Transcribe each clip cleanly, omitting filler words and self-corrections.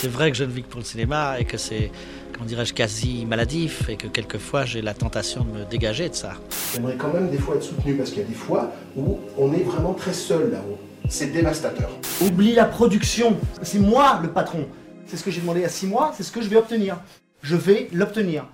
C'est vrai que je ne vis que pour le cinéma et que c'est, comment dirais-je, quasi maladif et que quelquefois j'ai la tentation de me dégager de ça. J'aimerais quand même des fois être soutenu parce qu'il y a des fois où on est vraiment très seul là-haut. C'est dévastateur. Oublie la production, c'est moi le patron. C'est ce que j'ai demandé il y a 6 mois, c'est ce que je vais obtenir. Je vais l'obtenir.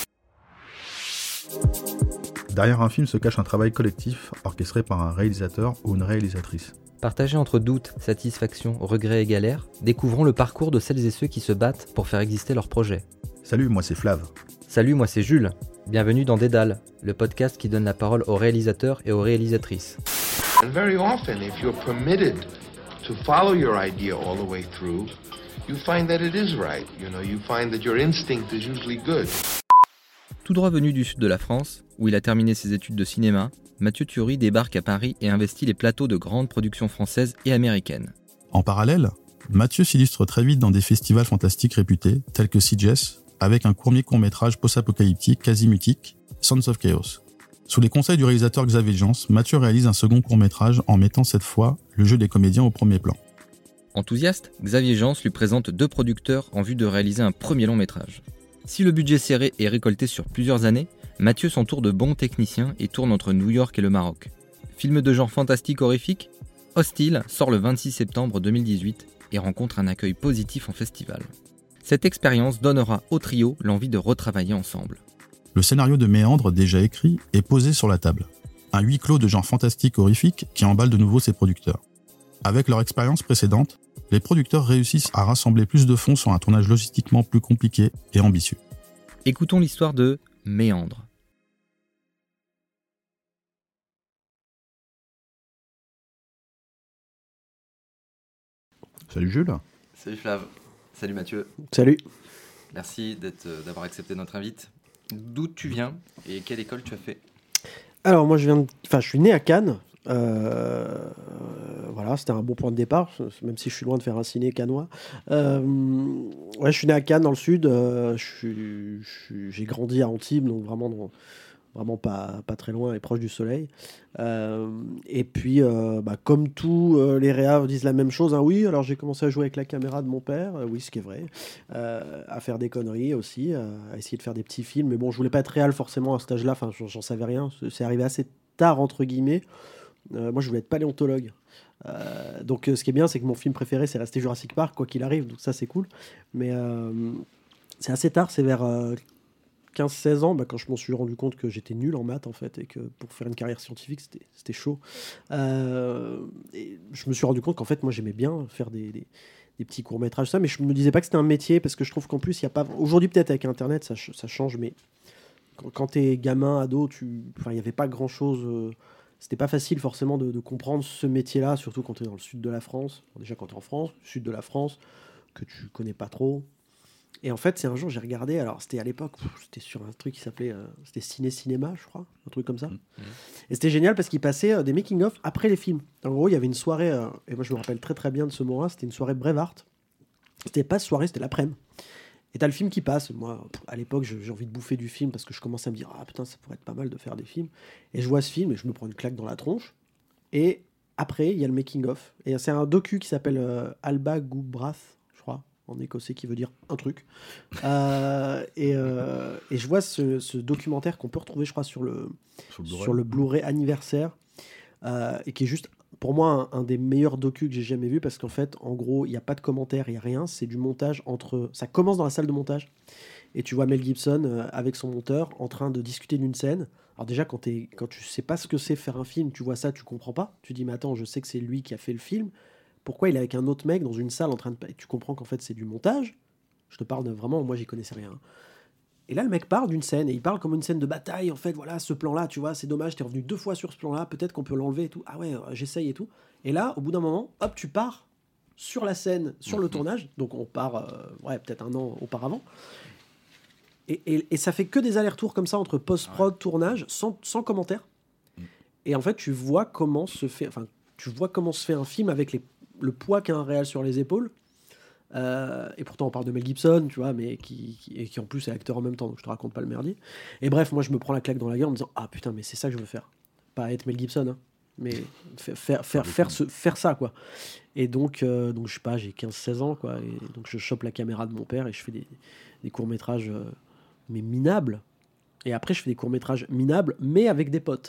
Derrière un film se cache un travail collectif orchestré par un réalisateur ou une réalisatrice. Partagé entre doute, satisfaction, regret et galère, découvrons le parcours de celles et ceux qui se battent pour faire exister leur projet. Salut, moi c'est Flav. Salut, moi c'est Jules. Bienvenue dans Dédale, le podcast qui donne la parole aux réalisateurs et aux réalisatrices. And very often, if you're permitted to follow your idea all the way through, you find that it is right. You find that your instinct is usually good. Tout droit venu du sud de la France, où il a terminé ses études de cinéma, Mathieu Thury débarque à Paris et investit les plateaux de grandes productions françaises et américaines. En parallèle, Mathieu s'illustre très vite dans des festivals fantastiques réputés, tels que Sitges, avec un premier court-métrage post-apocalyptique quasi mythique, Sons of Chaos. Sous les conseils du réalisateur Xavier Jans, Mathieu réalise un second court-métrage en mettant cette fois le jeu des comédiens au premier plan. Enthousiaste, Xavier Jans lui présente 2 producteurs en vue de réaliser un premier long-métrage. Si le budget serré est récolté sur plusieurs années, Mathieu s'entoure de bons techniciens et tourne entre New York et le Maroc. Film de genre fantastique horrifique, Hostile sort le 26 septembre 2018 et rencontre un accueil positif en festival. Cette expérience donnera au trio l'envie de retravailler ensemble. Le scénario de Méandre, déjà écrit, est posé sur la table. Un huis clos de genre fantastique horrifique qui emballe de nouveau ses producteurs. Avec leur expérience précédente, les producteurs réussissent à rassembler plus de fonds sur un tournage logistiquement plus compliqué et ambitieux. Écoutons l'histoire de Méandre. Salut Jules. Salut Flav. Salut Mathieu. Salut. Merci d'avoir accepté notre invite. D'où tu viens et quelle école tu as fait ? Alors moi je suis né à Cannes. Voilà, c'était un bon point de départ, même si je suis loin de faire un ciné cannois. Je suis né à Cannes dans le sud. J'ai grandi à Antibes, donc vraiment pas très loin et proche du soleil. Et puis, comme tous les réals disent la même chose. Hein, oui, alors j'ai commencé à jouer avec la caméra de mon père, oui, ce qui est vrai, à faire des conneries aussi, à essayer de faire des petits films. Mais bon, je voulais pas être réal forcément à cet âge-là. Enfin, j'en savais rien. C'est arrivé assez tard entre guillemets. Moi, je voulais être paléontologue. Donc, ce qui est bien, c'est que mon film préféré, c'est resté Jurassic Park, quoi qu'il arrive. Donc ça, c'est cool. Mais c'est assez tard, c'est vers 15-16 ans, quand je m'en suis rendu compte que j'étais nul en maths, en fait, et que pour faire une carrière scientifique, c'était chaud. Et je me suis rendu compte qu'en fait, moi, j'aimais bien faire des petits courts-métrages, ça, mais je me disais pas que c'était un métier, parce que je trouve qu'en plus, il y a pas... Aujourd'hui, peut-être, avec Internet, ça change, mais quand t'es gamin, ado, il n'y avait pas grand-chose... C'était pas facile forcément de comprendre ce métier-là, surtout quand tu es dans le sud de la France. Déjà quand tu es en France, sud de la France, que tu connais pas trop. Et en fait, c'est un jour, j'ai regardé, alors c'était à l'époque, c'était sur un truc qui s'appelait, c'était Ciné-Cinéma, je crois, un truc comme ça. Et c'était génial parce qu'il passait des making-of après les films. En gros, il y avait une soirée, et moi je me rappelle très très bien de ce moment-là, c'était une soirée Brevart. C'était pas soirée, c'était l'après-midi. Et t'as le film qui passe. Moi, à l'époque, j'ai envie de bouffer du film parce que je commençais à me dire « Ah putain, ça pourrait être pas mal de faire des films. » Et je vois ce film et je me prends une claque dans la tronche. Et après, il y a le making-of. Et c'est un docu qui s'appelle Alba Goubrath, je crois, en écossais, qui veut dire un truc. Et je vois ce documentaire qu'on peut retrouver, je crois, sur le Blu-ray anniversaire. Et qui est juste... Pour moi, un des meilleurs docus que j'ai jamais vu parce qu'en fait, en gros, il n'y a pas de commentaires, il n'y a rien. C'est du montage entre... Ça commence dans la salle de montage et tu vois Mel Gibson avec son monteur en train de discuter d'une scène. Alors déjà, quand tu sais pas ce que c'est faire un film, tu vois ça, tu comprends pas. Tu dis, mais attends, je sais que c'est lui qui a fait le film. Pourquoi il est avec un autre mec dans une salle en train de... Et tu comprends qu'en fait, c'est du montage. Je te parle de vraiment... Moi, j'y connaissais rien. Et là, le mec parle d'une scène, et il parle comme une scène de bataille, en fait, voilà, ce plan-là, tu vois, c'est dommage, t'es revenu 2 fois sur ce plan-là, peut-être qu'on peut l'enlever et tout. Ah ouais, j'essaye et tout. Et là, au bout d'un moment, hop, tu pars sur la scène, sur le tournage, donc on part, peut-être un an auparavant, et ça fait que des allers-retours comme ça, entre post-prod, tournage, sans commentaire. Et en fait, tu vois comment se fait un film avec le poids qu'a un réal sur les épaules. Et pourtant on parle de Mel Gibson, tu vois, mais qui en plus est acteur en même temps, donc je te raconte pas le merdier. Et bref, moi je me prends la claque dans la gueule en me disant ah putain, mais c'est ça que je veux faire, pas être Mel Gibson, hein. mais faire ça, quoi. Et donc je sais pas, j'ai 15-16 ans, quoi, et donc je chope la caméra de mon père et je fais des courts-métrages, mais minables. Et après, je fais des courts-métrages minables, mais avec des potes.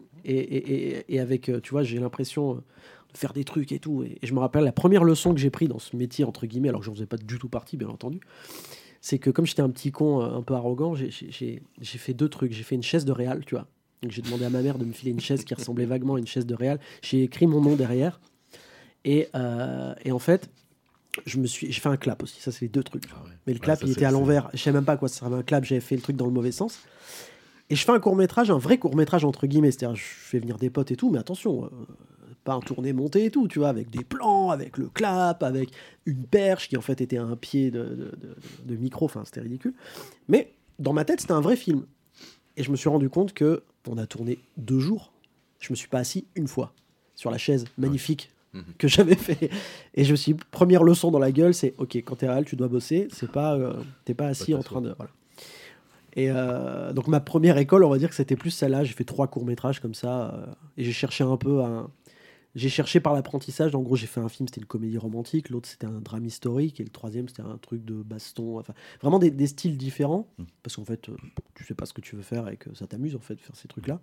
Et avec, tu vois, j'ai l'impression de faire des trucs et tout. Et je me rappelle, la première leçon que j'ai prise dans ce métier, entre guillemets, alors que j'en faisais pas du tout partie, bien entendu, c'est que comme j'étais un petit con un peu arrogant, j'ai fait 2 trucs. J'ai fait une chaise de réal, tu vois. Donc j'ai demandé à ma mère de me filer une chaise qui ressemblait vaguement à une chaise de réal. J'ai écrit mon nom derrière. Et en fait, j'ai fait un clap aussi. Ça, c'est les 2 trucs. Ah ouais. Mais le clap, il était à l'envers. Je savais même pas à quoi ça servait un clap. J'avais fait le truc dans le mauvais sens. Et je fais un court-métrage, un vrai court-métrage entre guillemets. C'est-à-dire, je fais venir des potes et tout, mais attention, pas un tourné-monté et tout, tu vois, avec des plans, avec le clap, avec une perche qui en fait était un pied de micro. Enfin, c'était ridicule. Mais dans ma tête, c'était un vrai film. Et je me suis rendu compte que on a tourné 2 jours. Je me suis pas assis une fois sur la chaise magnifique que j'avais fait. Et je me suis dit, première leçon dans la gueule, c'est ok, quand t'es réel, tu dois bosser. C'est pas, t'es pas assis en train de. Voilà. Et donc ma première école, on va dire que c'était plus celle-là. J'ai fait 3 courts-métrages comme ça. Et j'ai cherché un peu j'ai cherché par l'apprentissage. En gros, j'ai fait un film, c'était une comédie romantique. L'autre, c'était un drame historique. Et le 3e, c'était un truc de baston. Enfin, vraiment des styles différents. Parce qu'en fait, tu sais pas ce que tu veux faire et que ça t'amuse, en fait, de faire ces trucs-là.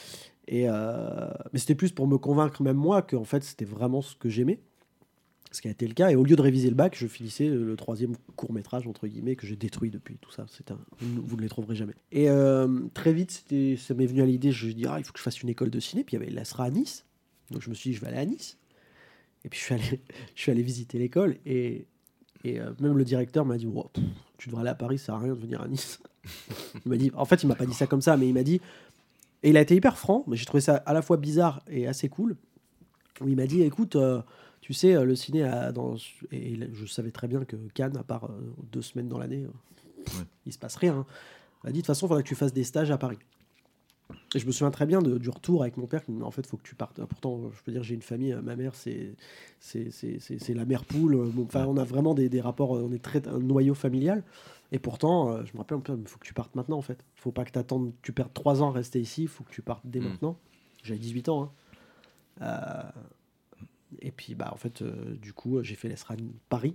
Mais c'était plus pour me convaincre, même moi, que en fait, c'était vraiment ce que j'aimais. Ce qui a été le cas. Et au lieu de réviser le bac, je finissais le 3e court-métrage, entre guillemets, que j'ai détruit depuis tout ça. Vous ne les trouverez jamais. Et très vite, ça m'est venu à l'idée. Je me dis, il faut que je fasse une école de ciné. Puis il y avait l'ESRA à Nice. Donc je me suis dit, je vais aller à Nice. Et puis je suis allé visiter l'école. Et même le directeur m'a dit, tu devrais aller à Paris, ça sert à rien de venir à Nice. Il m'a dit, en fait, il m'a pas dit ça comme ça, mais il m'a dit, et il a été hyper franc, mais j'ai trouvé ça à la fois bizarre et assez cool. Où il m'a dit, écoute, tu sais, le ciné et je savais très bien que Cannes, à part 2 semaines dans l'année, il se passe rien. Il m'a dit, de toute façon, il faudrait que tu fasses des stages à Paris. Et je me souviens très bien du retour avec mon père qui me dit, en fait, il faut que tu partes. Pourtant, je peux dire, j'ai une famille, ma mère, c'est la mère poule. Enfin, on a vraiment des rapports, on est un noyau familial. Et pourtant, je me rappelle, il faut que tu partes maintenant, en fait. Il ne faut pas que tu attendes, tu perds 3 ans à rester ici, il faut que tu partes dès maintenant. J'avais 18 ans. Et puis, en fait, du coup, j'ai fait l'ESRA Paris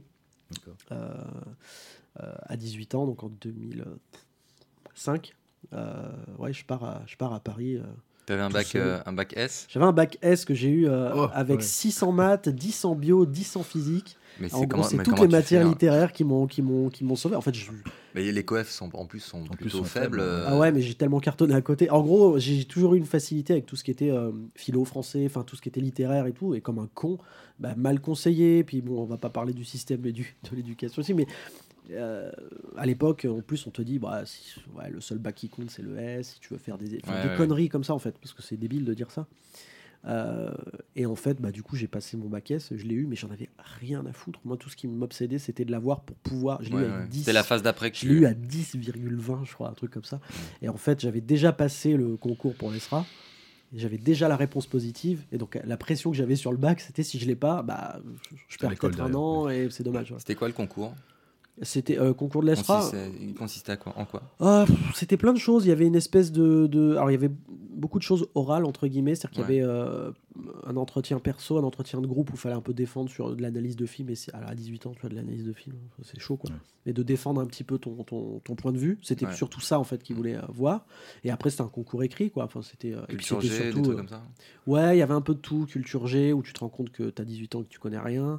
à 18 ans, donc en 2005. Je pars à Paris. T'avais un bac S ? J'avais un bac S que j'ai eu avec 600 maths, 10 en bio, 10 en physique. Mais en gros, c'est toutes les matières littéraires qui m'ont sauvé. En fait, mais les coefs sont plutôt faibles. Ah ouais, mais j'ai tellement cartonné à côté. En gros, j'ai toujours eu une facilité avec tout ce qui était philo français, enfin tout ce qui était littéraire et tout. Et comme un con, mal conseillé. Puis bon, on va pas parler du système de l'éducation aussi, mais à l'époque, en plus, on te dit le seul bac qui compte, c'est le S. Si tu veux faire des conneries comme ça, en fait, parce que c'est débile de dire ça. Et en fait, du coup, j'ai passé mon bac S, je l'ai eu, mais j'en avais rien à foutre. Moi, tout ce qui m'obsédait, c'était de l'avoir pour pouvoir. Je l'ai eu à 10. C'était la phase d'après que je l'ai eu à 10,20, je crois, un truc comme ça. Et en fait, j'avais déjà passé le concours pour l'ESRA. J'avais déjà la réponse positive. Et donc, la pression que j'avais sur le bac, c'était si je l'ai pas, je perds peut-être un an et c'est dommage. Ouais. C'était quoi le concours ? C'était concours de l'ESRA. Il consistait en quoi ? C'était plein de choses. Il y avait une espèce alors, il y avait beaucoup de choses orales, entre guillemets. C'est-à-dire qu'il y avait un entretien perso, un entretien de groupe où il fallait un peu défendre sur de l'analyse de film. Et alors, à 18 ans, tu vois, de l'analyse de film, c'est chaud, quoi. Mais de défendre un petit peu ton point de vue. C'était surtout ça, en fait, qu'ils voulaient voir. Et après, c'était un concours écrit, quoi. Enfin, c'était culture G, surtout, des trucs comme ça. Ouais, il y avait un peu de tout. Culture G, où tu te rends compte que tu as 18 ans et que tu connais rien.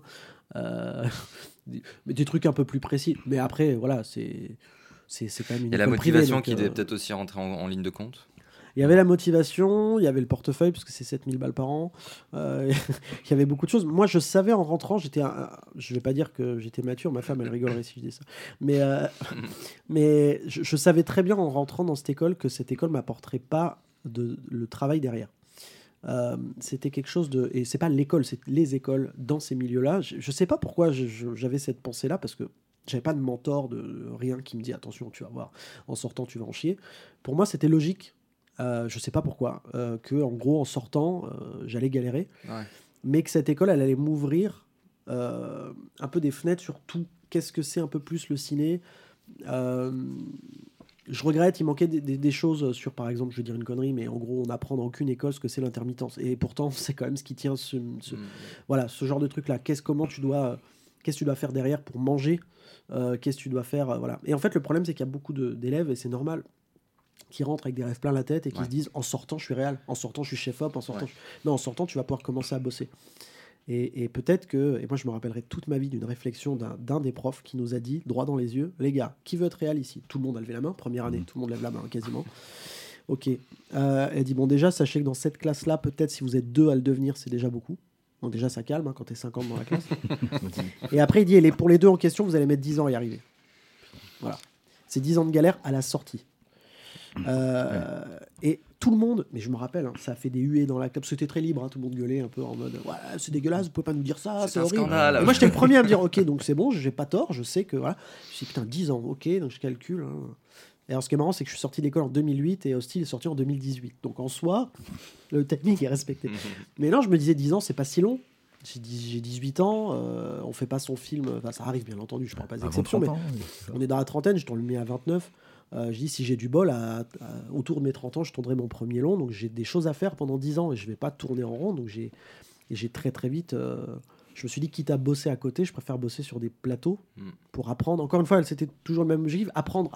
Mais des trucs un peu plus précis. Mais après, voilà, c'est quand même une. Et la motivation privée, qui devait peut-être aussi rentrer en ligne de compte. Il y avait la motivation, il y avait le portefeuille, parce que c'est 7000 balles par an. Il y avait beaucoup de choses. Moi, je savais en rentrant, je vais pas dire que j'étais mature, ma femme, elle rigolerait si je dis ça. Mais je savais très bien en rentrant dans cette école que cette école m'apporterait pas le travail derrière. C'était quelque chose de... Et c'est pas l'école, c'est les écoles dans ces milieux-là. Je sais pas pourquoi j'avais cette pensée-là, parce que j'avais pas de mentor, de rien qui me dit attention, tu vas voir, en sortant, tu vas en chier. Pour moi, c'était logique. Je sais pas pourquoi. Que, en gros, en sortant, j'allais galérer. Ouais. Mais que cette école, elle allait m'ouvrir un peu des fenêtres sur tout. Qu'est-ce que c'est un peu plus le ciné Je regrette, il manquait des choses sur, par exemple, je vais dire une connerie, mais en gros, on apprend dans aucune école ce que c'est l'intermittence. Et pourtant, c'est quand même ce qui tient voilà, ce genre de truc-là. Qu'est-ce que tu dois faire derrière pour manger, qu'est-ce que tu dois faire, voilà. Et en fait, le problème, c'est qu'il y a beaucoup d'élèves, et c'est normal, qui rentrent avec des rêves plein la tête et qui se disent, en sortant, je suis réel, en sortant, je suis chef-op, en sortant, non, en sortant, tu vas pouvoir commencer à bosser. Et peut-être que, et moi je me rappellerai toute ma vie d'une réflexion d'un des profs qui nous a dit, droit dans les yeux, les gars, qui veut être réel ici? Tout le monde a levé la main, première année, tout le monde lève la main quasiment. Ok. Elle dit, bon déjà, sachez que dans cette classe-là, peut-être si vous êtes 2 à le devenir, c'est déjà beaucoup. Donc déjà, ça calme quand t'es 50 dans la classe. Et après, il dit, pour les 2 en question, vous allez mettre 10 ans à y arriver. Voilà. C'est 10 ans de galère à la sortie. Et tout le monde, mais je me rappelle, ça a fait des huées dans la classe, c'était très libre, tout le monde gueulait un peu en mode ouais, c'est dégueulasse, vous pouvez pas nous dire ça, c'est horrible. Scandale, moi j'étais le premier à me dire ok, donc c'est bon, j'ai pas tort, je sais que voilà. Je me suis dit putain, 10 ans, ok, donc je calcule. Et alors ce qui est marrant, c'est que je suis sorti d'école en 2008 et Hostile est sorti en 2018. Donc en soi, le technique est respecté. Mais non, je me disais 10 ans, c'est pas si long. J'ai 18 ans, on fait pas son film, enfin, ça arrive bien entendu, je prends pas d'exception, mais on est dans la trentaine, je tourne le mien à 29. Je dis, si j'ai du bol, autour de mes 30 ans, je tournerai mon premier long. Donc j'ai des choses à faire pendant 10 ans et je vais pas tourner en rond. Donc j'ai très très vite... je me suis dit, quitte à bosser à côté, je préfère bosser sur des plateaux pour apprendre. Encore une fois, c'était toujours le même objectif, apprendre.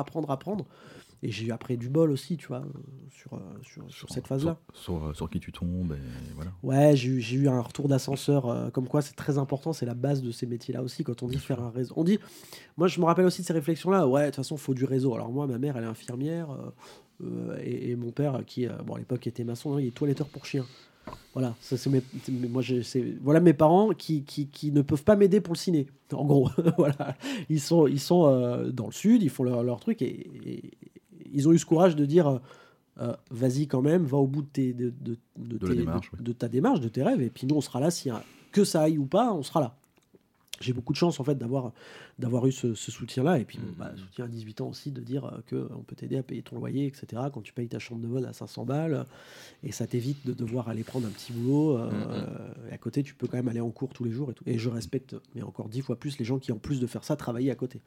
Et j'ai eu après du bol aussi, tu vois, sur cette phase-là. Sur qui tu tombes, et voilà. Ouais, j'ai eu un retour d'ascenseur, comme quoi c'est très important, c'est la base de ces métiers-là aussi, quand on dit faire un réseau. On dit, moi je me rappelle aussi de ces réflexions-là, ouais, de toute façon, il faut du réseau. Alors moi, ma mère, elle est infirmière, et mon père, qui, bon, à l'époque, était maçon, il est toiletteur pour chiens. Voilà, ça, voilà mes parents qui ne peuvent pas m'aider pour le ciné. En gros, voilà, ils sont dans le sud, ils font leur truc et ils ont eu ce courage de dire vas-y quand même, va au bout de ta démarche, de tes rêves, et puis nous on sera là, si que ça aille ou pas, on sera là. J'ai beaucoup de chance en fait d'avoir eu ce soutien-là, et puis soutien à 18 ans aussi, de dire qu'on peut t'aider à payer ton loyer, etc. Quand tu payes ta chambre de bonne à 500 balles, et ça t'évite de devoir aller prendre un petit boulot, et à côté tu peux quand même aller en cours tous les jours et tout. Et je respecte, mais encore 10 fois plus, les gens qui en plus de faire ça, travaillent à côté.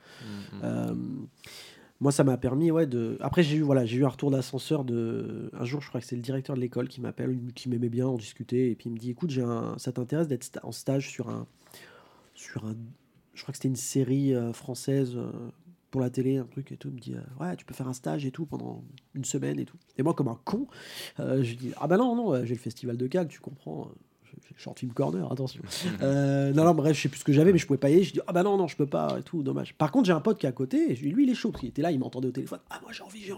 Moi, ça m'a permis, Après, j'ai eu un retour d'ascenseur un jour, je crois que c'est le directeur de l'école qui m'appelle, qui m'aimait bien, on discutait, et puis il me dit, écoute, ça t'intéresse d'être en stage sur un... Je crois que c'était une série française pour la télé, un truc et tout. Il me dit, ouais, tu peux faire un stage et tout pendant une semaine et tout. Et moi, comme un con, je lui dis, ah bah non, j'ai le festival de Cannes, tu comprends. Short Film Corner, attention. Non, bref, je sais plus ce que j'avais, mais je pouvais pas y aller. Je dis, ah bah non, je peux pas et tout, dommage. Par contre, j'ai un pote qui est à côté, et lui, il est chaud, parce qu'il était là, il m'entendait au téléphone. Ah, moi, j'ai envie.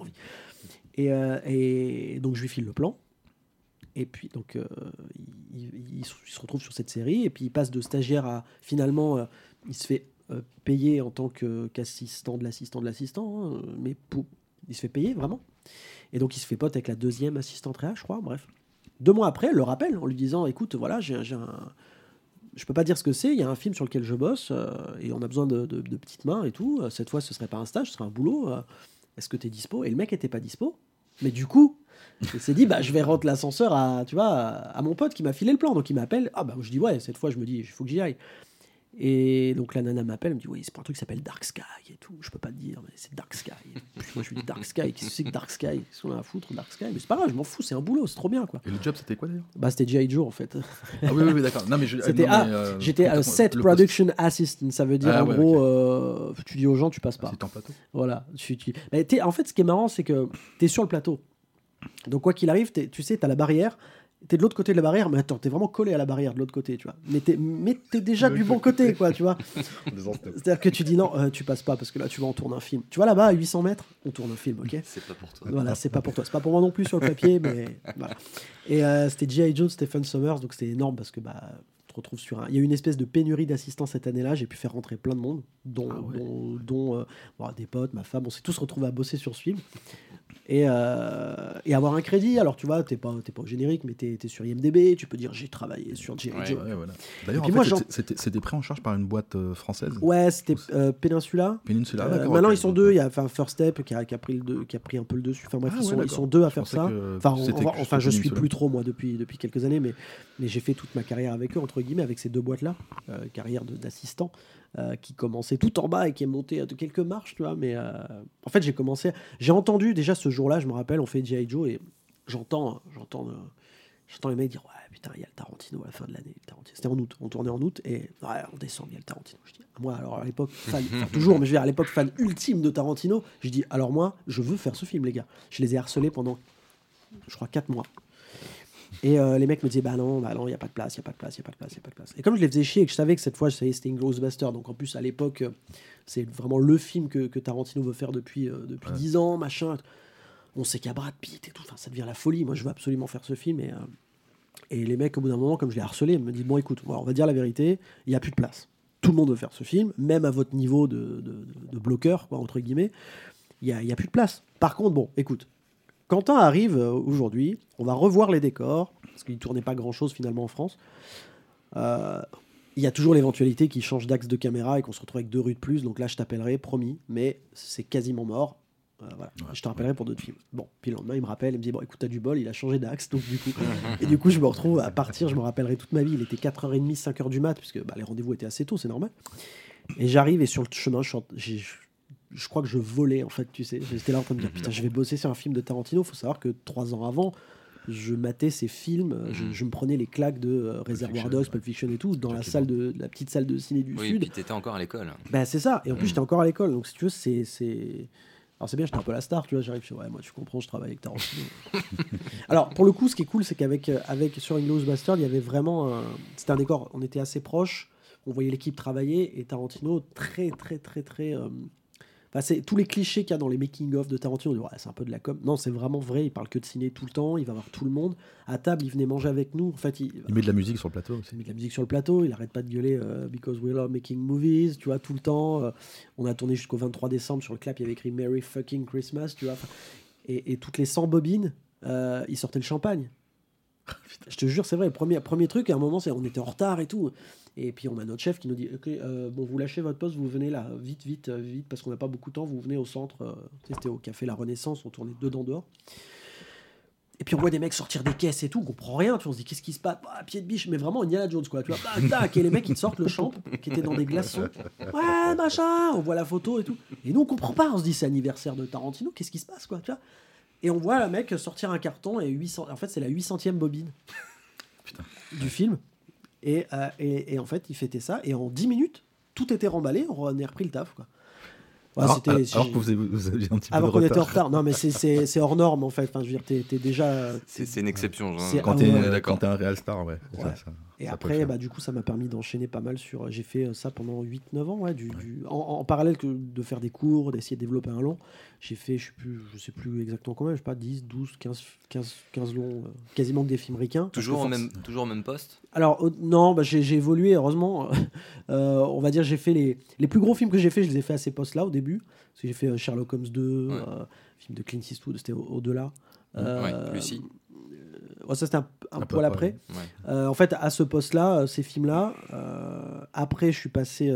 Et donc, je lui file le plan. Et puis, donc, il se retrouve sur cette série, et puis il passe de stagiaire à, finalement, il se fait payer en tant qu'assistant de l'assistant, hein, mais il se fait payer, vraiment. Et donc, il se fait pote avec la deuxième assistante réa, je crois, bref. 2 mois après, elle le rappelle en lui disant, écoute, voilà, je peux pas dire ce que c'est, il y a un film sur lequel je bosse, et on a besoin de petites mains et tout. Cette fois, ce serait pas un stage, ce serait un boulot. Est-ce que t'es dispo? Et le mec était pas dispo. Mais du coup, il s'est dit, je vais rendre l'ascenseur à mon pote qui m'a filé le plan. Donc il m'appelle. Je dis, ouais, cette fois, je me dis, il faut que j'y aille. Et donc la nana m'appelle, elle me dit, oui, c'est pour un truc qui s'appelle Dark Sky et tout. Je peux pas te dire, mais c'est Dark Sky. Puis moi, je lui dis, Dark Sky, qu'est-ce que c'est que Dark Sky? Qu'est-ce qu'on a à foutre, Dark Sky? Mais c'est pas grave, je m'en fous, c'est un boulot, c'est trop bien, quoi. Et le job, c'était quoi d'ailleurs? C'était G.I. Joe, en fait. Ah oui, d'accord. Non, mais j'étais set production assistant, ça veut dire gros, tu dis aux gens, tu passes pas. C'est en plateau. Voilà. Mais en fait, ce qui est marrant, c'est que t'es sur le plateau. Donc quoi qu'il arrive, tu sais, t'as la barrière. T'es de l'autre côté de la barrière, mais attends, t'es vraiment collé à la barrière de l'autre côté, tu vois. Mais t'es déjà du bon côté, quoi, tu vois. C'est-à-dire que tu dis non, tu passes pas, parce que là, tu vas en tourner un film. Tu vois, là-bas, à 800 mètres, on tourne un film, ok? C'est pas pour toi. Voilà, c'est pas pour toi. C'est pas pour moi non plus sur le papier, mais voilà. Et c'était G.I. Joe, Stephen Sommers, donc c'était énorme, parce que, tu te retrouves sur il y a eu une espèce de pénurie d'assistants cette année-là, j'ai pu faire rentrer plein de monde, dont des potes, ma femme, on s'est tous retrouvés à bosser sur ce film. Et avoir un crédit, alors tu vois, t'es pas au générique, mais t'es sur IMDb, tu peux dire j'ai travaillé sur G.I. Joe. Ouais, voilà. D'ailleurs, en fait, c'était pris en charge par une boîte française. Ouais, c'était Peninsula. D'accord. Maintenant, ils sont 2. Il y a First Step qui a pris un peu le dessus. Enfin bref, ils sont 2 à faire ça. Enfin, je suis plus trop moi depuis quelques années, mais j'ai fait toute ma carrière avec eux, entre guillemets, avec ces 2 boîtes-là, carrière d'assistant. qui commençait tout en bas et qui est monté à quelques marches, tu vois. Mais en fait, j'ai entendu déjà ce jour-là, je me rappelle, on fait G.I. Joe et j'entends les mecs dire ouais putain il y a le Tarantino à la fin de l'année. C'était en août, on tournait en août et ouais, en décembre il y a le Tarantino. Je dis moi alors à l'époque fan, toujours, mais je veux dire à l'époque fan ultime de Tarantino, je dis alors moi je veux faire ce film les gars. Je les ai harcelés pendant je crois 4 mois. Et les mecs me disaient bah non, il y a pas de place. Et comme je les faisais chier et que je savais que cette fois c'était Inglourious Basterds, donc en plus à l'époque c'est vraiment le film que Tarantino veut faire depuis 10 ans, machin. On sait qu'il y a Brad Pitt et tout, enfin, ça devient la folie. Moi je veux absolument faire ce film et les mecs au bout d'un moment comme je l'ai harcelé, ils me disent bon écoute, on va dire la vérité, il y a plus de place. Tout le monde veut faire ce film, même à votre niveau de bloqueur quoi, entre guillemets, il y a plus de place. Par contre bon écoute, Quentin arrive aujourd'hui, on va revoir les décors, parce qu'il ne tournait pas grand-chose finalement en France. Il y a toujours l'éventualité qu'il change d'axe de caméra et qu'on se retrouve avec 2 rues de plus, donc là je t'appellerai, promis, mais c'est quasiment mort. Voilà. Je te rappellerai pour d'autres films. Bon, puis le lendemain il me rappelle, il me dit bon écoute t'as du bol, il a changé d'axe, donc du coup je me retrouve à partir, je me rappellerai toute ma vie, il était 4h30, 5h du mat, puisque les rendez-vous étaient assez tôt, c'est normal. Et j'arrive et sur le chemin, je crois que je volais en fait, tu sais. J'étais là en train de me dire putain, je vais bosser sur un film de Tarantino. Faut savoir que 3 ans avant, je matais ces films, je me prenais les claques de Reservoir Dogs, Pulp Fiction et tout dans la salle la petite salle de ciné du Sud. Oui, et puis t'étais encore à l'école. Ben c'est ça. Et en plus j'étais encore à l'école, donc si tu veux alors c'est bien, j'étais un peu la star, tu vois. J'arrive, ouais, moi tu comprends, je travaille avec Tarantino. Alors pour le coup, ce qui est cool, c'est qu'avec sur Inglourious Basterds, il y avait vraiment, c'était un décor. On était assez proches. On voyait l'équipe travailler et Tarantino très enfin, c'est tous les clichés qu'il y a dans les making-of de Tarantino. On dit, ouais, c'est un peu de la com. Non, c'est vraiment vrai. Il parle que de ciné tout le temps. Il va voir tout le monde. À table, il venait manger avec nous. En fait, il met de la musique sur le plateau aussi. Il met de la musique sur le plateau. Il arrête pas de gueuler because we love making movies. Tu vois, tout le temps. On a tourné jusqu'au 23 décembre. Sur le clap, il y avait écrit Merry fucking Christmas. Tu vois. Et toutes les 100 bobines, il sortait le champagne. Je te jure, c'est vrai. Le premier truc, à un moment, on était en retard et tout. Et puis on a notre chef qui nous dit ok, bon, vous lâchez votre poste, vous venez là, vite, parce qu'on n'a pas beaucoup de temps, vous venez au centre. C'était au café La Renaissance, on tournait dedans dehors. Et puis on voit des mecs sortir des caisses et tout, on comprend rien, tu vois, on se dit qu'est-ce qui se passe, pied de biche, mais vraiment Indiana Jones quoi, tu vois, tac, et les mecs ils sortent le champ qui était dans des glaçons, ouais machin, on voit la photo et tout, et nous on comprend pas, on se dit c'est anniversaire de Tarantino, qu'est-ce qui se passe quoi, tu vois, et on voit le mec sortir un carton et 800, en fait c'est la 800e bobine du film. Et en fait, il fêtait ça. Et en 10 minutes, tout était remballé. On a repris le taf. Quoi. Ouais, alors que vous aviez un petit peu de retard. Alors qu'on était en retard. Non, mais c'est hors norme, en fait. Enfin, je veux dire, t'es déjà... C'est une exception. Quand t'es un real star, ouais. Ça, et après, du coup, ça m'a permis d'enchaîner pas mal sur... J'ai fait ça pendant 8-9 ans, ouais, en parallèle de faire des cours, d'essayer de développer un long. J'ai fait, je sais plus exactement combien, je sais pas, 10, 12, 15 longs, quasiment que des film ricains. Toujours au même poste ? Alors, non, j'ai évolué, heureusement. On va dire, j'ai fait les plus gros films que j'ai fait, je les ai fait à ces postes-là au début. Parce que j'ai fait Sherlock Holmes 2, film de Clint Eastwood, c'était au-delà. Lucie. Ça, c'était un poil après. Ouais. En fait, à ce poste-là, ces films-là, après, je suis passé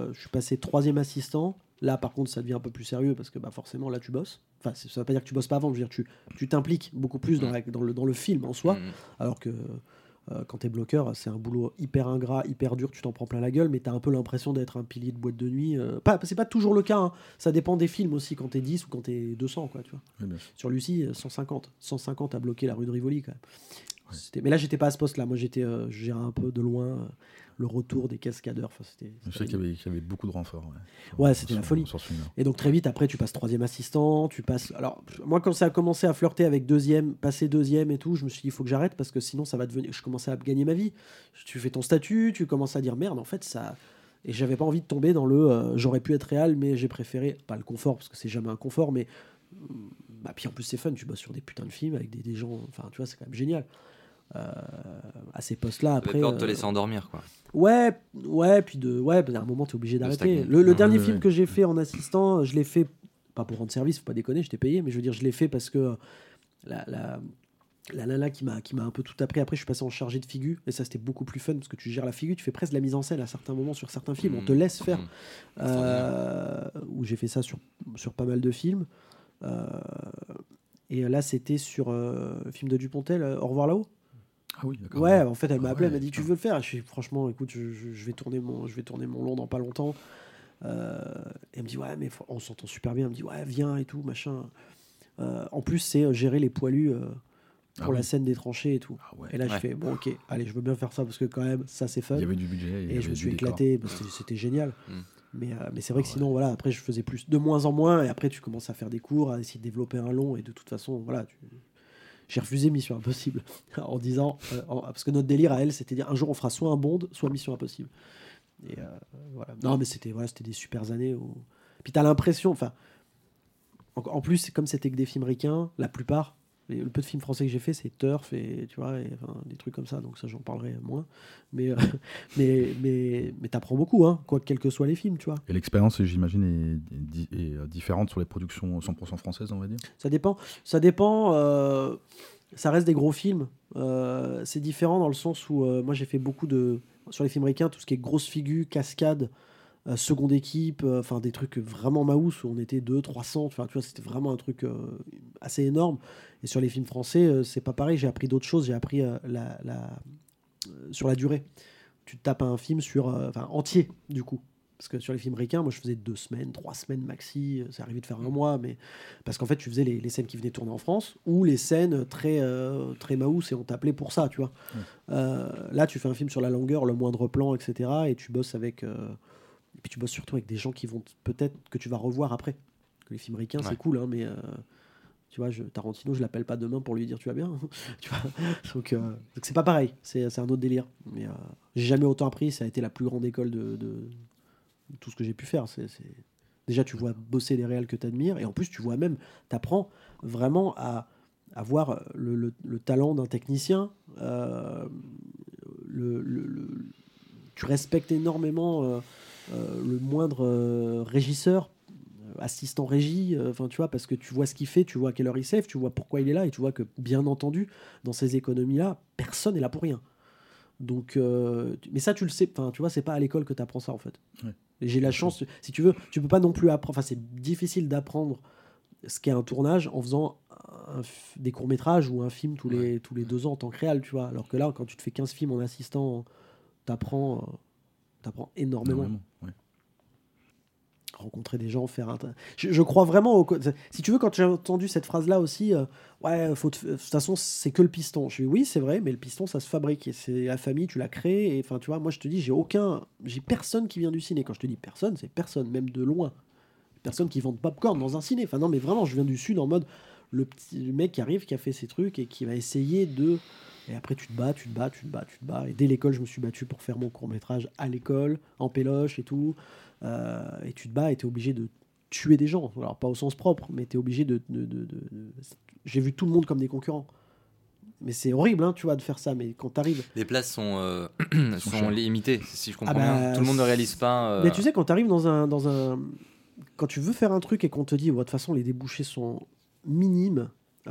3e assistant. Là, par contre, ça devient un peu plus sérieux parce que forcément, là, tu bosses. Enfin, ça ne veut pas dire que tu bosses pas avant. Je veux dire, tu t'impliques beaucoup plus dans le film en soi. Alors que quand t'es bloqueur, c'est un boulot hyper ingrat, hyper dur. Tu t'en prends plein la gueule, mais t'as un peu l'impression d'être un pilier de boîte de nuit. C'est pas toujours le cas. Hein. Ça dépend des films aussi. Quand t'es 10 ou quand t'es 200, quoi, tu vois. Oui, sur Lucie, 150 à bloquer la rue de Rivoli, quand même. Ouais. Mais là, j'étais pas à ce poste-là. Moi, je gérais un peu de loin le retour des cascadeurs. Enfin, je sais qu'il y avait beaucoup de renforts. Ouais, c'était la folie. Et donc, très vite, après, tu passes 3e assistant. Alors, moi, quand ça a commencé à flirter avec passer 2e et tout, je me suis dit, il faut que j'arrête parce que sinon, ça va devenir. Je commençais à gagner ma vie. Tu fais ton statut, tu commences à dire merde, en fait, ça. Et j'avais pas envie de tomber dans le j'aurais pu être réal, mais j'ai préféré. Pas le confort, parce que c'est jamais un confort, mais. Puis en plus, c'est fun. Tu bosses sur des putains de films avec des gens. Enfin, tu vois, c'est quand même génial. À ces postes-là, après. Peur de te laisser endormir, quoi. Ouais, puis à un moment, t'es obligé d'arrêter. Le dernier film que j'ai fait en assistant, je l'ai fait, pas pour rendre service, faut pas déconner, je t'ai payé, mais je veux dire, je l'ai fait parce que la nana qui m'a un peu tout appris. Après, je suis passé en chargé de figure, et ça, c'était beaucoup plus fun parce que tu gères la figure, tu fais presque de la mise en scène à certains moments sur certains films, on te laisse faire. Où j'ai fait ça sur pas mal de films. Et là, c'était sur le film de Dupontel, Au revoir là-haut. Ah oui, d'accord. Ouais, en fait, elle m'a appelé, elle m'a dit, putain. tu veux le faire? Je suis franchement, écoute, je vais tourner mon long dans pas longtemps. Et elle me dit, ouais, mais on s'entend super bien. Elle me dit, ouais, viens et tout, machin. En plus, c'est gérer les poilus pour la scène des tranchées et tout. Ah ouais. Et là, je fais, bon, ok, allez, je veux bien faire ça parce que quand même, ça, c'est fun. Il y avait du budget. Et je me suis éclaté, parce que c'était génial. Mais c'est vrai que ouais. sinon, voilà, après, je faisais plus de moins en moins. Et après, tu commences à faire des cours, à essayer de développer un long. Et de toute façon, voilà, j'ai refusé Mission Impossible en disant, parce que notre délire à elle, c'était dire un jour on fera soit un Bond, soit Mission Impossible. Et voilà. Non, mais c'était des super années. Puis t'as l'impression, enfin, en plus, comme c'était que des films ricains, la plupart, le peu de films français que j'ai fait, c'est Turf et tu vois, des trucs comme ça. Donc ça, j'en parlerai moins. Mais t'apprends beaucoup, hein, quels que soient les films, tu vois. Et l'expérience, j'imagine, est différente sur les productions 100% françaises, on va dire. Ça dépend. Ça reste des gros films. C'est différent dans le sens où moi j'ai fait beaucoup sur les films ricains, tout ce qui est grosse figure, cascade, seconde équipe, enfin des trucs vraiment maous où on était 200-300. Enfin tu vois, c'était vraiment un truc assez énorme. Et sur les films français, c'est pas pareil. J'ai appris d'autres choses. J'ai appris sur la durée. Tu te tapes un film entier du coup. Parce que sur les films ricains, moi je faisais 2 semaines, 3 semaines maxi, c'est arrivé de faire un mois, mais parce qu'en fait tu faisais les scènes qui venaient tourner en France ou les scènes très maous et on t'appelait pour ça, tu vois. Là tu fais un film sur la longueur, le moindre plan, etc. Et tu bosses et puis tu bosses surtout avec des gens qui vont peut-être que tu vas revoir après. Que les films ricains c'est cool, hein, mais tu vois, Tarantino je l'appelle pas demain pour lui dire tu vas bien, tu vois. Donc c'est pas pareil, c'est un autre délire. Mais j'ai jamais autant appris, ça a été la plus grande école de tout ce que j'ai pu faire. Déjà tu vois bosser les réals que tu admires et en plus tu vois même, t'apprends vraiment à voir le talent d'un technicien, tu respectes énormément le moindre régisseur, assistant régie, enfin tu vois, parce que tu vois ce qu'il fait, tu vois à quelle heure il save, tu vois pourquoi il est là et tu vois que bien entendu dans ces économies là personne n'est là pour rien. Donc mais ça tu le sais, enfin tu vois, c'est pas à l'école que tu apprends ça en fait. Et j'ai la chance, si tu veux, tu peux pas non plus apprendre, enfin c'est difficile d'apprendre ce qu'est un tournage en faisant des courts-métrages ou un film tous les 2 ans en tant que réal, tu vois. Alors que là, quand tu te fais 15 films en assistant, t'apprends énormément. Ouais. Rencontrer des gens, je crois vraiment si tu veux, quand j'ai entendu cette phrase-là aussi, de toute façon, c'est que le piston. Je dis oui, c'est vrai, mais le piston, ça se fabrique. Et c'est la famille, tu l'as créé. Et enfin, tu vois, moi, je te dis, j'ai personne qui vient du ciné. Quand je te dis personne, c'est personne, même de loin. Personne qui vend de popcorn dans un ciné. Enfin, non, mais vraiment, je viens du Sud en mode le mec qui arrive, qui a fait ses trucs et qui va essayer de. Et après, tu te bats. Et dès l'école, je me suis battu pour faire mon court-métrage à l'école, en péloche et tout. Et tu te bats et tu es obligé de tuer des gens. Alors, pas au sens propre, mais tu es obligé de... J'ai vu tout le monde comme des concurrents. Mais c'est horrible, hein, tu vois, de faire ça. Mais quand tu arrives... Les places sont limitées, si je comprends bien. Tout le monde ne réalise pas... Mais tu sais, quand tu arrives dans un... Quand tu veux faire un truc et qu'on te dit, de toute façon, les débouchés sont minimes...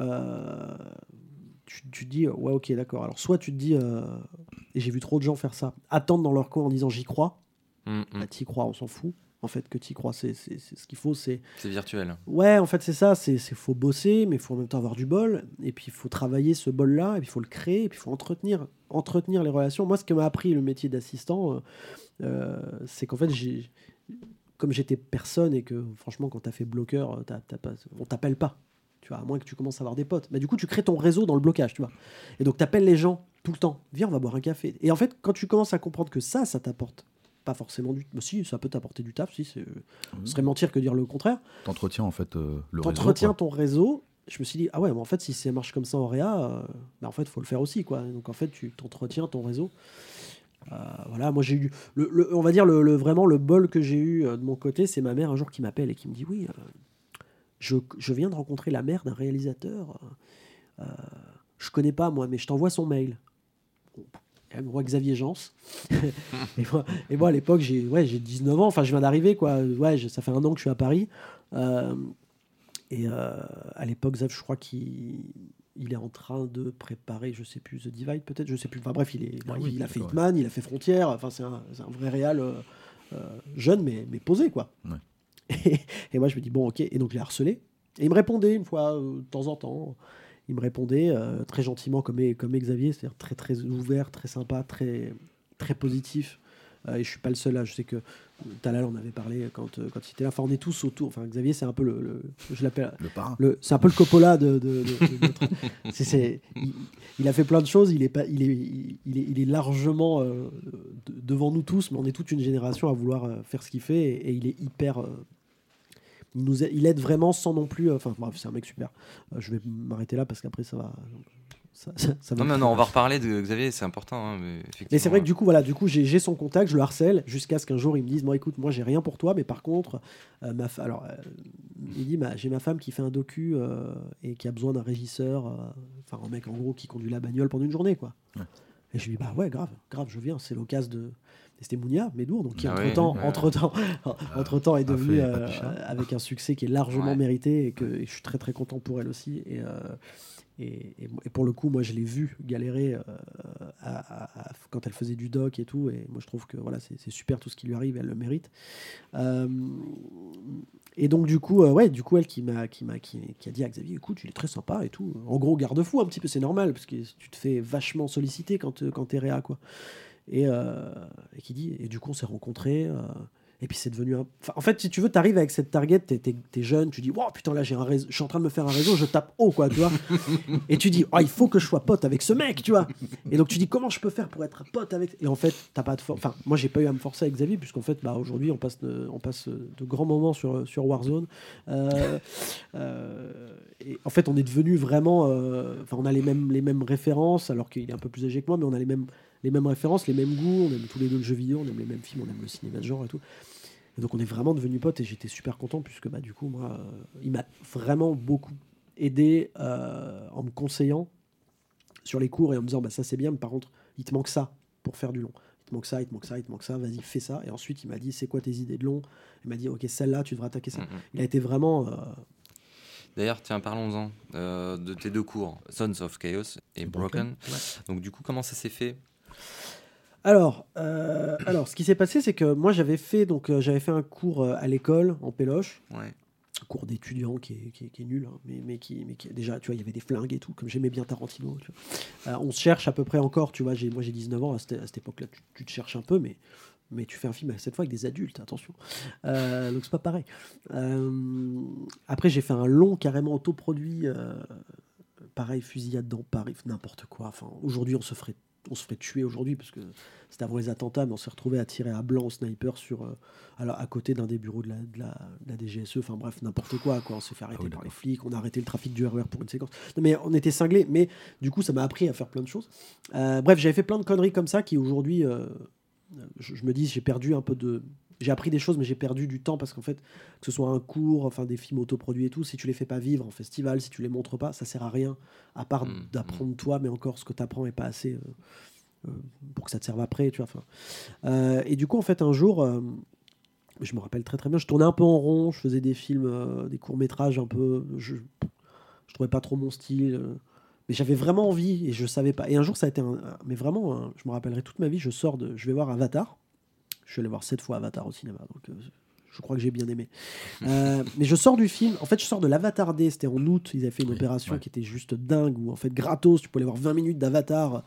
Tu te dis, ouais, ok, d'accord. Alors, soit tu te dis, et j'ai vu trop de gens faire ça, attendre dans leur coin en disant j'y crois. Bah, t'y crois, on s'en fout. En fait, que t'y crois, c'est ce qu'il faut. C'est virtuel. Ouais, en fait, c'est ça. Faut bosser, mais il faut en même temps avoir du bol. Et puis, il faut travailler ce bol-là, et puis il faut le créer, et puis il faut entretenir les relations. Moi, ce que m'a appris le métier d'assistant, c'est qu'en fait, comme j'étais personne, et que franchement, quand t'as fait bloqueur, on t'appelle pas. Tu vois, à moins que tu commences à avoir des potes. Mais du coup, tu crées ton réseau dans le blocage, tu vois. Et donc, t'appelles les gens tout le temps. Viens, on va boire un café. Et en fait, quand tu commences à comprendre que ça t'apporte pas forcément si, ça peut t'apporter du taf, si, ce serait mentir que dire le contraire. T'entretiens, en fait, le réseau. T'entretiens ton réseau. Je me suis dit, ah ouais, mais en fait, si ça marche comme ça en réa, en fait, il faut le faire aussi, quoi. Donc, en fait, tu t'entretiens ton réseau. Voilà, moi, j'ai eu... on va dire, vraiment, le bol que j'ai eu de mon côté, c'est ma mère, un jour, qui m'appelle et qui me dit, oui... Je viens de rencontrer la mère d'un réalisateur. Je connais pas, moi, mais je t'envoie son mail. Elle me voit Xavier Jans. et moi, à l'époque, j'ai 19 ans. Enfin, je viens d'arriver, quoi. Ouais, ça fait 1 an que je suis à Paris. À l'époque, Xav, je crois qu'il est en train de préparer, je sais plus, The Divide, peut-être, je sais plus. Enfin, bref, il a fait Hitman, il a fait Frontières. Enfin, c'est un vrai réal jeune, mais posé, quoi. Ouais. Et moi, je me dis, bon, ok. Et donc, je l'ai harcelé. Et il me répondait une fois, de temps en temps. il me répondait très gentiment comme Xavier, c'est-à-dire très très ouvert, très sympa, très très positif. Et je suis pas le seul là. Je sais que Talal en avait parlé quand il était là. Enfin, on est tous autour. Enfin, Xavier, c'est un peu je l'appelle Le parrain. c'est un peu le Coppola de notre. Il a fait plein de choses. Il est largement devant nous tous, mais on est toute une génération à vouloir faire ce qu'il fait. Et il est hyper. Il aide vraiment sans non plus. Enfin, bref, c'est un mec super. Je vais m'arrêter là parce qu'après ça va. Ça va Non, on va reparler de Xavier, c'est important. Hein, mais c'est vrai que du coup, j'ai son contact, je le harcèle jusqu'à ce qu'un jour il me dise bon, écoute, moi j'ai rien pour toi, mais par contre, il dit j'ai ma femme qui fait un docu et qui a besoin d'un régisseur, enfin un mec en gros qui conduit la bagnole pendant une journée, quoi. Ouais. Et je lui dis bah ouais, grave, je viens, c'est l'occasion de. C'était Mounia Médour, donc qui entre-temps est devenu avec un succès qui est largement mérité et je suis très très content pour elle aussi. Et pour le coup, moi, je l'ai vu galérer quand elle faisait du doc et tout. Et moi, je trouve que voilà, c'est super tout ce qui lui arrive, elle le mérite. Et donc, du coup, elle qui a dit à Xavier, écoute, il est très sympa et tout. En gros, garde-fou un petit peu, c'est normal, parce que tu te fais vachement solliciter quand t'es réa, quoi. Et qui dit, et du coup, on s'est rencontrés. Et puis c'est devenu en fait, si tu veux, t'arrives avec cette target, t'es jeune, tu dis wow, putain, là j'ai un réseau, je suis en train de me faire un réseau, je tape haut, quoi, tu vois. Et tu dis il faut que je sois pote avec ce mec, tu vois. Et donc tu dis comment je peux faire pour être pote avec. Et en fait, t'as pas de force. Enfin, moi j'ai pas eu à me forcer avec Xavier, puisqu'en fait, aujourd'hui on passe de grands moments sur Warzone. Et en fait, on est devenu vraiment. Enfin, on a les mêmes références, alors qu'il est un peu plus âgé que moi, mais on a les mêmes références, les mêmes goûts, on aime tous les deux le jeu vidéo, on aime les mêmes films, on aime le cinéma de genre et tout. Et donc on est vraiment devenus potes et j'étais super content puisque du coup moi il m'a vraiment beaucoup aidé en me conseillant sur les cours et en me disant ça c'est bien mais par contre il te manque ça pour faire du long. Il te manque ça, vas-y fais ça. Et ensuite il m'a dit c'est quoi tes idées de long. Il m'a dit ok celle-là tu devrais attaquer ça. Il a été vraiment... D'ailleurs, tiens, parlons-en de tes deux cours, Sons of Chaos et Broken. Ouais. Donc du coup, comment ça s'est fait ? Alors, ce qui s'est passé, c'est que moi, j'avais fait un cours à l'école, en péloche. Ouais. Un cours d'étudiant qui est nul, hein, mais qui déjà, tu vois, il y avait des flingues et tout, comme j'aimais bien Tarantino. Tu vois. On se cherche à peu près encore, tu vois, moi j'ai 19 ans, à cette époque-là, tu te cherches un peu, mais tu fais un film cette fois avec des adultes, attention. Donc c'est pas pareil. Après, j'ai fait un long carrément autoproduit, pareil, fusillade dans Paris, n'importe quoi. Enfin, aujourd'hui, on se ferait tuer aujourd'hui parce que c'était avant les attentats, mais on s'est retrouvé à tirer à blanc au sniper à côté d'un des bureaux de la DGSE. Enfin bref, n'importe quoi. On s'est fait arrêter par les flics, on a arrêté le trafic du RER pour une séquence. Non, mais on était cinglés, mais du coup ça m'a appris à faire plein de choses. Bref, j'avais fait plein de conneries comme ça qui aujourd'hui, je me dis, j'ai appris des choses, mais j'ai perdu du temps parce qu'en fait, que ce soit un cours, enfin des films autoproduits et tout, si tu les fais pas vivre en festival, si tu les montres pas, ça sert à rien, à part d'apprendre toi, mais encore ce que tu apprends est pas assez pour que ça te serve après, tu vois. Et du coup, en fait, un jour, je me rappelle très très bien, je tournais un peu en rond, je faisais des films, des courts-métrages un peu, je trouvais pas trop mon style, mais j'avais vraiment envie et je savais pas. Et un jour, ça a été mais vraiment, je me rappellerai toute ma vie, je vais voir Avatar. Je suis allé voir 7 fois Avatar au cinéma, donc je crois que j'ai bien aimé. Mais je sors du film, en fait, je sors de l'Avatar D, c'était en août, ils avaient fait une opération qui était juste dingue, où en fait, gratos, tu pouvais aller voir 20 minutes d'Avatar.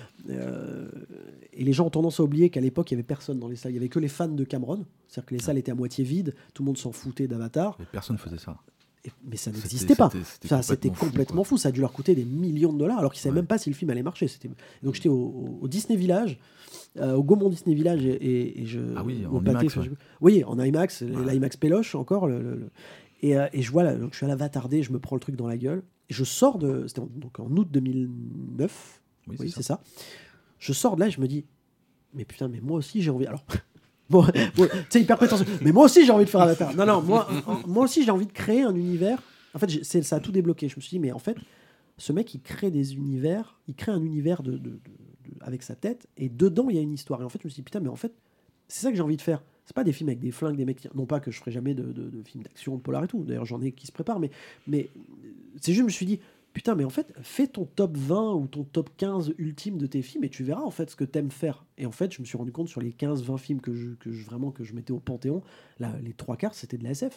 Et les gens ont tendance à oublier qu'à l'époque, il n'y avait personne dans les salles, il n'y avait que les fans de Cameron, c'est-à-dire que les salles étaient à moitié vides, tout le monde s'en foutait d'Avatar. Mais personne ne faisait ça. Mais ça n'existait pas. C'était complètement fou. Ça a dû leur coûter des millions de dollars alors qu'ils ne savaient même pas si le film allait marcher. Donc j'étais au Disney Village, au Gaumont Disney Village et je. Ah oui, en IMAX. Oui, en IMAX, l'IMAX Péloche encore. Et je vois, donc je suis à l'Avatar D, je me prends le truc dans la gueule. Et je sors c'était en août 2009. Oui, c'est ça. Je sors de là et je me dis, mais putain, mais moi aussi j'ai envie. Alors. Bon, c'est hyper prétentieux. Mais moi aussi j'ai envie de faire Avatar. Non, moi aussi j'ai envie de créer un univers. En fait, ça a tout débloqué. Je me suis dit, mais en fait, ce mec il crée des univers, il crée un univers avec sa tête, et dedans il y a une histoire. Et en fait, je me suis dit, putain, mais en fait, c'est ça que j'ai envie de faire. C'est pas des films avec des flingues, des mecs. Non pas que je ferai jamais de films d'action, de polar et tout. D'ailleurs, j'en ai qui se préparent, mais c'est juste, je me suis dit, putain, mais en fait, fais ton top 20 ou ton top 15 ultime de tes films et tu verras en fait ce que t'aimes faire. Et en fait, je me suis rendu compte sur les 15-20 films que je mettais au Panthéon, là, les 3/4 c'était de la SF.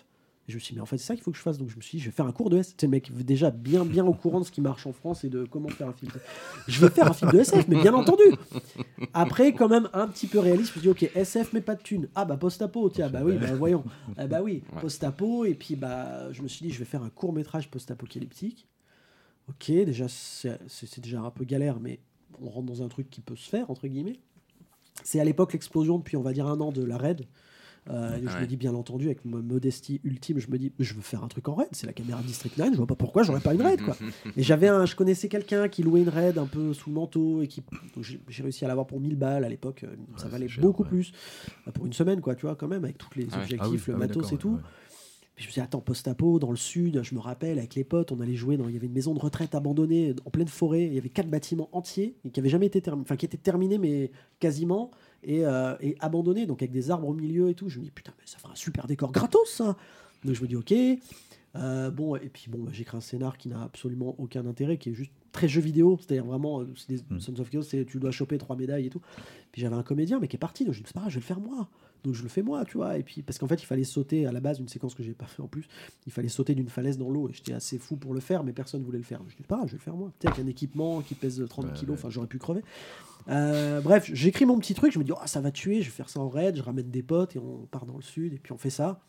Et je me suis dit, mais en fait, c'est ça qu'il faut que je fasse. Donc je me suis dit, je vais faire un cours de SF. Tu sais, le mec déjà bien au courant de ce qui marche en France et de comment faire un film. Je veux faire un film de SF, mais bien entendu. Après, quand même, un petit peu réaliste, je me dis, ok, SF, mais pas de thunes. Ah bah post-apo, tiens, bah oui, bah voyons. Bah oui, post-apo. Et puis, bah, je me suis dit, je vais faire un court-métrage post-apocalyptique. Ok, déjà, c'est déjà un peu galère, mais on rentre dans un truc qui peut se faire, entre guillemets. C'est à l'époque l'explosion depuis, on va dire, 1 an de la raid. Je me dis, bien entendu, avec ma modestie ultime, je me dis, je veux faire un truc en raid, c'est la caméra District 9, je vois pas pourquoi j'aurais pas une raid, quoi. Et je connaissais quelqu'un qui louait une raid un peu sous le manteau, et donc j'ai réussi à l'avoir pour 1000 balles à l'époque, ça valait beaucoup plus, pour une semaine, quoi, tu vois, quand même, avec tous les objectifs, le matos et tout. Ouais. Puis je me suis dit, attends, post-apo, dans le sud, je me rappelle, avec les potes, on allait jouer il y avait une maison de retraite abandonnée en pleine forêt, il y avait 4 bâtiments entiers, et qui avaient jamais été terminés, enfin, qui étaient terminés, mais quasiment, et abandonnés, donc avec des arbres au milieu et tout. Je me dis, putain, mais ça fera un super décor gratos, ça. Donc je me dis, ok. Bon, et puis bon, j'ai écrit un scénar qui n'a absolument aucun intérêt, qui est juste très jeu vidéo, c'est-à-dire vraiment, c'est des Sons of Chaos, tu dois choper 3 médailles et tout. Puis j'avais un comédien, mais qui est parti, donc je me dis, c'est pas grave, je vais le faire moi. Donc je le fais moi, tu vois. Et puis, parce qu'en fait, il fallait sauter à la base, une séquence que j'ai pas fait en plus, il fallait sauter d'une falaise dans l'eau, et j'étais assez fou pour le faire, mais personne voulait le faire. Je dis, c'est pas grave, je vais le faire moi. Tu sais, avec un équipement qui pèse 30 kilos, enfin, j'aurais pu crever. Bref, j'écris mon petit truc, je me dis, oh, ça va tuer, je vais faire ça en raid, je ramène des potes, et on part dans le sud, et puis on fait ça.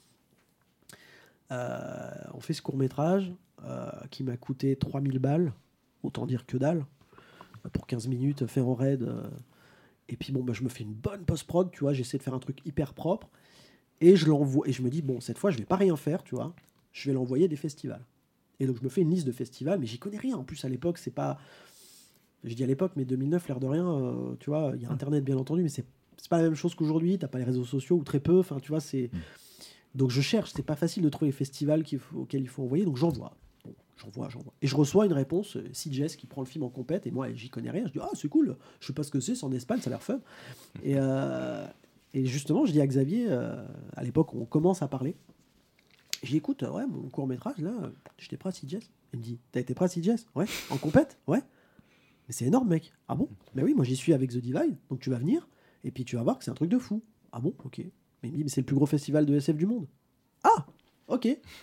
On fait ce court-métrage qui m'a coûté 3000 balles, autant dire que dalle, pour 15 minutes, fait en raid. Et puis bon, bah, je me fais une bonne post-prod, tu vois, j'essaie de faire un truc hyper propre, et je l'envoie, et je me dis, bon, cette fois, je vais pas rien faire, tu vois, je vais l'envoyer à des festivals. Et donc, je me fais une liste de festivals, mais j'y connais rien. En plus, à l'époque, c'est pas... Je dis à l'époque, mais 2009, l'air de rien, tu vois, il y a Internet, bien entendu, mais c'est pas la même chose qu'aujourd'hui, t'as pas les réseaux sociaux, ou très peu, enfin, tu vois, c'est... Donc, je cherche, c'est pas facile de trouver les festivals auxquels il faut envoyer, donc j'envoie. Bon, j'envoie. Et je reçois une réponse, CJS qui prend le film en compète, et moi, j'y connais rien. Je dis, ah, c'est cool, je sais pas ce que c'est en Espagne, ça a l'air fun. Et justement, je dis à Xavier, à l'époque, on commence à parler. Je dis, écoute, ouais, mon court-métrage, là, j'étais prêt à CJS. Il me dit, t'as été prêt à CJS? Ouais. En compète? Ouais. Mais c'est énorme, mec. Ah bon? Mais oui, moi, j'y suis avec The Divide, donc tu vas venir, et puis tu vas voir que c'est un truc de fou. Ah bon? Ok. Mais il me dit, mais c'est le plus gros festival de SF du monde. Ah! Ok.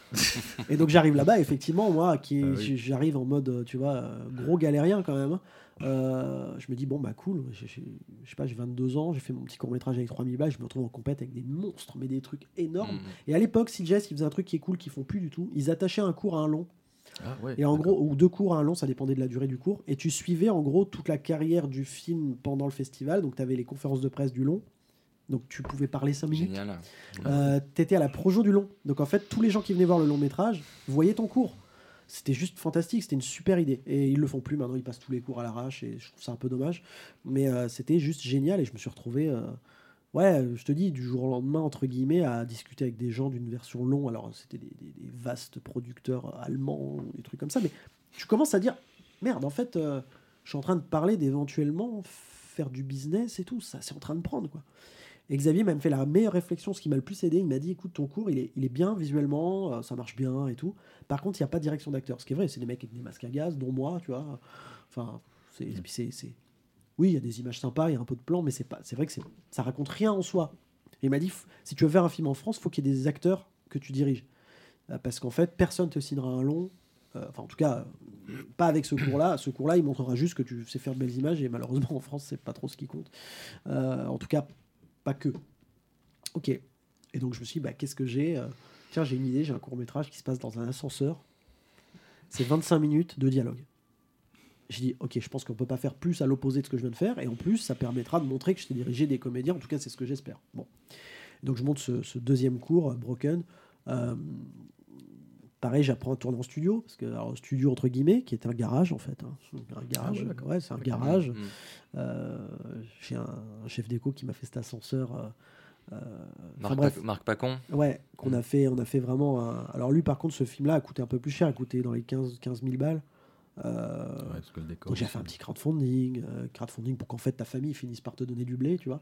Et donc j'arrive là-bas, effectivement, moi, j'arrive en mode, tu vois, gros galérien quand même. Je me dis, bon, bah cool, je sais pas, j'ai 22 ans, j'ai fait mon petit court-métrage avec 3000 balles, je me retrouve en compète avec des monstres, mais des trucs énormes. Et à l'époque, CJS, ils faisaient un truc qui est cool, qu'ils font plus du tout. Ils attachaient un cours à un long. Ah ouais, et en gros, ou 2 cours à un long, ça dépendait de la durée du cours. Et tu suivais en gros toute la carrière du film pendant le festival. Donc tu avais les conférences de presse du long. Donc tu pouvais parler 5 minutes. Génial. T'étais à la projo du long. Donc en fait, tous les gens qui venaient voir le long métrage voyaient ton cours. C'était juste fantastique, c'était une super idée. Et ils le font plus maintenant, ils passent tous les cours à l'arrache et je trouve ça un peu dommage. Mais c'était juste génial et je me suis retrouvé, je te dis, du jour au lendemain, entre guillemets, à discuter avec des gens d'une version long. Alors c'était des vastes producteurs allemands, des trucs comme ça. Mais tu commences à dire, merde, en fait, je suis en train de parler d'éventuellement faire du business et tout. Ça, c'est en train de prendre, quoi. Et Xavier m'a fait la meilleure réflexion, ce qui m'a le plus aidé. Il m'a dit, écoute, ton cours, il est bien visuellement, ça marche bien et tout. Par contre, il n'y a pas de direction d'acteur. Ce qui est vrai, c'est des mecs avec des masques à gaz, dont moi, tu vois. Enfin, oui, il y a des images sympas, il y a un peu de plans, mais c'est vrai que ça raconte rien en soi. Et il m'a dit, si tu veux faire un film en France, il faut qu'il y ait des acteurs que tu diriges. Parce qu'en fait, personne ne te signera un long. Enfin, en tout cas, pas avec ce cours-là. Ce cours-là, il montrera juste que tu sais faire de belles images. Et malheureusement, en France, c'est pas trop ce qui compte. En tout cas, pas que. Ok. Et donc je me suis dit, qu'est-ce que j'ai Tiens, j'ai une idée, j'ai un court-métrage qui se passe dans un ascenseur. C'est 25 minutes de dialogue. J'ai dit, ok, je pense qu'on peut pas faire plus à l'opposé de ce que je viens de faire. Et en plus, ça permettra de montrer que je t'ai dirigé des comédiens. En tout cas, c'est ce que j'espère. Bon. Donc je monte ce deuxième cours, Broken. Pareil, j'apprends à tourner en studio. Parce que, alors, studio entre guillemets, qui était un garage en fait. Un garage. Ah ouais, c'est un garage. J'ai un chef d'éco qui m'a fait cet ascenseur. Marc Pacon. Ouais, on a fait vraiment. Alors lui, par contre, ce film-là a coûté un peu plus cher, a coûté dans les 15 000 balles. Donc j'ai fait un petit crowdfunding pour qu'en fait ta famille finisse par te donner du blé, tu vois.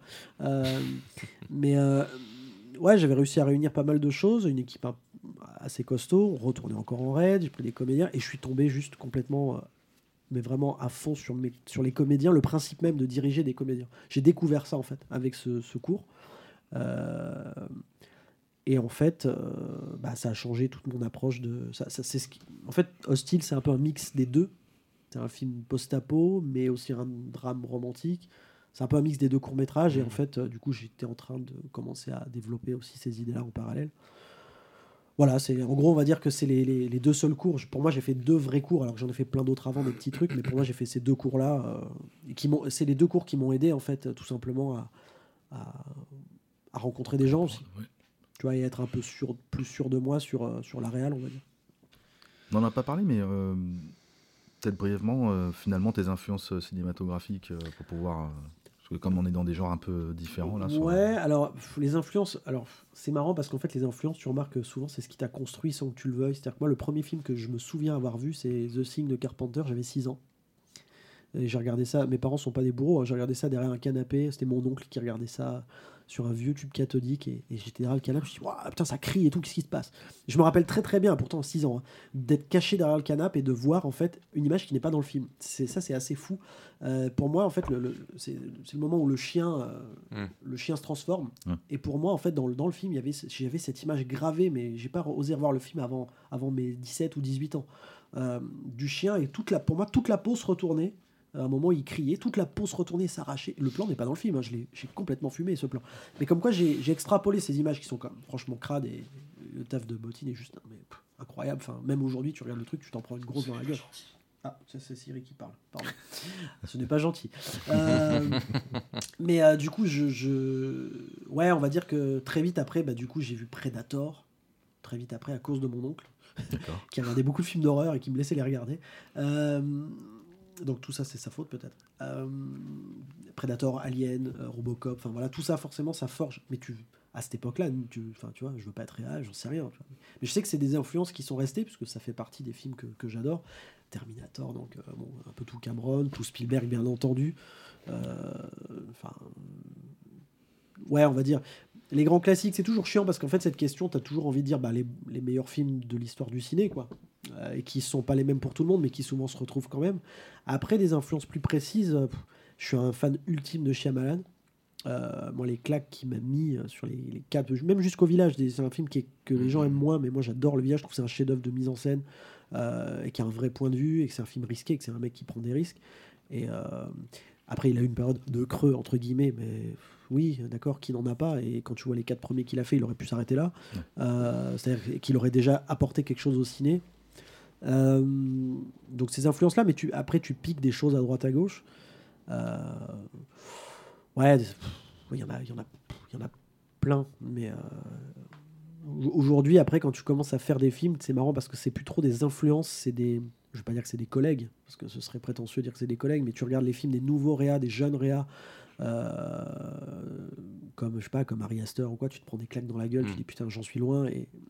Ouais, j'avais réussi à réunir pas mal de choses, une équipe assez costaud. On retournait encore en raid, j'ai pris des comédiens et je suis tombé juste complètement, mais vraiment à fond sur les comédiens, le principe même de diriger des comédiens. J'ai découvert ça en fait avec ce cours. Et en fait, ça a changé toute mon approche de ça. C'est en fait, Hostile, c'est un peu un mix des deux. C'est un film post-apo, mais aussi un drame romantique. C'est un peu un mix des deux courts-métrages. Et en fait, du coup, j'étais en train de commencer à développer aussi ces idées-là en parallèle. Voilà, en gros, on va dire que c'est les deux seuls cours. Pour moi, j'ai fait 2 vrais cours, alors que j'en ai fait plein d'autres avant, des petits trucs. Mais pour moi, j'ai fait ces 2 cours-là. C'est les 2 cours qui m'ont aidé, en fait, tout simplement à rencontrer des gens aussi. Ouais. Tu vois, et être un peu plus sûr de moi sur la réal, on va dire. On n'en a pas parlé, mais peut-être brièvement, finalement, tes influences cinématographiques pour pouvoir... parce que comme on est dans des genres un peu différents... là. Alors, les influences... Alors, c'est marrant parce qu'en fait, les influences, tu remarques que souvent, c'est ce qui t'a construit sans que tu le veuilles. C'est-à-dire que moi, le premier film que je me souviens avoir vu, c'est The Thing de Carpenter, j'avais 6 ans. Et j'ai regardé ça... Mes parents sont pas des bourreaux, hein, j'ai regardé ça derrière un canapé. C'était mon oncle qui regardait ça sur un vieux tube cathodique et j'étais derrière le canapé, je me suis dit, waouh, putain, ça crie et tout, qu'est-ce qui se passe? Je me rappelle très très bien, pourtant 6 ans, hein, d'être caché derrière le canapé et de voir en fait une image qui n'est pas dans le film. C'est assez fou. Pour moi, en fait, c'est le moment où le chien se transforme. Et pour moi, en fait, dans le film, j'avais cette image gravée, mais j'ai pas osé revoir le film avant mes 17 ou 18 ans. Du chien et pour moi, toute la peau se retournait. À un moment, il criait, toute la peau se retournait, s'arrachait. Le plan n'est pas dans le film, hein, j'ai complètement fumé ce plan. Mais comme quoi, j'ai extrapolé ces images qui sont quand même franchement crades et le taf de Bottine est juste incroyable. Enfin, même aujourd'hui, tu regardes le truc, tu t'en prends une grosse dans la gueule. Ah, c'est Siri qui parle, pardon. Ce n'est pas gentil. Mais du coup, ouais, on va dire que très vite après, du coup, j'ai vu Predator. Très vite après, à cause de mon oncle, qui regardait beaucoup de films d'horreur et qui me laissait les regarder. Donc tout ça, c'est sa faute peut-être. Predator, Alien, Robocop, enfin voilà, tout ça forcément, ça forge. Mais à cette époque-là, tu vois, je veux pas être réel, j'en sais rien. Tu vois. Mais je sais que c'est des influences qui sont restées, puisque ça fait partie des films que j'adore. Terminator, donc un peu tout Cameron, tout Spielberg bien entendu. Ouais, on va dire. Les grands classiques, c'est toujours chiant parce qu'en fait, cette question, tu as toujours envie de dire les meilleurs films de l'histoire du ciné, quoi. Et qui sont pas les mêmes pour tout le monde, mais qui souvent se retrouvent quand même. Après, des influences plus précises, je suis un fan ultime de Shyamalan. Moi, les claques qu'il m'a mis sur les 4, même jusqu'au Village, c'est un film que les gens aiment moins, mais moi j'adore Le Village, je trouve que c'est un chef-d'œuvre de mise en scène, et qui a un vrai point de vue, et que c'est un film risqué, que c'est un mec qui prend des risques. Et après, il a eu une période de creux, entre guillemets, mais oui, d'accord, qui n'en a pas. Et quand tu vois les 4 premiers qu'il a fait, il aurait pu s'arrêter là. C'est-à-dire qu'il aurait déjà apporté quelque chose au ciné. Donc ces influences-là, mais après, tu piques des choses à droite à gauche. Ouais, il y en a plein. Mais aujourd'hui, après, quand tu commences à faire des films, c'est marrant parce que c'est plus trop des influences, je vais pas dire que c'est des collègues, parce que ce serait prétentieux de dire que c'est des collègues, mais tu regardes les films des nouveaux réas, des jeunes réas, comme, je sais pas, comme Ari Aster ou quoi, tu te prends des claques dans la gueule, tu te dis putain, j'en suis loin,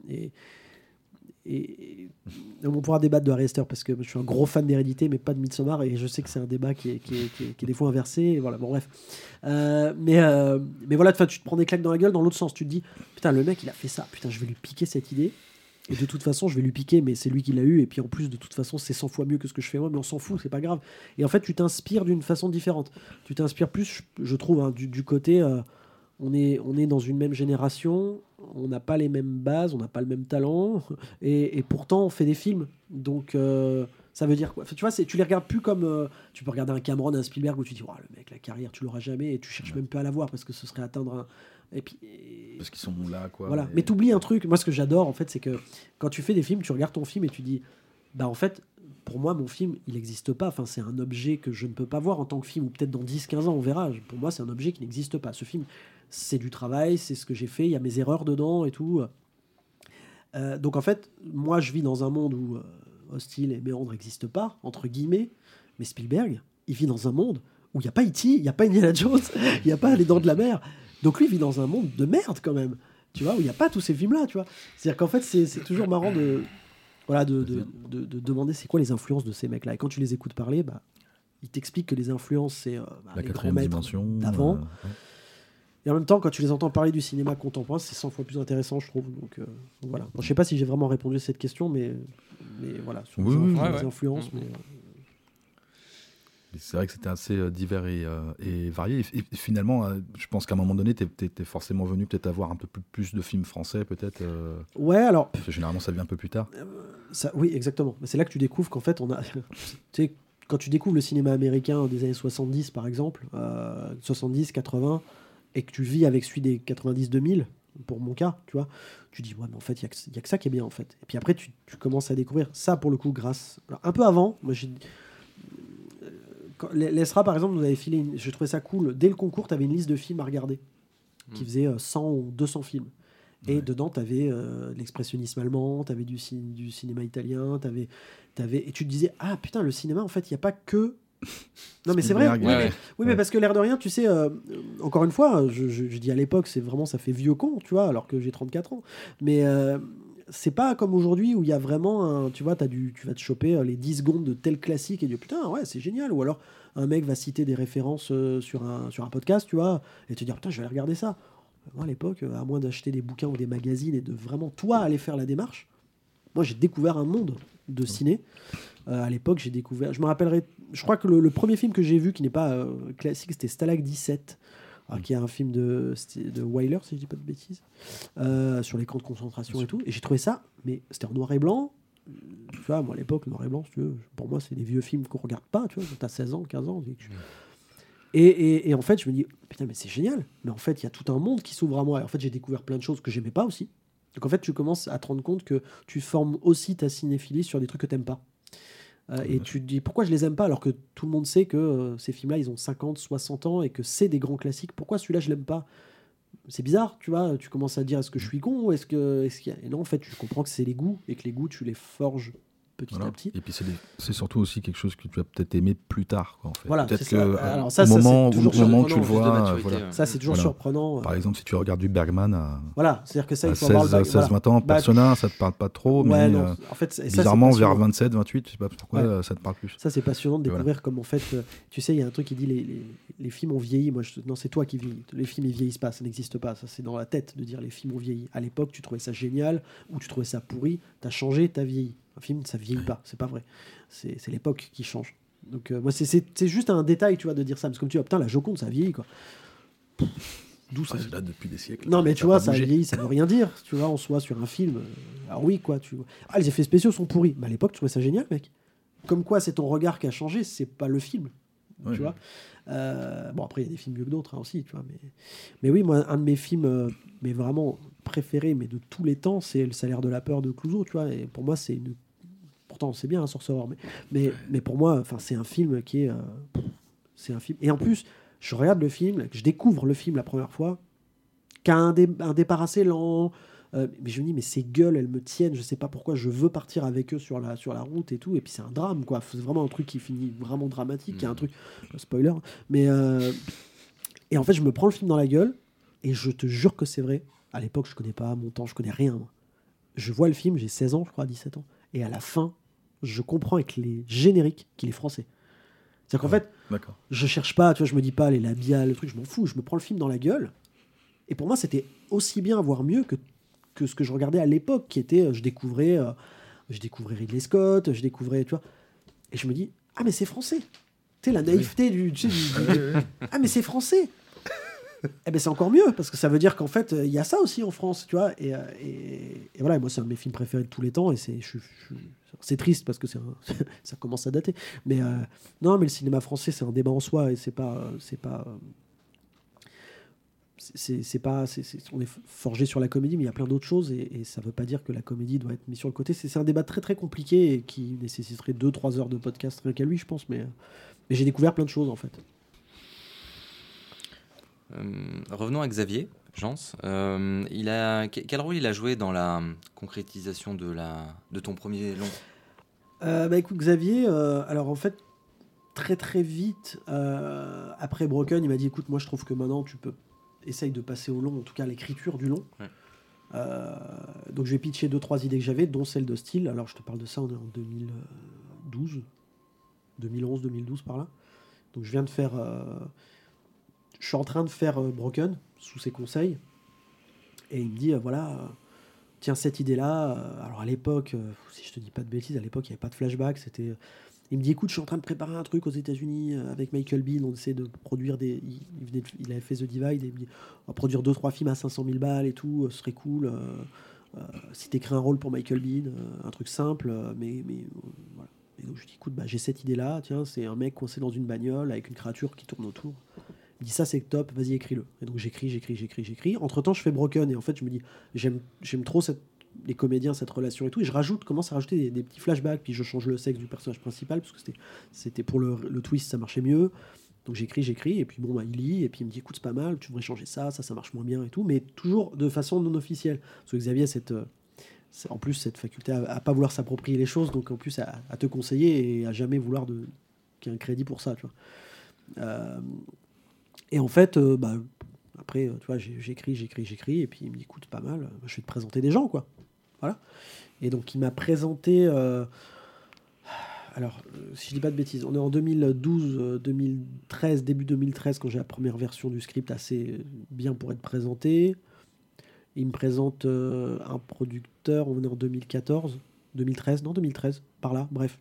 et on pourra débattre de Ari Aster parce que je suis un gros fan d'Hérédité, mais pas de Midsommar, et je sais que c'est un débat qui est des fois inversé, et voilà, bon bref. Mais voilà, tu te prends des claques dans la gueule dans l'autre sens, tu te dis putain, le mec il a fait ça, putain, je vais lui piquer cette idée. Et de toute façon, je vais lui piquer, mais c'est lui qui l'a eu. Et puis en plus, de toute façon, c'est 100 fois mieux que ce que je fais moi, mais on s'en fout, c'est pas grave. Et en fait, tu t'inspires d'une façon différente. Tu t'inspires plus, je trouve, hein, du côté, on est dans une même génération, on n'a pas les mêmes bases, on n'a pas le même talent, et pourtant, on fait des films. Donc, ça veut dire quoi? Enfin, tu vois, tu les regardes plus comme... tu peux regarder un Cameron, un Spielberg, où tu dis, oh, le mec, la carrière, tu l'auras jamais, et tu cherches même pas à la voir, parce que ce serait atteindre un... Parce qu'ils sont là, quoi. Voilà. Mais t'oublies un truc. Moi, ce que j'adore, en fait, c'est que quand tu fais des films, tu regardes ton film et tu dis, en fait, pour moi, mon film, il n'existe pas. Enfin, c'est un objet que je ne peux pas voir en tant que film, ou peut-être dans 10-15 ans, on verra. Pour moi, c'est un objet qui n'existe pas. Ce film, c'est du travail, c'est ce que j'ai fait, il y a mes erreurs dedans et tout. Donc, en fait, moi, je vis dans un monde où Hostile et Méandre n'existent pas, entre guillemets, mais Spielberg, il vit dans un monde où il n'y a pas E.T., il n'y a pas Indiana Jones, il n'y a pas Les Dents de la Mer. Donc lui, il vit dans un monde de merde quand même, tu vois, où il n'y a pas tous ces films-là, tu vois. C'est-à-dire qu'en fait, c'est toujours marrant de demander c'est quoi les influences de ces mecs-là. Et quand tu les écoutes parler, ils t'expliquent que les influences, c'est la les 4e grands maîtres dimension d'avant. Et en même temps, quand tu les entends parler du cinéma contemporain, c'est 100 fois plus intéressant, je trouve. Donc voilà. Bon, je ne sais pas si j'ai vraiment répondu à cette question, mais voilà. Sur les influences, mais... C'est vrai que c'était assez divers et varié. Et finalement, je pense qu'à un moment donné, t'es forcément venu peut-être avoir un peu plus de films français, peut-être. Ouais, alors. Parce que généralement, ça vient un peu plus tard. Oui, exactement. C'est là que tu découvres qu'en fait, on a. Tu sais, quand tu découvres le cinéma américain des années 70, par exemple, 70, 80, et que tu vis avec celui des 90-2000, pour mon cas, tu vois, tu dis, ouais, mais en fait, il n'y a que ça qui est bien, en fait. Et puis après, tu commences à découvrir ça, pour le coup, grâce. Alors, un peu avant, moi, l'ESRA, par exemple, nous avait filé. Je trouvais ça cool. Dès le concours, tu avais une liste de films à regarder qui faisait 100 ou 200 films. Et dedans, tu avais l'expressionnisme allemand, tu avais du cinéma italien, et tu te disais, ah putain, le cinéma, en fait, il n'y a pas que. Non, mais c'est vrai. Oui, mais parce que l'air de rien, tu sais, encore une fois, je dis à l'époque, c'est vraiment, ça fait vieux con, tu vois, alors que j'ai 34 ans. Mais c'est pas comme aujourd'hui où il y a vraiment tu vois, tu vas te choper les 10 secondes de tel classique et dire putain, ouais, c'est génial. Ou alors un mec va citer des références sur un podcast, tu vois, et te dire putain, je vais aller regarder ça. Moi, à l'époque, à moins d'acheter des bouquins ou des magazines et de vraiment, toi, aller faire la démarche, moi, j'ai découvert un monde de ciné. À l'époque, j'ai découvert... Je me rappellerai... Je crois que le premier film que j'ai vu, qui n'est pas classique, c'était Stalag 17, qui est un film de Wyler, si je dis pas de bêtises, sur les camps de concentration et tout. Et j'ai trouvé ça, mais c'était en noir et blanc. Tu vois, moi, à l'époque, noir et blanc, si tu veux, pour moi, c'est des vieux films qu'on regarde pas, tu vois, quand t'as 16 ans, 15 ans. Et en fait, je me dis, putain, mais c'est génial. Mais en fait, il y a tout un monde qui s'ouvre à moi. Et en fait, j'ai découvert plein de choses que j'aimais pas aussi. Donc en fait, tu commences à te rendre compte que tu formes aussi ta cinéphilie sur des trucs que t'aimes pas. Et tu te dis, pourquoi je les aime pas alors que tout le monde sait que ces films-là, ils ont 50, 60 ans et que c'est des grands classiques. Pourquoi celui-là, je l'aime pas ? C'est bizarre, tu vois. Tu commences à te dire, est-ce que je suis con ? Est-ce qu'il y a... Et non, en fait, tu comprends que c'est les goûts et que les goûts, tu les forges petit à petit. Et puis c'est surtout aussi quelque chose que tu vas peut-être aimer plus tard, quoi, en fait. Voilà, peut-être c'est que ça. Alors au moment où tu le vois, ça c'est toujours surprenant. Par exemple, si tu regardes du Bergman voilà, c'est-à-dire que ça, il faut 16-20 ans, Persona, ça te parle pas trop, mais non, en fait, bizarrement vers 27-28, je sais pas pourquoi ça te parle plus. Ça c'est passionnant de découvrir comme en fait, tu sais, il y a un truc qui dit les films ont vieilli. Moi, non, c'est toi qui vieillis. Les films ils vieillissent pas, ça n'existe pas. Ça c'est dans la tête de dire les films ont vieilli. À l'époque, tu trouvais ça génial ou tu trouvais ça pourri, t'as changé, t'as vieilli. Un film, ça vieillit pas, c'est pas vrai. C'est l'époque qui change. Donc, moi, c'est juste un détail, tu vois, de dire ça. Parce que comme tu vois, putain, la Joconde, ça vieillit, quoi. D'où ça c'est là depuis des siècles. Non, mais tu vois, ça vieillit, ça veut rien dire. Tu vois, on soit sur un film. Alors oui, quoi. Tu vois. Ah, les effets spéciaux sont pourris. Mais à l'époque, tu trouvais ça génial, mec. Comme quoi, c'est ton regard qui a changé, c'est pas le film. Tu vois. Bon, après, il y a des films mieux que d'autres aussi, tu vois. Mais oui, moi, un de mes films, mais vraiment préférés, mais de tous les temps, c'est Le Salaire de la peur de Clouzot, tu vois. Et pour moi, c'est une. Pourtant, c'est bien, Sorcerer, mais pour moi, enfin, c'est un film qui est. C'est un film. Et en plus, je regarde le film, je découvre le film la première fois, qu'à un départ assez lent. Mais je me dis, mais ces gueules, elles me tiennent, je sais pas pourquoi, je veux partir avec eux sur la route et tout. Et puis c'est un drame, quoi. C'est vraiment un truc qui finit vraiment dramatique. Il y a un truc. Spoiler. Mais. Et en fait, je me prends le film dans la gueule, et je te jure que c'est vrai. À l'époque, je connais pas mon temps, je connais rien, moi. Je vois le film, j'ai 16 ans, je crois, 17 ans. Et à la fin, je comprends avec les génériques qu'il est français. C'est-à-dire qu'en fait, je cherche pas, tu vois, je me dis pas les labiales, le truc, je m'en fous, je me prends le film dans la gueule. Et pour moi, c'était aussi bien, voire mieux que ce que je regardais à l'époque, qui était, je découvrais Ridley Scott, je découvrais, tu vois. Et je me dis, ah mais c'est français. Tu sais, la naïveté ah mais c'est français. Eh ben c'est encore mieux, parce que ça veut dire qu'en fait, il y a ça aussi en France, tu vois. Et voilà, moi, c'est un de mes films préférés de tous les temps, et c'est triste, parce que ça commence à dater. Mais non, mais le cinéma français, c'est un débat en soi, et on est forgé sur la comédie, mais il y a plein d'autres choses, et ça veut pas dire que la comédie doit être mise sur le côté. C'est un débat très très compliqué, et qui nécessiterait 2-3 heures de podcast rien qu'à lui, je pense, mais j'ai découvert plein de choses, en fait. Revenons à Xavier Jans. Quel rôle il a joué dans la concrétisation de ton premier long ? Écoute, Xavier, alors en fait, très très vite, après Broken, il m'a dit, écoute, moi je trouve que maintenant tu peux essayer de passer au long, en tout cas l'écriture du long. Ouais. Donc je vais pitcher 2-3 idées que j'avais, dont celle de style. Alors je te parle de ça, on est en 2011-2012 par là. Donc je viens de faire... Je suis en train de faire Broken, sous ses conseils. Et il me dit, tiens, cette idée-là... alors à l'époque, si je te dis pas de bêtises, à l'époque, il n'y avait pas de flashback. C'était Il me dit écoute, je suis en train de préparer un truc aux États-Unis avec Michael Bean. On essaie de produire des. Il avait fait The Divide. Et il me dit on va produire 2-3 films à 500 000 balles et tout. Ce serait cool. Si t'écris un rôle pour Michael Bean, un truc simple, mais voilà. Et donc je dis écoute, j'ai cette idée-là. Tiens, c'est un mec coincé dans une bagnole avec une créature qui tourne autour. Il me dit ça c'est top, vas-y écris-le. Et donc j'écris. Entre-temps, je fais Broken et en fait je me dis j'aime trop les comédiens, cette relation et tout, et commence à rajouter des petits flashbacks, puis je change le sexe du personnage principal, parce que c'était pour le twist, ça marchait mieux. Donc j'écris, et puis il lit, et puis il me dit écoute, c'est pas mal, tu devrais changer ça marche moins bien et tout, mais toujours de façon non officielle. Parce que Xavier a en plus cette faculté à pas vouloir s'approprier les choses, donc en plus à te conseiller et à jamais vouloir qu'il y ait un crédit pour ça, tu vois. Et en fait, après, tu vois, j'écris, et puis il me dit écoute, pas mal, je vais te présenter des gens, quoi. Voilà. Et donc il m'a présenté. Alors, si je dis pas de bêtises, on est en 2012, 2013, début 2013, quand j'ai la première version du script assez bien pour être présenté. Il me présente un producteur, on est en 2014, 2013, par là, bref.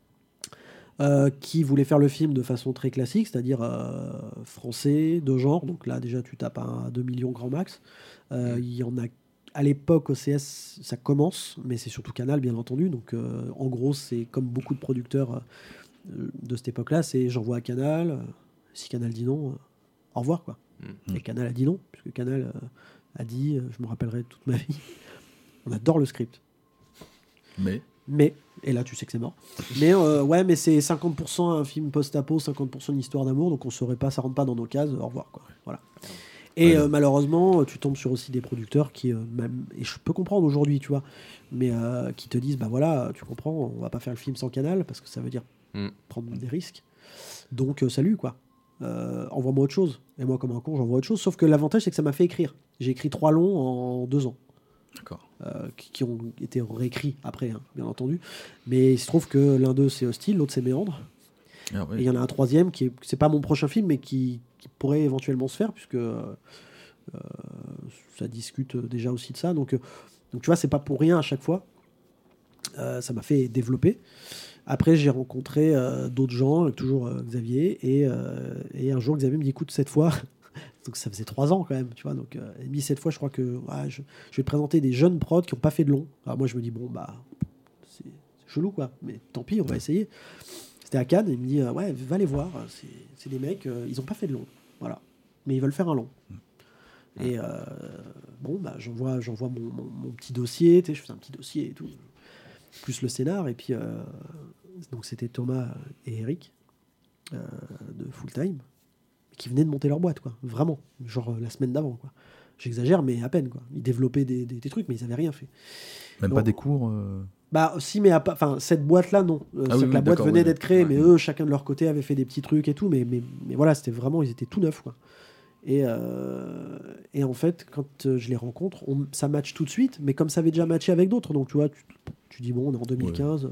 Qui voulait faire le film de façon très classique, c'est-à-dire français, de genre. Donc là, déjà, tu tapes à 2 millions grand max. Il y en a à l'époque, OCS, ça commence, mais c'est surtout Canal, bien entendu. Donc, en gros, c'est comme beaucoup de producteurs de cette époque-là, c'est j'envoie à Canal. Si Canal dit non, au revoir, quoi. Et Canal a dit non, puisque Canal a dit, je me rappellerai toute ma vie, on adore le script. Mais, et là tu sais que c'est mort. Mais ouais, mais c'est 50% un film post-apo, 50% une histoire d'amour, donc on saurait pas, ça rentre pas dans nos cases, au revoir, quoi. Voilà. Et malheureusement, tu tombes sur aussi des producteurs qui, même, et je peux comprendre aujourd'hui, tu vois, mais qui te disent, bah voilà, tu comprends, on va pas faire le film sans Canal, parce que ça veut dire prendre des risques. Donc salut, quoi. Envoie-moi autre chose. Et moi, comme un con, j'envoie autre chose. Sauf que l'avantage, c'est que ça m'a fait écrire. J'ai écrit 3 longs en 2 ans. D'accord. Qui ont été réécrits après, hein, bien entendu. Mais il se trouve que l'un d'eux, c'est Hostile, l'autre, c'est Méandre. Ah, oui. Et il y en a un troisième qui c'est pas mon prochain film, mais qui pourrait éventuellement se faire, puisque ça discute déjà aussi de ça. Donc tu vois, c'est pas pour rien à chaque fois. Ça m'a fait développer. Après, j'ai rencontré d'autres gens, toujours Xavier, et un jour, Xavier me dit, écoute, cette fois, donc ça faisait 3 ans quand même, tu vois, donc il me dit, cette fois, je crois que je vais te présenter des jeunes prods qui n'ont pas fait de long. Alors moi, je me dis, bon, c'est chelou, quoi, mais tant pis, on va essayer. C'était à Cannes, et il me dit, ouais, va les voir, c'est des mecs, ils n'ont pas fait de long, voilà, mais ils veulent faire un long. Et bon, j'envoie mon petit dossier, tu sais, je fais un petit dossier et tout, plus le scénar, et puis donc c'était Thomas et Eric de Full Time qui venaient de monter leur boîte, quoi, vraiment, genre la semaine d'avant, quoi. J'exagère, mais à peine, quoi. Ils développaient des trucs, mais ils n'avaient rien fait. Même donc, pas des cours Bah si, mais enfin cette boîte-là, non. La boîte venait d'être créée, mais eux, chacun de leur côté, avait fait des petits trucs et tout, mais voilà, c'était vraiment, ils étaient tout neufs, quoi. Et en fait, quand je les rencontre, ça match tout de suite, mais comme ça avait déjà matché avec d'autres, donc tu vois, tu dis bon, on est en 2015. Ouais.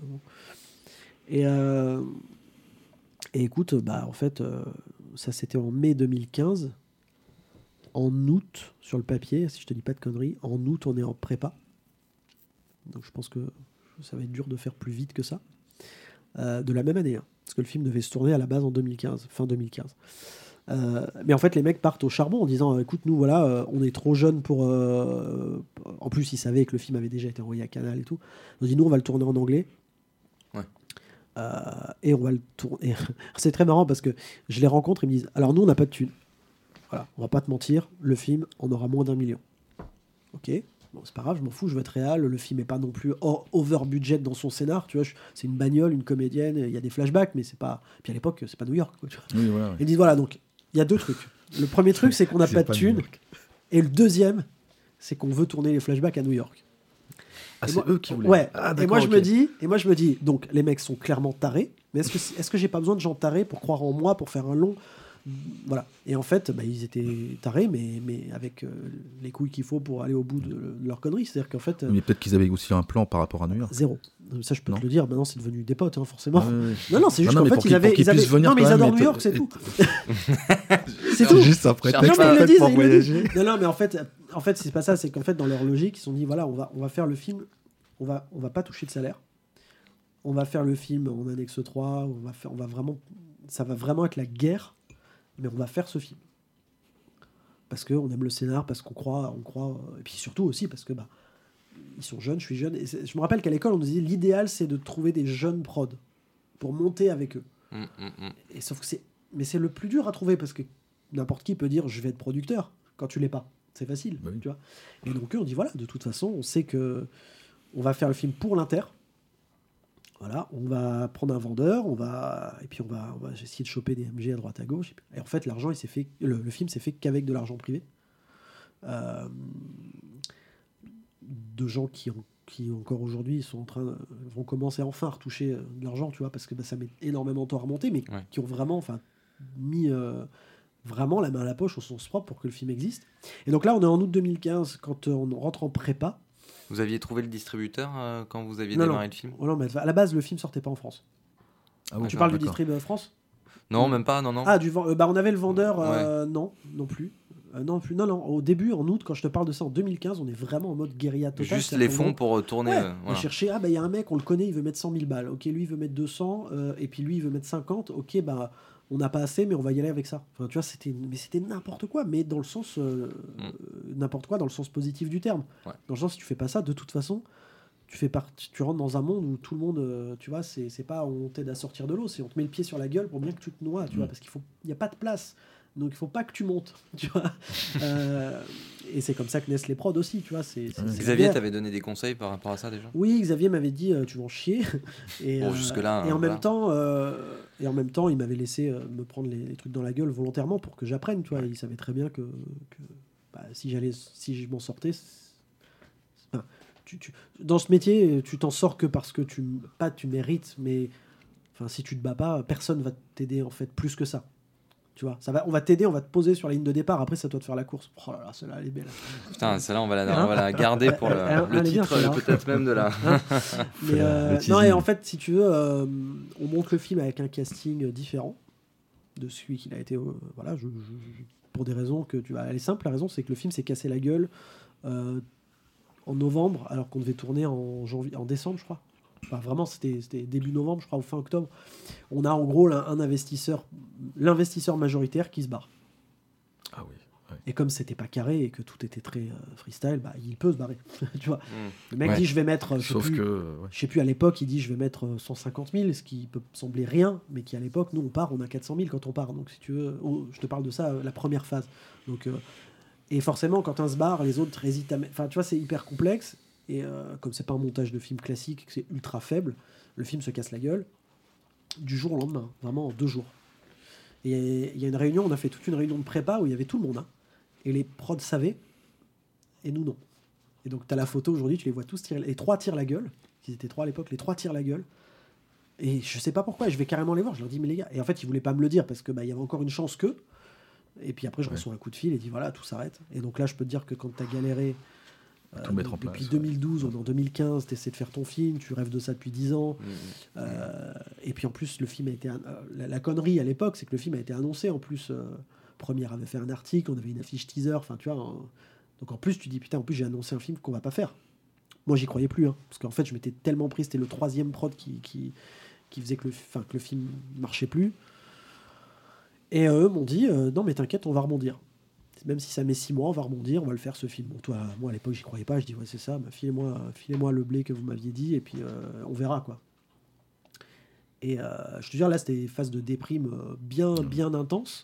Et écoute, en fait, ça c'était en mai 2015. En août, sur le papier, si je te dis pas de conneries, en août, on est en prépa. Donc je pense que ça va être dur de faire plus vite que ça. De la même année, hein, parce que le film devait se tourner à la base en 2015, fin 2015. Mais en fait, les mecs partent au charbon en disant écoute, nous, voilà, on est trop jeunes pour. En plus, ils savaient que le film avait déjà été envoyé à Canal et tout. Ils ont dit nous, on va le tourner en anglais. Ouais. Et on va le tourner. C'est très marrant parce que je les rencontre, ils me disent alors, nous, on n'a pas de thunes. Voilà, on va pas te mentir, le film, on aura moins d'1 million. Ok, bon, c'est pas grave, je m'en fous, je veux être réel. Le film est pas non plus over-budget dans son scénar, tu vois. C'est une bagnole, une comédienne, il y a des flashbacks, mais c'est pas. Puis à l'époque, c'est pas New York, quoi, tu vois. Oui, voilà, ouais. Ils disent voilà, donc. Il y a 2 trucs. Le premier truc, c'est qu'on n'a pas de thunes. Et le deuxième, c'est qu'on veut tourner les flashbacks à New York. Ah, c'est eux qui voulaient. Ouais. Et moi, je me dis, donc, les mecs sont clairement tarés. Mais est-ce que j'ai pas besoin de gens tarés pour croire en moi, pour faire un long ? Voilà. Et en fait, ils étaient tarés, mais avec les couilles qu'il faut pour aller au bout de leur connerie. C'est-à-dire qu'en fait. Mais peut-être qu'ils avaient aussi un plan par rapport à New York. 0. Ça, je peux te le dire. Maintenant, c'est devenu des potes, hein, forcément. Non, c'est juste qu'en fait, ils avaient. Non, mais ils adorent New York, c'est tout. C'est tout. Juste un prétexte pour voyager. Non, mais en fait, c'est pas ça. C'est qu'en fait, dans leur logique, ils se sont dit voilà, on va faire le film. On va pas toucher de salaire. on va faire le film en annexe 3, on va vraiment, ça va vraiment être la guerre, mais on va faire ce film. Parce qu'on aime le scénar, parce qu'on croit, et puis surtout aussi parce que ils sont jeunes, je suis jeune. Et je me rappelle qu'à l'école, on nous disait l'idéal, c'est de trouver des jeunes prods pour monter avec eux. Et sauf que c'est le plus dur à trouver parce que n'importe qui peut dire je vais être producteur quand tu l'es pas. C'est facile, tu vois. Et donc on dit voilà, de toute façon, on sait que on va faire le film pour l'Inter. Voilà, on va prendre un vendeur, et puis on va essayer de choper des MG à droite à gauche. Et en fait, l'argent, le film s'est fait qu'avec de l'argent privé. De gens qui encore aujourd'hui vont commencer enfin à retoucher de l'argent, tu vois, parce que ça met énormément de temps à remonter, mais qui ont vraiment mis vraiment la main à la poche au sens propre pour que le film existe. Et donc là, on est en août 2015, quand on rentre en prépa. Vous aviez trouvé le distributeur quand vous aviez démarré le film ? Non, mais à la base, le film sortait pas en France. Ah bon, tu parles du distributeur France ? Non, même pas, non. Ah, on avait le vendeur, non plus. Non. Au début, en août, quand je te parle de ça, en 2015, on est vraiment en mode guérilla totale. Juste les fonds pour tourner. Ouais, on cherchait, il y a un mec, on le connaît, il veut mettre 100 000 balles. Ok, lui, il veut mettre 200, et puis lui, il veut mettre 50. Ok, on n'a pas assez, mais on va y aller avec ça. Enfin, tu vois, c'était n'importe quoi, mais dans le sens n'importe quoi, dans le sens positif du terme. Ouais. Dans le sens, si tu fais pas ça, de toute façon, tu rentres dans un monde où tout le monde, tu vois, c'est pas on t'aide à sortir de l'eau, c'est on te met le pied sur la gueule pour bien que tu te noies, tu vois, parce qu'il y a pas de place. Donc il faut pas que tu montes, tu vois. Et c'est comme ça que naissent les prods aussi, tu vois. Xavier t'avait donné des conseils par rapport à ça déjà ? Oui, Xavier m'avait dit tu vas en chier. Et, jusque-là. Et en même temps, il m'avait laissé me prendre les trucs dans la gueule volontairement pour que j'apprenne, tu vois. Il savait très bien que si je m'en sortais, dans ce métier, tu t'en sors que parce que tu mérites, mais si tu te bats pas, personne va t'aider en fait plus que ça. Tu vois, on va t'aider, on va te poser sur la ligne de départ. Après, c'est à toi de faire la course. Oh là là, celle-là, elle est belle. Putain, celle-là, on va la garder pour le titre, bien, peut-être même de la. Non, et en fait, si tu veux, on monte le film avec un casting différent de celui qu'il a été. Voilà, pour des raisons que tu vois. Elle est simple, la raison, c'est que le film s'est cassé la gueule en novembre, alors qu'on devait tourner en décembre, je crois. Enfin, vraiment, c'était début novembre, je crois, ou fin octobre. On a en gros l'investisseur majoritaire qui se barre. Ah oui. Ouais. Et comme c'était pas carré et que tout était très freestyle, il peut se barrer. Tu vois. Le mec dit je vais mettre, je sais plus à l'époque, il dit je vais mettre 150 000, ce qui peut sembler rien, mais qui à l'époque, nous on a 400 000 quand on part. Donc si tu veux, je te parle de ça, la première phase. Donc, et forcément, quand un se barre, les autres hésitent à. Enfin, tu vois, c'est hyper complexe. Et comme c'est pas un montage de film classique, que c'est ultra faible, le film se casse la gueule du jour au lendemain, vraiment en 2 jours. Et il y a une réunion, on a fait toute une réunion de prépa où il y avait tout le monde, hein, et les prods savaient, et nous non. Et donc tu as la photo aujourd'hui, tu les vois tous tirer, les 3 tirent la gueule, ils étaient 3 à l'époque, les 3 tirent la gueule, et je sais pas pourquoi, je vais carrément les voir, je leur dis mais les gars, et en fait ils voulaient pas me le dire parce que il y avait encore une chance qu'eux, et puis après je reçois un coup de fil et dis voilà, tout s'arrête. Et donc là je peux te dire que quand tu as galéré depuis 2012 ou en 2015, tu essaies de faire ton film, tu rêves de ça depuis 10 ans. Et puis en plus, le film a été. La connerie à l'époque, c'est que le film a été annoncé. En plus, Première avait fait un article, on avait une affiche teaser. Enfin, tu vois. Donc en plus, tu dis putain, en plus, j'ai annoncé un film qu'on va pas faire. Moi, j'y croyais plus. Hein, parce qu'en fait, je m'étais tellement pris. C'était le 3e prod qui faisait que le film marchait plus. Et eux m'ont dit non, mais t'inquiète, on va rebondir. Même si ça met 6 mois, on va rebondir, on va le faire ce film. Bon, moi à l'époque j'y croyais pas, je dis ouais c'est ça, filez-moi le blé que vous m'aviez dit et puis on verra quoi. Et je te dis là c'était une phase de déprime bien intense.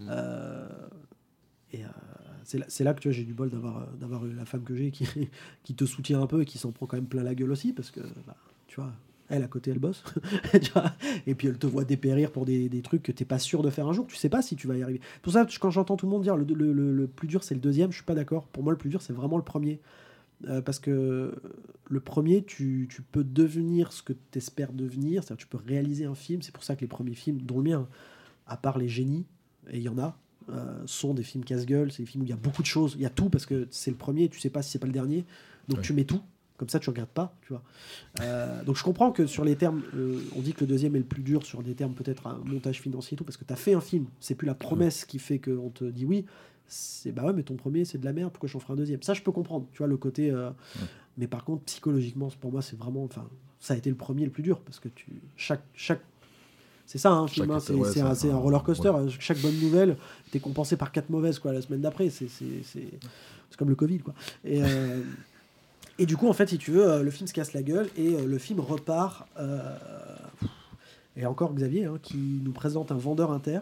C'est là que tu vois j'ai du bol d'avoir eu la femme que j'ai qui te soutient un peu et qui s'en prend quand même plein la gueule aussi parce que tu vois. Elle, à côté, elle bosse. Et puis, elle te voit dépérir pour des trucs que tu n'es pas sûr de faire un jour. Tu sais pas si tu vas y arriver. Pour ça, quand j'entends tout le monde dire le plus dur, c'est le 2e, je suis pas d'accord. Pour moi, le plus dur, c'est vraiment le 1er. Parce que le 1er, tu peux devenir ce que tu espères devenir. C'est-à-dire, tu peux réaliser un film. C'est pour ça que les premiers films, dont le mien, à part les génies, et il y en a, sont des films casse-gueule. C'est des films où il y a beaucoup de choses. Il y a tout parce que c'est le premier. Tu sais pas si c'est pas le dernier. Donc, tu mets tout. Comme ça, tu regardes pas, tu vois. Donc, je comprends que sur les termes, on dit que le 2e est le plus dur sur des termes peut-être un montage financier et tout, parce que tu as fait un film. C'est plus la promesse qui fait qu'on te dit oui. bah ouais, mais ton premier c'est de la merde, pourquoi j'en ferai un deuxième? Ça je peux comprendre, tu vois, le côté mais par contre psychologiquement pour moi c'est vraiment, enfin ça a été le premier le plus dur parce que chaque c'est ça, un film, c'est un roller coaster. Ouais. Chaque bonne nouvelle, t'es compensé par 4 mauvaises quoi, la semaine d'après. C'est comme le Covid. Quoi. Et du coup, en fait, si tu veux, le film se casse la gueule et le film repart. Et encore Xavier, qui nous présente un vendeur inter,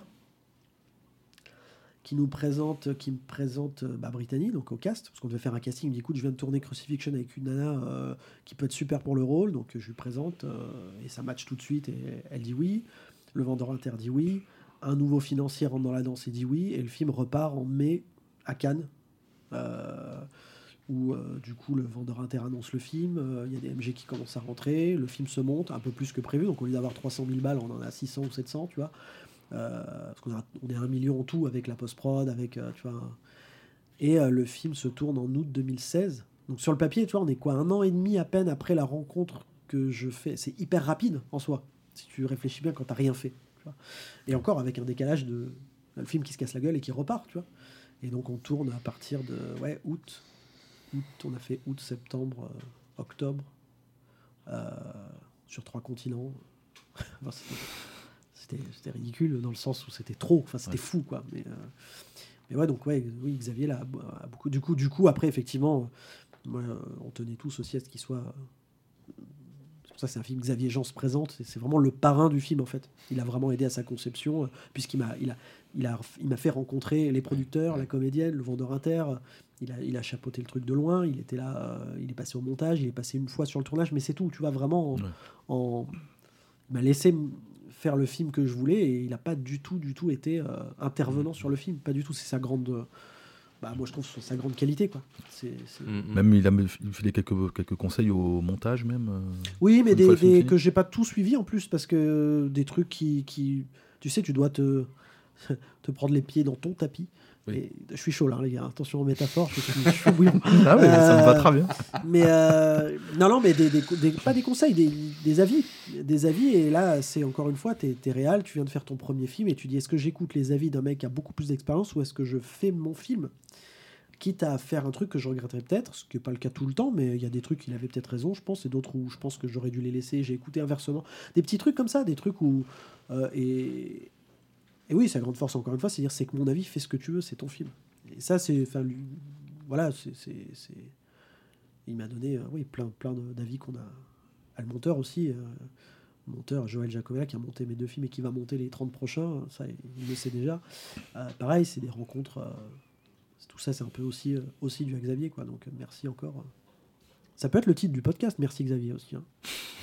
qui me présente Brittany, donc au cast, parce qu'on devait faire un casting. Il me dit écoute, je viens de tourner Crucifixion avec une nana qui peut être super pour le rôle, donc je lui présente et ça match tout de suite et elle dit oui. Le vendeur inter dit oui. Un nouveau financier rentre dans la danse et dit oui. Et le film repart en mai à Cannes, où du coup le vendeur inter annonce le film. Il y a des MG qui commencent à rentrer. Le film se monte un peu plus que prévu. Donc au lieu d'avoir 300 000 balles, on en a 600 ou 700, tu vois. Parce qu'on est à 1 million en tout avec la post-prod, avec, tu vois. Et le film se tourne en août 2016. Donc sur le papier, tu vois, on est quoi, 1 an et demi à peine après la rencontre que je fais. C'est hyper rapide en soi, si tu réfléchis bien quand t'as rien fait. Tu vois. Et encore avec un décalage de le film qui se casse la gueule et qui repart, tu vois. Et donc on tourne à partir de août. On a fait août, septembre, octobre, sur 3 continents. Enfin, c'était ridicule dans le sens où c'était trop, enfin c'était fou quoi. Mais ouais, donc oui, Xavier là a beaucoup. Du coup après effectivement, on tenait tous aussi à ce qu'il soit. C'est pour ça que c'est un film Xavier Jean se présente. C'est vraiment le parrain du film en fait. Il a vraiment aidé à sa conception puisqu'il m'a fait rencontrer les producteurs, la comédienne, le vendeur inter. Il a chapeauté le truc de loin. Il était là, il est passé au montage, il est passé une fois sur le tournage, mais c'est tout. Tu vois vraiment il m'a laissé faire le film que je voulais et il n'a pas du tout été intervenant sur le film, pas du tout. C'est sa grande moi je trouve sa grande qualité quoi. Même il me filait quelques conseils au montage même. Oui, mais que j'ai pas tout suivi en plus parce que des trucs qui tu sais, tu dois te prendre les pieds dans ton tapis. Oui. Et je suis chaud là les gars, attention aux métaphores, je suis bouillant. Ah oui, ça me va très bien. Mais non mais pas des conseils, des avis et là c'est encore une fois t'es réal, tu viens de faire ton premier film et tu dis est-ce que j'écoute les avis d'un mec qui a beaucoup plus d'expérience ou est-ce que je fais mon film, quitte à faire un truc que je regretterais peut-être, ce qui n'est pas le cas tout le temps, mais il y a des trucs il avait peut-être raison je pense et d'autres où je pense que j'aurais dû les laisser, j'ai écouté inversement, des petits trucs comme ça, des trucs où et oui, sa grande force, encore une fois, c'est que mon avis, fais ce que tu veux, c'est ton film. Et ça, voilà, il m'a donné plein d'avis qu'on a. À le monteur aussi, le monteur Joël Jacobella, qui a monté mes 2 films et qui va monter les 30 prochains, ça, il le sait déjà. Pareil, c'est des rencontres, tout ça, c'est un peu aussi dû à Xavier, quoi. Donc, merci encore. Ça peut être le titre du podcast, merci Xavier aussi. Hein.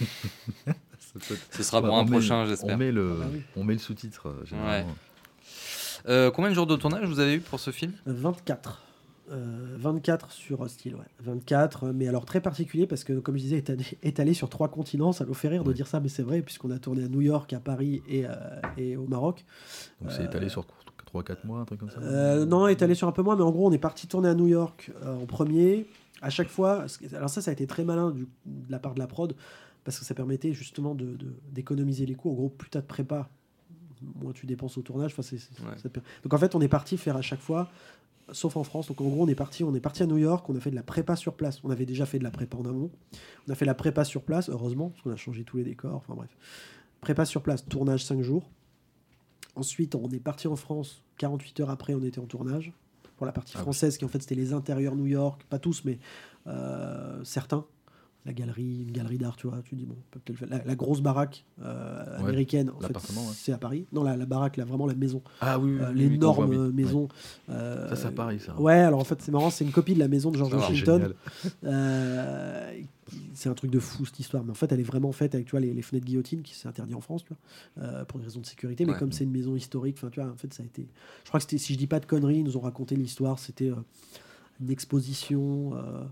Ce sera pour un prochain, j'espère. On met le sous-titre, généralement. Ouais. Combien de jours de tournage vous avez eu pour ce film ? 24. 24 sur Hostile, ouais. 24, mais alors très particulier parce que, comme je disais, étalé sur 3 continents, ça nous fait rire de dire ça, mais c'est vrai, puisqu'on a tourné à New York, à Paris et au Maroc. Donc c'est étalé sur 3-4 mois, un truc comme ça Non, étalé sur un peu moins, mais en gros, on est parti tourner à New York en premier. À chaque fois, alors ça a été très malin de la part de la prod, parce que ça permettait justement d'économiser les coûts. En gros, plus t'as de prépa, moins tu dépenses au tournage. Donc en fait, on est parti faire à chaque fois, sauf en France. Donc en gros, on est parti à New York, on a fait de la prépa sur place. On avait déjà fait de la prépa en amont. On a fait la prépa sur place, heureusement, parce qu'on a changé tous les décors. Enfin bref. Prépa sur place, tournage 5 jours. Ensuite, on est parti en France. 48 heures après, on était en tournage. Pour la partie française, qui en fait c'était les intérieurs New York, pas tous, mais certains. Une galerie d'art, tu vois, tu dis bon, peut-être la grosse baraque américaine, en fait, c'est à Paris. Non, la baraque, là, vraiment la maison. Ah oui, l'énorme maison. Ça, c'est à Paris, ça. Ouais, alors en fait, c'est marrant, c'est une copie de la maison de George Washington. C'est un truc de fou cette histoire, mais en fait, elle est vraiment faite avec, tu vois, les fenêtres guillotines, qui c'est interdit en France, tu vois, pour des raisons de sécurité, mais comme c'est une maison historique, enfin, tu vois, en fait, ça a été. Je crois que c'était, si je dis pas de conneries, ils nous ont raconté l'histoire, c'était une exposition.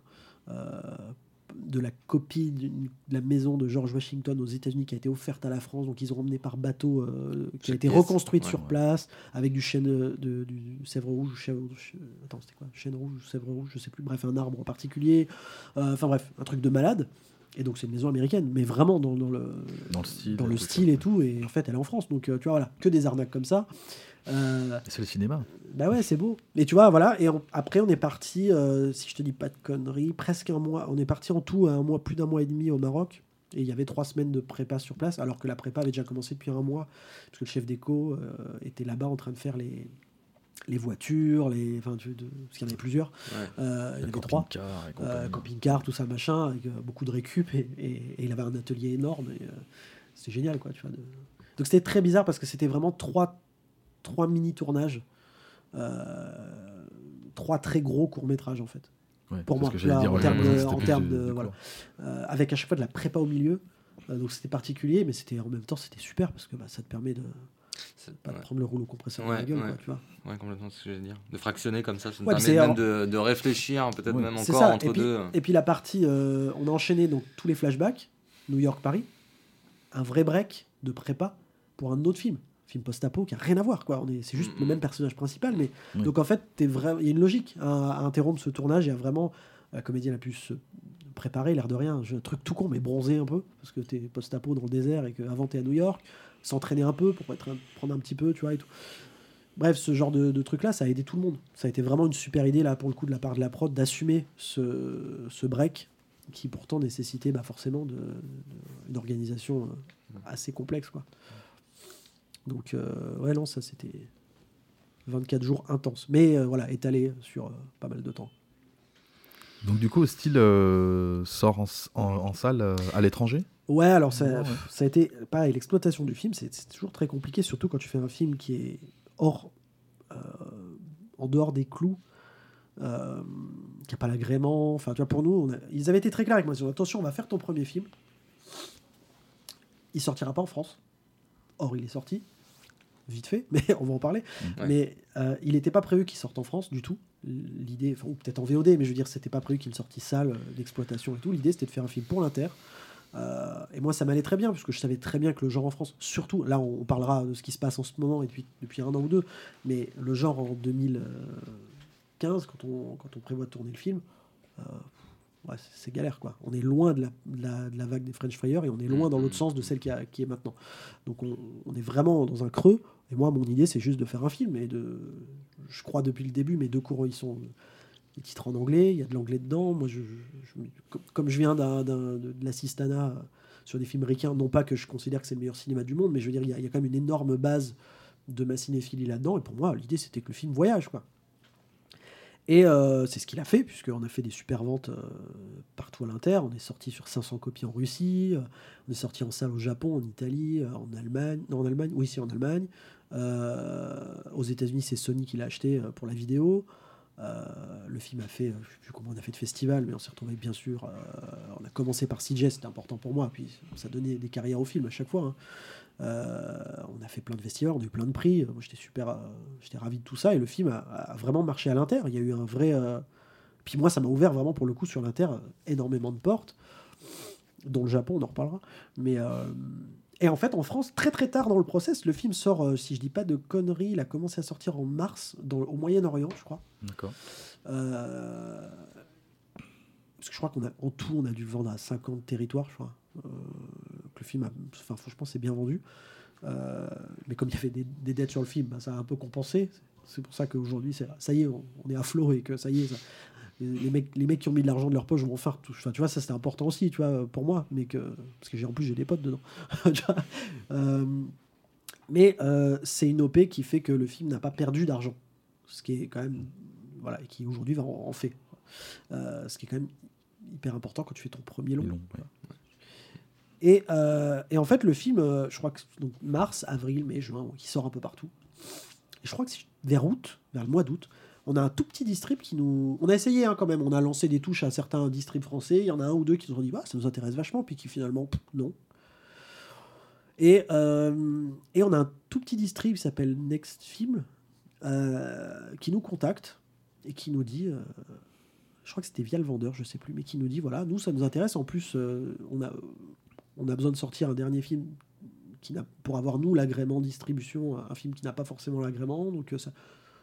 De la copie de la maison de George Washington aux États-Unis qui a été offerte à la France, donc ils ont emmené par bateau, qui a été reconstruite sur place avec du chêne, du sèvre rouge, attends, c'était quoi, chêne rouge ou sèvre rouge, je sais plus, bref, un arbre en particulier, enfin bref, un truc de malade. Et donc c'est une maison américaine, mais vraiment dans le style et tout. Et en fait, elle est en France. Donc tu vois, voilà, que des arnaques comme ça. C'est le cinéma. Bah ouais, c'est beau. Et tu vois, voilà. Et après, on est parti, si je te dis pas de conneries, presque un mois. On est parti en tout un mois, plus d'un mois et demi au Maroc. Et il y avait 3 semaines de prépa sur place, alors que la prépa avait déjà commencé depuis un mois, parce que le chef d'éco était là-bas en train de faire les voitures, parce qu'il y en avait plusieurs. Ouais. Il y en avait 3. Camping-car, tout ça, machin, avec beaucoup de récup. Et il avait un atelier énorme. Et c'était génial, quoi. Tu vois, donc c'était très bizarre parce que c'était vraiment 3 mini-tournages. 3 très gros courts-métrages, en fait. Ouais, pour moi, en termes de voilà, avec à chaque fois de la prépa au milieu, donc c'était particulier, mais c'était en même temps c'était super parce que ça te permet de pas de prendre le rouleau compresseur dans la gueule, quoi, tu vois. Ouais, complètement, c'est ce que je veux dire. De fractionner comme ça nous Ouais, permet même de réfléchir, peut-être même encore ça. entre deux. Et puis la partie, on a enchaîné donc tous les flashbacks, New York, Paris, un vrai break de prépa pour un autre film post-apo qui a rien à voir, quoi. C'est juste le même personnage principal, mais donc en fait il y a une logique à interrompre ce tournage et à vraiment la comédienne a pu se préparer, l'air de rien, un truc tout con mais bronzer un peu parce que t'es post-apo dans le désert et qu'avant t'es à New York, s'entraîner un peu pour prendre un petit peu, tu vois, et tout. Bref, ce genre de truc là, ça a aidé tout le monde. Ça a été vraiment une super idée là pour le coup de la part de la prod d'assumer ce break qui pourtant nécessitait forcément une organisation assez complexe, quoi. Donc, non, ça c'était 24 jours intenses. Mais voilà, étalé sur pas mal de temps. Donc, du coup, Steel sort en salle à l'étranger ? Ouais, alors ça a été pareil, l'exploitation du film, c'est toujours très compliqué, surtout quand tu fais un film qui est en dehors des clous, qui n'a pas l'agrément. Enfin, tu vois, pour nous, ils avaient été très clairs avec moi. Ils ont dit, attention, on va faire ton premier film. Il sortira pas en France. Or, il est sorti. Vite fait, mais on va en parler. Ouais. Mais il n'était pas prévu qu'il sorte en France du tout. L'idée, ou peut-être en VOD, mais je veux dire, c'était pas prévu qu'il sorte salle d'exploitation et tout. L'idée, c'était de faire un film pour l'Inter. Et moi, ça m'allait très bien, puisque je savais très bien que le genre en France, surtout, là, on parlera de ce qui se passe en ce moment et depuis 1 an ou 2, mais le genre en 2015, quand on prévoit de tourner le film, c'est galère, quoi. On est loin de la vague des French Fire et on est loin dans l'autre sens de celle qui est maintenant. Donc on est vraiment dans un creux. Et moi, mon idée, c'est juste de faire un film. Et je crois depuis le début, mes 2 cours, ils sont les titres en anglais. Il y a de l'anglais dedans. Moi, comme je viens de l'assistanat sur des films ricains, non pas que je considère que c'est le meilleur cinéma du monde, mais je veux dire, il y a quand même une énorme base de ma cinéphilie là-dedans. Et pour moi, l'idée, c'était que le film voyage, quoi. Et c'est ce qu'il a fait, puisqu'on a fait des super ventes partout à l'Inter. On est sorti sur 500 copies en Russie, on est sorti en salle au Japon, en Italie, en Allemagne. Non, en Allemagne, oui, c'est en Allemagne. Aux États-Unis, c'est Sony qui l'a acheté pour la vidéo. Le film a fait, je ne sais plus comment on a fait de festival, mais on s'est retrouvé bien sûr. On a commencé par CJ, c'était important pour moi, puis ça donnait des carrières au film à chaque fois. On a fait plein de festivals, on a eu plein de prix. Moi, j'étais ravi de tout ça et le film a vraiment marché à l'Inter. Il y a eu un vrai. Puis moi, ça m'a ouvert vraiment pour le coup sur l'Inter énormément de portes, dont le Japon, on en reparlera. Mais et en fait, en France, très très tard dans le process, le film sort, si je dis pas de conneries, il a commencé à sortir en mars au Moyen-Orient, je crois. D'accord. Parce que je crois qu'en tout, on a dû le vendre à 50 territoires, je crois. Que le film franchement, c'est bien vendu. Mais comme il y avait des dettes sur le film, ça a un peu compensé. C'est pour ça qu'aujourd'hui, ça y est, on est à flot et que ça y est, les mecs qui ont mis de l'argent de leur poche vont faire tout. Enfin, tu vois, ça c'était important aussi, tu vois, pour moi, parce que en plus j'ai des potes dedans. Mais c'est une OP qui fait que le film n'a pas perdu d'argent, ce qui est quand même et qui aujourd'hui en fait. Ce qui est quand même hyper important quand tu fais ton premier long. Et en fait, le film, je crois que donc mars, avril, mai, juin, qui sort un peu partout. Et je crois que vers le mois d'août, on a un tout petit distrib qui nous... On a essayé quand même, on a lancé des touches à certains distribs français, il y en a un ou deux qui nous ont dit ça nous intéresse vachement, puis qui finalement, non. Et on a un tout petit distrib qui s'appelle Next Film, qui nous contacte et qui nous dit... je crois que c'était via le vendeur, je sais plus, mais qui nous dit, voilà, nous, ça nous intéresse. En plus, on a besoin de sortir un dernier film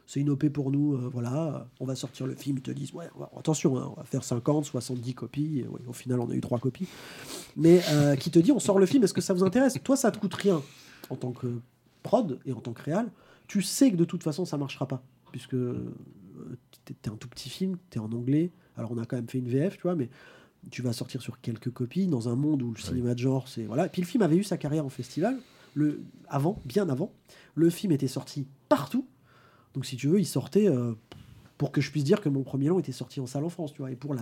c'est une OP pour nous, voilà, on va sortir le film, ils te disent, ouais, attention, hein, on va faire 50, 70 copies, et, ouais, au final on a eu 3 copies, mais qui te dit, on sort le film, est-ce que ça vous intéresse? Toi, ça te coûte rien en tant que prod et en tant que réal, tu sais que de toute façon ça marchera pas, puisque t'es un tout petit film, t'es en anglais, alors on a quand même fait une VF, tu vois, mais tu vas sortir sur quelques copies dans un monde où le cinéma de genre, c'est voilà. Et puis le film avait eu sa carrière en festival, bien avant, le film était sorti partout. Donc si tu veux, il sortait pour que je puisse dire que mon premier long était sorti en salle en France, tu vois. Et pour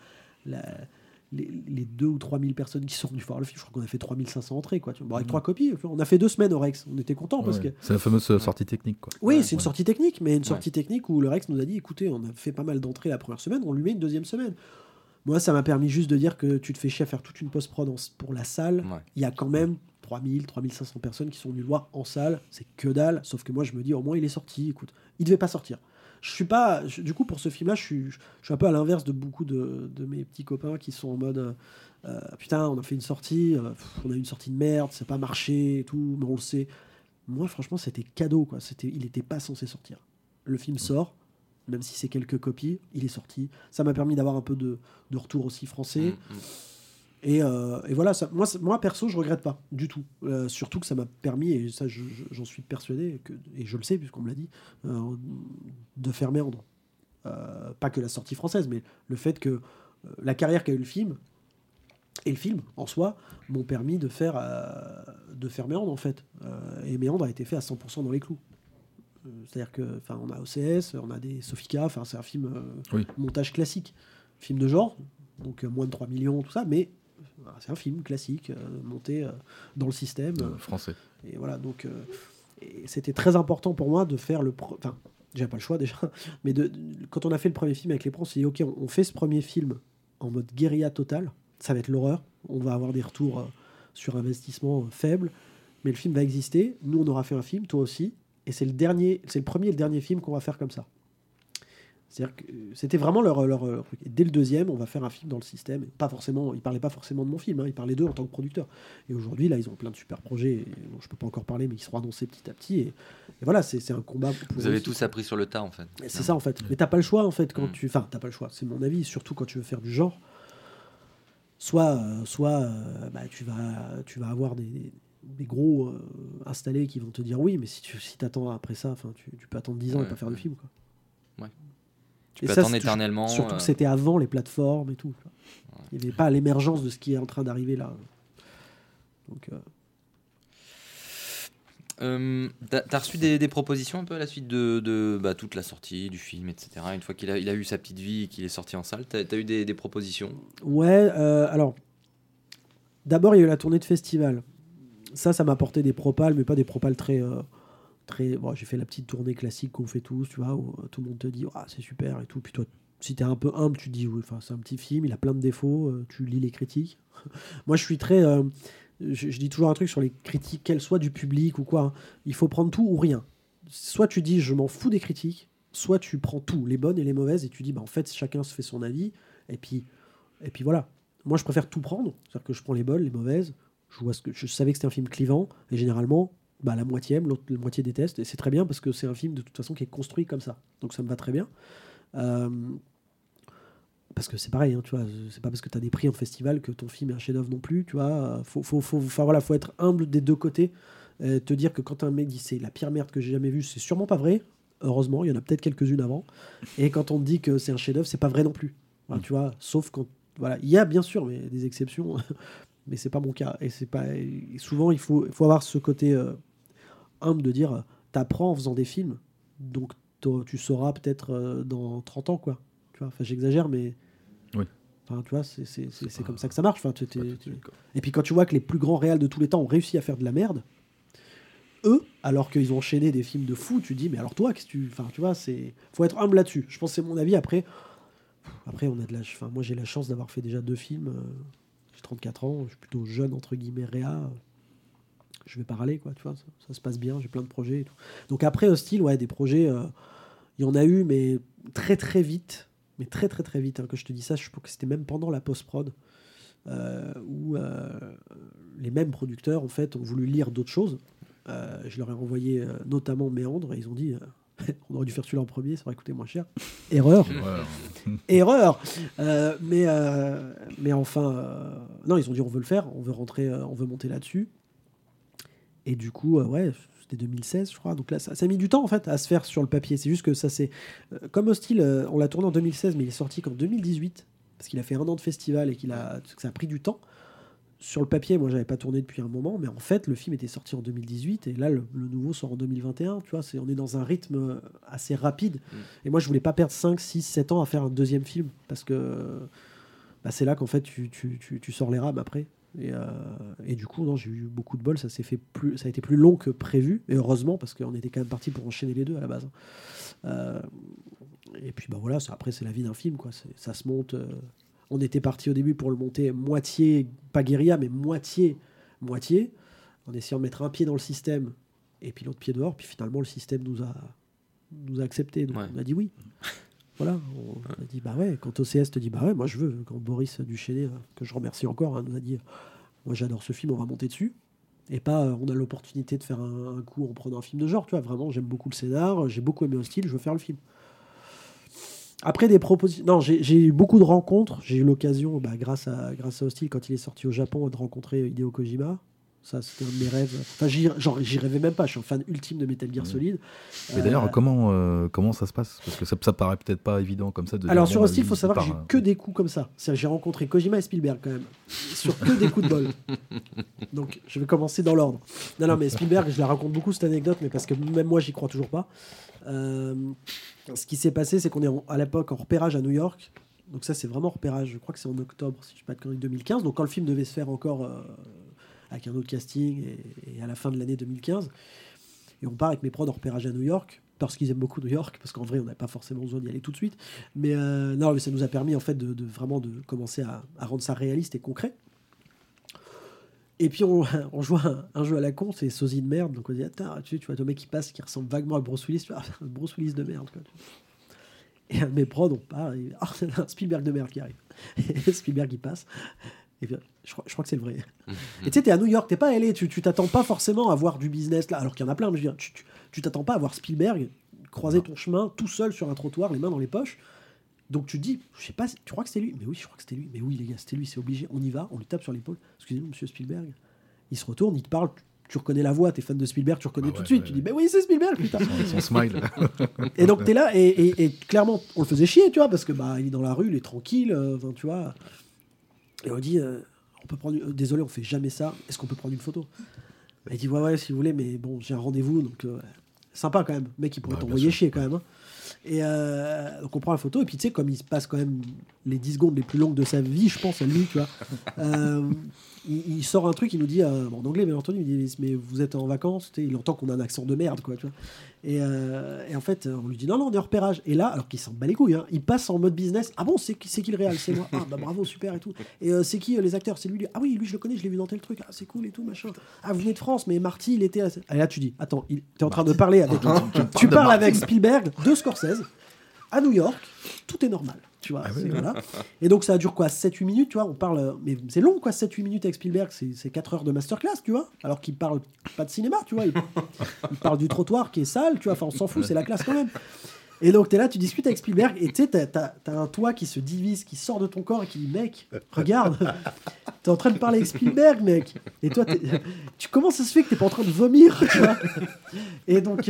les 2 ou 3 000 personnes qui sont venues voir le film, je crois qu'on a fait 3 500 entrées, quoi. Bon, avec 3 copies, on a fait 2 semaines au Rex. On était contents parce que c'est la fameuse sortie technique, quoi. Oui, c'est une sortie technique, mais une sortie technique où le Rex nous a dit, écoutez, on a fait pas mal d'entrées la première semaine, on lui met une deuxième semaine. Moi, ça m'a permis juste de dire que tu te fais chier à faire toute une post-prod pour la salle. Il y a quand même 3000, 3500 personnes qui sont venues le voir en salle. C'est que dalle. Sauf que moi, je me dis, au moins, il est sorti. Écoute, il devait pas sortir. Du coup, pour ce film-là, je suis un peu à l'inverse de beaucoup de mes petits copains qui sont en mode putain, on a fait une sortie, on a eu une sortie de merde, ça n'a pas marché et tout, mais on le sait. Moi, franchement, c'était cadeau, quoi. Il n'était pas censé sortir. Le film sort. Même si c'est quelques copies, il est sorti. Ça m'a permis d'avoir un peu de retour aussi français. Et voilà, moi perso, je regrette pas du tout. Surtout que ça m'a permis, et ça j'en suis persuadé, et je le sais puisqu'on me l'a dit, de faire méandre. Pas que la sortie française, mais le fait que la carrière qu'a eu le film, et le film en soi, m'ont permis de faire méandre en fait. Et méandre a été fait à 100% dans les clous. C'est-à-dire que, on a OCS, on a des Sofika, c'est un film montage classique, film de genre, donc moins de 3 millions, tout ça, mais c'est un film classique, monté dans le système. Français. Et voilà, donc et c'était très important pour moi de faire j'avais pas le choix déjà, mais quand on a fait le premier film avec les pros, on s'est dit, ok, on fait ce premier film en mode guérilla total, ça va être l'horreur, on va avoir des retours sur investissement faible, mais le film va exister, nous on aura fait un film, toi aussi, et c'est le premier et le dernier film qu'on va faire comme ça. C'est-à-dire que c'était vraiment leur truc. Et dès le deuxième, on va faire un film dans le système. Ils parlaient pas forcément de mon film, ils parlaient d'eux en tant que producteurs. Et aujourd'hui, là, ils ont plein de super projets dont je peux pas encore parler, mais qui seront annoncés petit à petit. Et voilà, c'est un combat. Vous avez tous appris sur le tas, en fait. C'est ça, en fait. Mais t'as pas le choix, en fait, quand tu... Enfin, t'as pas le choix, c'est mon avis, surtout quand tu veux faire du genre. Soit tu vas avoir des gros installés qui vont te dire oui, mais si t'attends après ça, tu peux attendre 10 ans et pas faire de film, quoi. Ouais. Tu peux attendre éternellement. Surtout que c'était avant les plateformes et tout. Il n'y avait pas l'émergence de ce qui est en train d'arriver là. Donc, t'as reçu des propositions un peu à la suite de toute la sortie du film, etc. Une fois qu'il a eu sa petite vie et qu'il est sorti en salle, t'as eu des propositions? Ouais, alors d'abord il y a eu la tournée de festival. Ça m'a apporté des propals, mais pas des propals très bon, j'ai fait la petite tournée classique qu'on fait tous, tu vois, où tout le monde te dit c'est super et tout. Puis toi, si t'es un peu humble, tu te dis oui, c'est un petit film, il a plein de défauts, tu lis les critiques. Moi, je suis très je dis toujours un truc sur les critiques, qu'elles soient du public ou quoi, hein. Il faut prendre tout ou rien. Soit tu dis je m'en fous des critiques, soit tu prends tout, les bonnes et les mauvaises, et tu dis en fait chacun se fait son avis, et puis voilà. Moi, je préfère tout prendre, c'est-à-dire que je prends les bonnes, les mauvaises. Je savais que c'était un film clivant, et généralement la moitié aime, la moitié déteste, et c'est très bien parce que c'est un film de toute façon qui est construit comme ça, donc ça me va très bien. Parce que c'est pareil, hein, tu vois, c'est pas parce que tu as des prix en festival que ton film est un chef-d'œuvre non plus, tu vois. Faut être humble des deux côtés, te dire que quand un mec dit c'est la pire merde que j'ai jamais vue, c'est sûrement pas vrai. Heureusement, il y en a peut-être quelques-unes avant. Et quand on te dit que c'est un chef-d'œuvre, c'est pas vrai non plus. Voilà, tu vois, sauf quand il y a bien sûr des exceptions, mais c'est pas mon cas. Et souvent il faut avoir ce côté humble de dire t'apprends en faisant des films, donc tu sauras peut-être dans 30 ans, quoi. Tu vois, j'exagère, mais tu vois, c'est comme ça que ça marche. Et puis quand tu vois que les plus grands réals de tous les temps ont réussi à faire de la merde, eux, alors qu'ils ont enchaîné des films de fous, tu dis mais alors toi, qu'est-ce que tu... Enfin, tu vois, faut être humble là-dessus. Je pense que c'est mon avis. Après on a moi j'ai la chance d'avoir fait déjà 2 films. J'ai 34 ans, je suis plutôt jeune entre guillemets réa. Je vais pas râler, quoi, tu vois, ça se passe bien, j'ai plein de projets et tout. Donc après Hostile, des projets, il y en a eu, mais très très vite, hein, que je te dis ça, je pense que c'était même pendant la post-prod, où les mêmes producteurs, en fait, ont voulu lire d'autres choses. Je leur ai envoyé notamment Méandre, et ils ont dit, On aurait dû faire celui-là en premier, ça aurait coûté moins cher. Erreur. Erreur. Mais enfin, non, ils ont dit on veut le faire, on veut rentrer, on veut monter là-dessus. Et du coup, ouais, c'était 2016, je crois. Donc là, ça a mis du temps en fait à se faire sur le papier. C'est juste que ça c'est comme Hostile, on l'a tourné en 2016, mais il est sorti qu'en 2018 parce qu'il a fait 1 an de festival et que ça a pris du temps. Sur le papier, moi, j'avais pas tourné depuis un moment, mais en fait, le film était sorti en 2018 et là, le nouveau sort en 2021. Tu vois, on est dans un rythme assez rapide. Et moi, je voulais pas perdre 5, 6, 7 ans à faire un deuxième film parce que c'est là qu'en fait, tu sors les rames après. Et du coup, non, j'ai eu beaucoup de bol. Ça a été plus long que prévu. Et heureusement, parce qu'on était quand même parti pour enchaîner les deux à la base. Et puis, voilà, après, c'est la vie d'un film, quoi. Ça se monte. On était parti au début pour le monter moitié, pas guérilla, mais moitié, en essayant de mettre un pied dans le système et puis l'autre pied dehors. Puis finalement, le système nous a accepté. Donc on a dit oui. Voilà, on a dit bah ouais. Quand OCS te dit bah ouais, moi je veux. Quand Boris Duchesnay, que je remercie encore, nous a dit moi j'adore ce film, on va monter dessus. Et pas on a l'opportunité de faire un coup en prenant un film de genre. Tu vois, vraiment, j'aime beaucoup le scénar, j'ai beaucoup aimé Hostile, je veux faire le film. Après des propositions, non, j'ai eu beaucoup de rencontres. J'ai eu l'occasion, grâce à Hostile, quand il est sorti au Japon, de rencontrer Hideo Kojima. Ça, c'était un de mes rêves. Enfin, j'y rêvais même pas. Je suis un fan ultime de Metal Gear Solid. Mais d'ailleurs, comment ça se passe ? Parce que ça paraît peut-être pas évident comme ça. Alors sur Hostile, il faut savoir que j'ai que des coups comme ça. C'est-à-dire, j'ai rencontré Kojima et Spielberg quand même, sur que des coups de bol. Donc, je vais commencer dans l'ordre. Non, mais Spielberg, je la raconte beaucoup cette anecdote, mais parce que même moi, j'y crois toujours pas. Ce qui s'est passé, c'est qu'on est à l'époque en repérage à New York. Donc ça, c'est vraiment repérage. Je crois que c'est en octobre, si je ne dis pas de conneries, 2015. Donc quand le film devait se faire encore avec un autre casting et à la fin de l'année 2015. Et on part avec mes prods en repérage à New York parce qu'ils aiment beaucoup New York, parce qu'en vrai, on n'avait pas forcément besoin d'y aller tout de suite. Mais non, mais ça nous a permis en fait de vraiment de commencer à rendre ça réaliste et concret. Et puis on joue un jeu à la con, c'est sosie de merde. Donc on dit attends, tu vois ton mec qui passe qui ressemble vaguement à Bruce Willis, tu vois, un Bruce Willis de merde quoi. Et un de mes prods, on part, et c'est un Spielberg de merde qui arrive. Et Spielberg il passe. Et puis, je crois que c'est le vrai. Et tu sais, t'es à New York, t'es pas à LA, tu t'attends pas forcément à voir du business là, alors qu'il y en a plein. Mais je veux dire, tu t'attends pas à voir Spielberg croiser ton chemin tout seul sur un trottoir, les mains dans les poches. Donc tu te dis, je sais pas, tu crois que c'était lui ? Mais oui, je crois que c'était lui. Mais oui, les gars, c'était lui, c'est obligé. On y va, on lui tape sur l'épaule. Excusez-moi, monsieur Spielberg. Il se retourne, il te parle, tu reconnais la voix, t'es fan de Spielberg, tu reconnais tout de suite. Tu dis, mais oui, c'est Spielberg, putain. Son smile. Et donc t'es là, et clairement, on le faisait chier, tu vois, parce que il est dans la rue, il est tranquille, tu vois. Et on dit, on peut prendre. Désolé, on fait jamais ça. Est-ce qu'on peut prendre une photo ? Il dit, ouais, si vous voulez, mais bon, j'ai un rendez-vous, donc sympa quand même. Le mec, il pourrait t'envoyer chier quand même. Hein. Et donc on prend la photo, et puis tu sais, comme il se passe quand même les 10 secondes les plus longues de sa vie, je pense à lui, tu vois. Il sort un truc, il nous dit, en anglais bien entendu, il dit mais vous êtes en vacances, il entend qu'on a un accent de merde, quoi, tu vois. Et en fait, on lui dit non, on est en repérage. Et là, alors qu'il s'en bat les couilles, hein, il passe en mode business. Ah bon, c'est qui le réal ? C'est moi. Ah bah bravo, super et tout. Et c'est qui les acteurs ? C'est lui. Ah oui, lui je le connais, je l'ai vu dans tel truc. Ah c'est cool et tout, machin. Ah vous venez de France, mais Marty, il était. Et là tu dis, attends, t'es en train de parler avec. Tu parles avec Spielberg de Scorsese à New York, tout est normal. Tu vois, voilà. Et donc ça dure quoi, 7-8 minutes, tu vois, on parle, mais c'est long quoi, 7-8 minutes avec Spielberg, c'est 4 heures de masterclass, tu vois, alors qu'il parle pas de cinéma, tu vois, il parle du trottoir qui est sale, tu vois, enfin on s'en fout, c'est la classe quand même. Et donc t'es là, tu discutes avec Spielberg, et tu sais, t'as un toit qui se divise, qui sort de ton corps et qui dit, mec, regarde, t'es en train de parler avec Spielberg, mec, et toi, comment ça se fait que t'es pas en train de vomir, tu vois. Et donc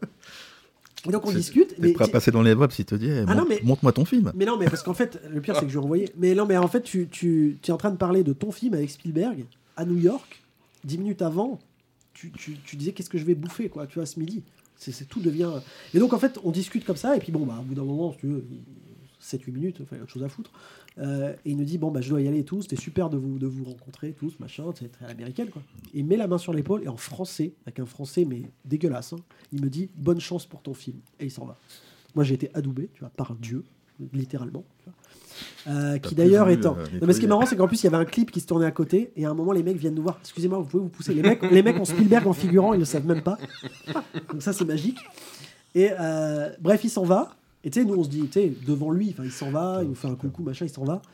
on discute. T'es prêt à passer dans les webs s'il te dit montre-moi ton film. Mais non, mais parce qu'en fait, le pire c'est que je vais envoyer. Mais non, mais en fait, tu es en train de parler de ton film avec Spielberg à New York. 10 minutes avant, tu disais qu'est-ce que je vais bouffer, quoi, tu vois, ce midi. C'est tout devient. Et donc en fait, on discute comme ça, et puis bon, au bout d'un moment, si tu veux, 7-8 minutes, enfin, il y a autre chose à foutre. Et il nous dit, je dois y aller et tout, c'était super de vous rencontrer, tous, machin, c'est très américaine, quoi. Et il met la main sur l'épaule, et en français, avec un français, mais dégueulasse, hein, il me dit, bonne chance pour ton film. Et il s'en va. Moi, j'ai été adoubé, tu vois, par Dieu, littéralement. Tu vois. Qui d'ailleurs étant. Non, mais ce qui est marrant, c'est qu'en plus, il y avait un clip qui se tournait à côté, et à un moment, les mecs viennent nous voir. Excusez-moi, vous pouvez vous pousser. Les mecs ont Spielberg en figurant, ils ne le savent même pas. Donc ça, c'est magique. Et bref, il s'en va. Et tu sais, nous, on se dit, tu sais, devant lui, il s'en va, il nous fait un coucou, machin, il s'en va.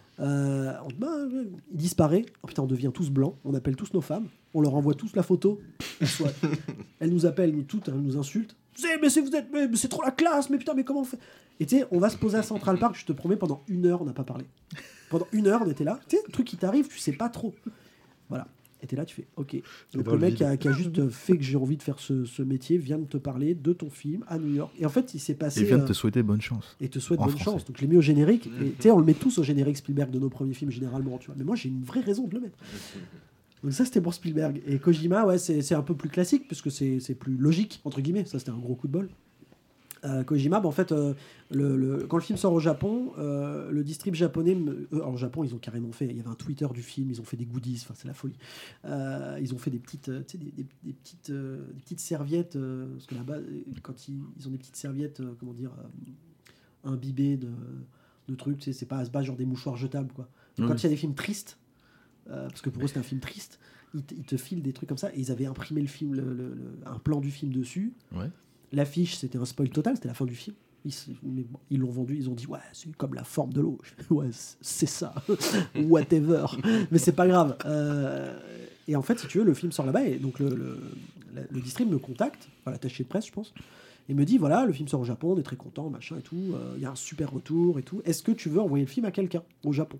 Il disparaît. Oh putain, on devient tous blancs. On appelle tous nos femmes. On leur envoie tous la photo. Elles nous appellent, nous toutes, elles nous insultent. mais c'est trop la classe, mais putain, mais comment on fait? Et tu sais, on va se poser à Central Park, je te promets, pendant 1 heure, on n'a pas parlé. Pendant 1 heure, on était là. Tu sais, le truc qui t'arrive, tu sais pas trop. Voilà. Et t'es là, tu fais OK. Donc le mec qui a juste fait que j'ai envie de faire ce métier vient de te parler de ton film à New York. Et en fait, il s'est passé. Et vient de te souhaiter bonne chance. Et te souhaite En bonne français. chance. Donc je l'ai mis au générique. Et tu sais, on le met tous au générique Spielberg de nos premiers films généralement, tu vois. Mais moi, j'ai une vraie raison de le mettre. Donc ça, c'était pour Spielberg. Et Kojima, ouais, c'est un peu plus classique, parce que c'est plus logique, entre guillemets. Ça, c'était un gros coup de bol. Kojima, en fait, quand le film sort au Japon, le distrib japonais, en Japon, ils ont carrément fait, il y avait un Twitter du film, ils ont fait des goodies, enfin c'est la folie. Ils ont fait des petites, des petites serviettes, parce que là-bas, quand ils ont des petites serviettes, comment dire, imbibées de trucs, c'est pas à se base genre des mouchoirs jetables, quoi. Donc, quand il y a des films tristes, parce que pour eux c'est un film triste, ils te filent des trucs comme ça, et ils avaient imprimé le film, un plan du film dessus. Ouais. L'affiche, c'était un spoil total, c'était la fin du film. Ils l'ont vendu, ils ont dit ouais, c'est comme la forme de l'eau. Ouais, c'est ça, whatever. Mais c'est pas grave. Et en fait, si tu veux, le film sort là-bas, et donc le distrib me contacte, l'attaché de presse, je pense, et me dit voilà, le film sort au Japon, on est très content, machin et tout. Il y a un super retour et tout. Est-ce que tu veux envoyer le film à quelqu'un au Japon?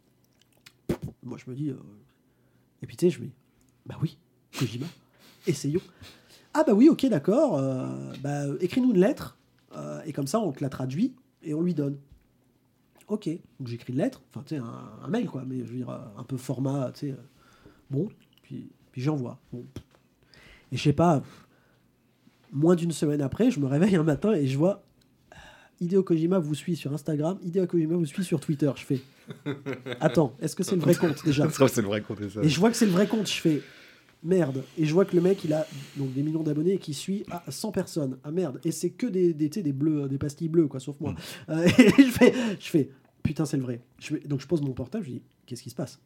Moi, je me dis. Et puis tu sais, je me dis bah oui, Kojima, essayons. Ah bah oui, ok, d'accord. Écris-nous une lettre, et comme ça, on te la traduit, et on lui donne. Ok, donc j'écris une lettre, enfin, tu sais, un mail, quoi, mais je veux dire, un peu format, tu sais, bon, puis j'envoie. Bon. Et je sais pas, moins d'une semaine après, je me réveille un matin, et je vois Hideo Kojima vous suit sur Instagram, Hideo Kojima vous suit sur Twitter. Je fais, attends, est-ce que c'est le vrai compte, déjà? C'est le vrai compte, ça. Et je vois que c'est le vrai compte, je fais... Merde. Et je vois que le mec, il a donc des millions d'abonnés et qui suit 100 personnes. Ah merde. Et c'est que des bleus, des pastilles bleues, quoi, sauf moi. Et je fais putain, c'est le vrai. Donc je pose mon portable, je dis qu'est-ce qui se passe?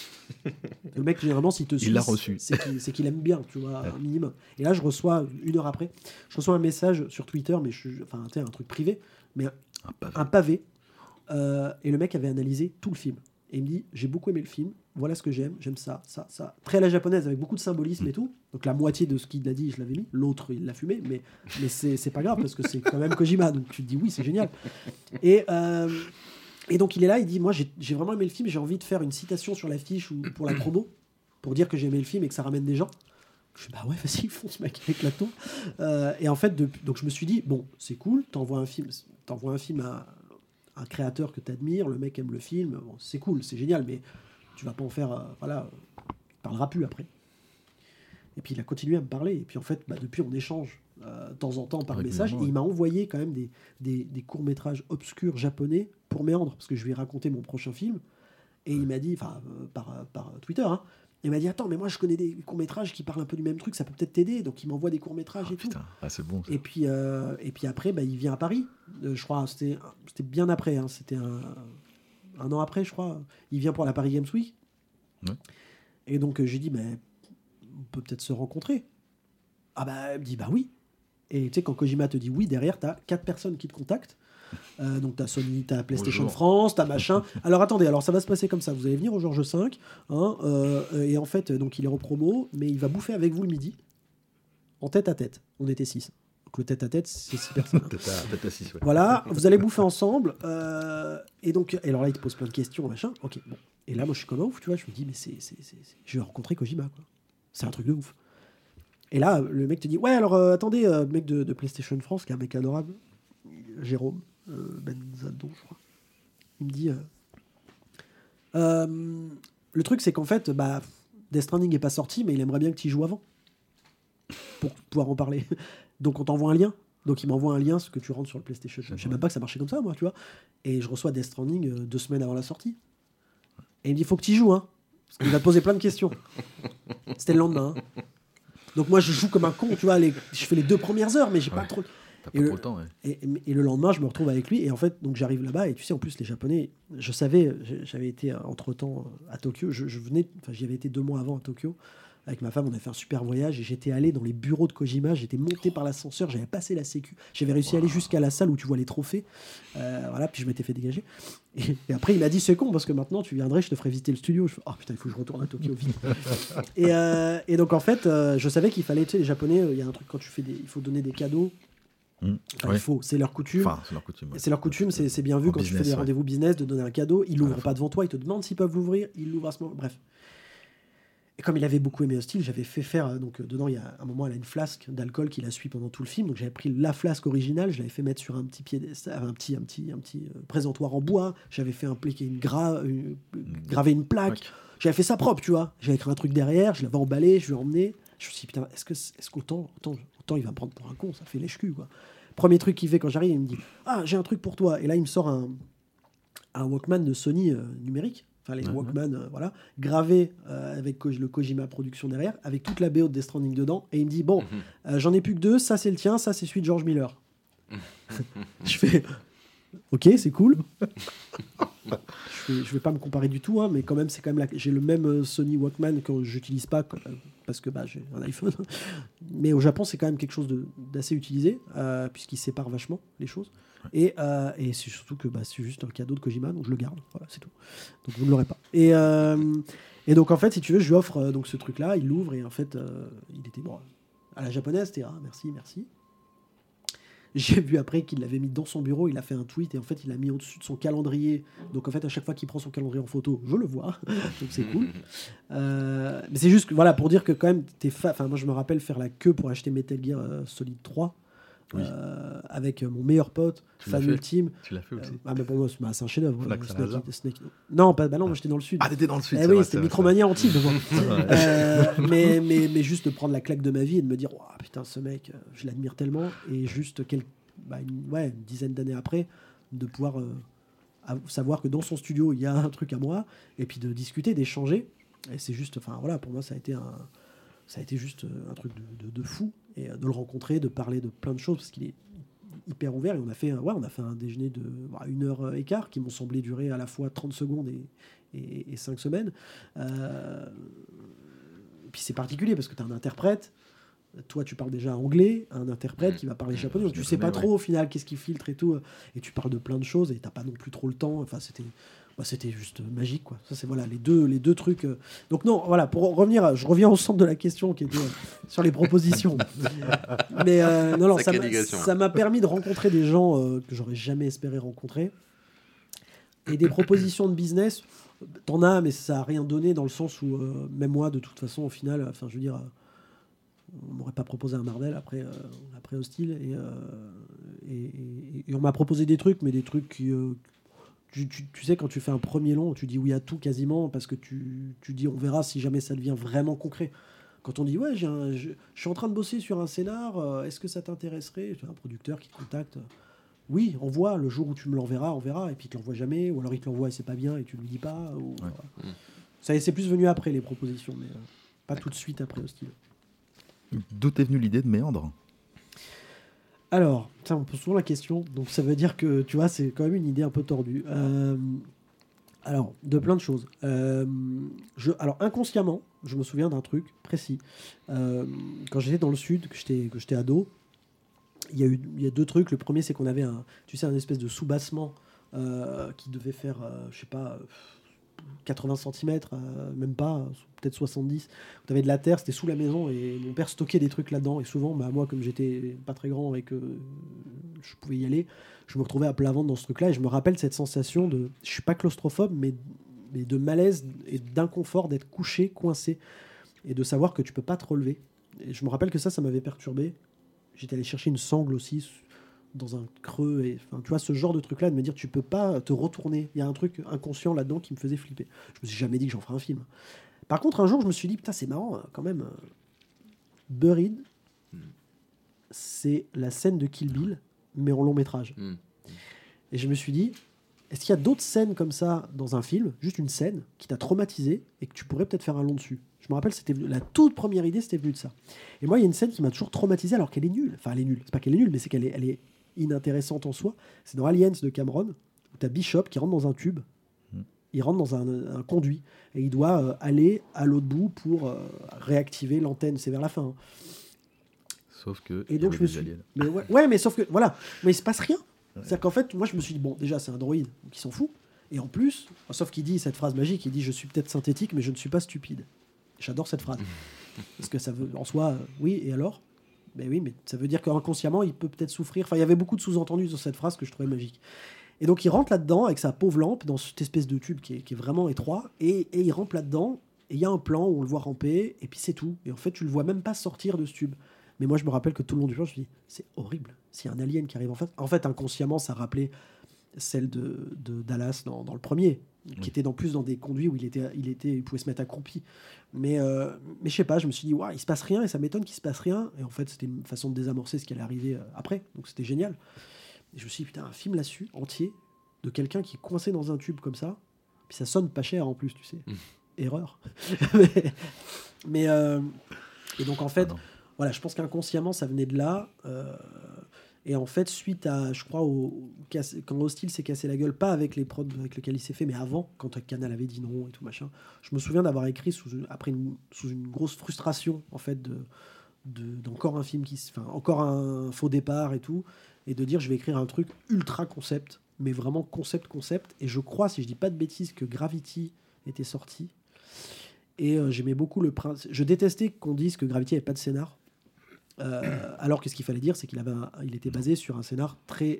Le mec, généralement, s'il te suit, il l'a reçu. C'est qu'il aime bien, tu vois, un minimum. Et là, je reçois, 1 heure après, je reçois un message sur Twitter, mais un truc privé, mais un pavé. Et le mec avait analysé tout le film. Et il me dit, j'ai beaucoup aimé le film, voilà ce que j'aime ça. Très à la japonaise, avec beaucoup de symbolisme et tout. Donc la moitié de ce qu'il a dit, je l'avais mis. L'autre, il l'a fumé, mais c'est pas grave, parce que c'est quand même Kojima. Donc tu te dis, oui, c'est génial. Et donc il est là, il dit, moi j'ai vraiment aimé le film, j'ai envie de faire une citation sur l'affiche ou pour la promo, pour dire que j'ai aimé le film et que ça ramène des gens. Je fais, bah ouais, vas-y, fonce, mec, éclate-toi. Et en fait, donc je me suis dit, bon, c'est cool, t'envoies un film à un créateur que tu admires, le mec aime le film, bon, c'est cool, c'est génial, mais tu vas pas en faire, il parlera plus après. Et puis il a continué à me parler, et puis en fait, depuis on échange de temps en temps par message, et il m'a envoyé quand même des courts-métrages obscurs japonais pour Méandre, parce que je lui ai raconté mon prochain film, et il m'a dit, par Twitter, hein, il m'a dit, attends, mais moi je connais des courts-métrages qui parlent un peu du même truc, ça peut peut-être t'aider, donc il m'envoie des courts-métrages et putain. tout. Ah, c'est bon, ça. Et puis après, il vient à Paris. Je crois, c'était bien après. Hein, c'était un an après, je crois. Il vient pour la Paris Games Week. Ouais. Et donc, j'ai dit, mais on peut peut-être se rencontrer. Ah bah, il me dit, bah oui. Et tu sais, quand Kojima te dit oui, derrière, t'as 4 personnes qui te contactent. Donc t'as Sony, t'as PlayStation Bonjour. France, t'as machin. Alors attendez, alors ça va se passer comme ça. Vous allez venir au Georges V, hein, et en fait, donc il est en promo, mais il va bouffer avec vous le midi, en tête à tête. On était 6. Donc le tête à tête, c'est 6 personnes. Tête à 6, ouais. Voilà, vous allez bouffer ensemble. Et alors là, il te pose plein de questions, machin. Ok, bon. Et là, moi, je suis comme un ouf, tu vois. Je me dis, mais je vais rencontrer Kojima, quoi. C'est un truc de ouf. Et là, le mec te dit, ouais, alors attendez, mec de PlayStation France, qui est un mec adorable, Jérôme Benzado, je crois. Il me dit, le truc, c'est qu'en fait, Death Stranding n'est pas sorti, mais il aimerait bien que tu y joues avant, pour pouvoir en parler. Donc on t'envoie un lien. Donc il m'envoie un lien, ce que tu rentres sur le PlayStation. Je sais même pas que ça marchait comme ça, moi, tu vois. Et je reçois Death Stranding 2 semaines avant la sortie. Et il me dit, il faut que tu y joues, hein. Parce qu'il va te poser plein de questions. C'était le lendemain. Hein. Donc moi, je joue comme un con, tu vois. Je fais les 2 premières heures, mais j'ai pas trop... T'as pas trop le temps, ouais. Et le lendemain, je me retrouve avec lui. Et en fait, donc j'arrive là-bas. Et tu sais, en plus, les Japonais, je savais, j'avais été entre-temps à Tokyo. J'y avais été 2 mois avant à Tokyo. Avec ma femme, on a fait un super voyage. Et j'étais allé dans les bureaux de Kojima. J'étais monté par l'ascenseur. J'avais passé la sécu. J'avais réussi à aller jusqu'à la salle où tu vois les trophées. Voilà, puis je m'étais fait dégager. Et après, il m'a dit, c'est con, parce que maintenant, tu viendrais, je te ferais visiter le studio. Je fais, oh putain, il faut que je retourne à Tokyo vite. et donc, en fait, je savais qu'il fallait, tu sais, les Japonais, il y a un truc, quand tu fais il faut donner des cadeaux Enfin, il faut, c'est leur coutume. Enfin, c'est leur coutume. Ouais. C'est leur coutume, c'est bien vu En quand tu business, fais des ouais. rendez-vous business de donner un cadeau. Ils l'ouvrent Ouais. pas devant toi, ils te demandent s'ils peuvent l'ouvrir, ils l'ouvrent à ce moment. Bref. Et comme il avait beaucoup aimé Hostile, j'avais fait faire. Donc dedans, il y a un moment, elle a une flasque d'alcool qui la suit pendant tout le film. Donc j'avais pris la flasque originale, je l'avais fait mettre sur un petit piédestal, un petit présentoir en bois. J'avais fait impliquer graver une plaque. J'avais fait ça propre, tu vois. J'avais écrit un truc derrière, je l'avais emballé, je lui ai emmené. Je me suis dit, putain, est-ce qu'autant il va me prendre pour un con, ça fait lèche-cul, quoi. Premier truc qu'il fait quand j'arrive, il me dit, ah, j'ai un truc pour toi. Et là, il me sort un Walkman de Sony numérique. Enfin, les Walkman, voilà, gravé avec le Kojima Production derrière, avec toute la BO de Death Stranding dedans. Et il me dit, bon, j'en ai plus que 2, ça c'est le tien, ça c'est celui de George Miller. Je fais, ok, c'est cool. Je vais pas me comparer du tout, hein, mais quand même, j'ai le même Sony Walkman que j'utilise pas parce que j'ai un iPhone. Mais au Japon, c'est quand même quelque chose d'assez utilisé, puisqu'il sépare vachement les choses. Et c'est surtout que c'est juste un cadeau de Kojima, donc je le garde. Voilà, c'est tout. Donc vous ne l'aurez pas. Et donc en fait, si tu veux, je lui offre donc ce truc-là, il l'ouvre et en fait, il était bon à la japonaise, c'était merci. J'ai vu après qu'il l'avait mis dans son bureau, il a fait un tweet et en fait il l'a mis au-dessus de son calendrier. Donc en fait à chaque fois qu'il prend son calendrier en photo, je le vois. Donc c'est cool. Mais c'est juste que, voilà, pour dire que quand même enfin moi je me rappelle faire la queue pour acheter Metal Gear Solid 3 avec mon meilleur pote, fan ultime. Tu l'as fait aussi. Mais pour moi c'est un chef-d'œuvre. Snake. Non, moi j'étais dans le sud. Ah, t'étais dans le sud. Oui, c'était Micromania Antibes. mais juste de prendre la claque de ma vie et de me dire, oh, putain, ce mec, je l'admire tellement. Et juste une dizaine d'années après, de pouvoir savoir que dans son studio, il y a un truc à moi, et puis de discuter, d'échanger. Et c'est juste, enfin voilà, pour moi, ça a été juste un truc de fou. Et de le rencontrer, de parler de plein de choses, parce qu'il est hyper ouvert. Et on a fait un déjeuner de 1h15 qui m'ont semblé durer à la fois 30 secondes et 5 semaines. Puis c'est particulier parce que tu as un interprète, toi tu parles déjà anglais, un interprète qui va parler japonais, donc tu sais pas trop au final qu'est-ce qu'il filtre et tout, et tu parles de plein de choses et t'as pas non plus trop le temps. Enfin c'était juste magique, quoi. Ça c'est les deux trucs. Donc non, voilà, pour revenir, je reviens au centre de la question qui était sur les propositions. Mais non, ça m'a permis de rencontrer des gens que j'aurais jamais espéré rencontrer. Et des propositions de business, t'en as, mais ça a rien donné dans le sens où même moi, de toute façon, au final, enfin, je veux dire, on m'aurait pas proposé un Marvel après Hostile, et on m'a proposé des trucs, mais des trucs qui tu sais, quand tu fais un premier long, tu dis oui à tout quasiment, parce que tu dis on verra si jamais ça devient vraiment concret. Quand on dit ouais, je suis en train de bosser sur un scénar, est-ce que ça t'intéresserait? Tu as un producteur qui te contacte. Oui, on voit, le jour où tu me l'enverras, on verra, et puis il te l'envoie jamais, ou alors il te l'envoie et c'est pas bien et tu lui dis pas. Voilà. Ça, c'est plus venu après les propositions, mais pas tout de suite après Hostile. D'où t'es venue l'idée de Méandre? Alors, ça, on pose souvent la question, donc ça veut dire que, tu vois, c'est quand même une idée un peu tordue. Alors, de plein de choses. Alors, inconsciemment, je me souviens d'un truc précis. Quand j'étais dans le sud, que j'étais ado, il y a deux trucs. Le premier, c'est qu'on avait un espèce de soubassement qui devait faire, je sais pas, 80 cm, même pas, peut-être 70. Tu avais de la terre, c'était sous la maison, et mon père stockait des trucs là-dedans. Et souvent, moi, comme j'étais pas très grand et que je pouvais y aller, je me retrouvais à plat ventre dans ce truc-là. Et je me rappelle cette sensation de, je suis pas claustrophobe, mais de malaise et d'inconfort d'être couché, coincé, et de savoir que tu peux pas te relever. Et je me rappelle que ça m'avait perturbé. J'étais allé chercher une sangle aussi dans un creux, et enfin, tu vois, ce genre de truc là, de me dire tu peux pas te retourner, il y a un truc inconscient là-dedans qui me faisait flipper. Je me suis jamais dit que j'en ferais un film. Par contre, un jour je me suis dit putain, c'est marrant quand même, Buried, c'est la scène de Kill Bill mais en long métrage. Et je me suis dit, est-ce qu'il y a d'autres scènes comme ça dans un film, juste une scène qui t'a traumatisé et que tu pourrais peut-être faire un long dessus? Je me rappelle, c'était la toute première idée, c'était venu de ça. Et moi, il y a une scène qui m'a toujours traumatisé alors qu'elle est nulle. Enfin, elle est nulle. C'est pas qu'elle est nulle, mais c'est qu'elle est inintéressante en soi. C'est dans Aliens de Cameron, où tu as Bishop qui rentre dans un tube. Il rentre dans un conduit et il doit aller à l'autre bout pour réactiver l'antenne. C'est vers la fin. Hein. Sauf que. Et donc je me suis. Mais mais sauf que voilà, mais il se passe rien. C'est-à-dire qu'en fait, moi je me suis dit bon, déjà c'est un droïde, donc il s'en fout. Et en plus, sauf qu'il dit cette phrase magique, il dit je suis peut-être synthétique, mais je ne suis pas stupide. J'adore cette phrase parce que ça veut en soi, oui. Et alors, Ben oui, mais ça veut dire qu'inconsciemment, il peut peut-être souffrir. Enfin, il y avait beaucoup de sous-entendus dans cette phrase que je trouvais magique. Et donc, il rentre là-dedans avec sa pauvre lampe dans cette espèce de tube qui est vraiment étroit. Et il rampe là-dedans. Et il y a un plan où on le voit ramper. Et puis, c'est tout. Et en fait, tu le vois même pas sortir de ce tube. Mais moi, je me rappelle que tout le long du plan, je me dis, c'est horrible. S'il y a un alien qui arrive en face. En fait, inconsciemment, ça rappelait celle de Dallas dans le premier, qui était plus dans des conduits où il pouvait se mettre accroupi. Mais je sais pas, je me suis dit, ouais, il se passe rien et ça m'étonne qu'il se passe rien. Et en fait, c'était une façon de désamorcer ce qui allait arriver après. Donc, c'était génial. Et je me suis dit, putain, un film là-dessus, entier, de quelqu'un qui est coincé dans un tube comme ça. Puis ça sonne pas cher en plus, tu sais. Erreur. Et donc, en fait, voilà, je pense qu'inconsciemment, ça venait de là. Et en fait, suite à, je crois, quand Hostile s'est cassé la gueule, pas avec les prods avec lesquels il s'est fait, mais avant, quand Canal avait dit non et tout machin, je me souviens d'avoir écrit sous une grosse frustration, en fait, d'encore un film encore un faux départ et tout, et de dire je vais écrire un truc ultra concept, mais vraiment concept. Et je crois, si je dis pas de bêtises, que Gravity était sorti. Et j'aimais beaucoup le principe. Je détestais qu'on dise que Gravity n'avait pas de scénar. Alors que ce qu'il fallait dire, c'est qu'il était basé sur un scénar très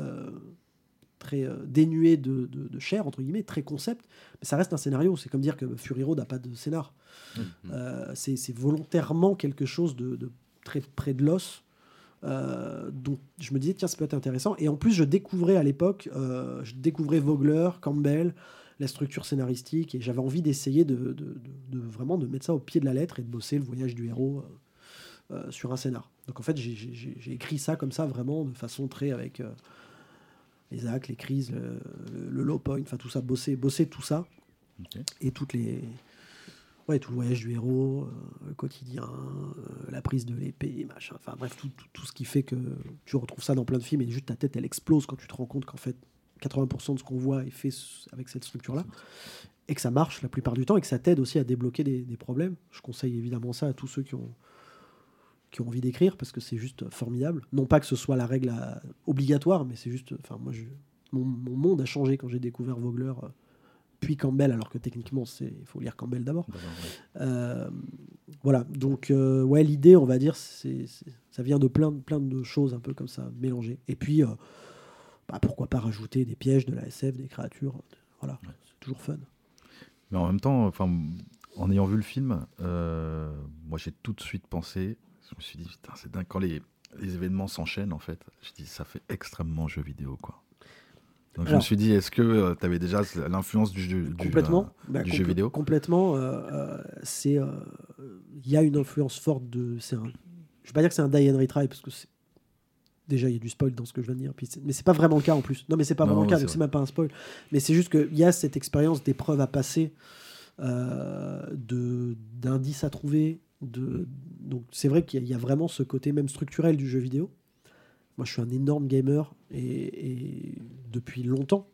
dénué de chair, entre guillemets, très concept. Mais ça reste un scénario. C'est comme dire que Fury Road n'a pas de scénar. C'est volontairement quelque chose de très près de l'os. Donc je me disais, tiens, ça peut être intéressant. Et en plus, je découvrais à l'époque, Vogler, Campbell, la structure scénaristique, et j'avais envie d'essayer de vraiment de mettre ça au pied de la lettre et de bosser le voyage du héros sur un scénar. Donc en fait, j'ai écrit ça comme ça, vraiment de façon très avec les actes, les crises, le low point, enfin tout ça, bosser tout ça. Okay. Et tout le voyage du héros, le quotidien, la prise de l'épée, machin, enfin bref, tout ce qui fait que tu retrouves ça dans plein de films et juste ta tête elle explose quand tu te rends compte qu'en fait 80% de ce qu'on voit est fait avec cette structure-là et que ça marche la plupart du temps et que ça t'aide aussi à débloquer des problèmes. Je conseille évidemment ça à tous ceux qui ont envie d'écrire parce que c'est juste formidable. Non pas que ce soit la règle obligatoire, mais c'est juste... Enfin, moi, mon monde a changé quand j'ai découvert Vogler, puis Campbell, alors que techniquement, il faut lire Campbell d'abord. Voilà, donc ouais, l'idée, on va dire, ça vient de plein de choses un peu comme ça, mélangées. Et puis, pourquoi pas rajouter des pièges, de la SF, des créatures, voilà, c'est toujours fun. Mais en même temps, en ayant vu le film, moi j'ai tout de suite pensé, je me suis dit, putain, c'est dingue, quand les événements s'enchaînent, en fait, je dis, ça fait extrêmement jeu vidéo, quoi. Donc je me suis dit, est-ce que tu avais déjà l'influence du jeu vidéo ? Complètement. Il y a une influence forte de... je ne vais pas dire que c'est un die and retry, parce que déjà, il y a du spoil dans ce que je viens de dire. Mais c'est pas vraiment le cas en plus. Non, mais c'est pas vraiment le cas, donc c'est même pas un spoil. Mais c'est juste qu'il y a cette expérience d'épreuve à passer, d'indices à trouver. Donc c'est vrai qu'il y a vraiment ce côté même structurel du jeu vidéo. Moi, je suis un énorme gamer et depuis longtemps.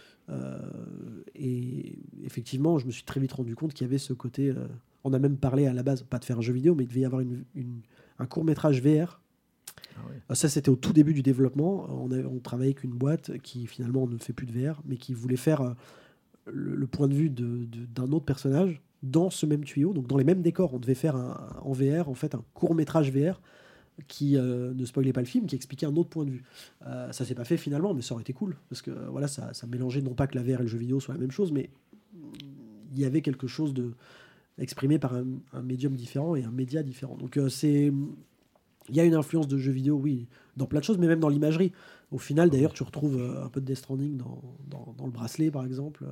Et effectivement, je me suis très vite rendu compte qu'il y avait ce côté... on a même parlé à la base, pas de faire un jeu vidéo, mais il devait y avoir un court-métrage VR. Ah ouais. Ça, c'était au tout début du développement. On travaillait avec une boîte qui, finalement, ne fait plus de VR, mais qui voulait faire le point de vue d'un autre personnage dans ce même tuyau, donc dans les mêmes décors. On devait faire en VR, en fait, un court-métrage VR qui ne spoilait pas le film, qui expliquait un autre point de vue. Ça s'est pas fait finalement, mais ça aurait été cool, parce que voilà, ça mélangeait non pas que la VR et le jeu vidéo soient la même chose, mais il y avait quelque chose exprimé par un médium différent et un média différent. Donc il y a une influence de jeu vidéo, oui, dans plein de choses, mais même dans l'imagerie. Au final, d'ailleurs, tu retrouves un peu de Death Stranding dans le bracelet, par exemple.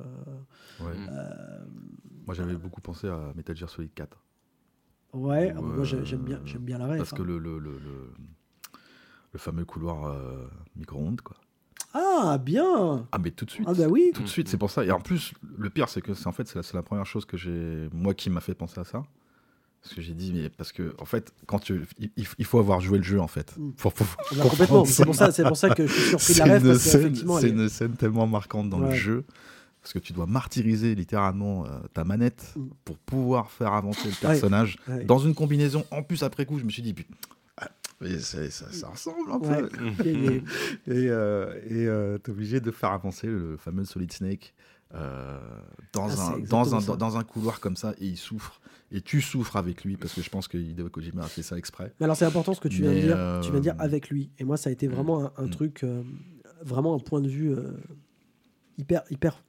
Moi, j'avais beaucoup pensé à Metal Gear Solid 4. Ouais, moi j'aime bien la rêve. Parce que le fameux couloir micro-ondes, quoi. Ah, bien. Ah, mais tout de suite. Ah, bah oui. Tout de suite, c'est pour ça. Et en plus, le pire, c'est que c'est la première chose qui m'a fait penser à ça. Parce que j'ai dit, mais parce que, en fait, il faut avoir joué le jeu, en fait. Complètement. C'est pour ça que je suis surpris de la rêve. C'est une scène tellement marquante dans le jeu. Parce que tu dois martyriser littéralement ta manette pour pouvoir faire avancer le personnage dans une combinaison. En plus, après coup, je me suis dit, ça ressemble un peu. Et t'es obligé de faire avancer le fameux Solid Snake dans un couloir comme ça, et il souffre. Et tu souffres avec lui, parce que je pense que Hideo Kojima a fait ça exprès. Mais alors c'est important ce que tu viens de dire. Tu viens de dire avec lui. Et moi, ça a été vraiment un truc, vraiment un point de vue hyper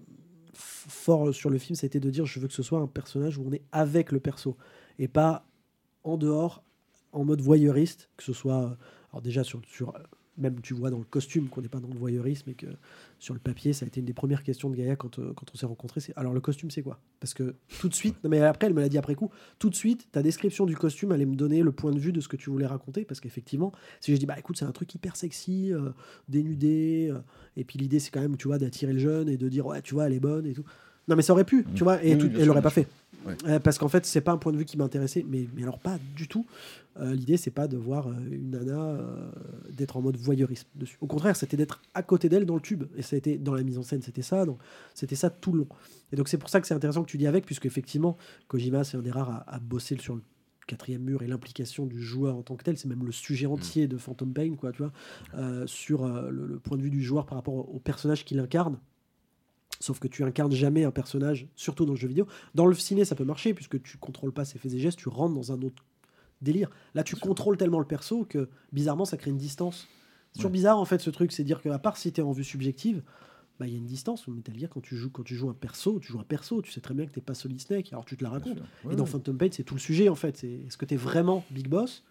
fort sur le film. C'était de dire, je veux que ce soit un personnage où on est avec le perso et pas en dehors, en mode voyeuriste, que ce soit alors déjà sur même tu vois dans le costume qu'on n'est pas dans le voyeurisme et que sur le papier ça a été une des premières questions de Gaïa quand on s'est rencontrés, c'est alors le costume c'est quoi, parce que tout de suite, non mais après elle me l'a dit après coup, tout de suite ta description du costume allait me donner le point de vue de ce que tu voulais raconter, parce qu'effectivement si je dis bah écoute c'est un truc hyper sexy, dénudé, et puis l'idée c'est quand même tu vois d'attirer le jeune et de dire ouais tu vois elle est bonne et tout, non mais ça aurait pu tu vois, et elle l'aurait pas fait. Ouais. Parce qu'en fait c'est pas un point de vue qui m'intéressait, mais alors pas du tout. L'idée c'est pas de voir une nana d'être en mode voyeurisme dessus, au contraire c'était d'être à côté d'elle dans le tube, et ça a été dans la mise en scène, c'était ça tout le long, et donc c'est pour ça que c'est intéressant que tu dis avec, puisque effectivement Kojima c'est un des rares à bosser sur le quatrième mur et l'implication du joueur en tant que tel, c'est même le sujet entier de Phantom Pain quoi, tu vois, sur le point de vue du joueur par rapport au personnage qu'il incarne. Sauf que tu incarnes jamais un personnage, surtout dans le jeu vidéo. Dans le ciné, ça peut marcher, puisque tu contrôles pas ses faits et gestes, tu rentres dans un autre délire. Là, tu contrôles tellement le perso que, bizarrement, ça crée une distance. C'est toujours bizarre, en fait, ce truc. C'est dire qu'à part si tu es en vue subjective, bah, y a une distance. Mais Metal Gear, quand tu joues un perso, tu sais très bien que t'es pas Solid Snake, alors tu te la racontes. Et dans Phantom Pain, c'est tout le sujet, en fait. Est-ce que tu es vraiment Big Boss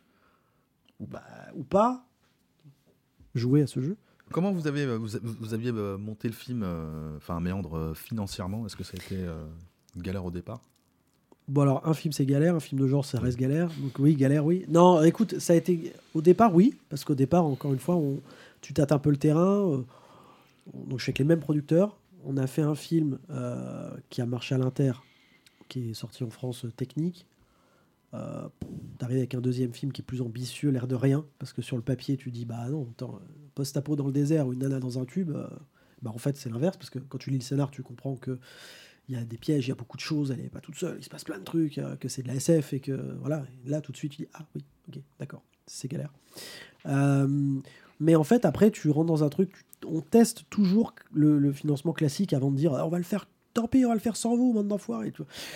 ou pas jouer à ce jeu? Comment vous aviez monté le film, méandre financièrement? Est-ce que ça a été une galère au départ? Bon alors, un film c'est galère, un film de genre ça reste galère. Donc oui, galère, oui. Non, écoute, ça a été... Au départ, oui, parce qu'au départ, encore une fois, tu tâtes un peu le terrain. Donc je suis avec les mêmes producteurs. On a fait un film qui a marché à l'Inter, qui est sorti en France technique. T'arrives avec un deuxième film qui est plus ambitieux, l'air de rien, parce que sur le papier tu dis bah non, post-apo dans le désert ou une nana dans un tube, bah en fait c'est l'inverse, parce que quand tu lis le scénar tu comprends que il y a des pièges, il y a beaucoup de choses, elle est pas toute seule, il se passe plein de trucs, que c'est de la SF et que voilà, et là tout de suite tu dis ah oui ok d'accord c'est galère, mais en fait après tu rentres dans un truc, on teste toujours le financement classique avant de dire on va le faire. Tant pis, on va le faire sans vous, bande d'enfoirés.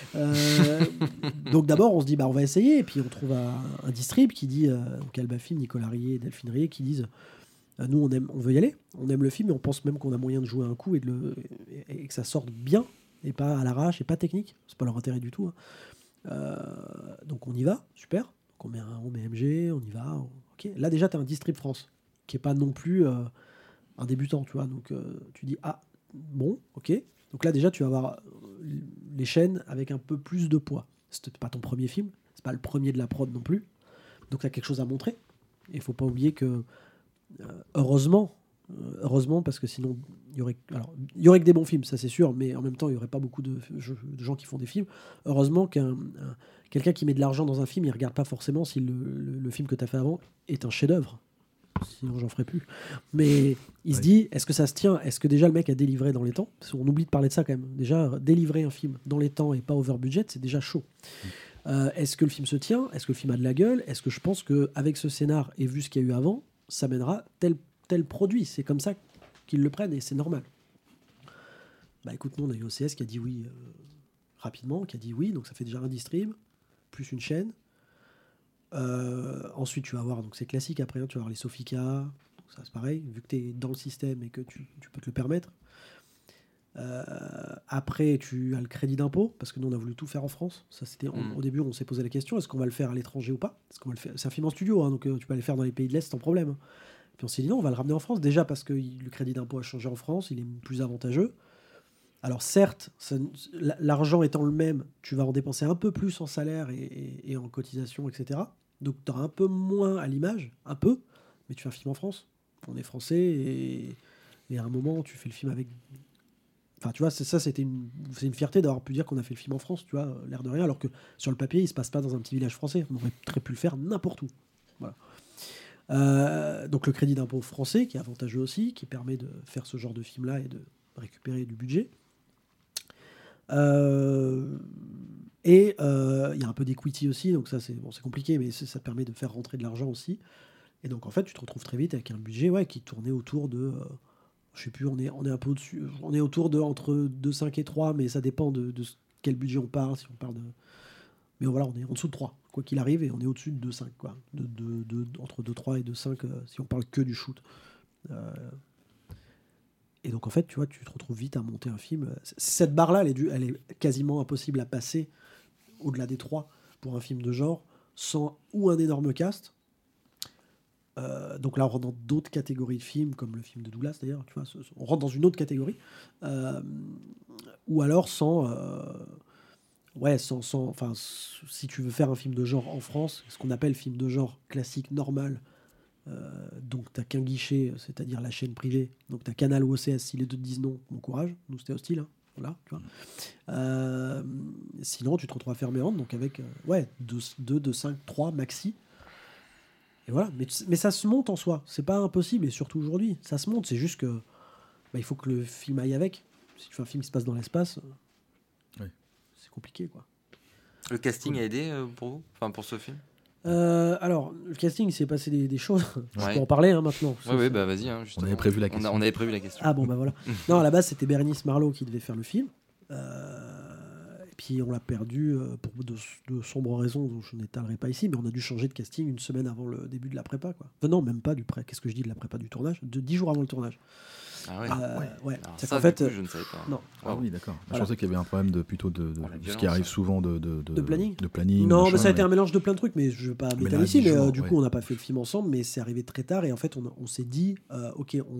Donc d'abord, on se dit, bah, on va essayer. Et puis on trouve un distrib qui dit, donc Alba Film, Nicolas Rier et Delphine Rier, qui disent, nous, on veut y aller. On aime le film et on pense même qu'on a moyen de jouer un coup et que ça sorte bien et pas à l'arrache et pas technique. C'est pas leur intérêt du tout. Donc on y va, super. Donc on met MG, on y va. Ok. Là déjà, tu as un distrib France qui est pas non plus un débutant, tu vois. Donc tu dis, ah, bon, ok. Donc là, déjà, tu vas avoir les chaînes avec un peu plus de poids. C'est pas ton premier film, c'est pas le premier de la prod non plus. Donc tu as quelque chose à montrer. Et il faut pas oublier que, heureusement, parce que sinon, il y aurait que des bons films, ça c'est sûr, mais en même temps, il y aurait pas beaucoup de gens qui font des films. Heureusement quelqu'un qui met de l'argent dans un film, il regarde pas forcément si le film que tu as fait avant est un chef-d'œuvre. Sinon j'en ferai plus, mais il se dit est-ce que ça se tient, est-ce que déjà le mec a délivré dans les temps, parce qu'on oublie de parler de ça quand même, déjà délivrer un film dans les temps et pas over budget c'est déjà chaud. Est-ce que le film se tient, est-ce que le film a de la gueule, est-ce que je pense qu'avec ce scénar et vu ce qu'il y a eu avant ça mènera tel produit, c'est comme ça qu'ils le prennent et c'est normal. Bah écoute, nous on a eu OCS qui a dit oui rapidement, qui a dit oui, donc ça fait déjà un distrib plus une chaîne. Ensuite tu vas avoir, donc c'est classique après, tu vas avoir les Sofika, donc ça c'est pareil, vu que tu es dans le système et que tu peux te le permettre. Après tu as le crédit d'impôt, parce que nous on a voulu tout faire en France. Ça, c'était au début on s'est posé la question, est-ce qu'on va le faire à l'étranger ou pas, est-ce qu'on va le faire... C'est un film en studio, hein, donc tu peux aller le faire dans les pays de l'Est sans problème. Puis on s'est dit non, on va le ramener en France, déjà parce que le crédit d'impôt a changé en France, il est plus avantageux. Alors certes, l'argent étant le même, tu vas en dépenser un peu plus en salaire et en cotisation, etc. Donc tu auras un peu moins à l'image, un peu, mais tu fais un film en France. On est français et à un moment, tu fais le film avec... Enfin, tu vois, c'est une fierté d'avoir pu dire qu'on a fait le film en France, tu vois, l'air de rien, alors que sur le papier, il se passe pas dans un petit village français. On aurait très pu le faire n'importe où. Voilà. Donc le crédit d'impôt français, qui est avantageux aussi, qui permet de faire ce genre de film-là et de récupérer du budget. Et il y a un peu d'equity aussi, donc ça c'est compliqué, mais ça te permet de faire rentrer de l'argent aussi. Et donc en fait, tu te retrouves très vite avec un budget qui tournait autour de Je sais plus, on est un peu au-dessus. On est autour de entre 2,5 et 3, mais ça dépend de quel budget on parle. Si on parle de... Mais voilà, on est en dessous de 3, quoi qu'il arrive, et on est au-dessus de 2,5, quoi. Entre 2,3 et 2,5, si on parle que du shoot. Et donc, en fait, tu vois, tu te retrouves vite à monter un film. Cette barre-là, elle est quasiment impossible à passer au-delà des 3 pour un film de genre, sans ou un énorme cast. Donc là, on rentre dans d'autres catégories de films, comme le film de Douglas, d'ailleurs. Tu vois, on rentre dans une autre catégorie. Ou alors sans... enfin, si tu veux faire un film de genre en France, ce qu'on appelle film de genre classique, normal, donc t'as qu'un guichet, c'est-à-dire la chaîne privée, donc t'as Canal ou OCS, si les deux te disent non, bon courage, nous c'était hostile, hein. Voilà, tu vois. Sinon tu te retrouves à fermer en, donc avec 2, 5, 3 maxi, et voilà, mais ça se monte en soi, c'est pas impossible, et surtout aujourd'hui, ça se monte, c'est juste que il faut que le film aille avec. Si tu fais un film qui se passe dans l'espace, c'est compliqué, quoi. Le casting a aidé pour vous, enfin pour ce film? Alors, le casting, il s'est passé des choses. Je peux en parler maintenant. Oui, bah vas-y. Hein, on avait prévu la question. On avait prévu la question. Ah bon, bah voilà. Non, à la base, c'était Bérénice Marlowe qui devait faire le film. Et puis, on l'a perdu pour de sombres raisons dont je n'étalerai pas ici, mais on a dû changer de casting une semaine avant le début de la prépa, quoi. Non, même pas du pré. Qu'est-ce que je dis de la prépa, du tournage? 10 jours avant le tournage. Ah ouais. Ouais. Alors C'est ça, qu'en fait, du coup, je ne savais pas. Non. Ah oui, d'accord. Voilà. Je pensais qu'il y avait un problème de ce qui arrive souvent de planning. De planning. Non, machin, mais ça a été un mélange de plein de trucs, mais je ne veux pas Mais m'étaler là, ici. 10 Mais jours, du coup, on n'a pas fait le film ensemble, mais c'est arrivé très tard. Et en fait, on s'est dit, ok, on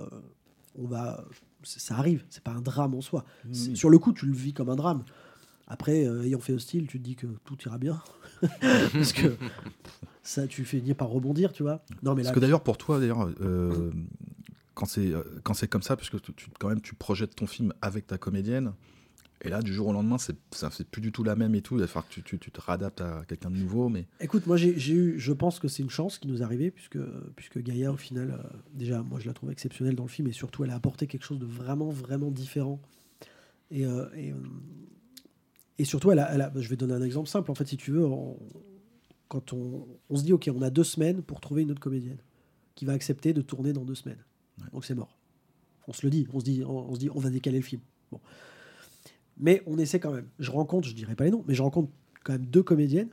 va. Ça arrive, c'est pas un drame en soi. Sur le coup, tu le vis comme un drame. Après, ayant fait Hostile, tu te dis que tout ira bien. Parce que ça, tu finis par rebondir, tu vois. Non, mais là, parce que d'ailleurs, pour toi, quand c'est comme ça, puisque quand même tu projettes ton film avec ta comédienne, et là du jour au lendemain c'est plus du tout la même et tout, il va falloir que tu te réadaptes à quelqu'un de nouveau. Mais écoute, moi je pense que c'est une chance qui nous est arrivée, puisque Gaïa au final, déjà moi je la trouve exceptionnelle dans le film, et surtout elle a apporté quelque chose de vraiment vraiment différent, et surtout je vais donner un exemple simple, en fait, si tu veux, quand on se dit ok, on a 2 semaines pour trouver une autre comédienne qui va accepter de tourner dans 2 semaines. Donc c'est mort. On se le dit, on se dit on va décaler le film. Bon. Mais on essaie quand même. Je dirais pas les noms, mais je rencontre quand même 2 comédiennes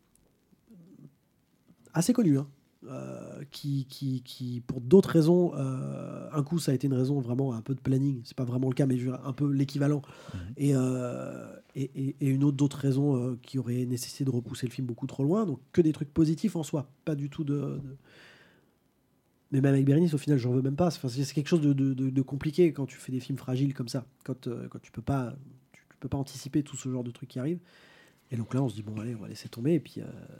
assez connues, hein, qui pour d'autres raisons, un coup ça a été une raison vraiment un peu de planning, c'est pas vraiment le cas, mais un peu l'équivalent, et une autre d'autres raisons qui auraient nécessité de repousser le film beaucoup trop loin, donc que des trucs positifs en soi, pas du tout de... Mais même avec Bérénice, au final, j'en veux même pas. Enfin, c'est quelque chose de compliqué quand tu fais des films fragiles comme ça, quand tu peux pas anticiper tout ce genre de trucs qui arrivent. Et donc là, on se dit bon, allez, on va laisser tomber, et puis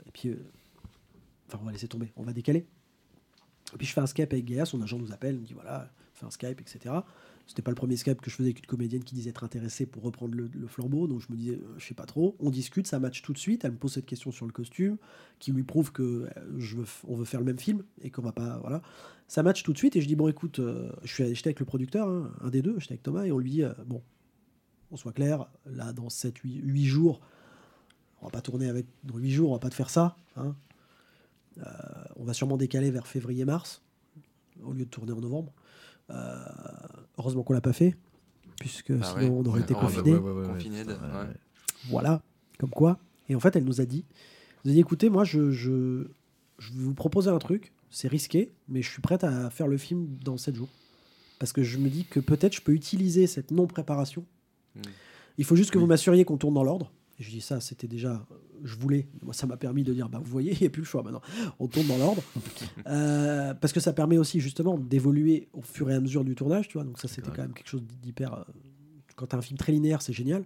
on va laisser tomber, on va décaler. Et puis je fais un Skype avec Gaïa, son agent nous appelle, me dit voilà, fais un Skype, etc. C'était pas le premier Skype que je faisais avec une comédienne qui disait être intéressée pour reprendre le flambeau, donc je me disais, je sais pas trop. On discute, ça match tout de suite. Elle me pose cette question sur le costume, qui lui prouve que on veut faire le même film et qu'on va pas, voilà. Ça match tout de suite, et je dis bon, écoute, j'étais avec le producteur, hein, un des deux, j'étais avec Thomas, et on lui dit bon, on soit clair, là dans 8 jours, on va pas tourner avec, dans 8 jours, on va pas te faire ça, hein. On va sûrement décaler vers février-mars au lieu de tourner en novembre. Heureusement qu'on l'a pas fait, puisque sinon on aurait été confinés. Voilà, comme quoi. Et en fait, elle nous a dit écoutez, moi je vais vous proposer un truc, c'est risqué, mais je suis prête à faire le film dans 7 jours. Parce que je me dis que peut-être je peux utiliser cette non-préparation. Il faut juste que vous m'assuriez qu'on tourne dans l'ordre. Et je dis ça, c'était déjà... Je voulais. Moi, ça m'a permis de dire, vous voyez, il n'y a plus le choix maintenant. On tourne dans l'ordre. Parce que ça permet aussi, justement, d'évoluer au fur et à mesure du tournage, tu vois. Donc ça, c'était quand même quelque chose d'hyper... Quand tu as un film très linéaire, c'est génial.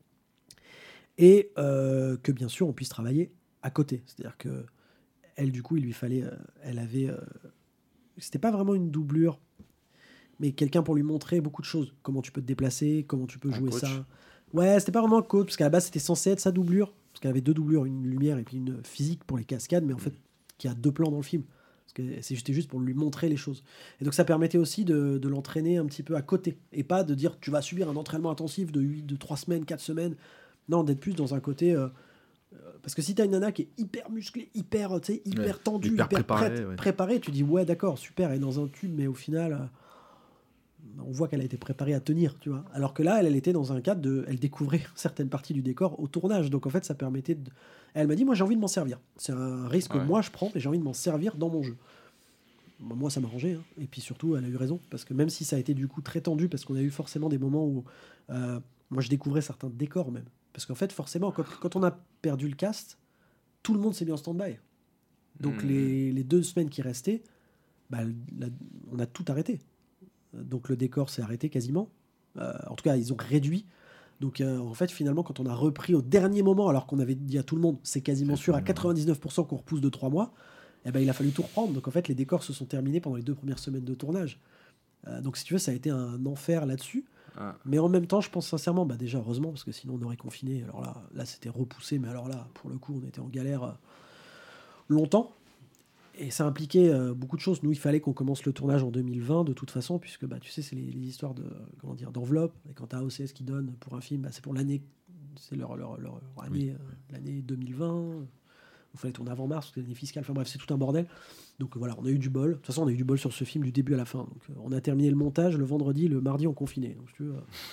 Et que, bien sûr, on puisse travailler à côté. C'est-à-dire que elle, du coup, il lui fallait... elle avait... c'était pas vraiment une doublure, mais quelqu'un pour lui montrer beaucoup de choses. Comment tu peux te déplacer, comment tu peux jouer coach. ça. Ouais, c'était pas vraiment un coach, parce qu'à la base, c'était censé être sa doublure. Parce qu'elle avait 2 doublures, une lumière et puis une physique pour les cascades, mais en fait, qui a 2 plans dans le film. Parce que c'était juste pour lui montrer les choses. Et donc, ça permettait aussi de l'entraîner un petit peu à côté. Et pas de dire, tu vas subir un entraînement intensif de 3 semaines, 4 semaines. Non, d'être plus dans un côté... parce que si t'as une nana qui est hyper musclée, hyper tendue, hyper préparée, prête, préparée, tu dis, ouais, d'accord, super, elle est dans un tube, mais au final... on voit qu'elle a été préparée à tenir, tu vois. Alors que là, elle était dans un cadre de... Elle découvrait certaines parties du décor au tournage. Donc en fait, ça permettait de... Elle m'a dit, moi j'ai envie de m'en servir. C'est un risque que moi je prends, mais j'ai envie de m'en servir dans mon jeu. Moi, ça m'a arrangé. Hein. Et puis surtout, elle a eu raison. Parce que même si ça a été du coup très tendu, parce qu'on a eu forcément des moments où moi je découvrais certains décors même. Parce qu'en fait, forcément, quand on a perdu le cast, tout le monde s'est mis en stand-by. Donc les 2 semaines qui restaient, on a tout arrêté. Donc le décor s'est arrêté quasiment. En tout cas, ils ont réduit. Donc en fait, finalement, quand on a repris au dernier moment, alors qu'on avait dit à tout le monde, c'est quasiment sûr à 99% qu'on repousse de 3 mois, il a fallu tout reprendre. Donc en fait, les décors se sont terminés pendant les 2 premières semaines de tournage. Donc si tu veux, ça a été un enfer là-dessus. Mais en même temps, je pense sincèrement, déjà heureusement, parce que sinon on aurait confiné. Alors là c'était repoussé, mais alors là, pour le coup, on était en galère longtemps. Et ça impliquait beaucoup de choses. Nous, il fallait qu'on commence le tournage en 2020, de toute façon, puisque tu sais, c'est les histoires d'enveloppe. Et quand tu as OCS qui donne pour un film, c'est pour l'année, c'est leur année, l'année 2020. Il fallait tourner avant mars, c'était l'année fiscale. Enfin bref, c'est tout un bordel. Donc voilà, on a eu du bol. De toute façon, on a eu du bol sur ce film du début à la fin. Donc on a terminé le montage le vendredi, le mardi, on confinait. Donc si tu veux,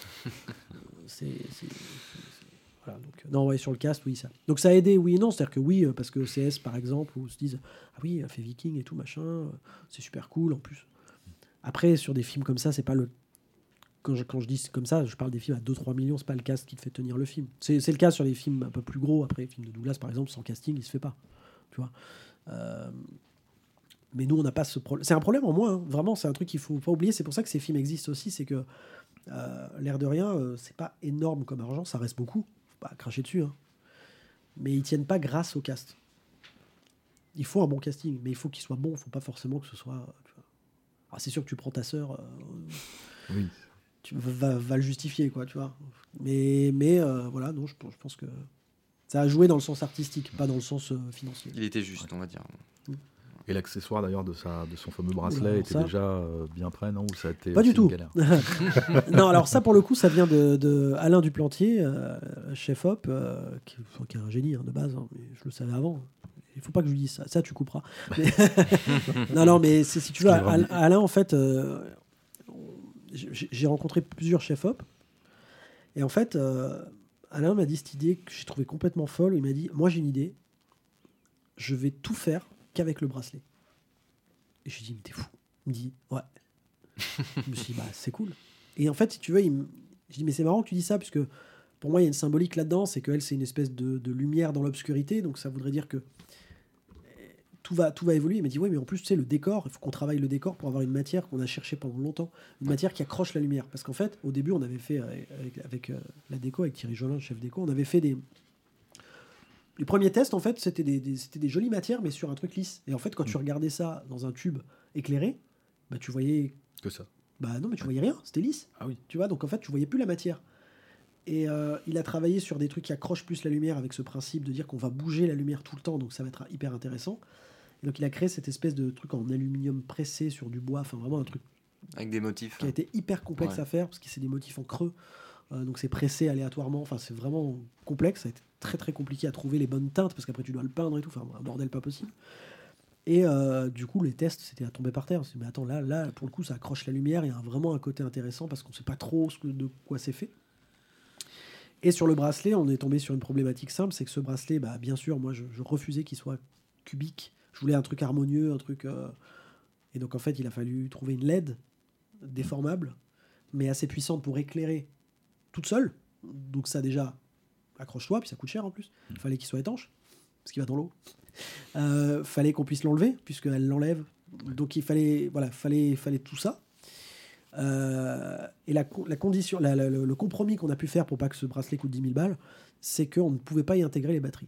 voilà, donc, non, ouais, sur le cast, oui, ça. Donc ça a aidé, oui et non. C'est-à-dire que oui, parce que CS, par exemple, où se disent ah oui, elle fait Viking et tout, machin, c'est super cool en plus. Après, sur des films comme ça, c'est pas le. Quand je dis comme ça, je parle des films à 2-3 millions, c'est pas le cast qui te fait tenir le film. C'est le cas sur les films un peu plus gros. Après, le film de Douglas, par exemple, sans casting, il se fait pas. Tu vois. Mais nous, on n'a pas ce problème. C'est un problème en moins, hein. Vraiment, c'est un truc qu'il faut pas oublier. C'est pour ça que ces films existent aussi. C'est que, l'air de rien, c'est pas énorme comme argent, ça reste beaucoup. Faut pas cracher dessus. Hein. Mais ils tiennent pas grâce au cast. Il faut un bon casting, mais il faut qu'il soit bon. Il faut pas forcément que ce soit. Tu vois. Alors, c'est sûr que tu prends ta sœur. Oui. Tu va le justifier, quoi, tu vois. Mais voilà, non, je pense que ça a joué dans le sens artistique, pas dans le sens financier. Il était juste, on va dire. Et l'accessoire d'ailleurs de son fameux bracelet était déjà bien prêt, non? Ou ça a été pas du tout. Une galère. Non, alors ça pour le coup, ça vient de Alain Duplantier, chef op, qui est un génie de base, hein, mais je le savais avant. Il faut pas que je lui dise ça. Ça, tu couperas. Mais non, mais si tu veux, Alain, en fait, j'ai rencontré plusieurs chefs op, et en fait, Alain m'a dit cette idée que j'ai trouvée complètement folle. Il m'a dit, moi j'ai une idée, je vais tout faire qu'avec le bracelet. Et je lui ai dit, mais t'es fou. Il me dit, ouais. Je me suis dit, c'est cool. Et en fait, si tu veux, je dis, mais c'est marrant que tu dis ça, puisque pour moi, il y a une symbolique là-dedans, c'est qu'elle, c'est une espèce de lumière dans l'obscurité, donc ça voudrait dire que tout va évoluer. Il m'a dit, oui, mais en plus, tu sais, le décor, il faut qu'on travaille le décor pour avoir une matière qu'on a cherchée pendant longtemps, une matière qui accroche la lumière. Parce qu'en fait, au début, on avait fait, avec la déco, avec Thierry Jolin, chef déco, on avait fait les premiers tests, en fait, c'était des jolies matières, mais sur un truc lisse. Et en fait, quand tu regardais ça dans un tube éclairé, tu voyais... Que ça. Non, mais tu voyais rien, c'était lisse. Ah oui. Tu vois, donc en fait, tu voyais plus la matière. Et il a travaillé sur des trucs qui accrochent plus la lumière avec ce principe de dire qu'on va bouger la lumière tout le temps, donc ça va être hyper intéressant. Et donc il a créé cette espèce de truc en aluminium pressé sur du bois, enfin vraiment un truc... Avec des motifs. Qui a été hyper complexe à faire, parce que c'est des motifs en creux. Donc c'est pressé aléatoirement, enfin c'est vraiment complexe, ça a été très très compliqué à trouver les bonnes teintes, parce qu'après tu dois le peindre et tout, enfin un bordel pas possible. Et du coup les tests c'était à tomber par terre, mais attends là pour le coup ça accroche la lumière, il y a vraiment un côté intéressant parce qu'on sait pas trop de quoi c'est fait. Et sur le bracelet on est tombé sur une problématique simple, c'est que ce bracelet, bien sûr moi je refusais qu'il soit cubique, je voulais un truc harmonieux, un truc... Et donc en fait il a fallu trouver une LED déformable, mais assez puissante pour éclairer toute seule, donc ça déjà accroche-toi, puis ça coûte cher en plus. Il fallait qu'il soit étanche, parce qu'il va dans l'eau. Fallait qu'on puisse l'enlever, puisqu'elle l'enlève. Donc il fallait tout ça. Et la condition, le compromis qu'on a pu faire pour pas que ce bracelet coûte 10 000 balles, c'est qu'on ne pouvait pas y intégrer les batteries.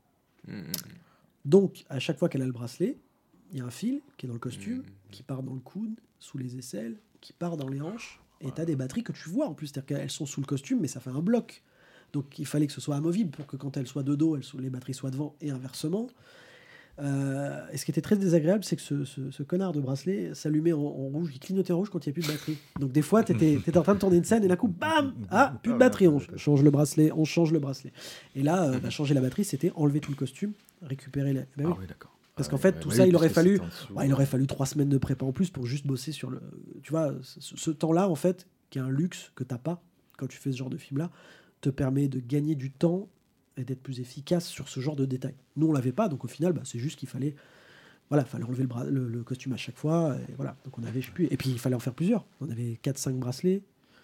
Donc à chaque fois qu'elle a le bracelet, il y a un fil qui est dans le costume, qui part dans le coude, sous les aisselles, qui part dans les hanches. Et tu as des batteries que tu vois en plus, c'est-à-dire qu'elles sont sous le costume, mais ça fait un bloc. Donc il fallait que ce soit amovible pour que quand elles soient de dos, les batteries soient devant et inversement. Et ce qui était très désagréable, c'est que ce connard de bracelet s'allumait en rouge, il clignotait en rouge quand il n'y avait plus de batterie. Donc des fois, tu étais en train de tourner une scène et d'un coup, bam, plus de batterie, on change le bracelet, Et là, changer la batterie, c'était enlever tout le costume, récupérer les... oui, d'accord. Parce qu'en fait, tout ça, il aurait fallu 3 semaines de prépa en plus pour juste bosser sur le... Tu vois, ce temps-là, en fait, qui est un luxe que t'as pas quand tu fais ce genre de film-là, te permet de gagner du temps et d'être plus efficace sur ce genre de détails. Nous, on l'avait pas, donc au final, c'est juste qu'il fallait... Voilà, fallait enlever le costume à chaque fois, et voilà. Donc on avait, je sais plus... Et puis, il fallait en faire plusieurs. On avait 4-5 bracelets.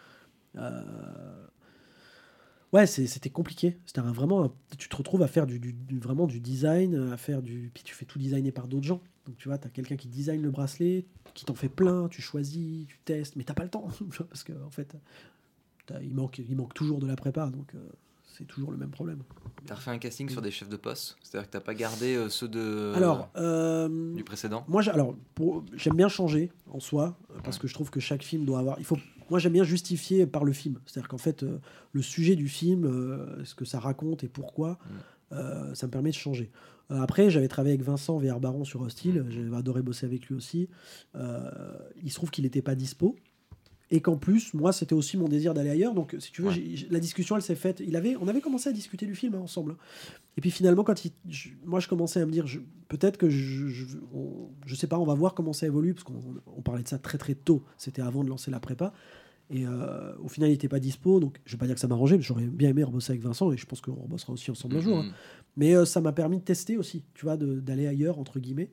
Ouais, c'était compliqué. C'était vraiment... Tu te retrouves à faire vraiment du design, puis tu fais tout designer par d'autres gens. Donc tu vois, tu as quelqu'un qui design le bracelet, qui t'en fait plein, tu choisis, tu testes, mais t'as pas le temps. Parce que en fait, il manque toujours de la prépa, donc c'est toujours le même problème. T'as refait un casting sur des chefs de poste, c'est-à-dire que t'as pas gardé ceux du précédent. Moi, j'aime bien changer en soi, parce que je trouve que chaque film doit avoir... Moi, j'aime bien justifier par le film. C'est-à-dire qu'en fait, le sujet du film, ce que ça raconte et pourquoi, ça me permet de changer. Après, j'avais travaillé avec Vincent Véher-Baron sur Hostile. J'avais adoré bosser avec lui aussi. Il se trouve qu'il n'était pas dispo. Et qu'en plus, moi, c'était aussi mon désir d'aller ailleurs. Donc, si tu veux, la discussion, elle s'est faite. On avait commencé à discuter du film ensemble. Et puis finalement, quand moi, je commençais à me dire, peut-être que je sais pas, on va voir comment ça évolue, parce qu'on parlait de ça très très tôt. C'était avant de lancer la prépa. Et au final, il n'était pas dispo. Donc, je vais pas dire que ça m'arrangeait, mais j'aurais bien aimé rebosser avec Vincent. Et je pense qu'on rebossera aussi ensemble un jour. Hein. Mais ça m'a permis de tester aussi, tu vois, d'aller ailleurs, entre guillemets.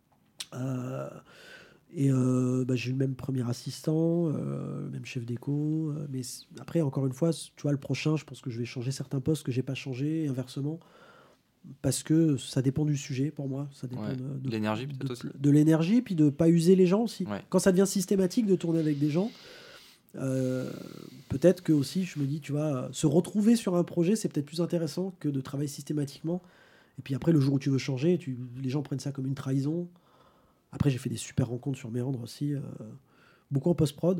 J'ai eu le même premier assistant, même chef d'éco. Mais après, encore une fois, tu vois, le prochain, je pense que je vais changer certains postes que j'ai pas changé, et inversement. Parce que ça dépend du sujet pour moi. Ça dépend de l'énergie, peut-être aussi. De l'énergie, puis de pas user les gens aussi. Ouais. Quand ça devient systématique de tourner avec des gens, peut-être que aussi, je me dis, tu vois, se retrouver sur un projet, c'est peut-être plus intéressant que de travailler systématiquement. Et puis après, le jour où tu veux changer, les gens prennent ça comme une trahison. Après, j'ai fait des super rencontres sur Méandre aussi, beaucoup en post-prod.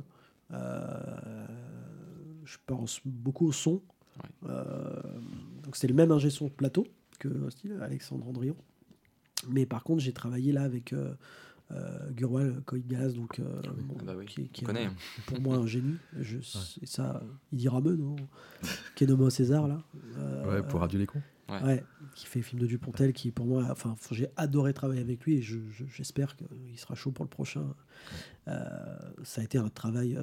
Je pense beaucoup au son. Ouais. Donc c'était le même ingé son plateau que Alexandre Andrion. Mais par contre, j'ai travaillé là avec Gurwal Koïgaz, donc qui est pour moi un génie. Et ça, il dira me, non qui est nommé au César là. Pour Radio Les Cons. Ouais, qui fait le film de Dupontel, qui pour moi, j'ai adoré travailler avec lui et j'espère qu'il sera chaud pour le prochain. Ça a été un travail.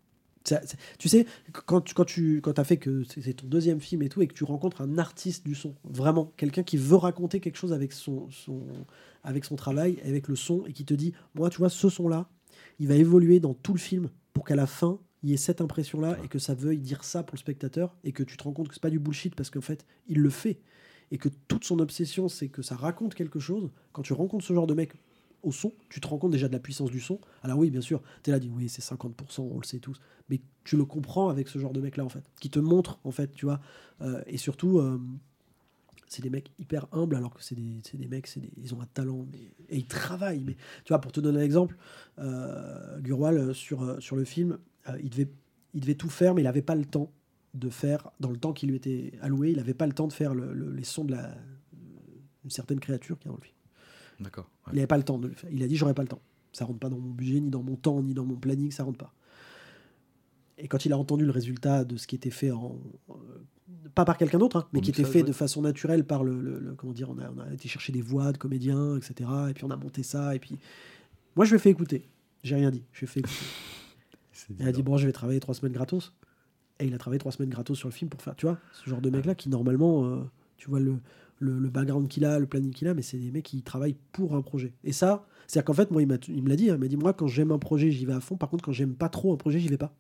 Tu sais, quand tu as fait que c'est ton deuxième film et tout, et que tu rencontres un artiste du son, vraiment quelqu'un qui veut raconter quelque chose avec son travail, avec le son, et qui te dit, moi, tu vois, ce son-là, il va évoluer dans tout le film pour qu'à la fin, il y ait cette impression-là et que ça veuille dire ça pour le spectateur, et que tu te rends compte que c'est pas du bullshit parce qu'en fait, il le fait, et que toute son obsession, c'est que ça raconte quelque chose. Quand tu rencontres ce genre de mec au son, tu te rends compte déjà de la puissance du son. Alors oui, bien sûr, t'es là, dis oui, c'est 50%, on le sait tous, mais tu le comprends avec ce genre de mec-là, en fait, qui te montre, en fait, tu vois, et surtout, c'est des mecs hyper humbles, alors que c'est des mecs, ils ont un talent, et ils travaillent. Mais tu vois, pour te donner un exemple, Gurwal, sur le film, il devait tout faire, mais il n'avait pas le temps de faire, dans le temps qui lui était alloué, il n'avait pas le temps de faire les sons d'une certaine créature qui est dans le film. D'accord. Ouais. Il n'avait pas le temps de le faire. Il a dit, j'aurais pas le temps. Ça rentre pas dans mon budget, ni dans mon temps, ni dans mon planning, ça rentre pas. Et quand il a entendu le résultat de ce qui était fait pas par quelqu'un d'autre, mais qui était fait de façon naturelle par comment dire, on a été chercher des voix de comédiens, etc. Et puis on a monté ça, et puis moi je lui ai fait écouter. J'ai rien dit, je lui ai fait écouter. Il a dit, bon, je vais travailler 3 semaines gratos. Et il a travaillé 3 semaines gratos sur le film pour faire, tu vois, ce genre de mec-là qui normalement, tu vois, le background qu'il a, le planning qu'il a, mais c'est des mecs qui travaillent pour un projet. Et ça, c'est-à-dire qu'en fait, moi, il me l'a dit, il m'a dit, moi, quand j'aime un projet, j'y vais à fond. Par contre, quand j'aime pas trop un projet, j'y vais pas.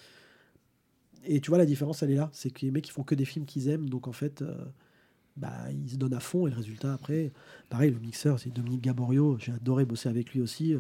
Et tu vois, la différence, elle est là. C'est que les mecs, ils font que des films qu'ils aiment. Donc, en fait, ils se donnent à fond. Et le résultat, après, pareil, le mixeur, c'est Dominique Gaborio. J'ai adoré bosser avec lui aussi.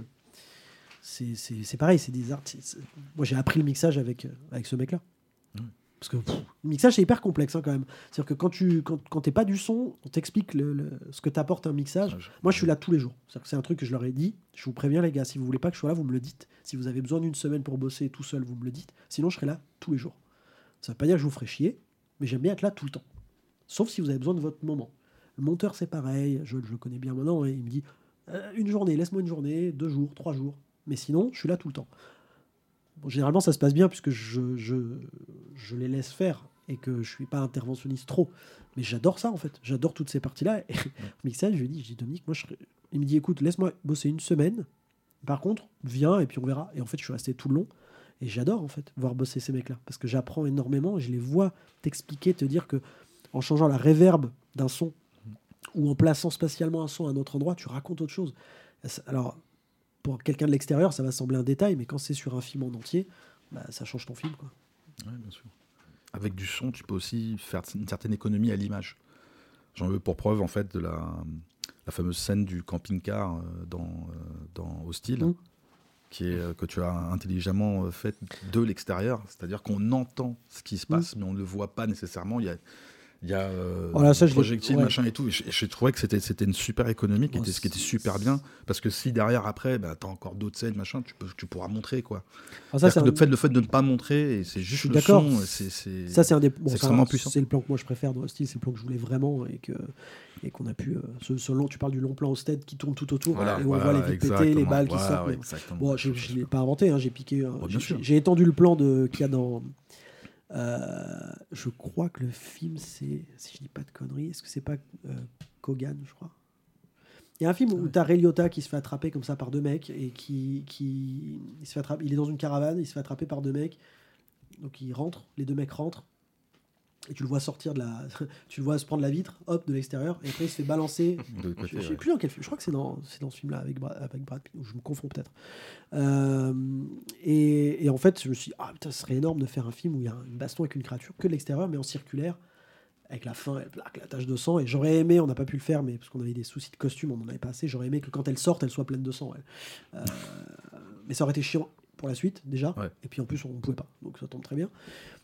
C'est pareil, c'est des artistes. Moi, j'ai appris le mixage avec ce mec-là. Parce que le mixage, c'est hyper complexe, hein, quand même. C'est-à-dire que quand t'es pas du son, on t'explique ce que t'apporte un mixage. Moi, je suis là tous les jours. C'est-à-dire que c'est un truc que je leur ai dit. Je vous préviens, les gars, si vous voulez pas que je sois là, vous me le dites. Si vous avez besoin d'une semaine pour bosser tout seul, vous me le dites. Sinon, je serai là tous les jours. Ça veut pas dire que je vous ferai chier, mais j'aime bien être là tout le temps. Sauf si vous avez besoin de votre moment. Le monteur, c'est pareil. Je le connais bien maintenant. Et il me dit, une journée, laisse-moi une journée, 2 jours, 3 jours. Mais sinon, je suis là tout le temps. Bon, généralement, ça se passe bien puisque je les laisse faire. et que je suis pas interventionniste trop. Mais j'adore ça en fait. J'adore toutes ces parties-là. Et mixage, je lui dis Dominique, il me dit écoute, laisse-moi bosser une semaine. Par contre, viens et puis on verra. Et en fait, je suis resté tout le long. Et j'adore en fait voir bosser ces mecs-là parce que j'apprends énormément. Je les vois t'expliquer, te dire que en changeant la réverb d'un son ou en plaçant spatialement un son à un autre endroit, tu racontes autre chose. Alors, pour quelqu'un de l'extérieur, ça va sembler un détail, mais quand c'est sur un film en entier, ça change ton film, quoi. Ouais, bien sûr. Avec du son, tu peux aussi faire une certaine économie à l'image. J'en veux pour preuve, en fait, de la fameuse scène du camping-car dans Hostile, que tu as intelligemment faite de l'extérieur. C'est-à-dire qu'on entend ce qui se passe, mais on ne le voit pas nécessairement. Il y a voilà, ça, projectile, machin et tout. Et je trouvais que c'était une super économie ce qui était super bien. Parce que si derrière, après, t'as encore d'autres scènes, machin, tu pourras montrer, quoi. Alors ça, le fait de ne pas montrer, et c'est juste le son. Ça, c'est extrêmement puissant. C'est le plan que moi je préfère dans Hostile, c'est le plan que je voulais vraiment et qu'on a pu. Ce long, tu parles du long plan Hosted qui tourne tout autour, et on voit les vides péter, les balles qui sortent. Bon, je ne l'ai pas inventé, j'ai piqué. J'ai étendu le plan qu'il y a dans. Je crois que le film, c'est, si je dis pas de conneries, est-ce que c'est pas Kogan, je crois. Il y a un film où t'as Ray Liotta qui se fait attraper comme ça par deux mecs et il se fait attraper, il est dans une caravane, il se fait attraper par deux mecs, donc les deux mecs rentrent et tu le vois sortir tu le vois se prendre la vitre, hop, de l'extérieur, et après il se fait balancer. Je sais plus dans quel film, je crois que c'est dans ce film-là avec Brad Pitt, ou je me confonds peut-être. Et en fait, je me suis dit, putain, ce serait énorme de faire un film où il y a une baston avec une créature que de l'extérieur, mais en circulaire, avec la fin, la tache de sang. Et j'aurais aimé, on n'a pas pu le faire, mais parce qu'on avait des soucis de costume, on n'en avait pas assez, j'aurais aimé que quand elle sorte, elle soit pleine de sang. Mais ça aurait été chiant pour la suite, déjà. Ouais. Et puis en plus, on ne pouvait pas, donc ça tombe très bien.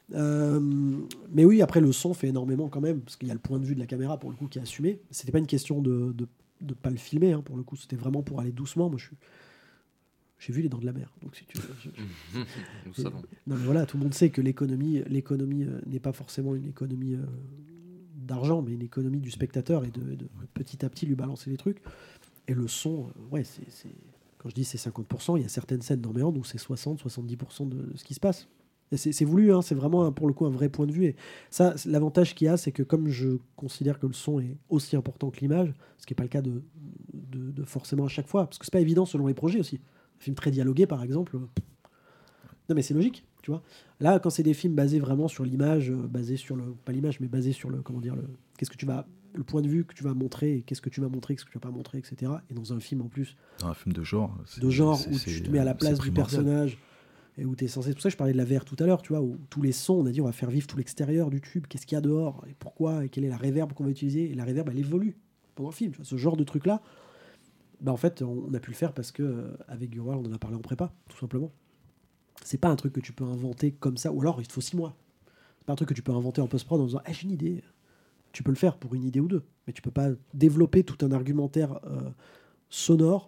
Mais oui, après le son fait énormément quand même, parce qu'il y a le point de vue de la caméra pour le coup qui est assumé. C'était pas une question de pas le filmer, pour le coup, c'était vraiment pour aller doucement. Moi, j'ai vu Les Dents de la Mer, donc si tu veux, nous savons. Non mais voilà, tout le monde sait que l'économie n'est pas forcément une économie d'argent, mais une économie du spectateur et de petit à petit lui balancer les trucs. Et le son, c'est quand je dis c'est 50%, il y a certaines scènes dans Méandre où c'est 60-70% de ce qui se passe. Et c'est voulu, c'est vraiment pour le coup un vrai point de vue. Et ça, l'avantage qu'il y a, c'est que comme je considère que le son est aussi important que l'image, ce qui n'est pas le cas de forcément à chaque fois, parce que c'est pas évident selon les projets aussi. Un film très dialogué, par exemple, non mais c'est logique, tu vois. Là, quand c'est des films basés vraiment sur l'image, basés sur pas l'image, mais basés sur le point de vue que tu vas montrer, et qu'est-ce que tu vas montrer, qu'est-ce que tu vas pas montrer, etc. Et dans un film en plus, dans un film de genre où tu te mets à la place du personnage. Et où tu es censé... C'est pour ça que je parlais de la VR tout à l'heure, tu vois, où tous les sons, on a dit on va faire vivre tout l'extérieur du tube, qu'est-ce qu'il y a dehors, et pourquoi, et quelle est la réverb qu'on va utiliser. Et la réverb, elle évolue pendant le film. Tu vois, ce genre de truc-là, en fait, on a pu le faire parce que avec Gurwal, on en a parlé en prépa, tout simplement. C'est pas un truc que tu peux inventer comme ça, ou alors il te faut 6 mois. C'est pas un truc que tu peux inventer en post-prod en disant j'ai une idée. Tu peux le faire pour une idée ou deux, mais tu peux pas développer tout un argumentaire sonore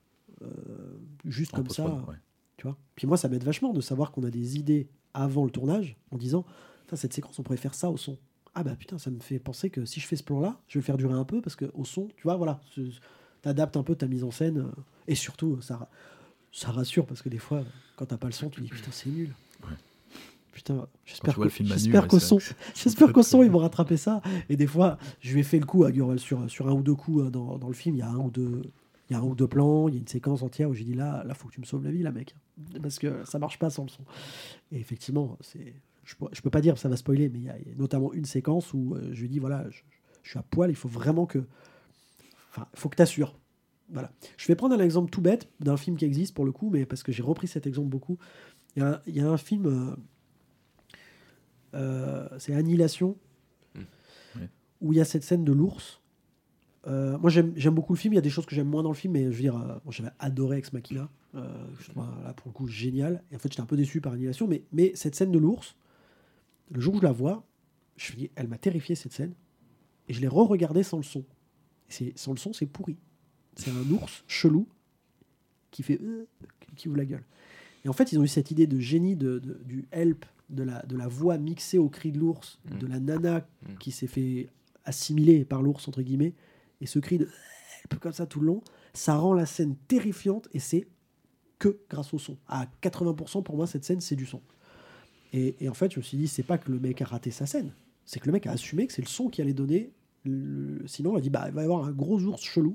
juste comme ça. Ouais. Tu vois. Puis moi, ça m'aide vachement de savoir qu'on a des idées avant le tournage en disant cette séquence, on pourrait faire ça au son. Ah bah putain, ça me fait penser que si je fais ce plan-là, je vais le faire durer un peu parce qu'au son, tu vois, voilà, t'adaptes un peu ta mise en scène et surtout, ça rassure parce que des fois, quand t'as pas le son, tu dis putain, c'est nul. Ouais. Putain, j'espère qu'au son, ils vont rattraper ça. Et des fois, je lui ai fait le coup à Gurwal sur un ou deux coups dans le film, il y a un ou deux plans, il y a une séquence entière où j'ai dit là, faut que tu me sauves la vie, là, mec. Parce que ça marche pas sans le son. Et effectivement, je peux pas dire, ça va spoiler, mais il y a notamment une séquence où je lui dis voilà, je suis à poil, il faut vraiment que. Enfin, il faut que tu assures. Voilà. Je vais prendre un exemple tout bête d'un film qui existe pour le coup, mais parce que j'ai repris cet exemple beaucoup. Il y a un film, c'est Annihilation, où il y a cette scène de l'ours. Moi j'aime beaucoup le film, il y a des choses que j'aime moins dans le film, mais je veux dire, j'avais adoré Ex Machina, je trouve là pour le coup génial, et en fait j'étais un peu déçu par Annihilation, mais cette scène de l'ours, le jour où je la vois, je me dis, elle m'a terrifié cette scène, et je l'ai re-regardée sans le son. Sans le son, c'est pourri. C'est un ours chelou qui fait qui ouvre la gueule. Et en fait, ils ont eu cette idée de génie du help, de la voix mixée au cri de l'ours, de la nana qui s'est fait assimiler par l'ours, entre guillemets, et ce cri de help comme ça tout le long, ça rend la scène terrifiante, et c'est que grâce au son. À 80% pour moi, cette scène, c'est du son. Et en fait, je me suis dit, c'est pas que le mec a raté sa scène, c'est que le mec a assumé que c'est le son qui allait donner. Sinon, il a dit, bah, il va y avoir un gros ours chelou.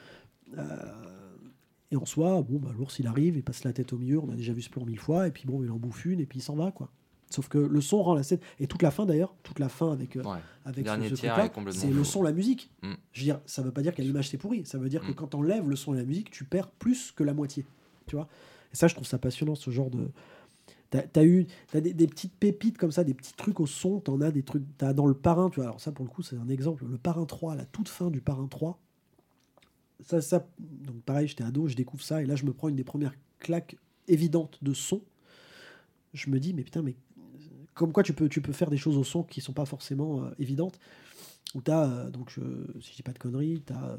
Et en soi, bon, bah, l'ours, il arrive, il passe la tête au milieu, on a déjà vu ce plan 1000 fois, et puis bon, il en bouffe une, et puis il s'en va, quoi. Sauf que le son rend la scène. Et toute la fin, d'ailleurs, avec Dernier ce tiers truc-là, est complètement c'est le faux. son, la musique. Mm. Je veux dire, ça veut pas dire qu'à l'image, c'est pourri. Ça veut dire que quand t'enlèves le son et la musique, tu perds plus que la moitié. Tu vois. Et ça, je trouve ça passionnant, ce genre de... T'as des petites pépites comme ça, des petits trucs au son, t'en as des trucs... T'as dans Le Parrain, tu vois, alors ça, pour le coup, c'est un exemple. Le Parrain 3, la toute fin du Parrain 3, donc pareil, j'étais ado, je découvre ça, et là, je me prends une des premières claques évidentes de son. Je me dis, mais putain, mais comme quoi tu peux faire des choses au son qui sont pas forcément évidentes. Où t'as, donc, si je dis pas de conneries, t'as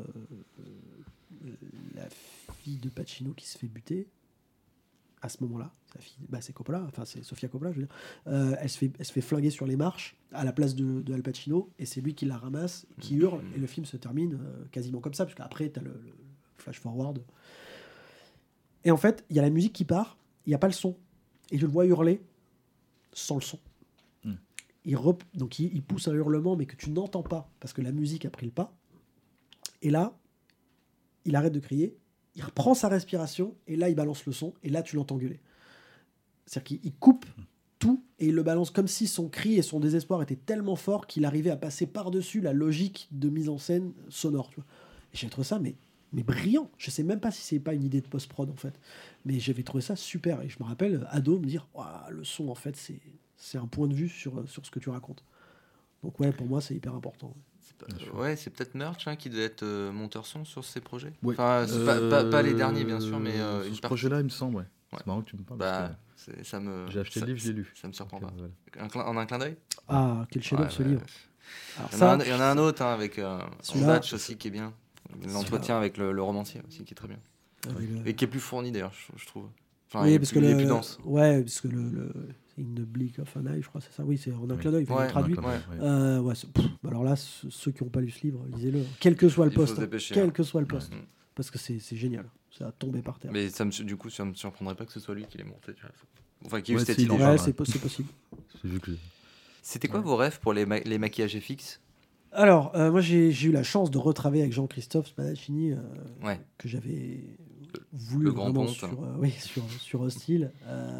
la fille de Pacino qui se fait buter à ce moment-là. C'est Coppola, enfin c'est Sofia Coppola, je veux dire. Elle se fait flinguer sur les marches à la place de Al Pacino, et c'est lui qui la ramasse, qui hurle, et le film se termine quasiment comme ça, parce qu'après t'as le flash forward. Et en fait, il y a la musique qui part, il n'y a pas le son, et je le vois hurler sans le son. Donc il pousse un hurlement, mais que tu n'entends pas parce que la musique a pris le pas. Et là, il arrête de crier, il reprend sa respiration, et là il balance le son, et là tu l'entends gueuler. C'est-à-dire qu'il coupe tout et il le balance comme si son cri et son désespoir étaient tellement forts qu'il arrivait à passer par-dessus la logique de mise en scène sonore. Tu vois. Et j'ai trouvé ça mais brillant. Je sais même pas si c'est pas une idée de post-prod en fait, mais j'avais trouvé ça super. Et je me rappelle ado me dire le son en fait c'est un point de vue sur ce que tu racontes. Donc ouais, pour moi c'est hyper important. C'est peut-être Murch qui devait être monteur son sur ces projets. Oui. Enfin, pas les derniers bien sûr, mais sur une ce partie. projet-là, il me semble. Ouais. C'est marrant que tu me parles. J'ai acheté le livre, je l'ai lu. Ça me surprend pas. Voilà. En un clin d'œil. Ah, quel chef-d'œuvre ce livre. Alors il y en a un autre avec Batch aussi qui est bien. L'entretien avec le romancier aussi qui est très bien. Et qui est plus fourni d'ailleurs, je trouve. Enfin, oui, il parce est plus dense. Ouais, parce que c'est In the Bleak of an Eye, je crois, c'est ça. Oui, c'est en un clin d'œil, il faut le traduire. Alors là, ceux qui n'ont pas lu ce livre, lisez-le. Quel que soit le poste. Quel que soit le poste. Parce que c'est génial. Ça a tombé par terre. Mais du coup, ça me surprendrait pas que ce soit lui qui l'ait monté. Enfin, qui ait eu cette idée. Ouais, c'est possible. C'était quoi vos rêves pour les maquillages FX ? Alors, moi, j'ai eu la chance de retravailler avec Jean-Christophe Spadaccini, que j'avais voulu le grand ponte sur Hostile.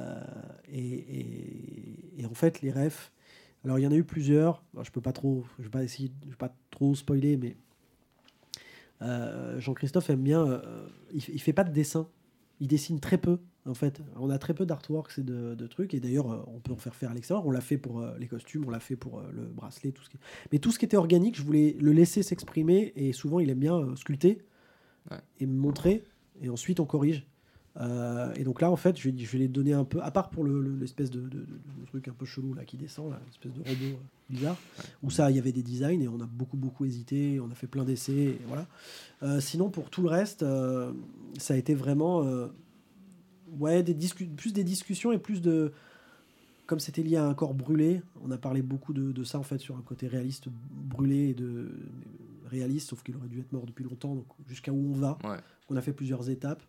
Et en fait, les refs, alors il y en a eu plusieurs. Alors, je vais pas trop spoiler, mais Jean-Christophe aime bien. Il fait pas de dessin. Il dessine très peu. En fait, on a très peu d'artworks et de trucs, et d'ailleurs, on peut en faire à l'extérieur. On l'a fait pour les costumes, on l'a fait pour le bracelet, mais tout ce qui était organique, je voulais le laisser s'exprimer, et souvent, il aime bien sculpter et me montrer, et ensuite, on corrige. Et donc là, en fait, je vais les donner un peu, à part pour l'espèce de truc un peu chelou là qui descend, là, l'espèce de robot bizarre, où ça, il y avait des designs, et on a beaucoup hésité, on a fait plein d'essais, et voilà. Sinon, pour tout le reste, ça a été vraiment... plus des discussions et plus de... Comme c'était lié à un corps brûlé, on a parlé beaucoup de ça en fait, sur un côté réaliste brûlé et de réaliste, sauf qu'il aurait dû être mort depuis longtemps, donc jusqu'à où on va. On a fait plusieurs étapes.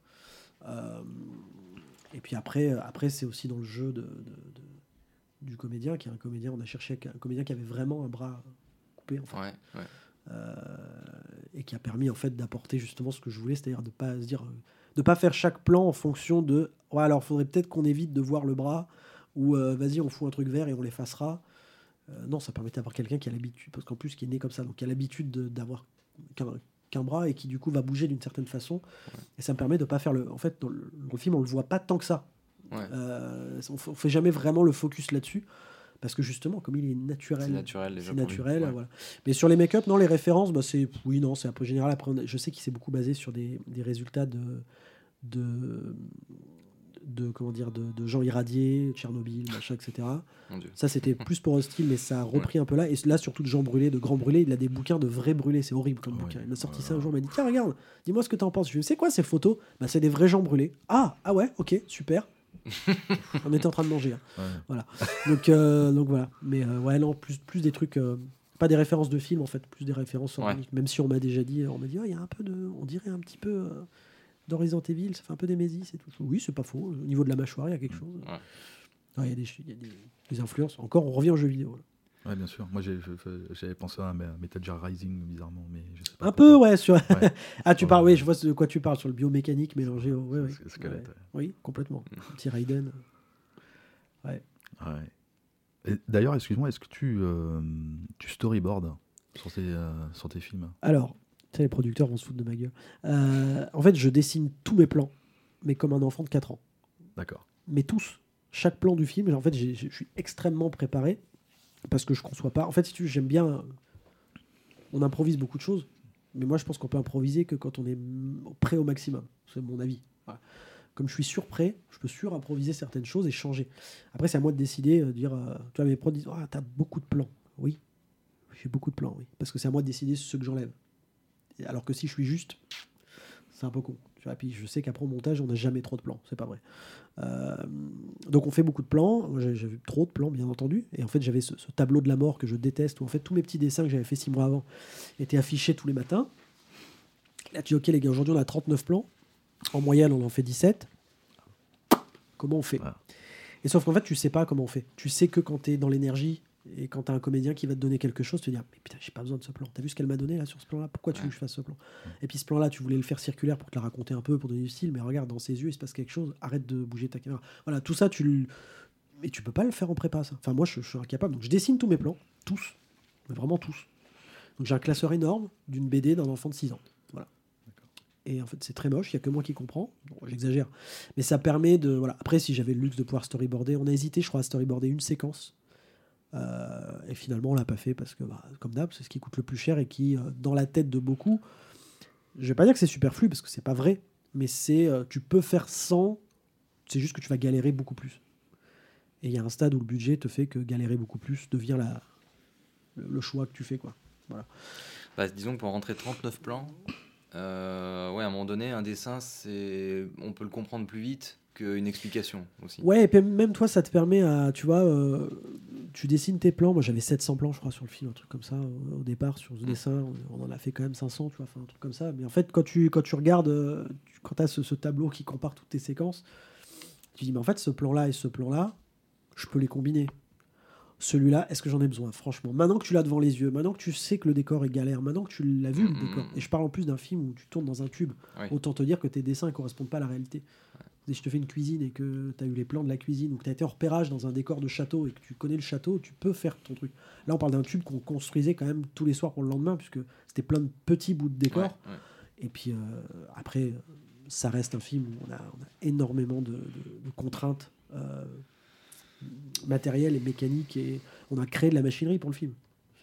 Et puis après c'est aussi dans le jeu du comédien, qui est un comédien, on a cherché un comédien qui avait vraiment un bras coupé en fait. Et qui a permis en fait d'apporter justement ce que je voulais, c'est-à-dire de pas faire chaque plan en fonction de alors faudrait peut-être qu'on évite de voir le bras, ou vas-y on fout un truc vert et on l'effacera. Non, ça permettait d'avoir quelqu'un qui a l'habitude, parce qu'en plus qui est né comme ça, donc qui a l'habitude d'avoir qu'un bras, et qui du coup va bouger d'une certaine façon, et ça me permet de pas faire en fait dans le film on le voit pas tant que ça. On fait jamais vraiment le focus là-dessus, parce que justement comme il est naturel, c'est naturel, voilà. Mais sur les make-up, non, les références, c'est un peu général. Après je sais qu'il s'est beaucoup basé sur des résultats de gens irradiés, Tchernobyl, machin, etc. Ça c'était plus pour Hostile, mais ça a repris un peu là, et là surtout de gens brûlés, de grands brûlés. Il a des bouquins de vrais brûlés, c'est horrible comme bouquin. Il m'a sorti ça un jour, il m'a dit tiens regarde, dis-moi ce que t'en penses. Je lui ai dit c'est quoi ces photos? C'est des vrais gens brûlés. Ah ouais, ok, super. On était en train de manger, voilà. Donc voilà, mais non, plus des trucs, pas des références de films en fait, plus des références organiques. Même si on m'a déjà dit, il y a un peu on dirait un petit peu dans Resident Evil, ça fait un peu Nemesis et tout. Oui, c'est pas faux, au niveau de la mâchoire il y a quelque chose. Il y a des influences. Encore, on revient aux jeux vidéo. Là. Ouais, bien sûr. Moi, j'avais pensé à Metal Gear Rising, bizarrement, mais je sais pas. Un peu, ouais. Ouais. Ah, tu parles, oui, je vois de quoi tu parles, sur le biomécanique mélangé au... Ouais. Squelette. Ouais. Oui, complètement. Petit Raiden. Ouais. Et d'ailleurs, excuse-moi, est-ce que tu storyboards sur tes films? Alors, tu sais, les producteurs vont se foutre de ma gueule. En fait, je dessine tous mes plans, mais comme un enfant de 4 ans. D'accord. Mais tous. Chaque plan du film, en fait, je suis extrêmement préparé parce que je conçois pas. En fait, si tu veux, j'aime bien... On improvise beaucoup de choses, mais moi, je pense qu'on peut improviser que quand on est prêt au maximum. C'est mon avis. Voilà. Comme je suis surprêt, je peux surimproviser certaines choses et changer. Après, c'est à moi de décider, de dire... tu vois, mes pros disent « Ah, t'as beaucoup de plans. » Oui, j'ai beaucoup de plans, oui. Parce que c'est à moi de décider ce que j'enlève. Alors que si je suis juste, c'est un peu con. Tu vois, puis je sais qu'après au montage, on n'a jamais trop de plans. C'est pas vrai. Donc on fait beaucoup de plans. Moi, j'ai vu trop de plans, bien entendu. Et en fait, j'avais ce tableau de la mort que je déteste, où en fait tous mes petits dessins que j'avais fait 6 mois avant étaient affichés tous les matins. Là, tu dis, ok les gars, aujourd'hui on a 39 plans. En moyenne, on en fait 17. Comment on fait? Et sauf qu'en fait, tu sais pas comment on fait. Tu sais que quand tu es dans l'énergie et quand tu as un comédien qui va te donner quelque chose, tu te dis, mais putain, j'ai pas besoin de ce plan. T'as vu ce qu'elle m'a donné là sur ce plan-là? Pourquoi tu veux que je fasse ce plan? Et puis ce plan-là, tu voulais le faire circulaire pour te la raconter un peu, pour donner du style, mais regarde, dans ses yeux, il se passe quelque chose. Arrête de bouger ta caméra. Voilà, tout ça, mais tu peux pas le faire en prépa, ça. Enfin, moi, je suis incapable. Donc, je dessine tous mes plans, tous, mais vraiment tous. Donc, j'ai un classeur énorme d'une BD d'un enfant de 6 ans. Voilà. Et en fait, c'est très moche, il n'y a que moi qui comprends. Bon, j'exagère. Mais ça permet de... Voilà. Après, si j'avais le luxe de pouvoir storyboarder, on a hésité, je crois, à storyboarder une séquence. Et finalement, on l'a pas fait parce que, comme d'hab, c'est ce qui coûte le plus cher et qui, dans la tête de beaucoup, je vais pas dire que c'est superflu parce que c'est pas vrai, mais tu peux faire sans, c'est juste que tu vas galérer beaucoup plus. Et il y a un stade où le budget te fait que galérer beaucoup plus devient le choix que tu fais, quoi. Voilà. Disons que pour rentrer 39 plans, à un moment donné, un dessin, on peut le comprendre plus vite qu'une explication aussi. Ouais, et puis même toi, ça te permet tu vois, tu dessines tes plans. Moi, j'avais 700 plans, je crois, sur le film, un truc comme ça, au départ, sur ce dessin. On en a fait quand même 500, tu vois, un truc comme ça. Mais en fait, quand tu regardes, quand tu as ce tableau qui compare toutes tes séquences, tu dis, mais en fait, ce plan-là et ce plan-là, je peux les combiner. Celui-là, est-ce que j'en ai besoin? Franchement, maintenant que tu l'as devant les yeux, maintenant que tu sais que le décor est galère, maintenant que tu l'as vu, le décor, et je parle en plus d'un film où tu tournes dans un tube, autant te dire que tes dessins ne correspondent pas à la réalité. Si je te fais une cuisine et que tu as eu les plans de la cuisine ou que tu as été en repérage dans un décor de château et que tu connais le château, tu peux faire ton truc. Là, on parle d'un tube qu'on construisait quand même tous les soirs pour le lendemain, puisque c'était plein de petits bouts de décor. Et puis après, ça reste un film où on a énormément de contraintes matérielles et mécaniques, et on a créé de la machinerie pour le film.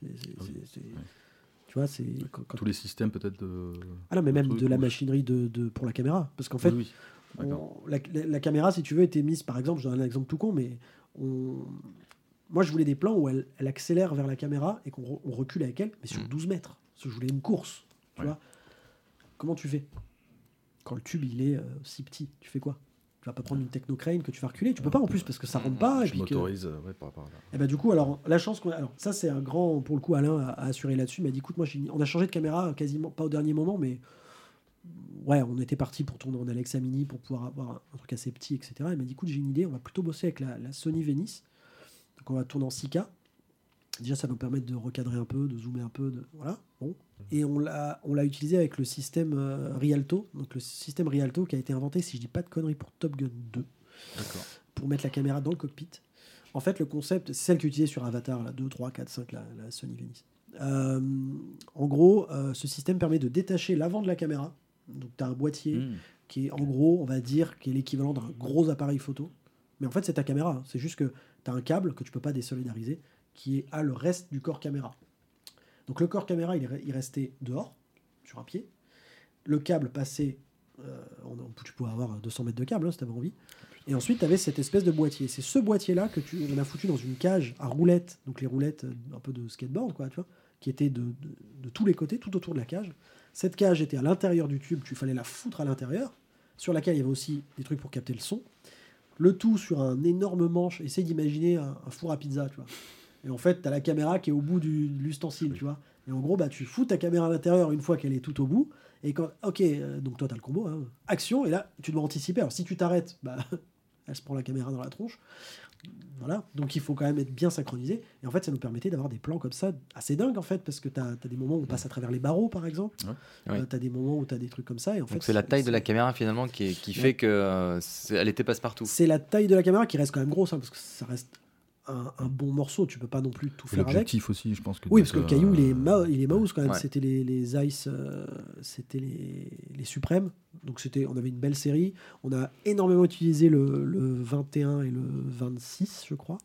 Tu vois, c'est quand tous les systèmes peut-être de... Ah non, mais même de la machinerie pour la caméra. Parce qu'en fait, la caméra, si tu veux, était mise, par exemple, je donne un exemple tout con, mais moi je voulais des plans où elle accélère vers la caméra et qu'on recule avec elle, mais sur 12 mètres. Parce que je voulais une course. Tu vois. Comment tu fais quand le tube il est si petit? Tu fais quoi? Tu vas pas prendre une technocrane que tu vas reculer, tu peux pas en plus parce que ça rentre pas. Je m'autorise par rapport à là. Et bah du coup, alors la chance qu'on a, alors ça c'est un grand, pour le coup, Alain a assuré là-dessus. Il m'a dit, écoute, moi on a changé de caméra quasiment pas au dernier moment, mais ouais, on était parti pour tourner en Alexa Mini pour pouvoir avoir un truc assez petit, etc. Il m'a dit, écoute, j'ai une idée, on va plutôt bosser avec la Sony Venice. Donc on va tourner en 6K. Déjà, ça va nous permettre de recadrer un peu, de zoomer un peu, voilà. Bon. Et on l'a utilisé avec le système Rialto. Donc le système Rialto qui a été inventé, si je dis pas de conneries, pour Top Gun 2. D'accord. Pour mettre la caméra dans le cockpit. En fait, le concept, c'est celle qui est utilisée sur Avatar, la 2, 3, 4, 5, la Sony Venice. En gros, ce système permet de détacher l'avant de la caméra. Donc tu as un boîtier qui est, en gros, on va dire, qui est l'équivalent d'un gros appareil photo. Mais en fait, c'est ta caméra. Hein. C'est juste que tu as un câble que tu peux pas désolidariser qui a le reste du corps caméra. Donc le corps caméra, il restait dehors, sur un pied. Le câble passait, tu pouvais avoir 200 mètres de câble, hein, si tu avais envie. Et ensuite, tu avais cette espèce de boîtier. C'est ce boîtier-là que on a foutu dans une cage à roulettes, donc les roulettes un peu de skateboard, quoi, tu vois, qui étaient de tous les côtés, tout autour de la cage. Cette cage était à l'intérieur du tube, tu fallait la foutre à l'intérieur, sur laquelle il y avait aussi des trucs pour capter le son. Le tout sur un énorme manche. Essaye d'imaginer un four à pizza, tu vois. Et en fait, tu as la caméra qui est au bout de l'ustensile, tu vois. Et en gros, tu fous ta caméra à l'intérieur une fois qu'elle est tout au bout. Et quand, donc toi, tu as le combo, hein, action, et là, tu dois anticiper. Alors, si tu t'arrêtes, elle se prend la caméra dans la tronche. Voilà, donc il faut quand même être bien synchronisé. Et en fait, ça nous permettait d'avoir des plans comme ça, assez dingues en fait, parce que tu as des moments où on passe à travers les barreaux, par exemple. Ouais. Tu as des moments où tu as des trucs comme ça. Et en Donc fait, c'est la taille de la caméra finalement qui fait que elle était passe-partout. C'est la taille de la caméra qui reste quand même grosse, hein, parce que ça reste un bon morceau. Tu peux pas non plus tout Et faire avec. l'objectif aussi, je pense que. Oui, parce que le caillou, il est mouse quand même. Ouais. C'était les Ice, c'était les Suprêmes. Donc on avait une belle série. On a énormément utilisé le 21 et le 26, je crois.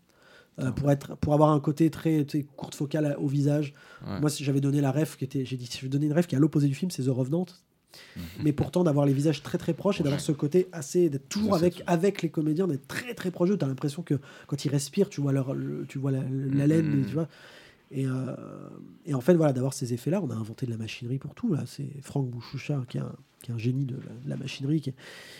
Pour avoir un côté très courte focale au visage. Ouais. Moi, j'avais donné la ref j'ai dit, je vais donner une ref qui est à l'opposé du film, c'est The Revenant. Mais pourtant d'avoir les visages très très proches et d'avoir ce côté d'être toujours avec les comédiens, d'être très très proche d'eux. T'as l'impression que quand ils respirent, tu vois la laine, tu vois. Et en fait, voilà, d'avoir ces effets-là, on a inventé de la machinerie pour tout. Là, c'est Franck Bouchoucha qui est un génie de la machinerie, qui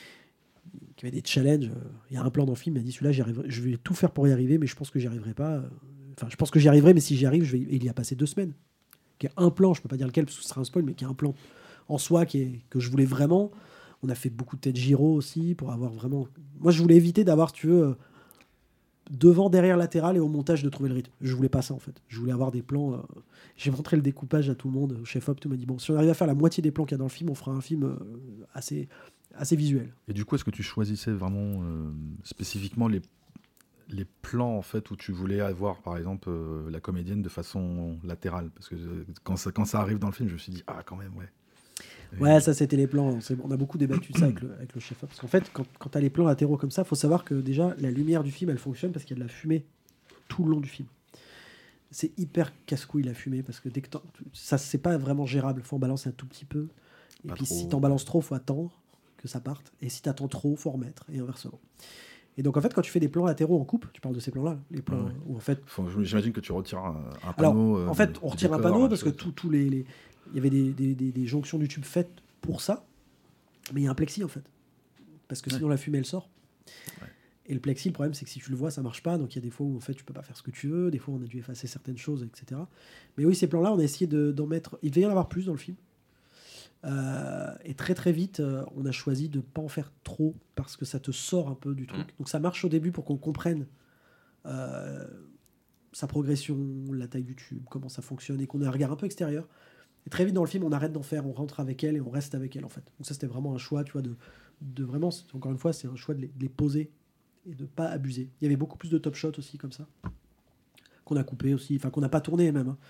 avait des challenges. Il y a un plan dans le film, il m'a dit celui-là, je vais tout faire pour y arriver, mais je pense que j'y arriverai pas. Enfin, je pense que j'y arriverai, mais si j'y arrive, il y a passé 2 semaines. Qui est un plan, je peux pas dire lequel parce que ce sera un spoil, mais qui est un plan en soi que je voulais vraiment. On a fait beaucoup de têtes gyro aussi pour avoir vraiment. Moi, je voulais éviter d'avoir, si tu veux, devant, derrière, latéral et au montage de trouver le rythme. Je voulais pas ça en fait. Je voulais avoir des plans. J'ai montré le découpage à tout le monde. Chef Op, tout m'a dit bon, si on arrive à faire la moitié des plans qu'il y a dans le film, on fera un film assez visuel. Et du coup, est-ce que tu choisissais vraiment spécifiquement les plans en fait où tu voulais avoir par exemple la comédienne de façon latérale, parce que quand ça arrive dans le film, je me suis dit quand même Ouais, ça c'était les plans. On a beaucoup débattu ça avec le chef. Parce qu'en fait, quand tu as les plans latéraux comme ça, il faut savoir que déjà la lumière du film elle fonctionne parce qu'il y a de la fumée tout le long du film. C'est hyper casse-couille la fumée parce que dès que ça c'est pas vraiment gérable. Il faut en balancer un tout petit peu. Et Pas puis trop. si t'en balances trop, faut attendre que ça parte. Et si t'attends trop, faut remettre et inversement. Et donc en fait, quand tu fais des plans latéraux en coupe, tu parles de ces plans-là, les plans où en fait. J'imagine que tu retires un Alors, panneau. en fait, on retire un décor, panneau parce que chose. tous les il y avait des jonctions du tube faites pour ça, mais il y a un plexi en fait, parce que sinon la fumée elle sort. Ouais. Et le plexi, le problème c'est que si tu le vois, ça marche pas. Donc il y a des fois où en fait tu peux pas faire ce que tu veux. Des fois on a dû effacer certaines choses, etc. Mais oui, ces plans-là, on a essayé d'en mettre. Il devait y en avoir plus dans le film. Et très très vite, on a choisi de pas en faire trop parce que ça te sort un peu du truc. Donc ça marche au début pour qu'on comprenne sa progression, la taille du tube, comment ça fonctionne et qu'on ait un regard un peu extérieur. Et très vite dans le film, on arrête d'en faire, on rentre avec elle et on reste avec elle en fait. Donc ça c'était vraiment un choix, tu vois, de vraiment, encore une fois, c'est un choix de les poser et de pas abuser. Il y avait beaucoup plus de top shots aussi comme ça qu'on a coupé aussi, enfin qu'on n'a pas tourné même. Hein.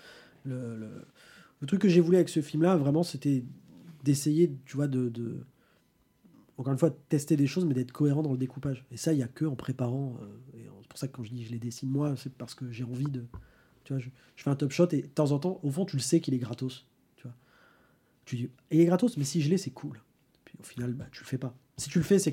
Le truc que j'ai voulu avec ce film-là, vraiment, c'était d'essayer, tu vois, encore une fois, de tester des choses, mais d'être cohérent dans le découpage. Et ça, il n'y a que en préparant. Et c'est pour ça que quand je dis je les dessine moi, c'est parce que j'ai envie de. Tu vois, je fais un top shot et de temps en temps, au fond, tu le sais qu'il est gratos. Tu vois. Tu dis, il est gratos, mais si je l'ai, c'est cool. Puis au final, tu le fais pas. Si tu le fais, c'est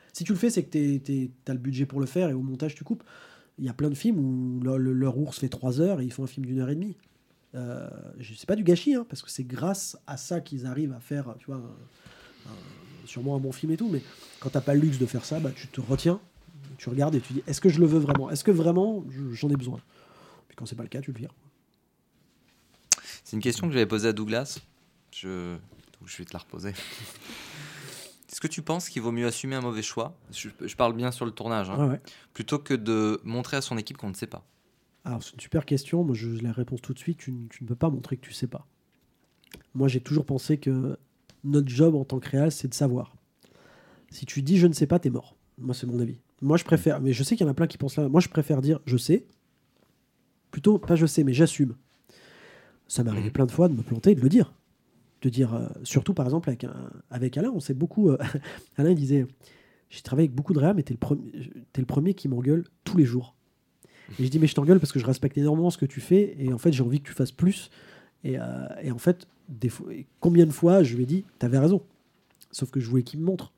que t'as le budget pour le faire et au montage, tu coupes. Il y a plein de films où leur ours fait 3 heures et ils font un film d'1h30. C'est pas du gâchis, hein, parce que c'est grâce à ça qu'ils arrivent à faire, tu vois, sûrement un bon film et tout, mais quand t'as pas le luxe de faire ça, tu te retiens, tu regardes et tu dis, est-ce que je le veux vraiment ? Est-ce que vraiment j'en ai besoin ? Puis quand c'est pas le cas, tu le vires. C'est une question que j'avais posée à Douglas. Donc je vais te la reposer. Est-ce que tu penses qu'il vaut mieux assumer un mauvais choix ? Je parle bien sur le tournage, hein, Ouais. plutôt que de montrer à son équipe qu'on ne sait pas. Alors, c'est une super question. Moi, je la réponds tout de suite. Tu ne peux pas montrer que tu sais pas. Moi, j'ai toujours pensé que notre job en tant que réal, c'est de savoir. Si tu dis je ne sais pas, t'es mort. Moi, c'est mon avis. Moi, je préfère, mais je sais qu'il y en a plein qui pensent là. Moi, je préfère dire je sais. Plutôt, pas je sais, mais j'assume. Ça m'est arrivé plein de fois de me planter et de le dire. De dire, surtout par exemple avec Alain, on sait beaucoup. Alain, il disait j'ai travaillé avec beaucoup de réals, mais t'es le premier qui m'engueule tous les jours. Et je dis mais je t'engueule parce que je respecte énormément ce que tu fais et en fait j'ai envie que tu fasses plus et en fait combien de fois je lui ai dit t'avais raison sauf que je voulais qu'il me montre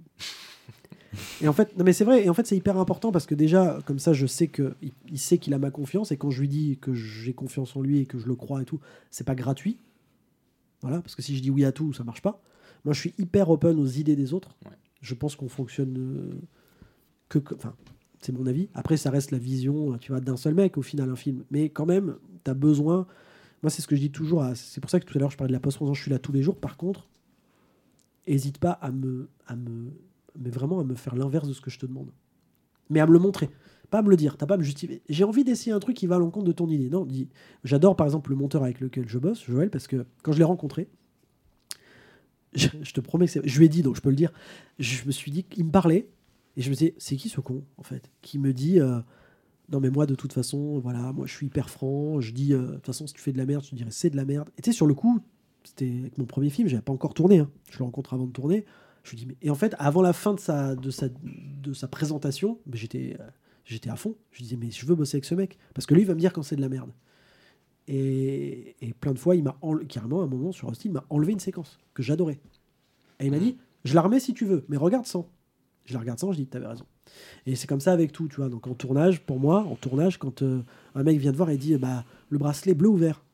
et en fait non mais c'est vrai et en fait c'est hyper important parce que déjà comme ça je sais que il sait qu'il a ma confiance et quand je lui dis que j'ai confiance en lui et que je le crois et tout c'est pas gratuit voilà parce que si je dis oui à tout ça marche pas. Moi je suis hyper open aux idées des autres. Ouais. Je pense qu'on fonctionne enfin c'est mon avis. Après, ça reste la vision, tu vois, d'un seul mec au final, un film. Mais quand même, t'as besoin. Moi, c'est ce que je dis toujours. C'est pour ça que tout à l'heure, je parlais de la post-production. Je suis là tous les jours. Par contre, hésite pas mais vraiment à me faire l'inverse de ce que je te demande. Mais à me le montrer. pas à me le dire, t'as pas à me justifier. J'ai envie d'essayer un truc qui va à l'encontre de ton idée. Non, j'adore par exemple le monteur avec lequel je bosse, Joël, parce que quand je l'ai rencontré, je te promets que je lui ai dit, donc je peux le dire, je me suis dit qu'il me parlait, et je me disais, c'est qui ce con, en fait, qui me dit, non mais moi de toute façon, voilà, moi je suis hyper franc, je dis, de toute façon si tu fais de la merde, je te dirais c'est de la merde. Et tu sais, sur le coup, c'était avec mon premier film, j'avais pas encore tourné, hein. Je le rencontre avant de tourner, je lui dis, mais... Et en fait, avant la fin de sa présentation, ben, j'étais à fond, je disais, mais je veux bosser avec ce mec, parce que lui il va me dire quand c'est de la merde. Et plein de fois, il m'a carrément à un moment sur Austin, il m'a enlevé une séquence que j'adorais. Et il m'a dit, je la remets si tu veux, mais regarde sans. Je la regarde sans, je dis, t'avais raison. Et c'est comme ça avec tout, tu vois. Donc en tournage, pour moi, quand un mec vient te voir et dit, bah, le bracelet bleu ou vert,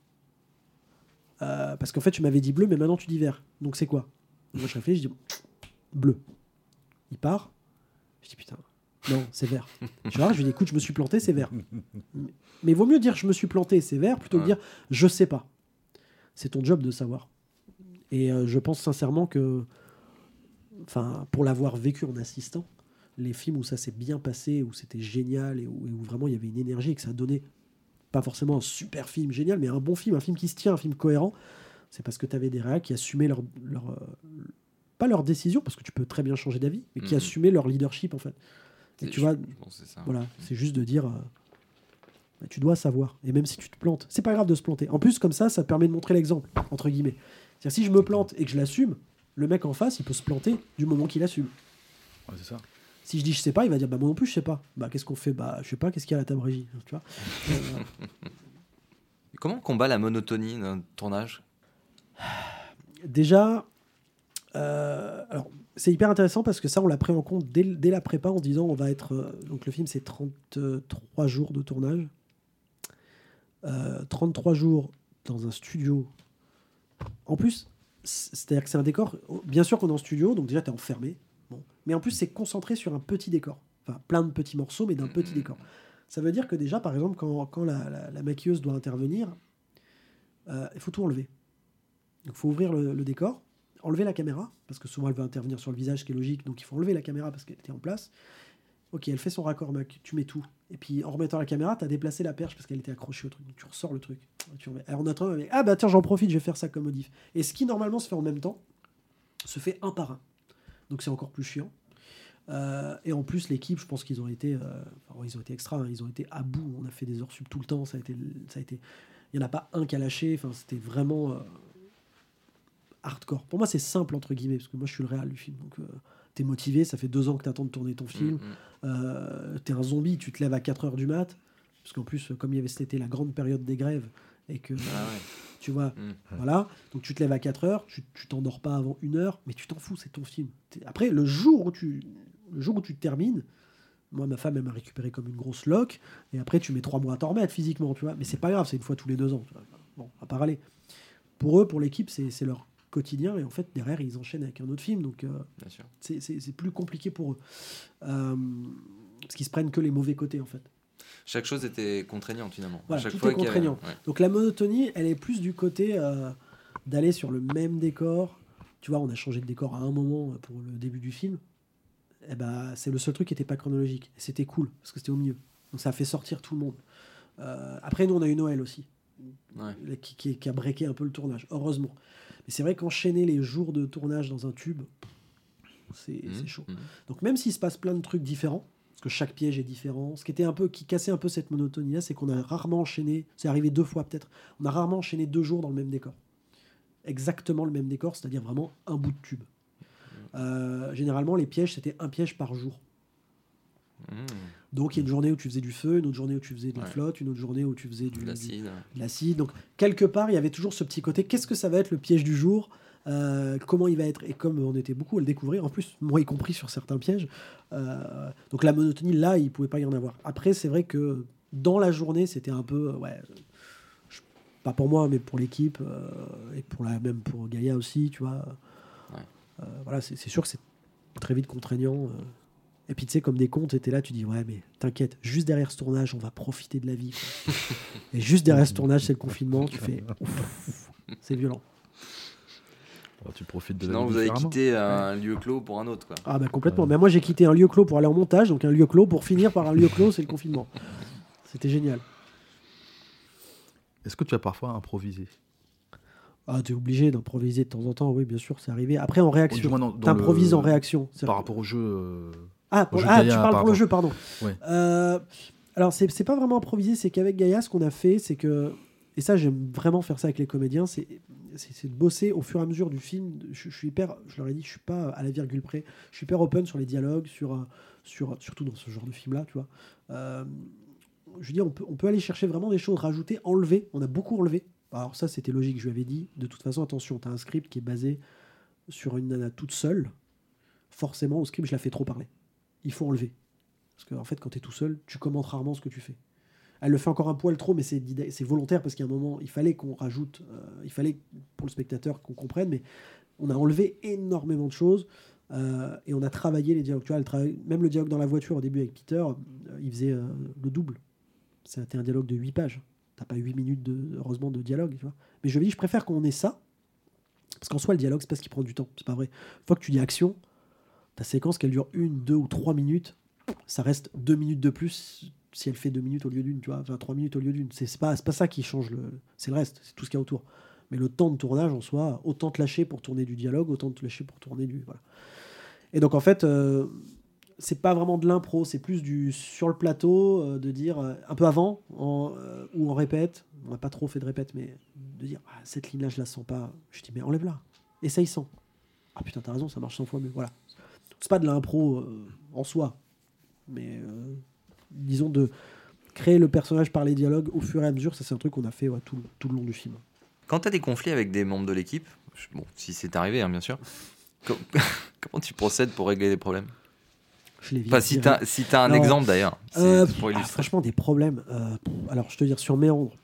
parce qu'en fait, tu m'avais dit bleu, mais maintenant tu dis vert. Donc c'est quoi? Moi je réfléchis, je dis bleu. Il part, je dis putain. Non, c'est vert. Je lui dis, écoute, je me suis planté, c'est vert. Mais il vaut mieux dire je me suis planté, c'est vert, plutôt que dire je sais pas. C'est ton job de savoir. Et je pense sincèrement que, pour l'avoir vécu en assistant, les films où ça s'est bien passé, où c'était génial, et où vraiment il y avait une énergie, et que ça a donné, pas forcément un super film génial, mais un bon film, un film qui se tient, un film cohérent, c'est parce que tu avais des réals qui assumaient pas leur décision, parce que tu peux très bien changer d'avis, mais qui assumaient leur leadership, en fait. Et tu vois, voilà, c'est juste de dire, tu dois savoir. Et même si tu te plantes, c'est pas grave de se planter. En plus, comme ça permet de montrer l'exemple, entre guillemets. C'est-à-dire, si je me plante et que je l'assume, le mec en face, il peut se planter du moment qu'il assume. Ouais, c'est ça. Si je dis je sais pas, il va dire bah moi non plus je sais pas. Bah qu'est-ce qu'on fait? Bah je sais pas, qu'est-ce qu'il y a à la table régie, tu vois. Comment on combat la monotonie d'un tournage? Déjà, alors c'est hyper intéressant parce que ça on l'a pris en compte dès la prépa en se disant on va être donc le film c'est 33 jours de tournage, 33 jours dans un studio. En plus, c'est-à-dire que c'est un décor. Bien sûr qu'on est en studio, donc déjà t'es enfermé. Bon. Mais en plus c'est concentré sur un petit décor, enfin plein de petits morceaux mais d'un petit décor. Ça veut dire que déjà par exemple quand la maquilleuse doit intervenir, il faut tout enlever. Donc il faut ouvrir le décor, enlever la caméra, parce que souvent elle va intervenir sur le visage, ce qui est logique, donc il faut enlever la caméra parce qu'elle était en place. Ok, elle fait son raccord Mac, tu mets tout. Et puis en remettant la caméra, tu as déplacé la perche parce qu'elle était accrochée au truc. Donc tu ressors le truc. Tu remets. Alors on attend avec, ah bah tiens, j'en profite, je vais faire ça comme modif. Et ce qui normalement se fait en même temps, se fait un par un. Donc c'est encore plus chiant. Et en plus, l'équipe, je pense qu'ils ont été extra, hein, ils ont été à bout. On a fait des heures sub tout le temps. Ça a été. Il n'y en a pas un qui a lâché. Enfin, c'était vraiment hardcore. Pour moi, c'est simple entre guillemets parce que moi, je suis le réal du film. Donc, t'es motivé. Ça fait 2 ans que t'attends de tourner ton film. T'es un zombie. Tu te lèves à 4h du mat. Parce qu'en plus, comme il y avait cet été la grande période des grèves et que tu vois, voilà. Donc tu te lèves à 4h. Tu t'endors pas avant 1h, mais tu t'en fous. C'est ton film. Après, le jour où tu termines, moi ma femme elle m'a récupéré comme une grosse loque et après tu mets 3 mois à t'en remettre physiquement, tu vois, mais c'est pas grave, c'est une fois tous les 2 ans, tu vois. Bon, à part aller pour eux, pour l'équipe, c'est leur quotidien et en fait derrière ils enchaînent avec un autre film, donc c'est plus compliqué pour eux parce qu'ils se prennent que les mauvais côtés en fait. Chaque chose était contraignante finalement. Voilà, chaque tout fois est contraignant. Donc la monotonie elle est plus du côté d'aller sur le même décor, tu vois, on a changé de décor à un moment pour le début du film. Eh ben, c'est le seul truc qui n'était pas chronologique. Et c'était cool, parce que c'était au milieu. Donc ça a fait sortir tout le monde. Après, nous, on a eu Noël aussi, qui a breaké un peu le tournage, heureusement. Mais c'est vrai qu'enchaîner les jours de tournage dans un tube, c'est chaud. Donc même s'il se passe plein de trucs différents, parce que chaque piège est différent, ce qui cassait un peu cette monotonie-là, c'est qu'on a rarement enchaîné, c'est arrivé 2 fois peut-être, on a rarement enchaîné 2 jours dans le même décor. Exactement le même décor, c'est-à-dire vraiment un bout de tube. Généralement les pièges c'était un piège par jour. Donc il y a une journée où tu faisais du feu, une autre journée où tu faisais de la flotte, une autre journée où tu faisais de l'acide. Donc quelque part il y avait toujours ce petit côté, qu'est-ce que ça va être le piège du jour, comment il va être, et comme on était beaucoup à le découvrir, en plus moi y compris sur certains pièges, donc la monotonie là il pouvait pas y en avoir. Après c'est vrai que dans la journée c'était un peu pas pour moi mais pour l'équipe et même pour Gaïa aussi, tu vois. Voilà, c'est sûr que c'est très vite contraignant. Et puis tu sais, comme des cons, t'étais là, tu dis ouais, mais t'inquiète, juste derrière ce tournage, on va profiter de la vie, quoi. Et juste derrière ce tournage, c'est le confinement, tu fais ouf, c'est violent. Alors, tu profites de la Sinon, vie vous avez différemment. quitté un lieu clos pour un autre, quoi. Ah bah complètement. Mais moi j'ai quitté un lieu clos pour aller en montage, donc un lieu clos pour finir par un lieu clos, c'est le confinement. C'était génial. Est-ce que tu as parfois improvisé? Ah, t'es obligé d'improviser de temps en temps, oui, bien sûr, c'est arrivé. Après, en réaction. Du moins, dans T'improvises le- en réaction. Par rapport au jeu. Ah, au jeu tu Gaïa, parles par pour le rapport- jeu, pardon. Ouais. Alors, c'est pas vraiment improvisé, c'est qu'avec Gaïa, ce qu'on a fait, c'est que. Et ça, j'aime vraiment faire ça avec les comédiens, c'est de bosser au fur et à mesure du film. Je suis hyper. Je leur ai dit, je suis pas à la virgule près. Je suis hyper open sur les dialogues, surtout dans ce genre de film-là, tu vois. Je veux dire, on peut aller chercher vraiment des choses, rajouter, enlever. On a beaucoup enlevé. Alors ça, c'était logique, je lui avais dit. De toute façon, attention, tu as un script qui est basé sur une nana toute seule. Forcément, au script, je la fais trop parler. Il faut enlever. Parce qu'en fait, quand tu es tout seul, tu commentes rarement ce que tu fais. Elle le fait encore un poil trop, mais c'est volontaire parce qu'à un moment, il fallait qu'on rajoute, il fallait pour le spectateur qu'on comprenne, mais on a enlevé énormément de choses et on a travaillé les dialogues. Tu vois, même le dialogue dans la voiture au début avec Peter, il faisait le double. C'était un dialogue de 8 pages. T'as pas 8 minutes, heureusement, de dialogue. Tu vois. Mais je lui ai dit, je préfère qu'on ait ça, parce qu'en soi, le dialogue, c'est parce qu'il prend du temps. C'est pas vrai. Une fois que tu dis action, ta séquence, qu'elle dure 1, 2 ou 3 minutes, ça reste 2 minutes de plus si elle fait 2 minutes au lieu d'une, tu vois, enfin 3 minutes au lieu d'une. C'est pas ça qui change, c'est le reste, c'est tout ce qu'il y a autour. Mais le temps de tournage en soi, autant te lâcher pour tourner du dialogue, autant te lâcher pour tourner du. Voilà. Et donc en fait, c'est pas vraiment de l'impro, c'est plus du sur le plateau, de dire un peu avant, où on répète, on n'a pas trop fait de répète, mais de dire cette ligne-là, je la sens pas. Je dis, mais enlève-la, essaye sans. Ah putain, t'as raison, ça marche 100 fois mieux. Voilà. C'est pas de l'impro en soi, mais disons de créer le personnage par les dialogues au fur et à mesure, ça c'est un truc qu'on a fait tout le long du film. Quand tu as des conflits avec des membres de l'équipe, bon, si c'est arrivé, hein, bien sûr, comment tu procèdes pour régler les problèmes? Je l'ai vu. Enfin, si tu as un exemple d'ailleurs, pour illustrer. Franchement, des problèmes. Alors, je te dire, sur Méandre,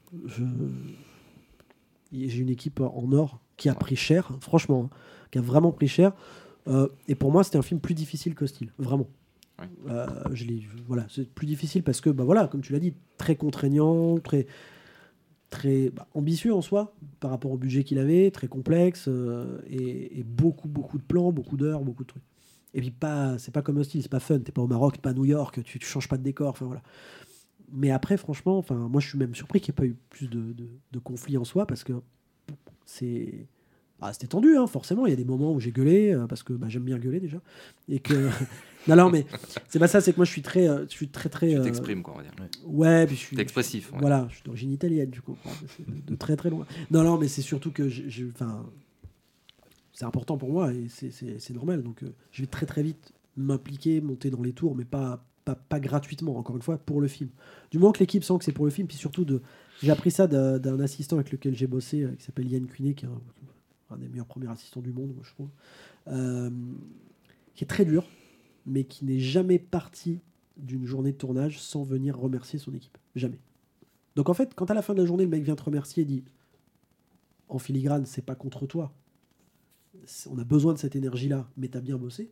j'ai une équipe en or qui a pris cher, franchement, hein, qui a vraiment pris cher. Et pour moi, c'était un film plus difficile qu'Hostile, vraiment. Ouais. Voilà, c'est plus difficile parce que, voilà, comme tu l'as dit, très contraignant, très ambitieux en soi par rapport au budget qu'il avait, très complexe et beaucoup de plans, beaucoup d'heures, beaucoup de trucs. Et puis c'est pas comme Hostile, c'est pas fun, t'es pas au Maroc, t'es pas à New York, tu changes pas de décor, enfin voilà. Mais après, franchement, moi je suis même surpris qu'il n'y ait pas eu plus de conflits en soi parce que c'était tendu, hein, forcément. Il y a des moments où j'ai gueulé parce que j'aime bien gueuler déjà. Et que non, mais c'est pas ça, c'est que moi je suis très. Tu t'exprimes, quoi, on va dire. Ouais, puis je suis. T'es expressif. Ouais. Voilà, je suis d'origine italienne, du coup. De très très loin. Non, mais c'est surtout que c'est important pour moi et c'est normal. Donc je vais très très vite m'impliquer, monter dans les tours, mais pas gratuitement, encore une fois, pour le film. Du moment que l'équipe sent que c'est pour le film, puis surtout j'ai appris ça d'un assistant avec lequel j'ai bossé, qui s'appelle Yann Cuinet, qui est un des meilleurs premiers assistants du monde, moi, je trouve, qui est très dur, mais qui n'est jamais parti d'une journée de tournage sans venir remercier son équipe. Jamais. Donc en fait, quand à la fin de la journée, le mec vient te remercier et dit en filigrane, c'est pas contre toi, on a besoin de cette énergie-là, mais t'as bien bossé.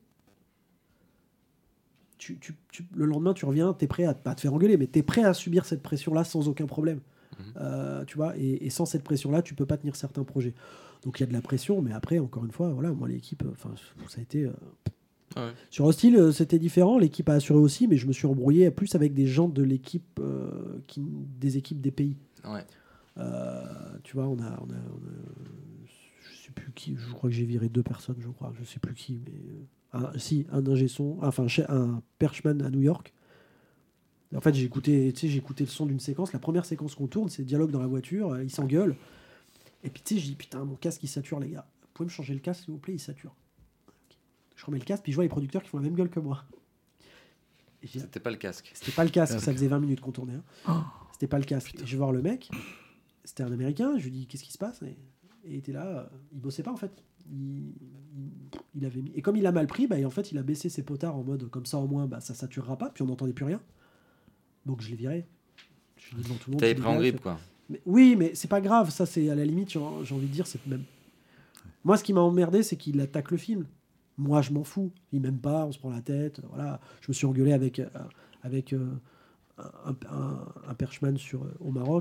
Le lendemain, tu reviens, t'es prêt à pas te faire engueuler, mais t'es prêt à subir cette pression-là sans aucun problème. Tu vois, et sans cette pression-là, tu peux pas tenir certains projets. Donc il y a de la pression, mais après, encore une fois, voilà, moi l'équipe, ça a été. Ouais. Sur Hostile, c'était différent. L'équipe a assuré aussi, mais je me suis embrouillé plus avec des gens de l'équipe, des équipes des pays. Ouais. Tu vois, on a je sais plus qui. Je crois que j'ai viré 2 personnes, je crois. Je sais plus qui, mais un ingé son, enfin un perchman à New York. En fait, j'ai écouté le son d'une séquence. La première séquence qu'on tourne, c'est le dialogue dans la voiture. Ils s'engueulent. Et puis, j'ai dit, putain, mon casque, il sature, les gars. Vous pouvez me changer le casque, s'il vous plaît, il sature. Okay. Je remets le casque, puis je vois les producteurs qui font la même gueule que moi. C'était pas le casque. C'était pas le casque, ça faisait 20 minutes qu'on tournait. Hein. C'était pas le casque. Et je vais voir le mec, c'était un Américain, je lui dis, qu'est-ce qui se passe ? Et il était là, il bossait pas, en fait. Il avait mis... Et comme il a mal pris, en fait, il a baissé ses potards en mode, comme ça, au moins, ça saturera pas, puis on n'entendait plus rien. Donc je l'ai viré. Je l'ai dit devant tout le monde. T'avais pris en grippe, quoi. Mais, oui, mais c'est pas grave. Ça, c'est à la limite, j'ai envie de dire, c'est même. Moi, ce qui m'a emmerdé, c'est qu'il attaque le film. Moi, je m'en fous. Il m'aime pas, on se prend la tête. Voilà. Je me suis engueulé avec un perchman au Maroc.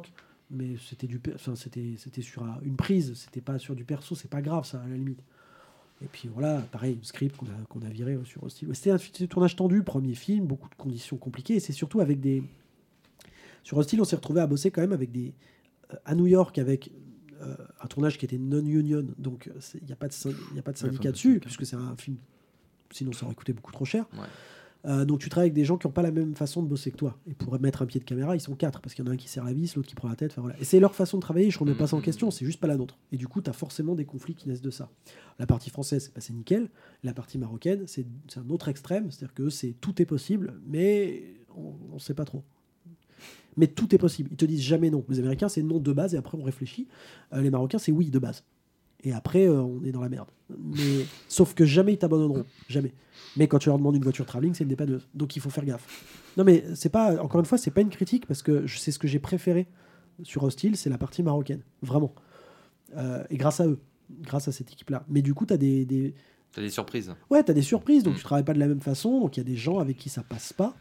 Mais c'était sur une prise, c'était pas sur du perso, c'est pas grave ça à la limite. Et puis voilà, pareil, le script qu'on a viré sur Hostile. C'était un tournage tendu, premier film, beaucoup de conditions compliquées, et c'est surtout avec des... Sur Hostile, on s'est retrouvé à bosser quand même avec des... à New York, avec un tournage qui était non-union, donc il n'y a pas de syndicat dessus, puisque c'est un film, sinon ça aurait coûté beaucoup trop cher. Donc tu travailles avec des gens qui n'ont pas la même façon de bosser que toi. Et pour mettre un pied de caméra, ils sont 4, parce qu'il y en a un qui serre la vis, l'autre qui prend la tête. Voilà. Et c'est leur façon de travailler, je ne remets pas ça en question, c'est juste pas la nôtre. Et du coup, tu as forcément des conflits qui naissent de ça. La partie française, c'est nickel. La partie marocaine, c'est un autre extrême, c'est-à-dire que tout est possible, mais on ne sait pas trop. Mais tout est possible. Ils te disent jamais non. Les Américains, c'est non de base, et après on réfléchit. Les Marocains, c'est oui de base. Et après, on est dans la merde. Mais, sauf que jamais ils t'abandonneront. Jamais. Mais quand tu leur demandes une voiture travelling, c'est une dépanneuse. Donc il faut faire gaffe. Non, mais c'est pas, encore une fois, c'est pas une critique, parce que c'est ce que j'ai préféré sur Hostile, c'est la partie marocaine. Vraiment. Et grâce à eux. Grâce à cette équipe-là. Mais du coup, t'as des surprises. Ouais, t'as des surprises. Donc tu travailles pas de la même façon. Donc il y a des gens avec qui ça passe pas.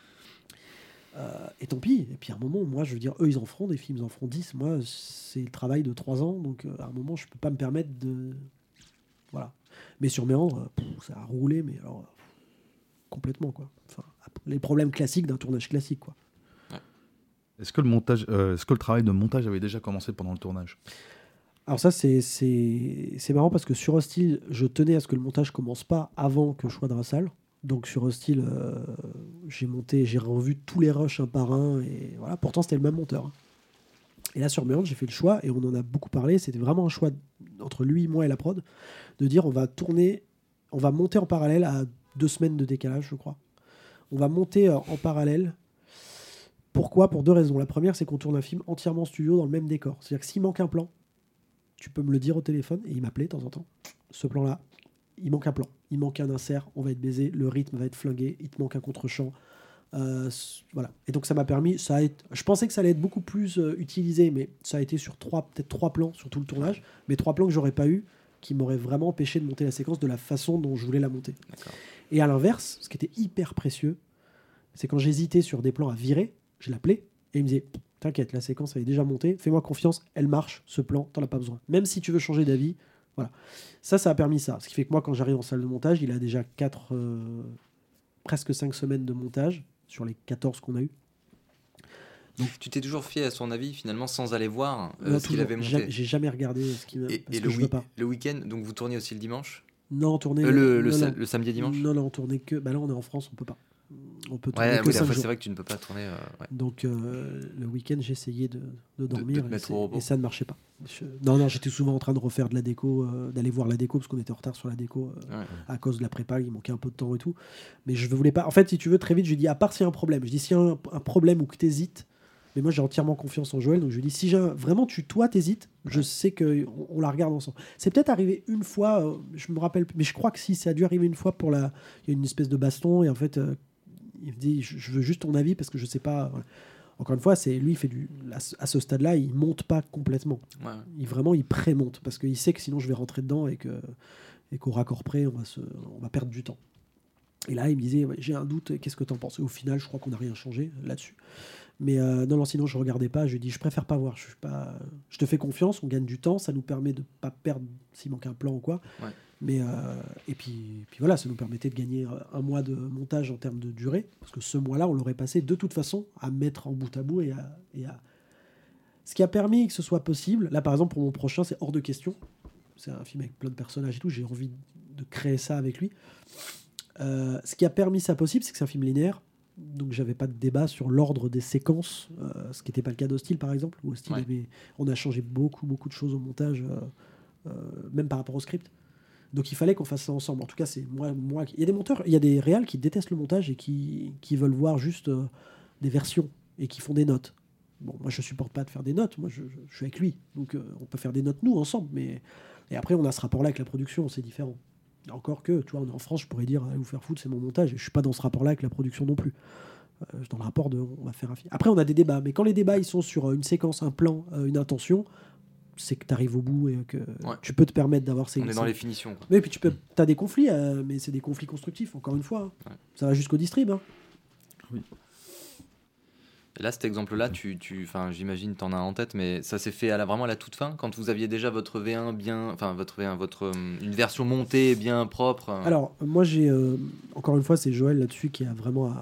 Et tant pis. Et puis à un moment, moi, je veux dire, eux, ils en feront des films, ils en feront 10. Moi, c'est le travail de 3 ans. Donc à un moment, je peux pas me permettre de... Voilà. Mais sur Méandre, ça a roulé, mais alors complètement, quoi. Enfin, les problèmes classiques d'un tournage classique, quoi. Ouais. Est-ce que le travail de montage avait déjà commencé pendant le tournage ? Alors ça, c'est marrant, parce que sur Hostile, je tenais à ce que le montage commence pas avant que je sois dans la salle. Donc sur Hostile, j'ai revu tous les rushs un par un, et voilà. Pourtant, c'était le même monteur. Hein. Et là, sur Méandre, j'ai fait le choix, et on en a beaucoup parlé, c'était vraiment un choix entre lui, moi et la prod, de dire on va monter en parallèle à 2 semaines de décalage, je crois. On va monter en parallèle. Pourquoi ? Pour 2 raisons. La première, c'est qu'on tourne un film entièrement en studio dans le même décor. C'est-à-dire que s'il manque un plan, tu peux me le dire au téléphone, et il m'appelait de temps en temps. Ce plan-là, il manque un plan. Il manque un insert, on va être baisé, le rythme va être flingué, il te manque un contre-champ. Voilà. Et donc ça m'a permis, je pensais que ça allait être beaucoup plus utilisé, mais ça a été sur peut-être 3 plans sur tout le tournage, mais 3 plans que j'aurais pas eu, qui m'auraient vraiment empêché de monter la séquence de la façon dont je voulais la monter. D'accord. Et à l'inverse, ce qui était hyper précieux, c'est quand j'hésitais sur des plans à virer, je l'appelais et il me disait t'inquiète, la séquence elle est déjà montée, fais-moi confiance, elle marche, ce plan, t'en as pas besoin. Même si tu veux changer d'avis, voilà. Ça a permis ça. Ce qui fait que moi, quand j'arrive en salle de montage, il a déjà presque 5 semaines de montage sur les 14 qu'on a eu. Donc, tu t'es toujours fié à son avis, finalement, sans aller voir ce qu'il avait monté. J'ai jamais regardé ce qu'il m'a... Et le week-end, donc vous tourniez aussi le dimanche ? Non, on tournait... le samedi et dimanche ? Non, on tournait que... Bah là, on est en France, on peut pas. On peut tourner que 5 jours. C'est vrai que tu ne peux pas tourner... ouais. Donc, le week-end, j'ai essayé de dormir et ça ne marchait pas. Non, j'étais souvent en train de refaire de la déco, d'aller voir la déco, parce qu'on était en retard sur la déco à cause de la prépa, il manquait un peu de temps et tout. Mais je ne voulais pas... En fait, si tu veux, très vite, je lui dis, à part s'il y a un problème. Je dis, s'il y a un problème ou que tu hésites, mais moi, j'ai entièrement confiance en Joël, donc je lui dis, si vraiment, toi, t'hésites, je sais qu'on la regarde ensemble. C'est peut-être arrivé une fois, je me rappelle, mais je crois que si, ça a dû arriver une fois il y a une espèce de baston, et en fait... il me dit je veux juste ton avis parce que je sais pas. Voilà. Encore une fois, lui il fait à ce stade-là, il monte pas complètement. Ouais. Il pré-monte parce qu'il sait que sinon je vais rentrer dedans et qu'au raccord près on va perdre du temps. Et là il me disait j'ai un doute, qu'est-ce que t'en penses ? Et au final je crois qu'on n'a rien changé là-dessus. Mais non, sinon je regardais pas. Je lui dis je préfère pas voir. Je te fais confiance, on gagne du temps, ça nous permet de pas perdre s'il manque un plan ou quoi. Ouais. Mais et puis voilà, ça nous permettait de gagner 1 mois de montage en termes de durée, parce que ce mois-là, on l'aurait passé de toute façon à mettre en bout à bout et à... Ce qui a permis que ce soit possible. Là, par exemple, pour mon prochain, c'est hors de question. C'est un film avec plein de personnages et tout. J'ai envie de créer ça avec lui. Ce qui a permis ça possible, c'est que c'est un film linéaire. Donc j'avais pas de débat sur l'ordre des séquences, ce qui n'était pas le cas d'Hostile, par exemple. Où Hostile on a changé beaucoup de choses au montage, même par rapport au script. Donc il fallait qu'on fasse ça ensemble. En tout cas, c'est moi. Il y a des monteurs, il y a des réals qui détestent le montage et qui veulent voir juste des versions et qui font des notes. Bon, moi je supporte pas de faire des notes. Moi je suis avec lui, donc on peut faire des notes nous ensemble. Et après on a ce rapport-là avec la production, c'est différent. Encore que, tu vois, on est en France, je pourrais dire allez vous faire foutre, c'est mon montage. Et je suis pas dans ce rapport-là avec la production non plus. Je suis dans le rapport de on va faire un film. Après on a des débats, mais quand les débats ils sont sur une séquence, un plan, une intention, c'est que tu arrives au bout et que tu peux te permettre d'avoir ces... On est dans les finitions. Oui, puis tu as des conflits, mais c'est des conflits constructifs, encore une fois. Hein. Ouais. Ça va jusqu'au distrib. Hein. Oui. Et là, cet exemple-là, j'imagine, t'en as en tête, mais ça s'est fait vraiment à la toute fin, quand vous aviez déjà votre V1 une version montée bien propre. Alors, moi, j'ai encore une fois, c'est Joël là-dessus qui a vraiment,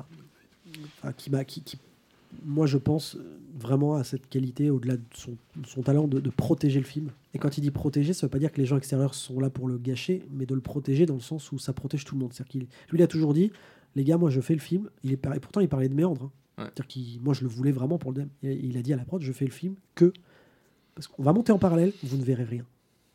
moi, je pense vraiment à cette qualité au-delà de son talent de protéger le film. Et quand il dit protéger, ça veut pas dire que les gens extérieurs sont là pour le gâcher, mais de le protéger dans le sens où ça protège tout le monde. C'est-à-dire lui, il a toujours dit, les gars, moi, je fais le film. Et pourtant, il parlait de méandre. Hein. Ouais. C'est-à-dire moi, je le voulais vraiment pour le DM. Il a dit à la prod, je fais le film parce qu'on va monter en parallèle, vous ne verrez rien.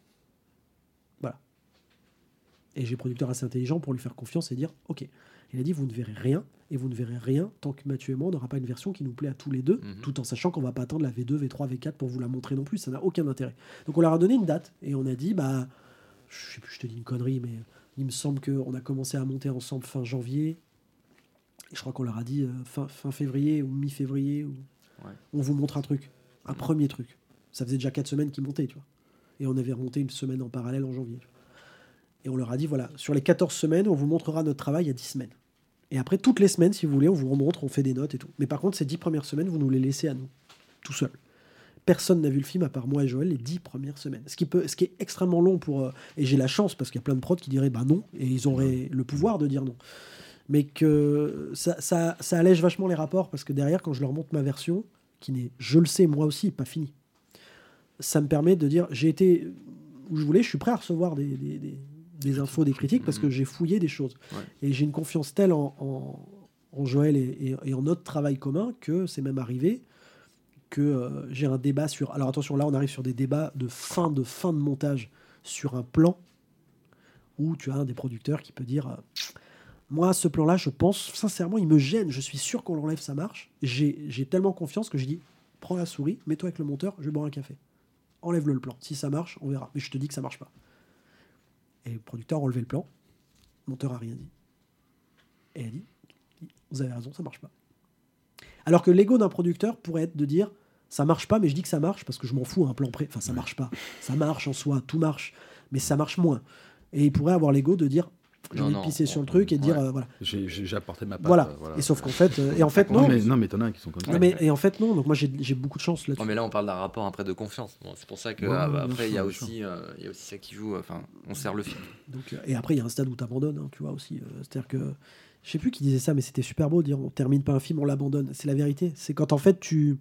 Voilà. Et j'ai un producteur assez intelligent pour lui faire confiance et dire, ok. Il a dit, vous ne verrez rien, et vous ne verrez rien tant que Mathieu et moi, on n'aura pas une version qui nous plaît à tous les deux, tout en sachant qu'on ne va pas attendre la V2, V3, V4 pour vous la montrer non plus, ça n'a aucun intérêt. Donc on leur a donné une date, et on a dit, je sais plus, je te dis une connerie, mais il me semble qu'on a commencé à monter ensemble fin janvier, et je crois qu'on leur a dit fin février ou mi-février, on vous montre un truc, un premier truc. Ça faisait déjà 4 semaines qu'ils montaient, tu vois. Et on avait remonté une semaine en parallèle en janvier, tu vois. Et on leur a dit, voilà, sur les 14 semaines, on vous montrera notre travail à 10 semaines. Et après, toutes les semaines, si vous voulez, on vous remontre, on fait des notes et tout. Mais par contre, ces 10 premières semaines, vous nous les laissez à nous, tout seul. Personne n'a vu le film, à part moi et Joël, les 10 premières semaines. Ce qui est extrêmement long pour... et j'ai la chance, parce qu'il y a plein de prods qui diraient non, et ils auraient le pouvoir de dire non. Mais que ça allège vachement les rapports, parce que derrière, quand je leur montre ma version, qui n'est, je le sais, moi aussi, pas finie, ça me permet de dire, j'ai été où je voulais, je suis prêt à recevoir des infos, des critiques, parce que j'ai fouillé des choses. Ouais. Et j'ai une confiance telle en Joël et en notre travail commun que c'est même arrivé que j'ai un débat sur... Alors attention, là on arrive sur des débats de fin de montage sur un plan où tu as un des producteurs qui peut dire moi ce plan-là, je pense sincèrement, il me gêne, je suis sûr qu'on l'enlève, ça marche. J'ai tellement confiance que j'ai dit prends la souris, mets-toi avec le monteur, je vais boire un café. Enlève-le le plan. Si ça marche, on verra. Mais je te dis que ça marche pas. Et le producteur a enlevé le plan. Le monteur a rien dit. Et il a dit, vous avez raison, ça marche pas. Alors que l'ego d'un producteur pourrait être de dire, ça marche pas, mais je dis que ça marche parce que je m'en fous, un plan prêt. Enfin, ça marche pas. Ça marche en soi, tout marche. Mais ça marche moins. Et il pourrait avoir l'ego de dire, j'ai envie de pisser sur le truc et de dire, voilà. J'ai apporté ma patte. Voilà. Et sauf qu'en fait, non. Mais t'en as un qui sont comme ça. Et en fait, non. Donc moi, j'ai beaucoup de chance là-dessus. Non, mais là, on parle d'un rapport après de confiance. Bon, c'est pour ça que après, il y a aussi ça qui joue. Enfin, on sert le film. Donc, et après, il y a un stade où t'abandonnes, hein, tu vois aussi. C'est-à-dire que je sais plus qui disait ça, mais c'était super beau de dire on termine pas un film, on l'abandonne. C'est la vérité. C'est quand en fait tu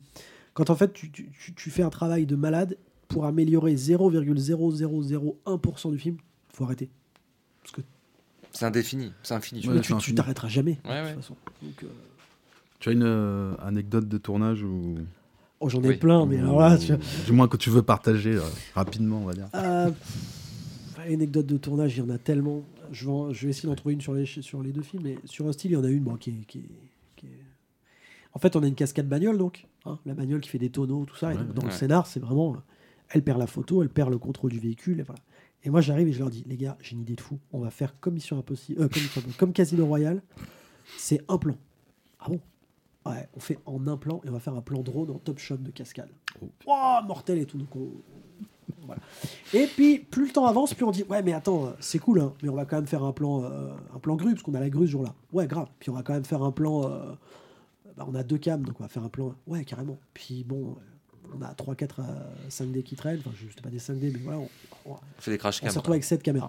fais un travail de malade pour améliorer 0,0001% du film, faut arrêter. Parce que c'est indéfini, c'est infini. Ouais, tu t'arrêteras jamais. Ouais, de toute façon. Donc, tu as une anecdote de tournage où... Oh, j'en ai plein, mais alors là... Du moins que tu veux partager rapidement, on va dire. Anecdote de tournage, il y en a tellement. Je vais essayer d'en trouver une sur les deux films, mais sur Hostile, il y en a une qui est... En fait, on a une cascade bagnole, donc. Hein, la bagnole qui fait des tonneaux, tout ça. Et donc, dans le scénar, c'est vraiment... Elle perd la photo, elle perd le contrôle du véhicule, et voilà. Et moi, j'arrive et je leur dis, les gars, j'ai une idée de fou. On va faire comme Mission Impossible, comme Casino Royale. C'est un plan. Ah bon ? Ouais, on fait en un plan et on va faire un plan drone en top shot de cascade. Oh, mortel et tout. Donc voilà. Et puis, plus le temps avance, plus on dit, ouais, mais attends, c'est cool, hein, mais on va quand même faire un plan grue, parce qu'on a la grue ce jour-là. Ouais, grave. Puis on va quand même faire un plan... on a 2 cams, donc on va faire un plan... Ouais, carrément. Puis bon... on a 3-4 5D qui traînent, enfin je sais pas des 5D, mais voilà, on fait des crash cam. On se retrouve avec 7 caméras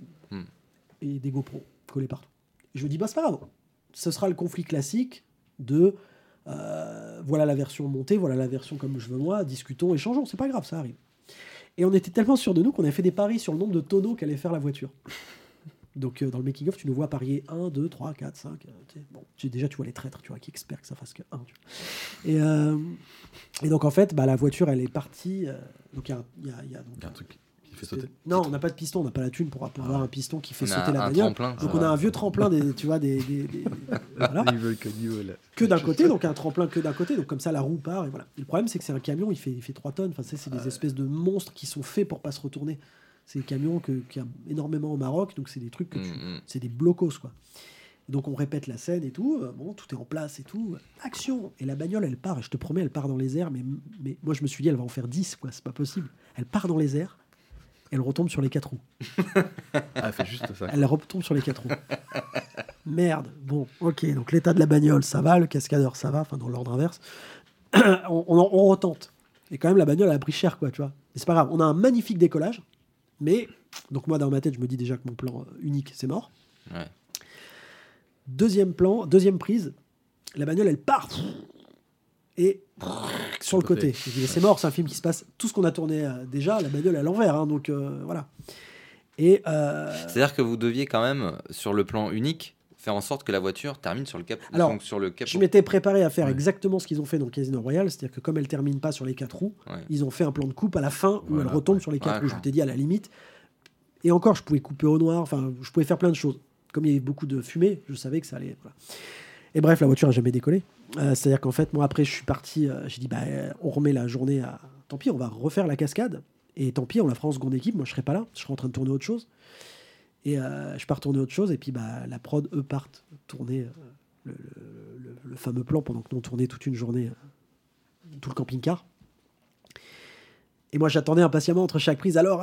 et des GoPro collés partout. Et je me dis, c'est pas grave, ce sera le conflit classique de voilà la version montée, voilà la version comme je veux moi, discutons, échangeons, c'est pas grave, ça arrive. Et on était tellement sûrs de nous qu'on avait fait des paris sur le nombre de tonneaux qu'allait faire la voiture. Donc dans le making-of, tu nous vois parier 1, 2, 3, 4, 5. Bon, déjà, tu vois les traîtres, tu vois, qui espèrent que ça fasse que 1. Et donc, en fait, la voiture, elle est partie. Donc, il y a un truc qui fait sauter. Non, on n'a pas de piston, on n'a pas la thune pour avoir un piston qui fait sauter la bagnole. Donc, on a un vieux tremplin, tu vois, voilà. Que d'un côté, donc un tremplin que d'un côté. Donc, comme ça, la roue part. Et voilà. Et le problème, c'est que c'est un camion, il fait 3 tonnes. Enfin, c'est des espèces de monstres qui sont faits pour pas se retourner. C'est des camions qu'il y a énormément au Maroc, donc c'est des trucs c'est des blocos, quoi. Donc on répète la scène et tout, tout est en place et tout, action. Et la bagnole, elle part, et je te promets, elle part dans les airs, mais moi je me suis dit, elle va en faire 10, quoi, c'est pas possible. Elle part dans les airs, elle retombe sur les 4 roues. Elle fait juste ça. Elle retombe sur les 4 roues. Merde. Bon, ok. Donc l'état de la bagnole, ça va. Le cascadeur, ça va. Enfin, dans l'ordre inverse. on retente. Et quand même, la bagnole, elle a pris cher, quoi, tu vois. Mais c'est pas grave. On a un magnifique décollage. Mais, donc moi, dans ma tête, je me dis déjà que mon plan unique, c'est mort. Ouais. Deuxième prise. La bagnole, elle part. Et sur le côté. Je dis, mais c'est mort, c'est un film qui se passe. Tout ce qu'on a tourné déjà, la bagnole à l'envers. Hein, donc voilà. Et c'est-à-dire que vous deviez quand même, sur le plan unique, faire en sorte que la voiture termine sur le capot. Alors, donc sur le capot. Je m'étais préparé à faire exactement ce qu'ils ont fait dans Casino Royale, c'est-à-dire que comme elle termine pas sur les 4 roues, ils ont fait un plan de coupe à la fin où elle retombe sur les 4 roues. Je t'ai dit à la limite. Et encore, je pouvais couper au noir, enfin, je pouvais faire plein de choses. Comme il y avait beaucoup de fumée, je savais que ça allait. Voilà. Et bref, la voiture n'a jamais décollé. C'est-à-dire qu'en fait, moi, après, je suis parti. J'ai dit, on remet la journée à. Tant pis, on va refaire la cascade. Et tant pis, on la fera en seconde équipe. Moi, je serai pas là. Je serai en train de tourner autre chose. Et je pars tourner autre chose. Et puis, la prod, eux, partent tourner le fameux plan pendant que nous, on tournait toute une journée, tout le camping-car. Et moi, j'attendais impatiemment entre chaque prise. Alors.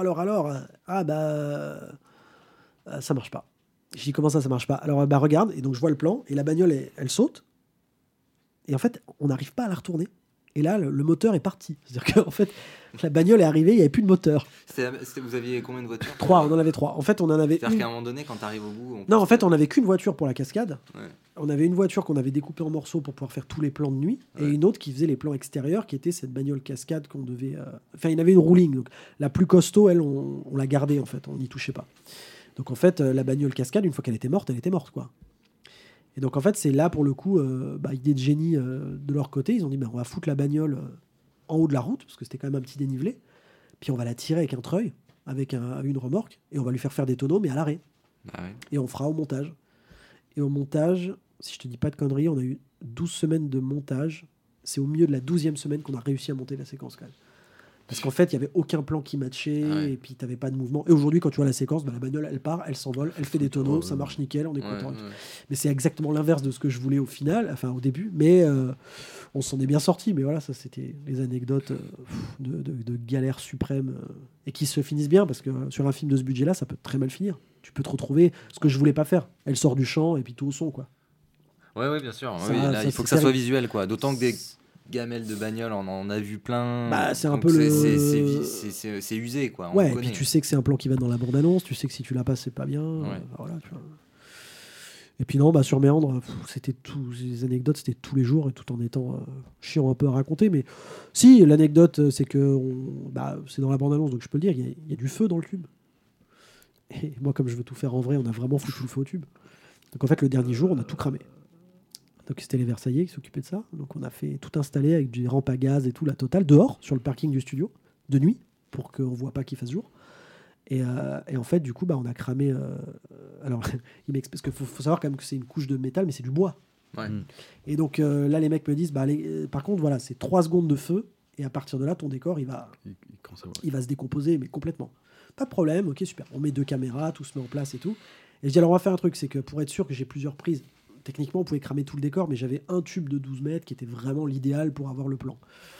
Ça marche pas. Je dis, comment ça marche pas? Alors, regarde. Et donc, je vois le plan. Et la bagnole, elle saute. Et en fait, on n'arrive pas à la retourner. Et là, le moteur est parti. C'est-à-dire qu'en fait, la bagnole est arrivée, il n'y avait plus de moteur. Vous aviez combien de voitures? 3, on en avait 3. En fait, on en avait. C'est-à-dire qu'à un moment donné, quand tu arrives au bout. Non, en fait, on n'avait qu'une voiture pour la cascade. Ouais. On avait une voiture qu'on avait découpée en morceaux pour pouvoir faire tous les plans de nuit. Ouais. Et une autre qui faisait les plans extérieurs, qui était cette bagnole cascade qu'on devait. Enfin, il y en avait une rouling. Donc, la plus costaud, elle, on l'a gardée, en fait. On n'y touchait pas. Donc, en fait, la bagnole cascade, une fois qu'elle était morte, quoi. Et donc, en fait, c'est là, pour le coup, idée de génie de leur côté. Ils ont dit, on va foutre la bagnole en haut de la route, parce que c'était quand même un petit dénivelé. Puis, on va la tirer avec un treuil, avec une remorque, et on va lui faire des tonneaux, mais à l'arrêt. Ah ouais. Et on fera au montage. Et au montage, si je te dis pas de conneries, on a eu 12 semaines de montage. C'est au milieu de la 12e semaine qu'on a réussi à monter la séquence, quand même. Parce qu'en fait, il n'y avait aucun plan qui matchait, et puis tu n'avais pas de mouvement. Et aujourd'hui, quand tu vois la séquence, la bagnole, elle part, elle s'envole, elle fait des tonneaux, ça marche nickel, on est content. Mais c'est exactement l'inverse de ce que je voulais au final, enfin au début. Mais on s'en est bien sorti. Mais voilà, ça, c'était les anecdotes de galère suprême et qui se finissent bien, parce que sur un film de ce budget-là, ça peut très mal finir. Tu peux te retrouver ce que je voulais pas faire. Elle sort du champ et puis tout au son, quoi. Ouais, bien sûr. Là, il faut que ça soit visuel, quoi. D'autant que des gamelles de bagnole, on en a vu plein. C'est un peu c'est usé, quoi. Ouais, et puis tu sais que c'est un plan qui va dans la bande-annonce, tu sais que si tu l'as pas, c'est pas bien. Voilà, tu vois. Et puis non, sur Méandre, c'était les anecdotes, c'était tous les jours, et tout en étant chiant un peu à raconter. Mais si, l'anecdote, c'est que c'est dans la bande-annonce, donc je peux le dire, il y a du feu dans le tube. Et moi, comme je veux tout faire en vrai, on a vraiment foutu le feu au tube. Donc en fait, le dernier jour, on a tout cramé. Donc c'était les Versaillais qui s'occupaient de ça. Donc on a fait tout installer avec des rampes à gaz et tout, la totale, dehors, sur le parking du studio, de nuit, pour qu'on ne voit pas qu'il fasse jour. Et en fait, du coup, on a cramé... alors, parce qu'il faut savoir quand même que c'est une couche de métal, mais c'est du bois. Ouais. Et donc là, les mecs me disent, par contre, voilà, c'est 3 secondes de feu, et à partir de là, ton décor, il va se décomposer, mais complètement. Pas de problème, ok, super. On met 2 caméras, tout se met en place et tout. Et je dis, alors on va faire un truc, c'est que pour être sûr que j'ai plusieurs prises, techniquement, on pouvait cramer tout le décor, mais j'avais un tube de 12 mètres qui était vraiment l'idéal pour avoir le plan.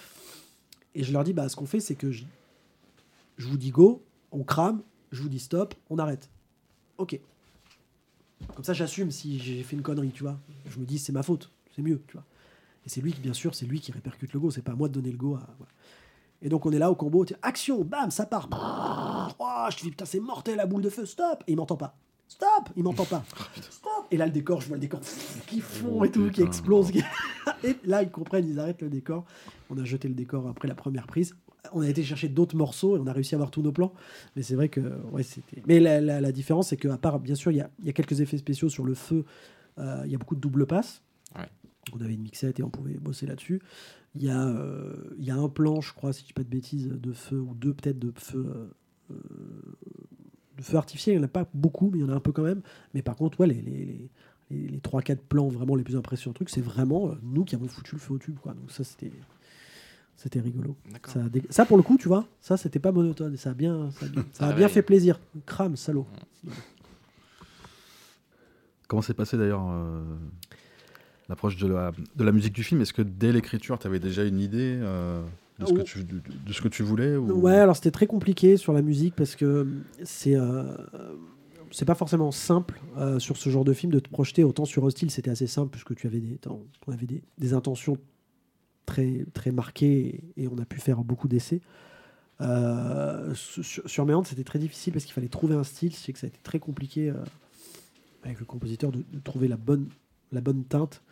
Et je leur dis, ce qu'on fait, c'est que je vous dis go, on crame, je vous dis stop, on arrête. Ok. Comme ça, j'assume si j'ai fait une connerie, tu vois. Je me dis, c'est ma faute, c'est mieux, tu vois. Et c'est lui qui, bien sûr, c'est lui qui répercute le go, c'est pas à moi de donner le go à... Voilà. Et donc, on est là au combo, action, bam, ça part. Oh, je te dis, putain, c'est mortel, la boule de feu, stop. Et il m'entend pas. Stop, il m'entend pas. Stop. Et là, le décor, je vois le décor qui fond et tout, qui explose. Et là, ils comprennent, ils arrêtent le décor. On a jeté le décor après la première prise. On a été chercher d'autres morceaux et on a réussi à avoir tous nos plans. Mais c'est vrai que, c'était... Mais la différence, c'est qu'à part, bien sûr, il y a quelques effets spéciaux sur le feu. Il y a beaucoup de double passe. Ouais. On avait une mixette et on pouvait bosser là-dessus. Il y a un plan, je crois, si je dis pas de bêtises, de feu, ou 2 peut-être de feu artificiel. Il n'y en a pas beaucoup, mais il y en a un peu quand même. Mais par contre, les 3-4 plans vraiment les plus impressionnants trucs, c'est vraiment nous qui avons foutu le feu au tube, quoi. Donc ça, c'était rigolo. Ça, pour le coup, tu vois, ça, c'était pas monotone. Ça a bien fait plaisir. Crame, salaud. Comment s'est passé d'ailleurs l'approche de la musique du film? Est-ce que dès l'écriture, tu avais déjà une idée de ce que tu voulais ou... Ouais, alors c'était très compliqué sur la musique parce que c'est pas forcément simple sur ce genre de film de te projeter. Autant sur Hostile, c'était assez simple puisque on avait des intentions très, très marquées et on a pu faire beaucoup d'essais. Sur Méandre, c'était très difficile parce qu'il fallait trouver un style. Je sais que ça a été très compliqué avec le compositeur de trouver la bonne teinte.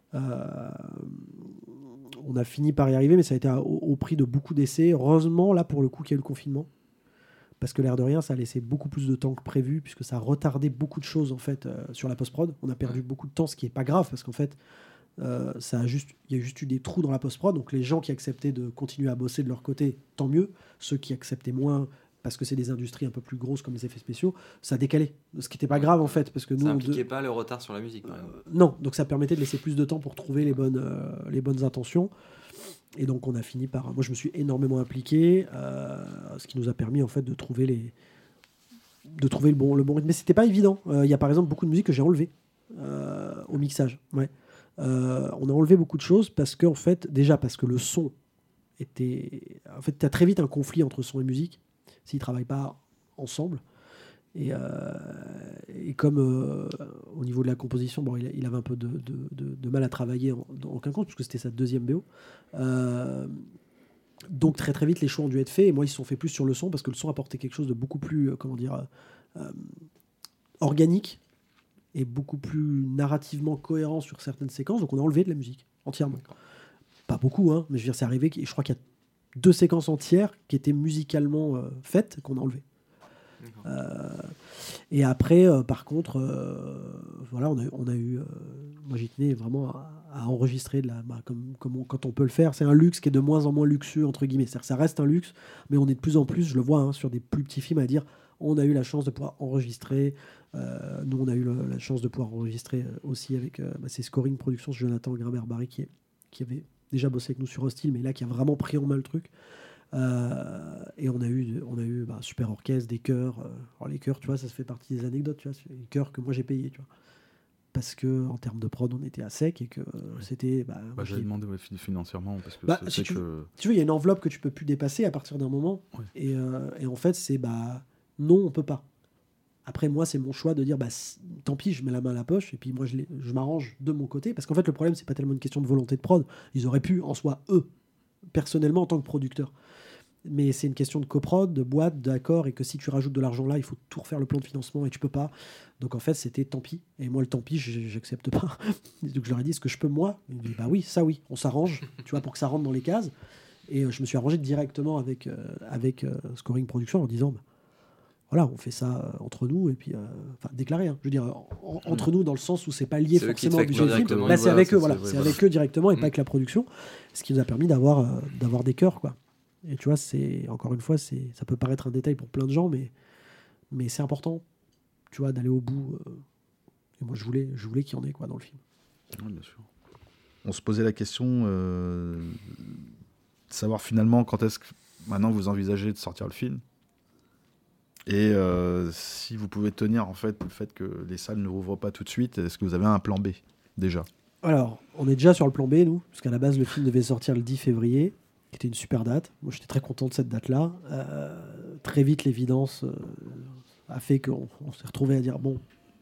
On a fini par y arriver, mais ça a été au prix de beaucoup d'essais. Heureusement, là, pour le coup, qu'il y a eu le confinement. Parce que l'air de rien, ça a laissé beaucoup plus de temps que prévu, puisque ça a retardé beaucoup de choses en fait, sur la post-prod. On a perdu beaucoup de temps, ce qui n'est pas grave, parce qu'en fait, il y a juste eu des trous dans la post-prod. Donc les gens qui acceptaient de continuer à bosser de leur côté, tant mieux. Ceux qui acceptaient moins, parce que c'est des industries un peu plus grosses comme les effets spéciaux, ça a décalé. Ce qui n'était pas grave en fait. Parce que nous, ça n'impliquait pas le retard sur la musique. Par exemple. Non, donc ça permettait de laisser plus de temps pour trouver les bonnes intentions. Et donc on a fini par... Moi je me suis énormément impliqué, ce qui nous a permis en fait de trouver le bon rythme. Mais c'était pas évident. Il y a par exemple beaucoup de musique que j'ai enlevée au mixage. Ouais. On a enlevé beaucoup de choses parce que le son était... En fait, tu as très vite un conflit entre son et musique s'ils ne travaillent pas ensemble. Et comme au niveau de la composition, bon, il avait un peu de mal à travailler en aucun compte, puisque c'était sa deuxième BO. Donc très très vite, les choix ont dû être faits. Et moi, ils se sont faits plus sur le son, parce que le son apportait quelque chose de beaucoup plus organique et beaucoup plus narrativement cohérent sur certaines séquences. Donc on a enlevé de la musique entièrement. Pas beaucoup, hein, mais je veux dire, c'est arrivé. Je crois qu'il y a 2 séquences entières qui étaient musicalement faites qu'on a enlevées. Et après, par contre, voilà, on a eu. Moi, j'y tenais vraiment à enregistrer quand on peut le faire. C'est un luxe qui est de moins en moins luxueux, entre guillemets. C'est-à-dire que ça reste un luxe, mais on est de plus en plus, je le vois sur des plus petits films, à dire on a eu la chance de pouvoir enregistrer. Nous, on a eu la chance de pouvoir enregistrer aussi avec ces Scoring Productions, Jonathan Grimbert-Barry qui avait déjà bossé avec nous sur Hostile, mais là qui a vraiment pris en main le truc. Et on a eu super orchestre, des chœurs. Alors les chœurs, tu vois, ça se fait partie des anecdotes. Tu vois, c'est les chœurs que moi j'ai payés, tu vois, parce que en termes de prod, on était à sec et que c'était. J'avais demandé financièrement parce que si tu veux, il y a une enveloppe que tu peux plus dépasser à partir d'un moment. Ouais. Et en fait, c'est non, on peut pas. Après, moi, c'est mon choix de dire tant pis, je mets la main à la poche et puis moi, je m'arrange de mon côté, parce qu'en fait, le problème, c'est pas tellement une question de volonté de prod. Ils auraient pu en soi, eux, personnellement, en tant que producteur. Mais c'est une question de coprod, de boîte, d'accord, et que si tu rajoutes de l'argent là, il faut tout refaire le plan de financement et tu peux pas. Donc en fait, c'était tant pis. Et moi, le tant pis, j'accepte pas. Donc je leur ai dit, est-ce que je peux moi ? Ils m'ont dit, oui, ça oui, on s'arrange, tu vois, pour que ça rentre dans les cases. Et je me suis arrangé directement avec Scoring Production en disant, voilà, on fait ça entre nous, et puis, déclaré, hein. Je veux dire, entre nous, dans le sens où c'est pas lié forcément au budget du film. Là, c'est avec eux, voilà. C'est avec eux directement et pas avec la production. Ce qui nous a permis d'avoir des chœurs, quoi. Et tu vois, encore une fois, ça peut paraître un détail pour plein de gens, mais c'est important, tu vois, d'aller au bout. Et moi, je voulais qu'il y en ait, quoi, dans le film. Oui, bien sûr. On se posait la question de savoir finalement quand est-ce que maintenant vous envisagez de sortir le film. Et si vous pouvez tenir en fait le fait que les salles ne rouvrent pas tout de suite, est-ce que vous avez un plan B déjà ? Alors, on est déjà sur le plan B, nous, parce qu'à la base, le film devait sortir le 10 février, qui était une super date. Moi, j'étais très content de cette date-là. Très vite, l'évidence a fait qu'on s'est retrouvé à dire, bon,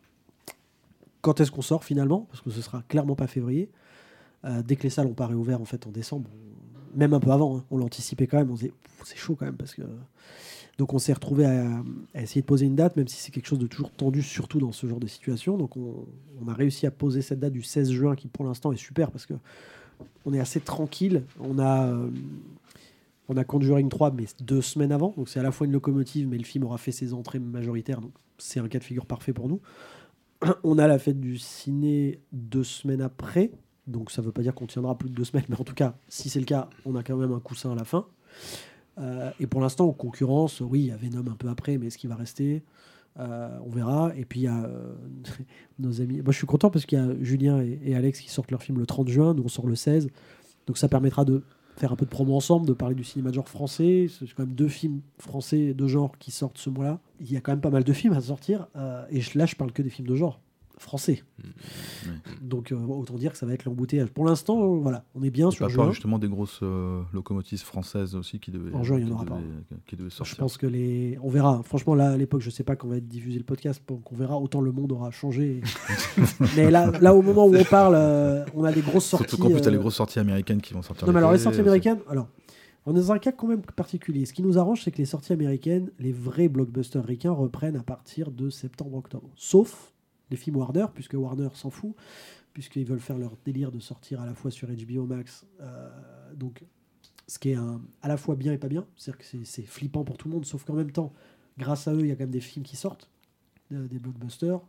quand est-ce qu'on sort finalement ? Parce que ce sera clairement pas février. Dès que les salles n'ont pas réouvert en fait, en décembre, même un peu avant, hein, on l'anticipait quand même, on disait, c'est chaud quand même, parce que... Donc on s'est retrouvé à essayer de poser une date, même si c'est quelque chose de toujours tendu, surtout dans ce genre de situation. Donc on a réussi à poser cette date du 16 juin, qui pour l'instant est super, parce que on est assez tranquille. On a Conjuring 3, mais 2 semaines avant, donc c'est à la fois une locomotive, mais le film aura fait ses entrées majoritaires, donc c'est un cas de figure parfait pour nous. On a la fête du ciné 2 semaines après, donc ça ne veut pas dire qu'on tiendra plus de 2 semaines, mais en tout cas, si c'est le cas, on a quand même un coussin à la fin. Et pour l'instant, en concurrence, oui, il y a Venom un peu après, mais est-ce qu'il va rester ? On verra. Et puis il y a nos amis. Moi, je suis content parce qu'il y a Julien et Alex qui sortent leur film le 30 juin. Nous, on sort le 16. Donc ça permettra de faire un peu de promo ensemble, de parler du cinéma de genre français. C'est quand même 2 films français de genre qui sortent ce mois-là. Il y a quand même pas mal de films à sortir. Et là, je parle que des films de genre français. Donc autant dire que ça va être l'embouteillage. Pour l'instant, voilà, on est bien Et sur pas juin. peur justement des grosses locomotives françaises aussi qui devaient, En juin, il y en aura pas. qui devaient sortir. Je pense que on verra. Franchement, là, à l'époque, je sais pas quand va être diffusé le podcast, donc on verra. Autant le monde aura changé. Mais là, au moment où on parle, on a des grosses sorties. Surtout qu'en plus, t'as les grosses sorties américaines qui vont sortir. Non, mais alors les sorties l'été, américaines, alors, on est dans un cas quand même particulier. Ce qui nous arrange, c'est que les sorties américaines, les vrais blockbusters ricains reprennent à partir de septembre-octobre. Sauf les films Warner, puisque Warner s'en fout, puisqu'ils veulent faire leur délire de sortir à la fois sur HBO Max. Donc, ce qui est à la fois bien et pas bien. C'est-à-dire que c'est flippant pour tout le monde, sauf qu'en même temps, grâce à eux, il y a quand même des films qui sortent, des blockbusters.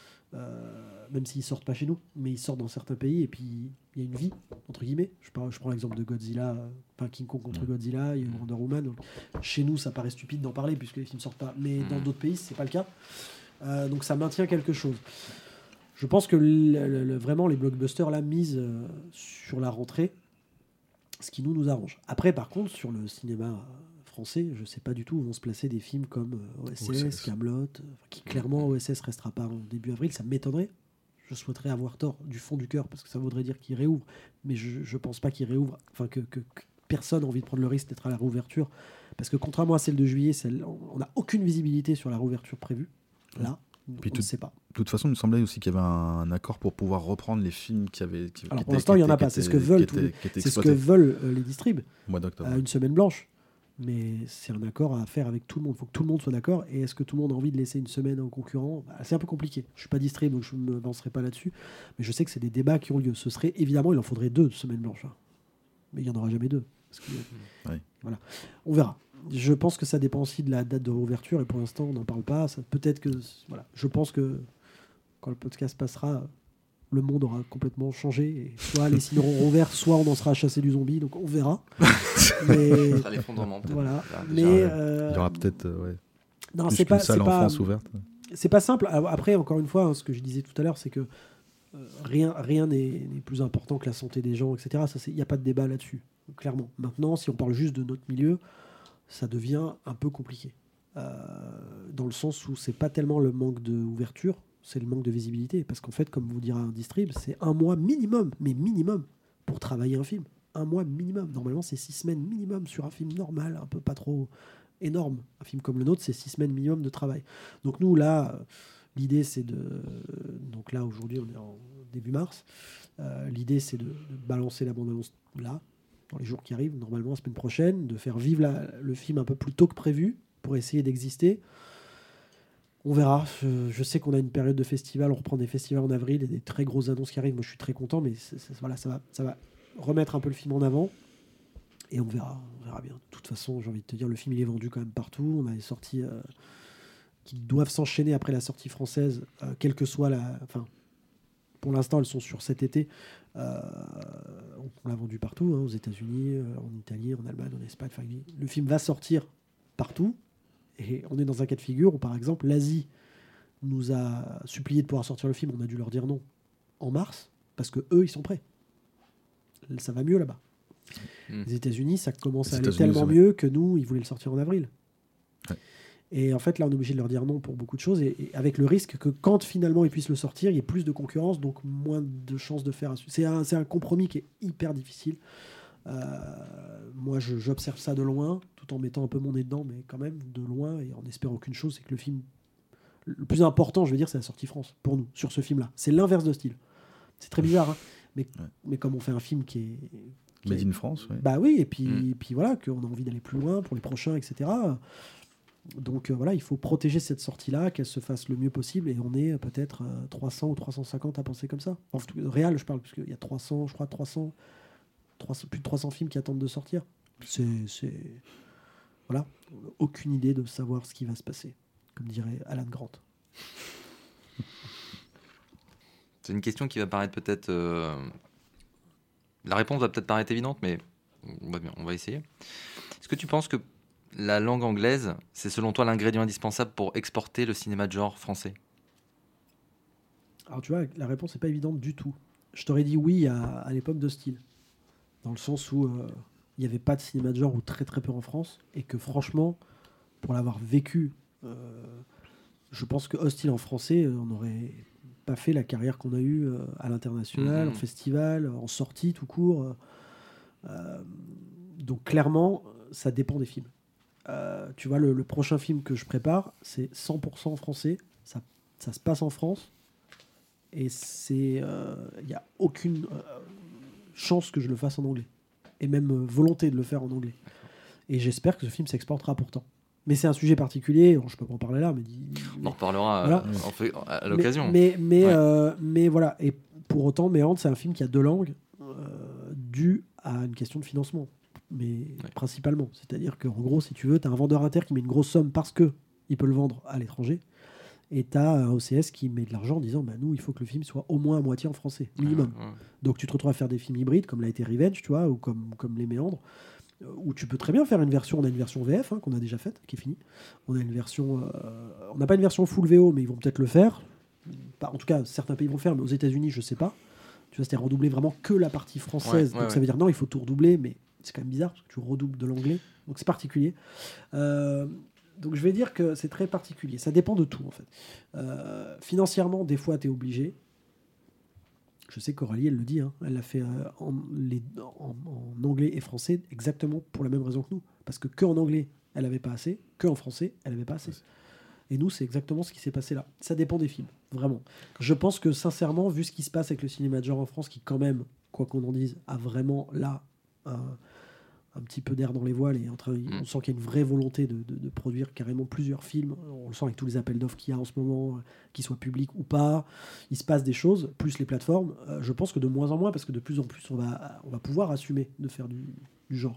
Même s'ils sortent pas chez nous, mais ils sortent dans certains pays, et puis il y a une vie, entre guillemets. Je prends l'exemple de Godzilla, enfin King Kong contre Godzilla, il y a Wonder Woman. Donc, chez nous, ça paraît stupide d'en parler, puisque les films sortent pas, mais dans d'autres pays, c'est pas le cas. Donc ça maintient quelque chose. Je pense que vraiment, les blockbusters là misent sur la rentrée, ce qui nous arrange. Après, par contre, sur le cinéma français, je sais pas du tout où vont se placer des films comme OSS, Kaamelott, qui clairement OSS restera pas en début avril, ça m'étonnerait. Je souhaiterais avoir tort du fond du cœur parce que ça voudrait dire qu'il réouvre, mais je pense pas qu'il réouvre, enfin que personne n'a envie de prendre le risque d'être à la réouverture, parce que contrairement à celle de juillet, on n'a aucune visibilité sur la réouverture prévue. Là, Puis on ne sait pas. De toute façon, il me semblait aussi qu'il y avait un accord pour pouvoir reprendre les films qui avaient. Alors pour l'instant, il n'y en a pas. C'est ce que veulent les distribs. Mois d'octobre. Une semaine blanche. Mais c'est un accord à faire avec tout le monde. Il faut que tout le monde soit d'accord. Et est-ce que tout le monde a envie de laisser une semaine aux concurrents ? C'est un peu compliqué. Je ne suis pas distrib, donc je ne me lancerai pas là-dessus. Mais je sais que c'est des débats qui ont lieu. Ce serait évidemment, il en faudrait 2 semaines blanches. Mais il n'y en aura jamais 2. Parce que, voilà. On verra. Je pense que ça dépend aussi de la date de réouverture. Et pour l'instant, on n'en parle pas. Peut-être que. Voilà. Je pense que quand le podcast passera, le monde aura complètement changé. Et soit les cinémas auront rouvert, soit on en sera à chasser du zombie. Donc on verra. Mais Ça sera l'effondrement peut-être. voilà. Il y aura peut-être non, plus c'est qu'une pas salle en France ouverte. C'est pas simple. Après, encore une fois, ce que je disais tout à l'heure, c'est que rien n'est plus important que la santé des gens, etc. Il n'y a pas de débat là-dessus, clairement. Maintenant, si on parle juste de notre milieu, ça devient un peu compliqué. Dans le sens où c'est pas tellement le manque d'ouverture, c'est le manque de visibilité. Parce qu'en fait, comme vous dira un distrib, c'est 1 mois minimum, mais minimum, pour travailler un film. 1 mois minimum. Normalement, c'est 6 semaines minimum sur un film normal, un peu pas trop énorme. Un film comme le nôtre, c'est 6 semaines minimum de travail. Donc nous, là, l'idée, c'est de... Donc là, aujourd'hui, on est en début mars. L'idée, c'est de balancer la bande-annonce là, dans les jours qui arrivent, normalement la semaine prochaine, de faire vivre le film un peu plus tôt que prévu pour essayer d'exister. On verra. Je sais qu'on a une période de festival, on reprend des festivals en avril et des très grosses annonces qui arrivent. Moi, je suis très content, mais voilà, ça va remettre un peu le film en avant et on verra bien. De toute façon, j'ai envie de te dire, le film il est vendu quand même partout. On a des sorties qui doivent s'enchaîner après la sortie française, quelle que soit la... Enfin, pour l'instant, elles sont sur cet été. On l'a vendu partout, aux États-Unis, en Italie, en Allemagne, en Espagne. Enfin, le film va sortir partout. Et on est dans un cas de figure où, par exemple, l'Asie nous a supplié de pouvoir sortir le film. On a dû leur dire non en mars, parce que eux, ils sont prêts. Ça va mieux là-bas. Les États-Unis, ça commence à aller tellement mieux que nous, ils voulaient le sortir en avril. Ouais. Et en fait, là, on est obligé de leur dire non pour beaucoup de choses, et avec le risque que quand finalement ils puissent le sortir, il y ait plus de concurrence, donc moins de chances de faire. C'est un compromis qui est hyper difficile. Moi, j'observe ça de loin, tout en mettant un peu mon nez dedans, mais quand même de loin, et en espérant qu'une chose, c'est que le film... Le plus important, je veux dire, c'est la sortie France, pour nous, sur ce film-là. C'est l'inverse de style. C'est très bizarre, hein, mais comme on fait un film qui est... Made in France, oui. Bah oui, et puis voilà, qu'on a envie d'aller plus loin pour les prochains, etc. Donc voilà, il faut protéger cette sortie-là, qu'elle se fasse le mieux possible, et on est peut-être 300 ou 350 à penser comme ça. Enfin, réel, je parle, parce qu'il y a 300, je crois, plus de 300 films qui attendent de sortir. C'est... Voilà, aucune idée de savoir ce qui va se passer, comme dirait Alan Grant. C'est une question qui va paraître peut-être... La réponse va peut-être paraître évidente, mais on va essayer. Est-ce que tu penses que la langue anglaise, c'est selon toi l'ingrédient indispensable pour exporter le cinéma de genre français ? Alors tu vois, la réponse n'est pas évidente du tout. Je t'aurais dit oui à l'époque de Hostile, dans le sens où il n'y avait pas de cinéma de genre ou très très peu en France, et que franchement, pour l'avoir vécu, je pense que Hostile en français, on aurait pas fait la carrière qu'on a eue à l'international, en festival, en sortie tout court. Donc clairement, ça dépend des films. Tu vois, le prochain film que je prépare, c'est 100% français. Ça se passe en France. Et il n'y a aucune chance que je le fasse en anglais. Et même volonté de le faire en anglais. Et j'espère que ce film s'exportera pourtant. Mais c'est un sujet particulier, je peux pas en parler là. On en reparlera voilà. à l'occasion. Mais voilà. Et pour autant, Méandre, c'est un film qui a 2 langues, dû à une question de financement. Mais principalement. C'est-à-dire qu'en gros, si tu veux, tu as un vendeur inter qui met une grosse somme parce qu'il peut le vendre à l'étranger. Et tu as un OCS qui met de l'argent en disant nous, il faut que le film soit au moins à moitié en français, minimum. Donc tu te retrouves à faire des films hybrides, comme l'a été Revenge, tu vois, ou comme Les Méandres, où tu peux très bien faire une version. On a une version VF qu'on a déjà faite, qui est finie. On a une version. On n'a pas une version full VO, mais ils vont peut-être le faire. En tout cas, certains pays vont le faire, mais aux États-Unis, je sais pas. Tu vois, c'était redoubler vraiment que la partie française. Donc ça veut dire non, il faut tout redoubler, mais c'est quand même bizarre, parce que tu redoubles de l'anglais. Donc c'est particulier. Donc je vais dire que c'est très particulier. Ça dépend de tout, en fait. Financièrement, des fois, tu es obligé. Je sais qu'Aurélie, elle le dit. Elle l'a fait en anglais et français exactement pour la même raison que nous. Parce que en anglais, elle n'avait pas assez. Que en français, elle n'avait pas assez. Et nous, c'est exactement ce qui s'est passé là. Ça dépend des films, vraiment. Je pense que, sincèrement, vu ce qui se passe avec le cinéma de genre en France, qui quand même, quoi qu'on en dise, a vraiment là un petit peu d'air dans les voiles et on sent qu'il y a une vraie volonté de produire carrément plusieurs films. On le sent avec tous les appels d'offres qu'il y a en ce moment, qu'ils soient publics ou pas. Il se passe des choses, plus les plateformes. Je pense que de moins en moins, parce que de plus en plus, on va pouvoir assumer de faire du genre.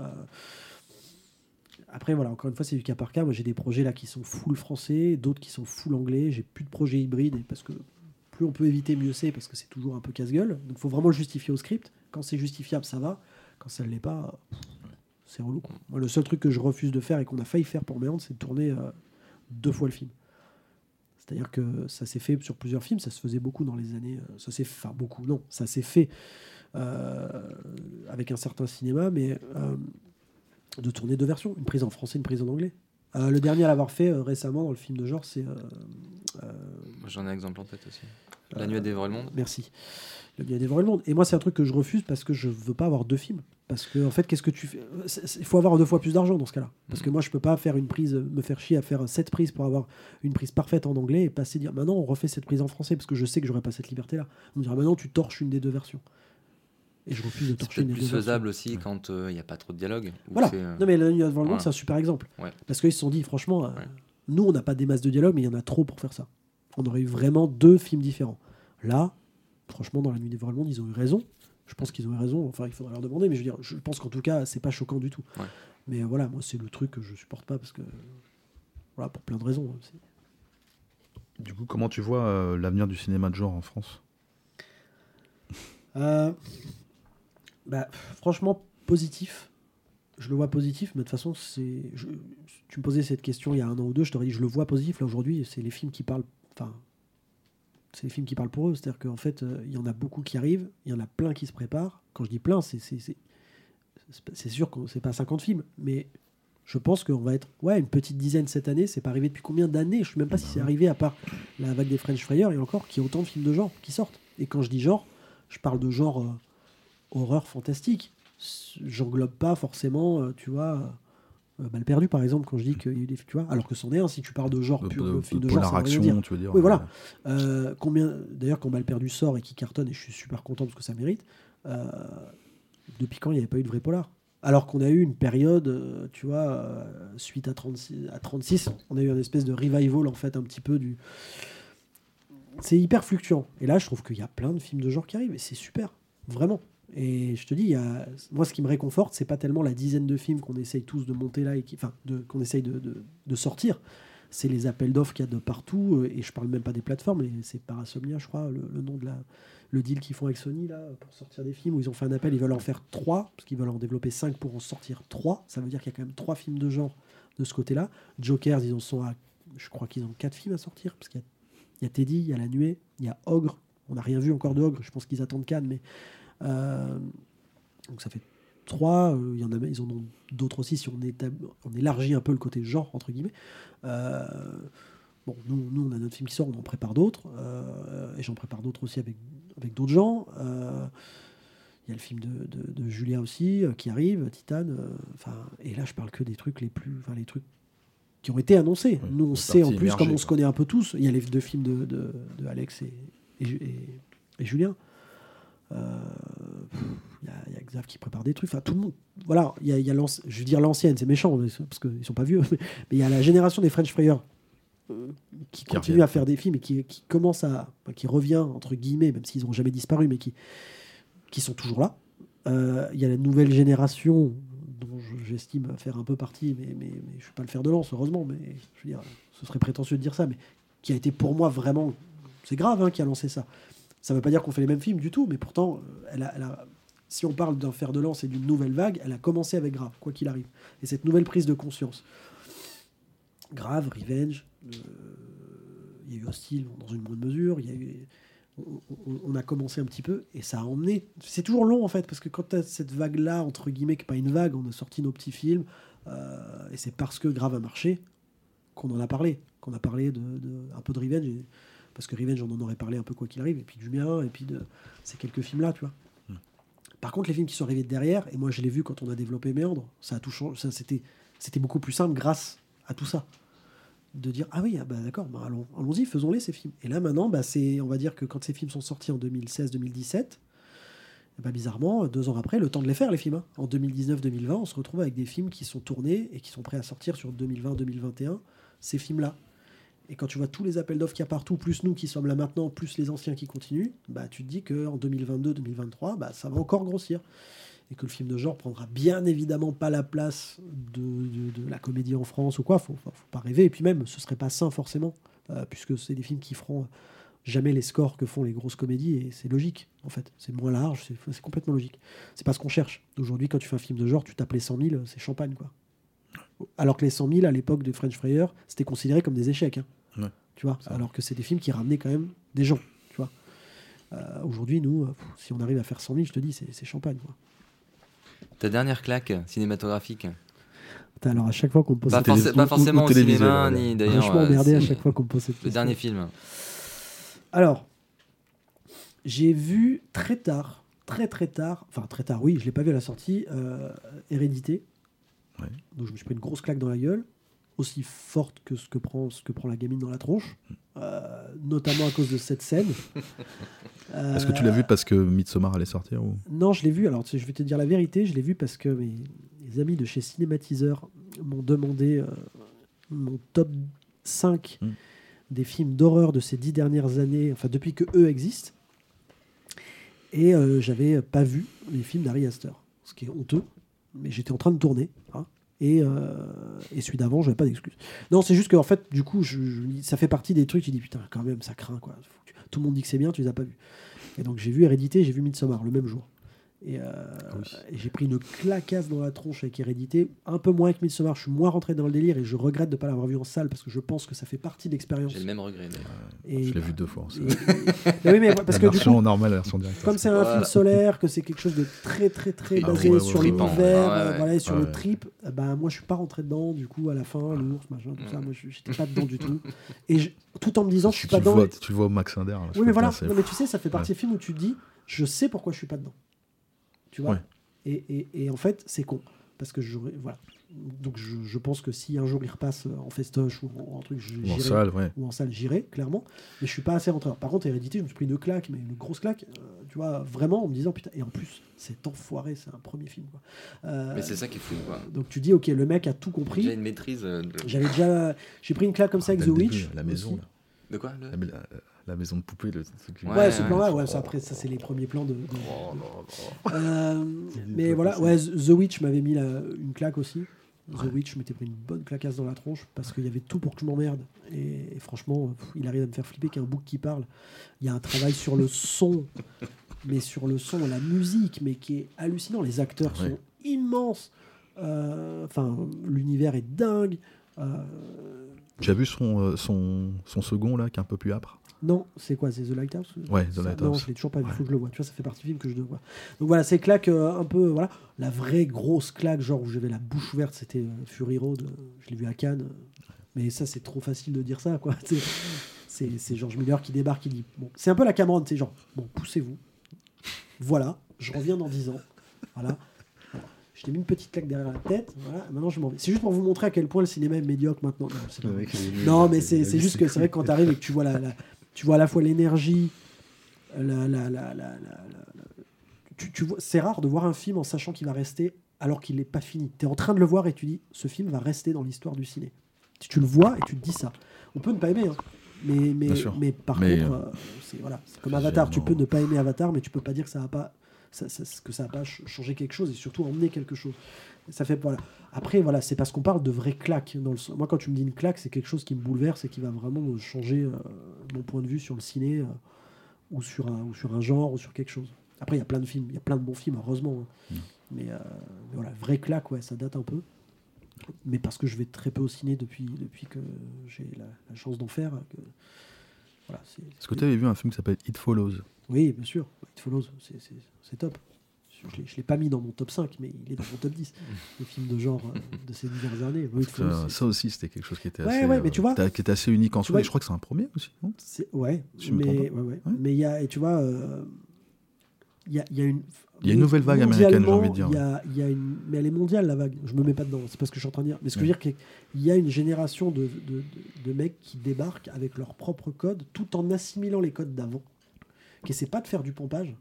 Après, voilà, encore une fois, c'est du cas par cas. Moi, j'ai des projets là qui sont full français, d'autres qui sont full anglais. J'ai plus de projets hybrides parce que plus on peut éviter, mieux c'est, parce que c'est toujours un peu casse-gueule. Donc, il faut vraiment le justifier au script. Quand c'est justifiable, ça va. Quand ça ne l'est pas, c'est relou. Moi, le seul truc que je refuse de faire et qu'on a failli faire pour Méandre, c'est de tourner 2 fois le film. C'est-à-dire que ça s'est fait sur plusieurs films, ça se faisait beaucoup dans les années... ça s'est fait avec un certain cinéma, mais de tourner 2 versions, une prise en français, une prise en anglais. Le dernier à l'avoir fait récemment dans le film de genre, c'est... J'en ai un exemple en tête aussi. La nuit a dévoré le monde. Merci. La nuit a dévoré le monde. Et moi, c'est un truc que je refuse parce que je veux pas avoir 2 films. Parce que, en fait, qu'est-ce que tu fais ? Il faut avoir 2 fois plus d'argent dans ce cas-là. Parce que moi, je peux pas faire une prise, me faire chier à faire 7 prises pour avoir une prise parfaite en anglais et passer dire maintenant on refait cette prise en français parce que je sais que j'aurais pas cette liberté-là. On me dira maintenant tu torches une des 2 versions. Et je refuse de torcher une des 2 versions. C'est plus faisable aussi quand il n'y a pas trop de dialogue. Voilà. Non, mais La nuit a dévoré le monde, c'est un super exemple. Parce qu'ils se sont dit, franchement, nous, on n'a pas des masses de dialogue, mais il y en a trop pour faire ça. On aurait eu vraiment 2 films différents. Là, franchement, dans La nuit a dévoré le monde, ils ont eu raison. Je pense qu'ils ont eu raison. Enfin, il faudrait leur demander, mais je veux dire, je pense qu'en tout cas, c'est pas choquant du tout. Mais voilà, moi, c'est le truc que je supporte pas parce que, voilà, pour plein de raisons. Du coup, comment tu vois l'avenir du cinéma de genre en France ? Franchement, positif. Je le vois positif, mais de toute façon, tu me posais cette question il y a 1 an ou 2, je t'aurais dit je le vois positif. Là, aujourd'hui, c'est les films qui parlent. Enfin, c'est les films qui parlent pour eux. C'est-à-dire qu'en fait, il y en a beaucoup qui arrivent, il y en a plein qui se préparent. Quand je dis plein, c'est sûr que c'est pas 50 films, mais je pense qu'on va être une petite dizaine cette année. C'est pas arrivé depuis combien d'années ? Je sais même pas si c'est arrivé à part la vague des French Fryers et encore qu'il y a autant de films de genre qui sortent. Et quand je dis genre, je parle de genre horreur fantastique. J'englobe pas forcément, tu vois, Balle perdue par exemple, quand je dis qu'il y a des, tu vois, alors que c'en est un. Si tu parles de genre pur, le film de genre, ça veut rien dire. Tu veux dire. Oui, voilà. D'ailleurs, quand Balle perdue sort et qui cartonne, et je suis super content parce que ça mérite. Depuis quand il n'y avait pas eu de vrai polar ? Alors qu'on a eu une période, tu vois, suite à 36, on a eu une espèce de revival en fait, un petit peu du. C'est hyper fluctuant. Et là, je trouve qu'il y a plein de films de genre qui arrivent et c'est super, vraiment. Et je te dis, moi, ce qui me réconforte, c'est pas tellement la dizaine de films qu'on essaye tous de monter là, qu'on essaye de sortir. C'est les appels d'offres qu'il y a de partout. Et je parle même pas des plateformes. C'est Parasomnia, je crois, le nom de le deal qu'ils font avec Sony là, pour sortir des films, où ils ont fait un appel. Ils veulent en faire 3, parce qu'ils veulent en développer 5 pour en sortir 3. Ça veut dire qu'il y a quand même 3 films de genre de ce côté-là. Jokers, ils en sont à... Je crois qu'ils ont 4 films à sortir, parce qu'il y a Teddy, il y a La Nuée, il y a Ogre. On n'a rien vu encore de Ogre. Je pense qu'ils attendent Cannes, mais... donc ça fait 3, ils en ont d'autres aussi si on élargit un peu le côté genre entre guillemets. Bon, nous, on a notre film qui sort, on en prépare d'autres, et j'en prépare d'autres aussi avec d'autres gens. Il y a le film de Julia aussi qui arrive, Titane. Et là, je parle que des trucs les trucs qui ont été annoncés. Ouais, nous, on c'est sait en parti plus, émerger, comme on se quoi. connaît un peu tous, il y a les deux films de Alex et Julien. Il y a Xav qui prépare des trucs. Enfin, tout le monde. Voilà, il y a je veux dire l'ancienne, c'est méchant parce qu'ils sont pas vieux, mais il y a la génération des French Frayers qui continue à faire des films et qui commence qui revient entre guillemets, même s'ils n'ont jamais disparu, mais qui sont toujours là. Il y a la nouvelle génération dont j'estime faire un peu partie, mais je ne suis pas le fer de lance, heureusement, mais je veux dire, ce serait prétentieux de dire ça, mais qui a été pour moi vraiment, c'est grave qui a lancé ça. Ça ne veut pas dire qu'on fait les mêmes films du tout, mais pourtant, si on parle d'un fer de lance et d'une nouvelle vague, elle a commencé avec Grave, quoi qu'il arrive. Et cette nouvelle prise de conscience. Grave, Revenge, il y a eu Hostile dans une moindre mesure, il y a eu... On a commencé un petit peu et ça a emmené. C'est toujours long en fait, parce que quand tu as cette vague-là, entre guillemets, qui n'est pas une vague, on a sorti nos petits films et c'est parce que Grave a marché qu'on en a parlé. Qu'on a parlé un peu de Revenge, parce que Revenge, on en aurait parlé un peu quoi qu'il arrive, et puis du mien, et puis de ces quelques films-là, tu vois. Par contre, les films qui sont arrivés derrière, et moi je l'ai vu quand on a développé Méandre, ça a tout changé. C'était beaucoup plus simple grâce à tout ça. De dire ah oui, d'accord, allons-y, faisons-les ces films. Et là maintenant, on va dire que quand ces films sont sortis en 2016-2017, bizarrement, 2 ans après, le temps de les faire les films. En 2019-2020, on se retrouve avec des films qui sont tournés et qui sont prêts à sortir sur 2020-2021, ces films-là. Et quand tu vois tous les appels d'offres qu'il y a partout, plus nous qui sommes là maintenant, plus les anciens qui continuent, tu te dis qu'en 2022-2023, ça va encore grossir. Et que le film de genre prendra bien évidemment pas la place de la comédie en France ou quoi, faut pas rêver. Et puis même, ce serait pas sain forcément, puisque c'est des films qui feront jamais les scores que font les grosses comédies, et c'est logique en fait. C'est moins large, c'est complètement logique. C'est pas ce qu'on cherche. Aujourd'hui, quand tu fais un film de genre, tu tapes les 100 000, c'est champagne quoi. Alors que les 100 000 à l'époque de French Fryer, c'était considéré comme des échecs. Ouais. Tu vois, alors que c'est des films qui ramenaient quand même des gens. Tu vois. Aujourd'hui, nous, si on arrive à faire 100 000, je te dis, c'est champagne quoi. Ta dernière claque cinématographique? Alors à chaque fois qu'on me pose pas, cette question, pas forcément au cinéma, ni d'ailleurs. Je suis emmerdé à chaque fois qu'on me pose cette question. Le dernier film. Alors, j'ai vu très tard, oui, je l'ai pas vu à la sortie, Hérédité. Ouais. Donc je me suis pris une grosse claque dans la gueule, aussi forte que ce que prend la gamine dans la tronche, notamment à cause de cette scène. Est-ce que tu l'as vu parce que Midsommar allait sortir ou... Non, je l'ai vu. Alors, je vais te dire la vérité, je l'ai vu parce que mes amis de chez Cinématiseur m'ont demandé mon top 5 des films d'horreur de ces 10 dernières années, enfin depuis que eux existent. Et j'avais pas vu les films d'Ari Aster, ce qui est honteux, mais j'étais en train de tourner. Et celui d'avant, j'avais pas d'excuse. Non, c'est juste qu'en fait, du coup, ça fait partie des trucs, tu dis putain, quand même, ça craint quoi. Tout le monde dit que c'est bien, tu les as pas vus. Et donc j'ai vu Hérédité, j'ai vu Midsommar le même jour. Et j'ai pris une clacasse dans la tronche avec Hérédité, un peu moins avec Midsommar. Je suis moins rentré dans le délire et je regrette de ne pas l'avoir vu en salle parce que je pense que ça fait partie de l'expérience. J'ai le même regret. Je l'ai vu 2 fois. Oui, mais parce la que version du coup, normale, la version directe. comme c'est un film solaire, que c'est quelque chose de très très très basé sur l'univers, et sur le trip, moi je suis pas rentré dedans. Du coup, à la fin, l'ours, machin, tout ça, moi j'étais pas dedans du tout. Et tout en me disant, je suis pas dedans. Tu le vois au Max Inder. Oui, mais voilà. Non, mais tu sais, ça fait partie des films où tu te dis, je sais pourquoi je suis pas dedans. Tu vois, et en fait c'est con parce que voilà, donc je pense que si un jour il repasse en festoche ou en truc, ou en salle, j'irai clairement, mais je suis pas assez rentré. Par contre, Hérédité, je me suis pris une claque, mais une grosse claque, tu vois, vraiment en me disant putain, et en plus c'est enfoiré, c'est un premier film quoi. Mais c'est ça qui est fou quoi. Donc tu dis ok, le mec a tout compris. J'ai une maîtrise. J'ai pris une claque comme ça avec The Witch. La maison là. De quoi la maison de poupée, ce plan-là, ça, après, ça c'est les premiers plans de... mais voilà, The Witch m'avait mis une claque aussi. The Witch, je m'étais pris une bonne clacasse dans la tronche parce qu'il y avait tout pour que je m'emmerde. Et franchement, il arrive à me faire flipper qu'il y a un bouc qui parle. Il y a un travail sur le son, mais sur le son, la musique, mais qui est hallucinant. Les acteurs sont immenses. L'univers est dingue. Tu as vu son second là, qui est un peu plus âpre? Non, c'est quoi? C'est The Lighthouse? Ouais, The Lighthouse. Non, je l'ai toujours pas vu, il faut que je le voie. Tu vois, ça fait partie du film que je dois voir. Donc voilà, ces claques un peu, voilà. La vraie grosse claque, genre où j'avais la bouche ouverte, c'était Fury Road. Je l'ai vu à Cannes. Mais ça, c'est trop facile de dire ça, quoi. C'est George Miller qui débarque, qui dit... Bon, c'est un peu la Cameron, c'est genre, bon, poussez-vous. Voilà, je reviens dans 10 ans. Voilà. Je t'ai mis une petite claque derrière la tête. Voilà, maintenant je m'en vais. C'est juste pour vous montrer à quel point le cinéma est médiocre maintenant. Non, mais c'est juste que c'est vrai que quand tu arrives et que tu vois tu vois à la fois l'énergie, tu vois, c'est rare de voir un film en sachant qu'il va rester alors qu'il n'est pas fini. Tu es en train de le voir et tu dis, ce film va rester dans l'histoire du ciné. Si tu le vois et tu te dis ça. On peut ne pas aimer, hein. Mais par contre, c'est comme Avatar. Tu peux ne pas aimer Avatar, mais tu peux pas dire que ça va pas... que ça n'a pas changé quelque chose et surtout emmené quelque chose. Ça fait, voilà. Après, voilà, c'est parce qu'on parle de vraies claques. Moi, quand tu me dis une claque, c'est quelque chose qui me bouleverse et qui va vraiment changer mon point de vue sur le ciné ou sur un genre ou sur quelque chose. Après, il y a plein de films, il y a plein de bons films, heureusement. Hein. Mais voilà, vraie claque, ouais, ça date un peu. Mais parce que je vais très peu au ciné depuis que j'ai la chance d'en faire. Voilà, Est-ce que tu avais vu un film qui s'appelle It Follows ? Oui, bien sûr. It Follows, c'est top. Je ne l'ai pas mis dans mon top 5, mais il est dans mon top 10. Les films de genre de ces dernières années. Oui, ça aussi, c'était quelque chose qui était mais tu vois, qui était assez unique en soi. Et je crois que c'est un premier aussi. Non mais il y a, et tu vois, il y a une... Il y a une nouvelle vague américaine, j'ai envie de dire. Mais elle est mondiale, la vague. Je me mets pas dedans, c'est pas ce que je suis en train de dire. Mais ce que je veux dire, qu'il y a une génération de mecs qui débarquent avec leur propre code, tout en assimilant les codes d'avant, qui essaie pas de faire du pompage,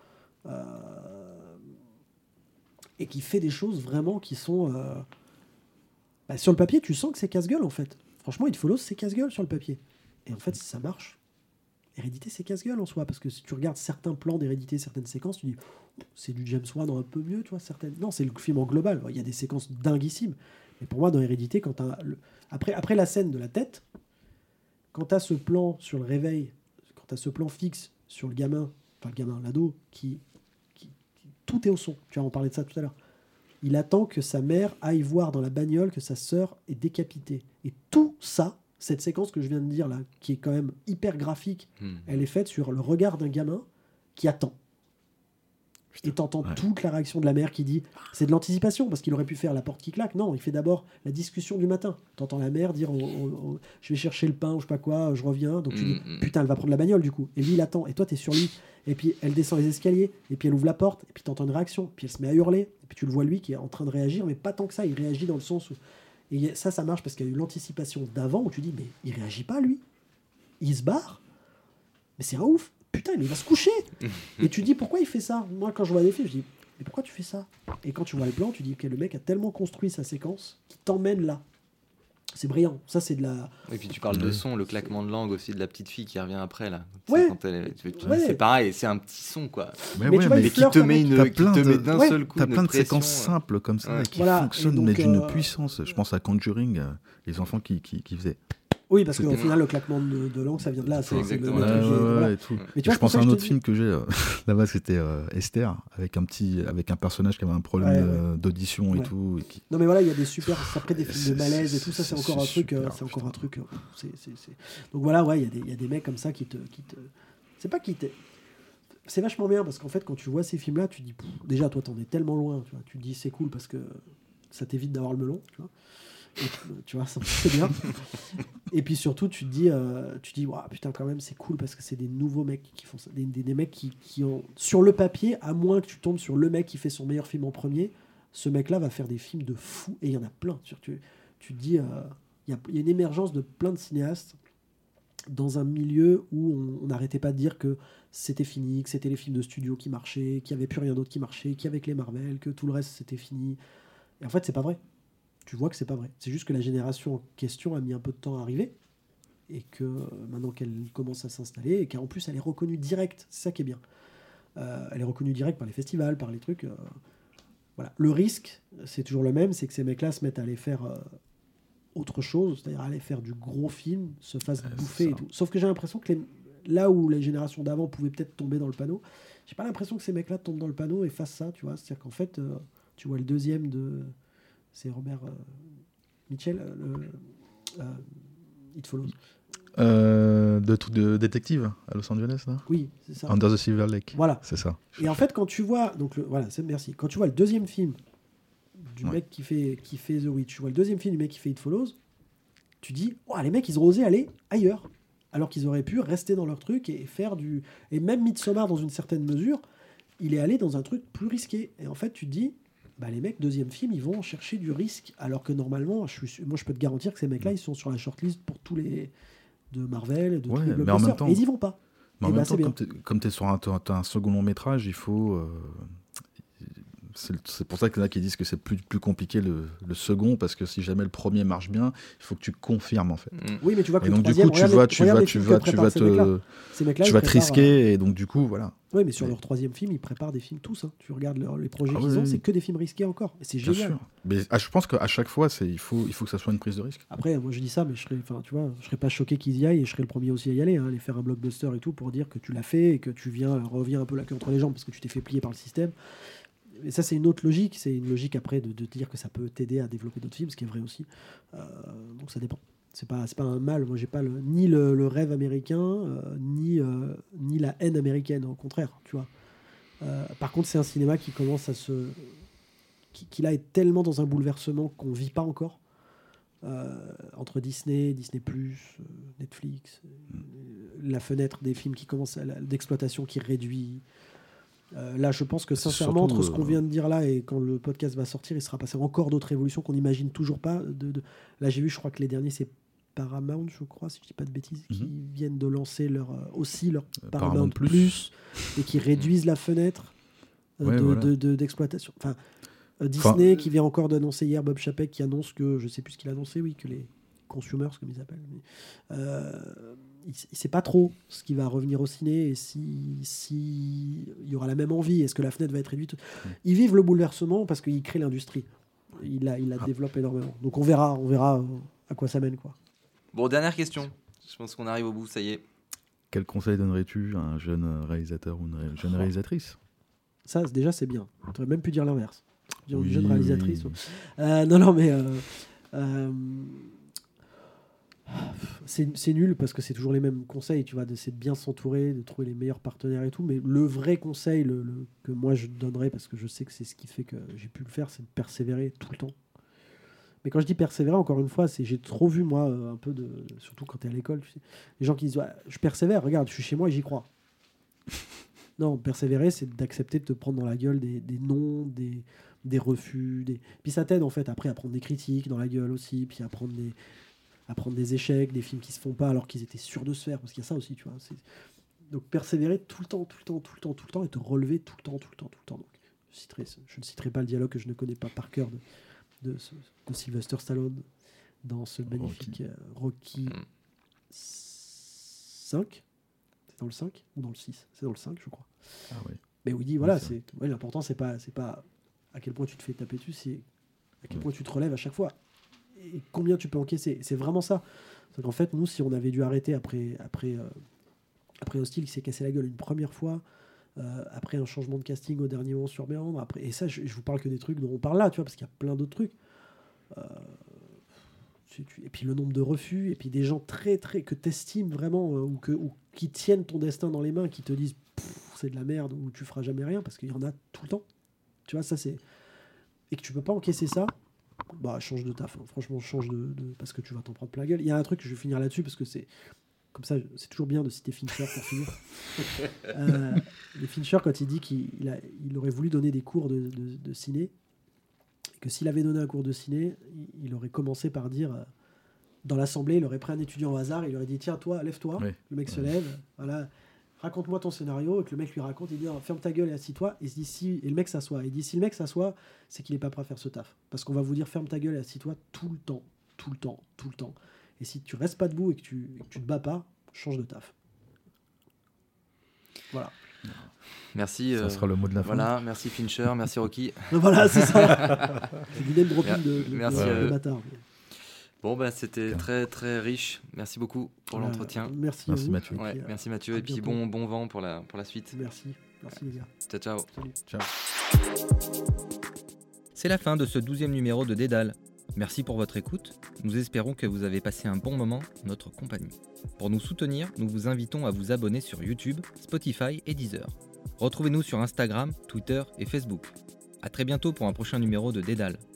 et qui fait des choses vraiment qui sont... sur le papier, tu sens que c'est casse-gueule, en fait. Franchement, It Follows, c'est casse-gueule sur le papier. Et en fait, ça marche. Hérédité, c'est casse-gueule en soi, parce que si tu regardes certains plans d'Hérédité, certaines séquences, tu dis c'est du James Wan un peu mieux, tu vois, certaines. Non, c'est le film en global. Il y a des séquences dinguissimes. Mais pour moi, dans Hérédité, quand t'as après la scène de la tête, quand t'as ce plan sur le réveil, quand t'as ce plan fixe sur le gamin, l'ado, qui tout est au son. Tu vois, on parlait de ça tout à l'heure. Il attend que sa mère aille voir dans la bagnole que sa sœur est décapitée. Et tout ça, cette séquence que je viens de dire là, qui est quand même hyper graphique, elle est faite sur le regard d'un gamin qui attend. Et t'entends toute la réaction de la mère qui dit, c'est de l'anticipation, parce qu'il aurait pu faire la porte qui claque. Non, il fait d'abord la discussion du matin. T'entends la mère dire, je vais chercher le pain ou je sais pas quoi, je reviens. Donc tu dis, putain, elle va prendre la bagnole du coup. Et lui, il attend. Et toi, t'es sur lui. Et puis elle descend les escaliers. Et puis elle ouvre la porte. Et puis t'entends une réaction. Puis elle se met à hurler. Et puis tu le vois lui qui est en train de réagir, mais pas tant que ça. Il réagit dans le sens où... Et ça marche parce qu'il y a eu l'anticipation d'avant où tu dis, mais il réagit pas lui. Il se barre. Mais c'est un ouf. Putain, mais il va se coucher. Et tu dis, pourquoi il fait ça? Moi, quand je vois des films, je dis, mais pourquoi tu fais ça? Et quand tu vois le plan, tu dis que le mec a tellement construit sa séquence qu'il t'emmène là. C'est brillant. Ça, c'est de la... Et puis tu parles de son, le claquement de langue aussi de la petite fille qui revient après, là. Ouais. C'est pareil, c'est un petit son, quoi. Mais qui te met d'un seul coup. T'as plein de séquences simples comme ça qui fonctionnent, mais d'une puissance. Je pense à Conjuring, les enfants qui faisaient... Oui, parce qu'au final, le claquement de langue, ça vient de là. C'est exactement. Et tout. Mais tu vois, je pense à un autre film que j'ai là-bas, c'était Esther, avec un personnage qui avait un problème d'audition et tout. Non, mais voilà, il y a des super. Après des films de malaise et tout ça, c'est encore un truc. C'est encore un truc. Donc voilà, ouais, il y a des mecs comme ça qui te. C'est pas qui te. C'est vachement bien parce qu'en fait, quand tu vois ces films-là, tu dis déjà, toi, t'en es tellement loin. Tu te dis, c'est cool parce que ça t'évite d'avoir le melon, tu vois. Et, tu vois, c'est bien. Et puis surtout, tu te dis, wow, putain, quand même, c'est cool parce que c'est des nouveaux mecs qui font ça. Des mecs qui ont, sur le papier, à moins que tu tombes sur le mec qui fait son meilleur film en premier, ce mec-là va faire des films de fou. Et il y en a plein. Tu te dis, il y a une émergence de plein de cinéastes dans un milieu où on n'arrêtait pas de dire que c'était fini, que c'était les films de studio qui marchaient, qu'il n'y avait plus rien d'autre qui marchait, qu'il y avait que les Marvel, que tout le reste c'était fini. Et en fait, c'est pas vrai. Tu vois que c'est pas vrai. C'est juste que la génération en question a mis un peu de temps à arriver et que maintenant qu'elle commence à s'installer et qu'en plus elle est reconnue direct, c'est ça qui est bien. Elle est reconnue direct par les festivals, par les trucs. Voilà. Le risque, c'est toujours le même, c'est que ces mecs-là se mettent à aller faire autre chose, c'est-à-dire aller faire du gros film, se fassent bouffer et tout. Sauf que j'ai l'impression que là où les générations d'avant pouvaient peut-être tomber dans le panneau, j'ai pas l'impression que ces mecs-là tombent dans le panneau et fassent ça, tu vois. C'est-à-dire qu'en fait, tu vois le deuxième de... C'est Robert Mitchell, It Follows. De trucs de détective à Los Angeles, là. Oui, c'est ça. Under the Silver Lake. Voilà. C'est ça. Et en fait, quand tu vois... merci. Quand tu vois le deuxième film du mec qui fait The Witch, tu vois le deuxième film du mec qui fait It Follows, tu dis, oh, les mecs, ils ont osé aller ailleurs. Alors qu'ils auraient pu rester dans leur truc et faire du... Et même Midsommar, dans une certaine mesure, il est allé dans un truc plus risqué. Et en fait, tu te dis, les mecs, deuxième film, ils vont chercher du risque. Alors que normalement, moi, je peux te garantir que ces mecs-là, ils sont sur la shortlist pour tous les... de Marvel, de tous les blockbusters. Et ils y vont pas. Mais en même temps, comme tu es sur un second long métrage, il faut... C'est pour ça qu'il y en a qui disent que c'est plus compliqué le second, parce que si jamais le premier marche bien, il faut que tu confirmes en fait. Oui, mais tu vois que et le donc troisième, du coup, tu vas te risquer, et donc du coup, voilà. Oui, mais sur leur troisième film, ils préparent des films tous. Hein. Tu regardes les projets qu'ils ont, c'est que des films risqués encore. Et c'est génial. Bien sûr. Mais je pense qu'à chaque fois, il faut que ça soit une prise de risque. Après, moi je dis ça, mais je serais pas choqué qu'ils y aillent, et je serais le premier aussi à y aller, aller faire un blockbuster et tout, pour dire que tu l'as fait et que tu reviens un peu la queue entre les jambes parce que tu t'es fait plier par le système. Et ça, c'est une autre logique. C'est une logique après de dire que ça peut t'aider à développer d'autres films, ce qui est vrai aussi. Donc ça dépend. C'est pas un mal. Moi, j'ai pas ni le rêve américain, ni la haine américaine. Au contraire, tu vois. Par contre, c'est un cinéma qui commence à qui là est tellement dans un bouleversement qu'on vit pas encore. Entre Disney, Disney+, Netflix, la fenêtre des films qui commence d'exploitation qui réduit. Là, je pense que sincèrement, entre ce qu'on vient de dire là et quand le podcast va sortir, il sera passé encore d'autres évolutions qu'on n'imagine toujours pas. Là, j'ai vu, je crois que les derniers, c'est Paramount, je crois, si je dis pas de bêtises, qui viennent de lancer leur Paramount Plus et qui réduisent la fenêtre d'exploitation. Enfin, Disney qui vient encore d'annoncer hier, Bob Chapek qui annonce que, je sais plus ce qu'il a annoncé, que les consumers, comme ils appellent, il ne sait pas trop ce qui va revenir au ciné et si il y aura la même envie. Est-ce que la fenêtre va être réduite? Ils vivent le bouleversement parce qu'ils créent l'industrie. Il la développe énormément. Donc on verra à quoi ça mène, quoi. Bon, dernière question. Je pense qu'on arrive au bout, ça y est. Quel conseil donnerais-tu à un jeune réalisateur ou une jeune réalisatrice? Ça, déjà, c'est bien. On aurait même pu dire l'inverse. Dire une jeune réalisatrice. Non, mais... c'est nul parce que c'est toujours les mêmes conseils, tu vois, d'essayer de bien s'entourer, de trouver les meilleurs partenaires et tout, mais le vrai conseil que moi je donnerais, parce que je sais que c'est ce qui fait que j'ai pu le faire, c'est de persévérer tout le temps. Mais quand je dis persévérer, encore une fois, j'ai trop vu, moi, un peu surtout quand tu es à l'école, tu sais, les gens qui disent je persévère, regarde, je suis chez moi et j'y crois. Non, persévérer, c'est d'accepter de te prendre dans la gueule des noms, des refus, puis ça t'aide en fait après à prendre des critiques dans la gueule aussi, puis à prendre des échecs, des films qui se font pas alors qu'ils étaient sûrs de se faire, parce qu'il y a ça aussi, tu vois. Donc persévérer tout le temps, et te relever tout le temps. Donc, je ne citerai pas le dialogue que je ne connais pas par cœur de Sylvester Stallone dans ce magnifique Rocky 5. C'est dans le 5 ou dans le 6? C'est dans le 5, je crois. Ah oui. Mais oui, dit, voilà, l'important, c'est pas à quel point tu te fais taper dessus, c'est à quel point tu te relèves à chaque fois. Et combien tu peux encaisser. C'est vraiment ça. C'est qu'en fait, nous, si on avait dû arrêter après Hostile, qui s'est cassé la gueule une première fois, après un changement de casting au dernier moment sur Méandre, et ça, je vous parle que des trucs dont on parle là, tu vois, parce qu'il y a plein d'autres trucs. Et puis le nombre de refus, et puis des gens très, très, que t'estimes vraiment, ou qui tiennent ton destin dans les mains, qui te disent c'est de la merde, ou tu feras jamais rien, parce qu'il y en a tout le temps. Tu vois, ça c'est... Et que tu peux pas encaisser ça, change de taf. Hein. Franchement, change parce que tu vas t'en prendre plein la gueule. Il y a un truc, je vais finir là-dessus, parce que c'est comme ça, c'est toujours bien de citer Fincher pour finir. Fincher, quand il dit qu'il aurait voulu donner des cours de ciné, et que s'il avait donné un cours de ciné, il aurait commencé par dire, dans l'assemblée, il aurait pris un étudiant au hasard, il aurait dit tiens, toi, lève-toi. Oui. Le mec se lève, voilà. Raconte-moi ton scénario, et que le mec lui raconte, il dit ferme ta gueule et assis-toi, et le mec s'assoit. Il dit si le mec s'assoit, c'est qu'il est pas prêt à faire ce taf. Parce qu'on va vous dire ferme ta gueule et assis-toi tout le temps. Et si tu restes pas debout et que tu te bats pas, change de taf. Voilà. Merci. Ça sera le mot de la fin. Voilà, merci Fincher, merci Rocky. Voilà, c'est ça. C'est du name dropping de bâtard. Bon, c'était très très riche. Merci beaucoup pour l'entretien. Merci Mathieu. Merci Mathieu. Et puis bon vent pour la suite. Merci les gars. Ciao. Salut. Ciao. C'est la fin de ce 12e numéro de Dédale. Merci pour votre écoute. Nous espérons que vous avez passé un bon moment en notre compagnie. Pour nous soutenir, nous vous invitons à vous abonner sur YouTube, Spotify et Deezer. Retrouvez-nous sur Instagram, Twitter et Facebook. À très bientôt pour un prochain numéro de Dédale.